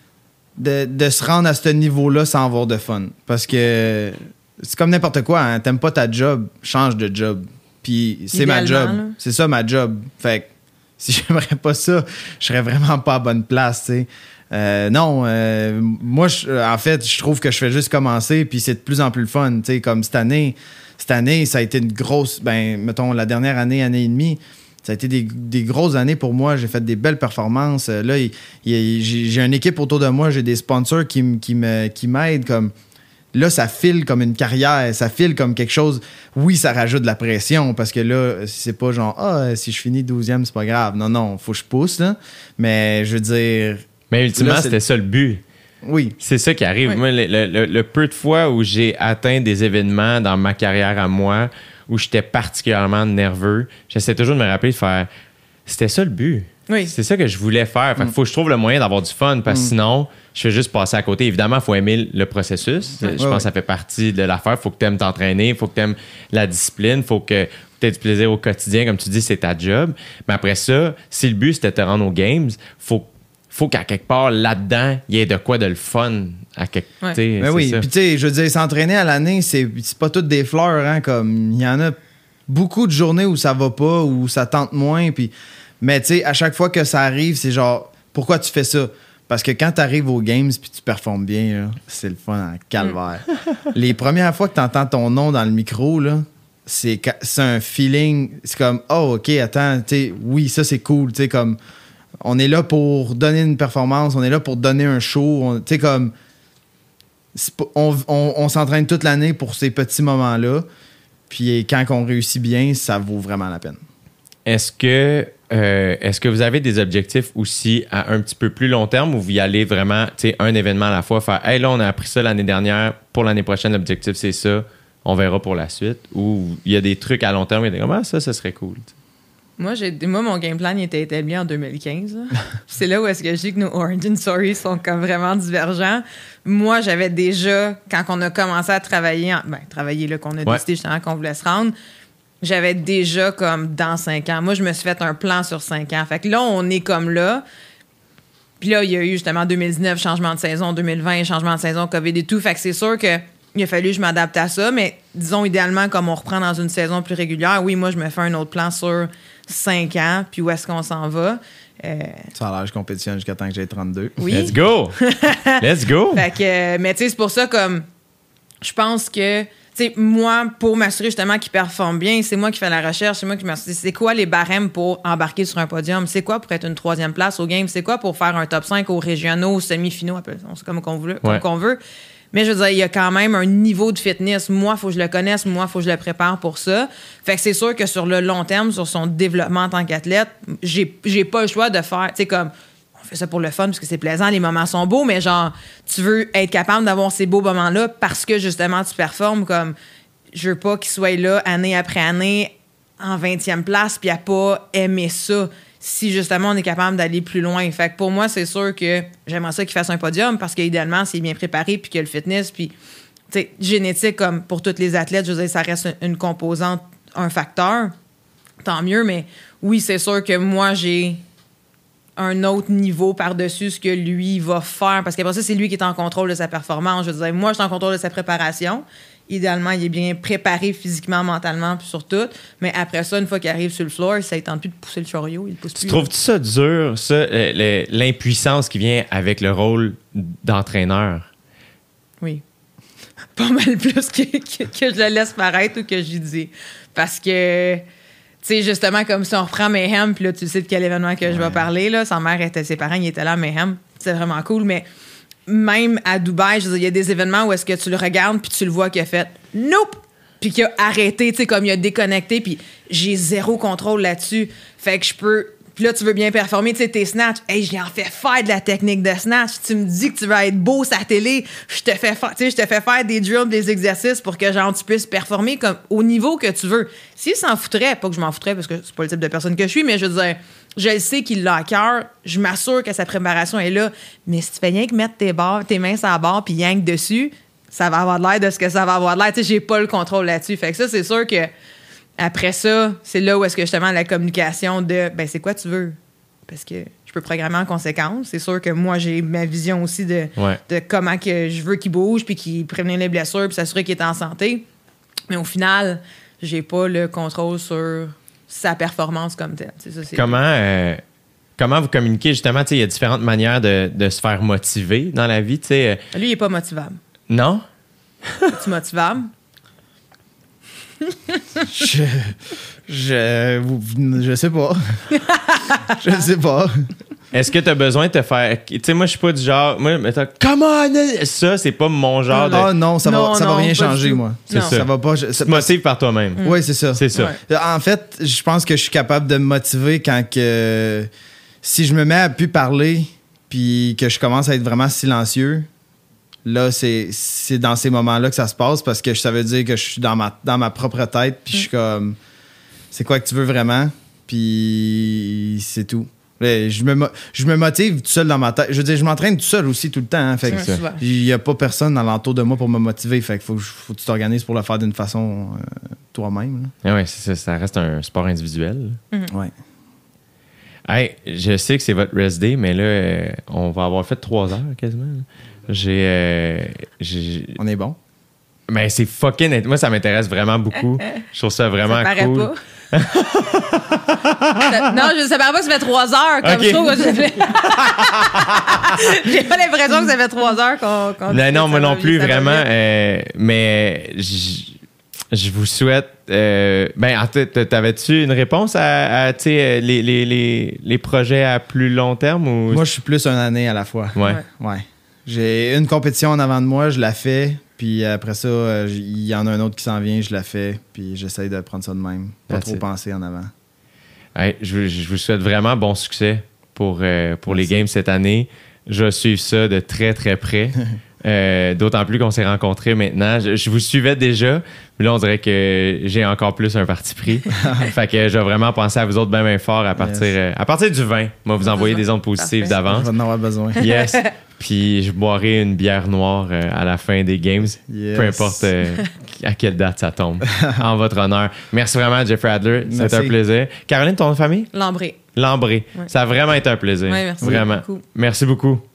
De, de se rendre à ce niveau-là sans avoir de fun. Parce que c'est comme n'importe quoi. Hein. T'aimes pas ta job, change de job. Puis c'est ma Idéalement, job. là. C'est ça ma job. Fait que si j'aimerais pas ça, je serais vraiment pas à bonne place, tu sais. Euh, non, euh, moi, je- en fait, je trouve que je fais juste commencer, puis c'est de plus en plus le fun. Tu sais, comme cette année, cette année, ça a été une grosse, ben, mettons, la dernière année, année et demie, ça a été des, des grosses années pour moi. J'ai fait des belles performances. Euh, Là, il- il- j'ai j'ai une équipe autour de moi, j'ai des sponsors qui, m- qui me- qui m'aident. Comme là, ça file comme une carrière, ça file comme quelque chose. Oui, ça rajoute de la pression parce que là, c'est pas genre, ah, si je finis douzième, c'est pas grave. Non, non, faut que je pousse, là. Mais je veux dire, Mais ultimement, Là, c'est- c'était ça le but. oui. C'est ça qui arrive. Oui. Moi, le, le- le- le peu de fois où j'ai atteint des événements dans ma carrière à moi, où j'étais particulièrement nerveux, j'essaie toujours de me rappeler de faire c'était ça le but. Oui. C'est ça que je voulais faire. Fait qu'il faut que je trouve le moyen d'avoir du fun parce que sinon, je fais juste passer à côté. Évidemment, il faut aimer le processus. Je pense Ouais, que ouais. ça fait partie de l'affaire. Il faut que tu aimes t'entraîner, il faut que tu aimes la discipline, il faut que tu aies du plaisir au quotidien. Comme tu dis, c'est ta job. Mais après ça, si le but c'était de te rendre aux games, faut faut qu'à quelque part là-dedans, il y ait de quoi de le fun. À quelque, Ouais. tu sais, Ben c'est oui, ça. puis tu sais, je veux dire, s'entraîner à l'année, c'est c'est pas toutes des fleurs, hein, comme il y en a beaucoup de journées où ça va pas, où ça tente moins, puis mais tu sais, à chaque fois que ça arrive, c'est genre, pourquoi tu fais ça? Parce que quand tu arrives aux games puis tu performes bien, là, c'est le fun en calvaire. Les premières fois que tu entends ton nom dans le micro, là, c'est ca- c'est un feeling, c'est comme, oh, OK, attends, tu sais, oui, ça c'est cool, tu sais, comme, on est là pour donner une performance, on est là pour donner un show, on- tu sais, comme, c'est pas- on, on- on s'entraîne toute l'année pour ces petits moments-là. Puis quand on réussit bien, ça vaut vraiment la peine. Est-ce que, euh, est-ce que vous avez des objectifs aussi à un petit peu plus long terme ou vous y allez vraiment, tu sais, un événement à la fois, faire, hey, là, on a appris ça l'année dernière, pour l'année prochaine, l'objectif, c'est ça, on verra pour la suite? Ou il y a des trucs à long terme, il y a des comme, ah, ça, ça serait cool. Moi, j'ai, moi, mon game plan il était établi en deux mille quinze. là. C'est là où est-ce que je dis que nos origin stories sont comme vraiment divergents. Moi, j'avais déjà, quand on a commencé à travailler, en- ben, travailler là, qu'on a Ouais. décidé justement qu'on voulait se rendre, j'avais déjà comme dans cinq ans. Moi, je me suis fait un plan sur cinq ans. Fait que là, on est comme là. Puis là, il y a eu justement deux mille dix-neuf, changement de saison, deux mille vingt, changement de saison, COVID et tout. Fait que c'est sûr que il a fallu que je m'adapte à ça. Mais disons, idéalement, comme on reprend dans une saison plus régulière, oui, moi, je me fais un autre plan sur cinq ans, puis où est-ce qu'on s'en va. Euh, Ça a l'air que je compétitionne jusqu'à temps que j'ai trente-deux. oui. Let's go! Let's go! Fait que, euh, mais tu sais, c'est pour ça, comme, je pense que, tu sais, moi, pour m'assurer justement qu'il performe bien, c'est moi qui fais la recherche, c'est moi qui m'assure. C'est quoi les barèmes pour embarquer sur un podium? C'est quoi pour être une troisième place au game? C'est quoi pour faire un top cinq aux régionaux, aux semi-finaux? appelle- On sait comme qu'on veut. Comme Ouais. qu'on veut. Mais je veux dire, il y a quand même un niveau de fitness. Moi, il faut que je le connaisse. Moi, il faut que je le prépare pour ça. Fait que c'est sûr que sur le long terme, sur son développement en tant qu'athlète, j'ai, j'ai pas le choix de faire, tu sais, comme, on fait ça pour le fun parce que c'est plaisant, les moments sont beaux, mais genre, tu veux être capable d'avoir ces beaux moments-là parce que justement, tu performes comme, je veux pas qu'il soit là année après année en vingtième place puis à pas aimer ça si justement on est capable d'aller plus loin. Fait que pour moi, c'est sûr que j'aimerais ça qu'il fasse un podium parce qu'idéalement, c'est bien préparé puis que le fitness puis tu sais, génétique comme pour tous les athlètes, je veux dire, ça reste une composante, un facteur. Tant mieux, mais oui, c'est sûr que moi, j'ai un autre niveau par-dessus ce que lui va faire. Parce qu'après ça, c'est lui qui est en contrôle de sa performance. Je veux dire, moi, je suis en contrôle de sa préparation. Idéalement, il est bien préparé physiquement, mentalement, puis sur tout. Mais après ça, une fois qu'il arrive sur le floor, ça ne tente plus de pousser le chariot. Il pousse Tu plus. trouves-tu ça dur, ça, euh, le- l'impuissance qui vient avec le rôle d'entraîneur? Oui. pas mal plus que, que, que je le laisse paraître ou que j'y dis. Parce que, tu sais, justement, comme si on reprend Mayhem, puis là, tu sais de quel événement que ouais. je vais parler, là. Sa mère était, ses parents, ils étaient là à Mayhem. C'est vraiment cool, mais même à Dubaï, je veux dire, il y a des événements où est-ce que tu le regardes, puis tu le vois qu'il a fait « Nope! » Puis qu'il a arrêté, tu sais, comme il a déconnecté, puis j'ai zéro contrôle là-dessus. Fait que je peux... Puis là, tu veux bien performer, tu sais, tes snatchs. Hey, je l'ai en fait faire de la technique de snatch. Tu me dis que tu vas être beau sur la télé. Je te fais faire, tu sais, je te fais faire des drills, des exercices pour que, genre, tu puisses performer comme au niveau que tu veux. S'il s'en foutrait, pas que je m'en foutrais parce que c'est pas le type de personne que je suis, mais je veux dire, je le sais qu'il l'a à cœur. Je m'assure que sa préparation est là. Mais si tu fais rien que mettre tes, barres, tes mains sur la barre puis rien que dessus, ça va avoir l'air de ce que ça va avoir l'air. Tu sais, j'ai pas le contrôle là-dessus. Fait que ça, c'est sûr que après ça, c'est là où est-ce que justement la communication de ben c'est quoi tu veux? Parce que je peux programmer en conséquence. C'est sûr que moi, j'ai ma vision aussi de, ouais. de comment que je veux qu'il bouge, puis qu'il prévienne les blessures, puis s'assurer qu'il est en santé. Mais au final, j'ai pas le contrôle sur sa performance comme telle. C'est ça, c'est comment, euh, comment vous communiquez? Justement, il y a différentes manières de, de se faire motiver dans la vie. T'sais. Lui, il est pas motivable. Non? Es-tu motivable? je, je, je sais pas. je sais pas. Est-ce que tu as besoin de te faire... Tu sais, moi, je suis pas du genre... Moi, mettons, come on! Ça, c'est pas mon genre de... Ah oh, non, ça non, va, ça non, va rien changer, moi. C'est ça. Ça va pas... Je, tu te motives par toi-même. Mm. Oui, c'est ça. C'est ça. Ouais. En fait, je pense que je suis capable de me motiver quand que... Si je me mets à plus parler puis que je commence à être vraiment silencieux, là, c'est, c'est dans ces moments-là que ça se passe parce que ça veut dire que je suis dans ma, dans ma propre tête puis mm. je suis comme... C'est quoi que tu veux vraiment? Puis c'est tout. Je me, je me motive tout seul dans ma tête. Je veux dire, je m'entraîne tout seul aussi tout le temps. Hein, fait que il n'y a pas personne alentour de moi pour me motiver. Fait que faut, faut que tu t'organises pour le faire d'une façon euh, toi-même. Ah ouais, c'est ça, ça reste un sport individuel. Mm-hmm. Ouais. Hey, je sais que c'est votre rest day, mais là, euh, on va avoir fait trois heures quasiment. J'ai, euh, j'ai... On est bon. Mais c'est fucking... Moi, ça m'intéresse vraiment beaucoup. Je trouve ça vraiment ça paraît cool. Pas. ça, non, je, ça paraît pas que ça fait trois heures. Comme okay. je trouve que ça fait... J'ai pas l'impression que ça fait trois heures qu'on... qu'on non, non, moi non plus, vraiment. vraiment. Euh, mais je vous souhaite... Euh, ben, en fait, t'avais-tu une réponse à, à les, les, les, les projets à plus long terme? Ou... Moi, je suis plus une année à la fois. Ouais. Ouais. J'ai une compétition en avant de moi, je la fais. Puis après ça, il y en a un autre qui s'en vient, je la fais. Puis j'essaye de prendre ça de même. Pas That's trop it. penser en avant. Hey, je, je vous souhaite vraiment bon succès pour, euh, pour les games cette année. Je vais suivre ça de très, très près. euh, d'autant plus qu'on s'est rencontrés maintenant. Je, je vous suivais déjà, mais là, on dirait que j'ai encore plus un parti pris. Fait que je vais vraiment penser à vous autres bien, bien fort à partir, yes. euh, à partir du vingt. Moi, vous envoyer des ondes positives Parfait. d'avance. Je vais en avoir besoin. Yes. Puis je boirai une bière noire euh, à la fin des games, yes. peu importe euh, à quelle date ça tombe, en votre honneur. Merci vraiment, Jeffrey Adler. C'était un plaisir. Caroline, ton famille? Lambré. Lambré. Ouais. Ça a vraiment été un plaisir. Ouais, merci vraiment. beaucoup. Merci beaucoup.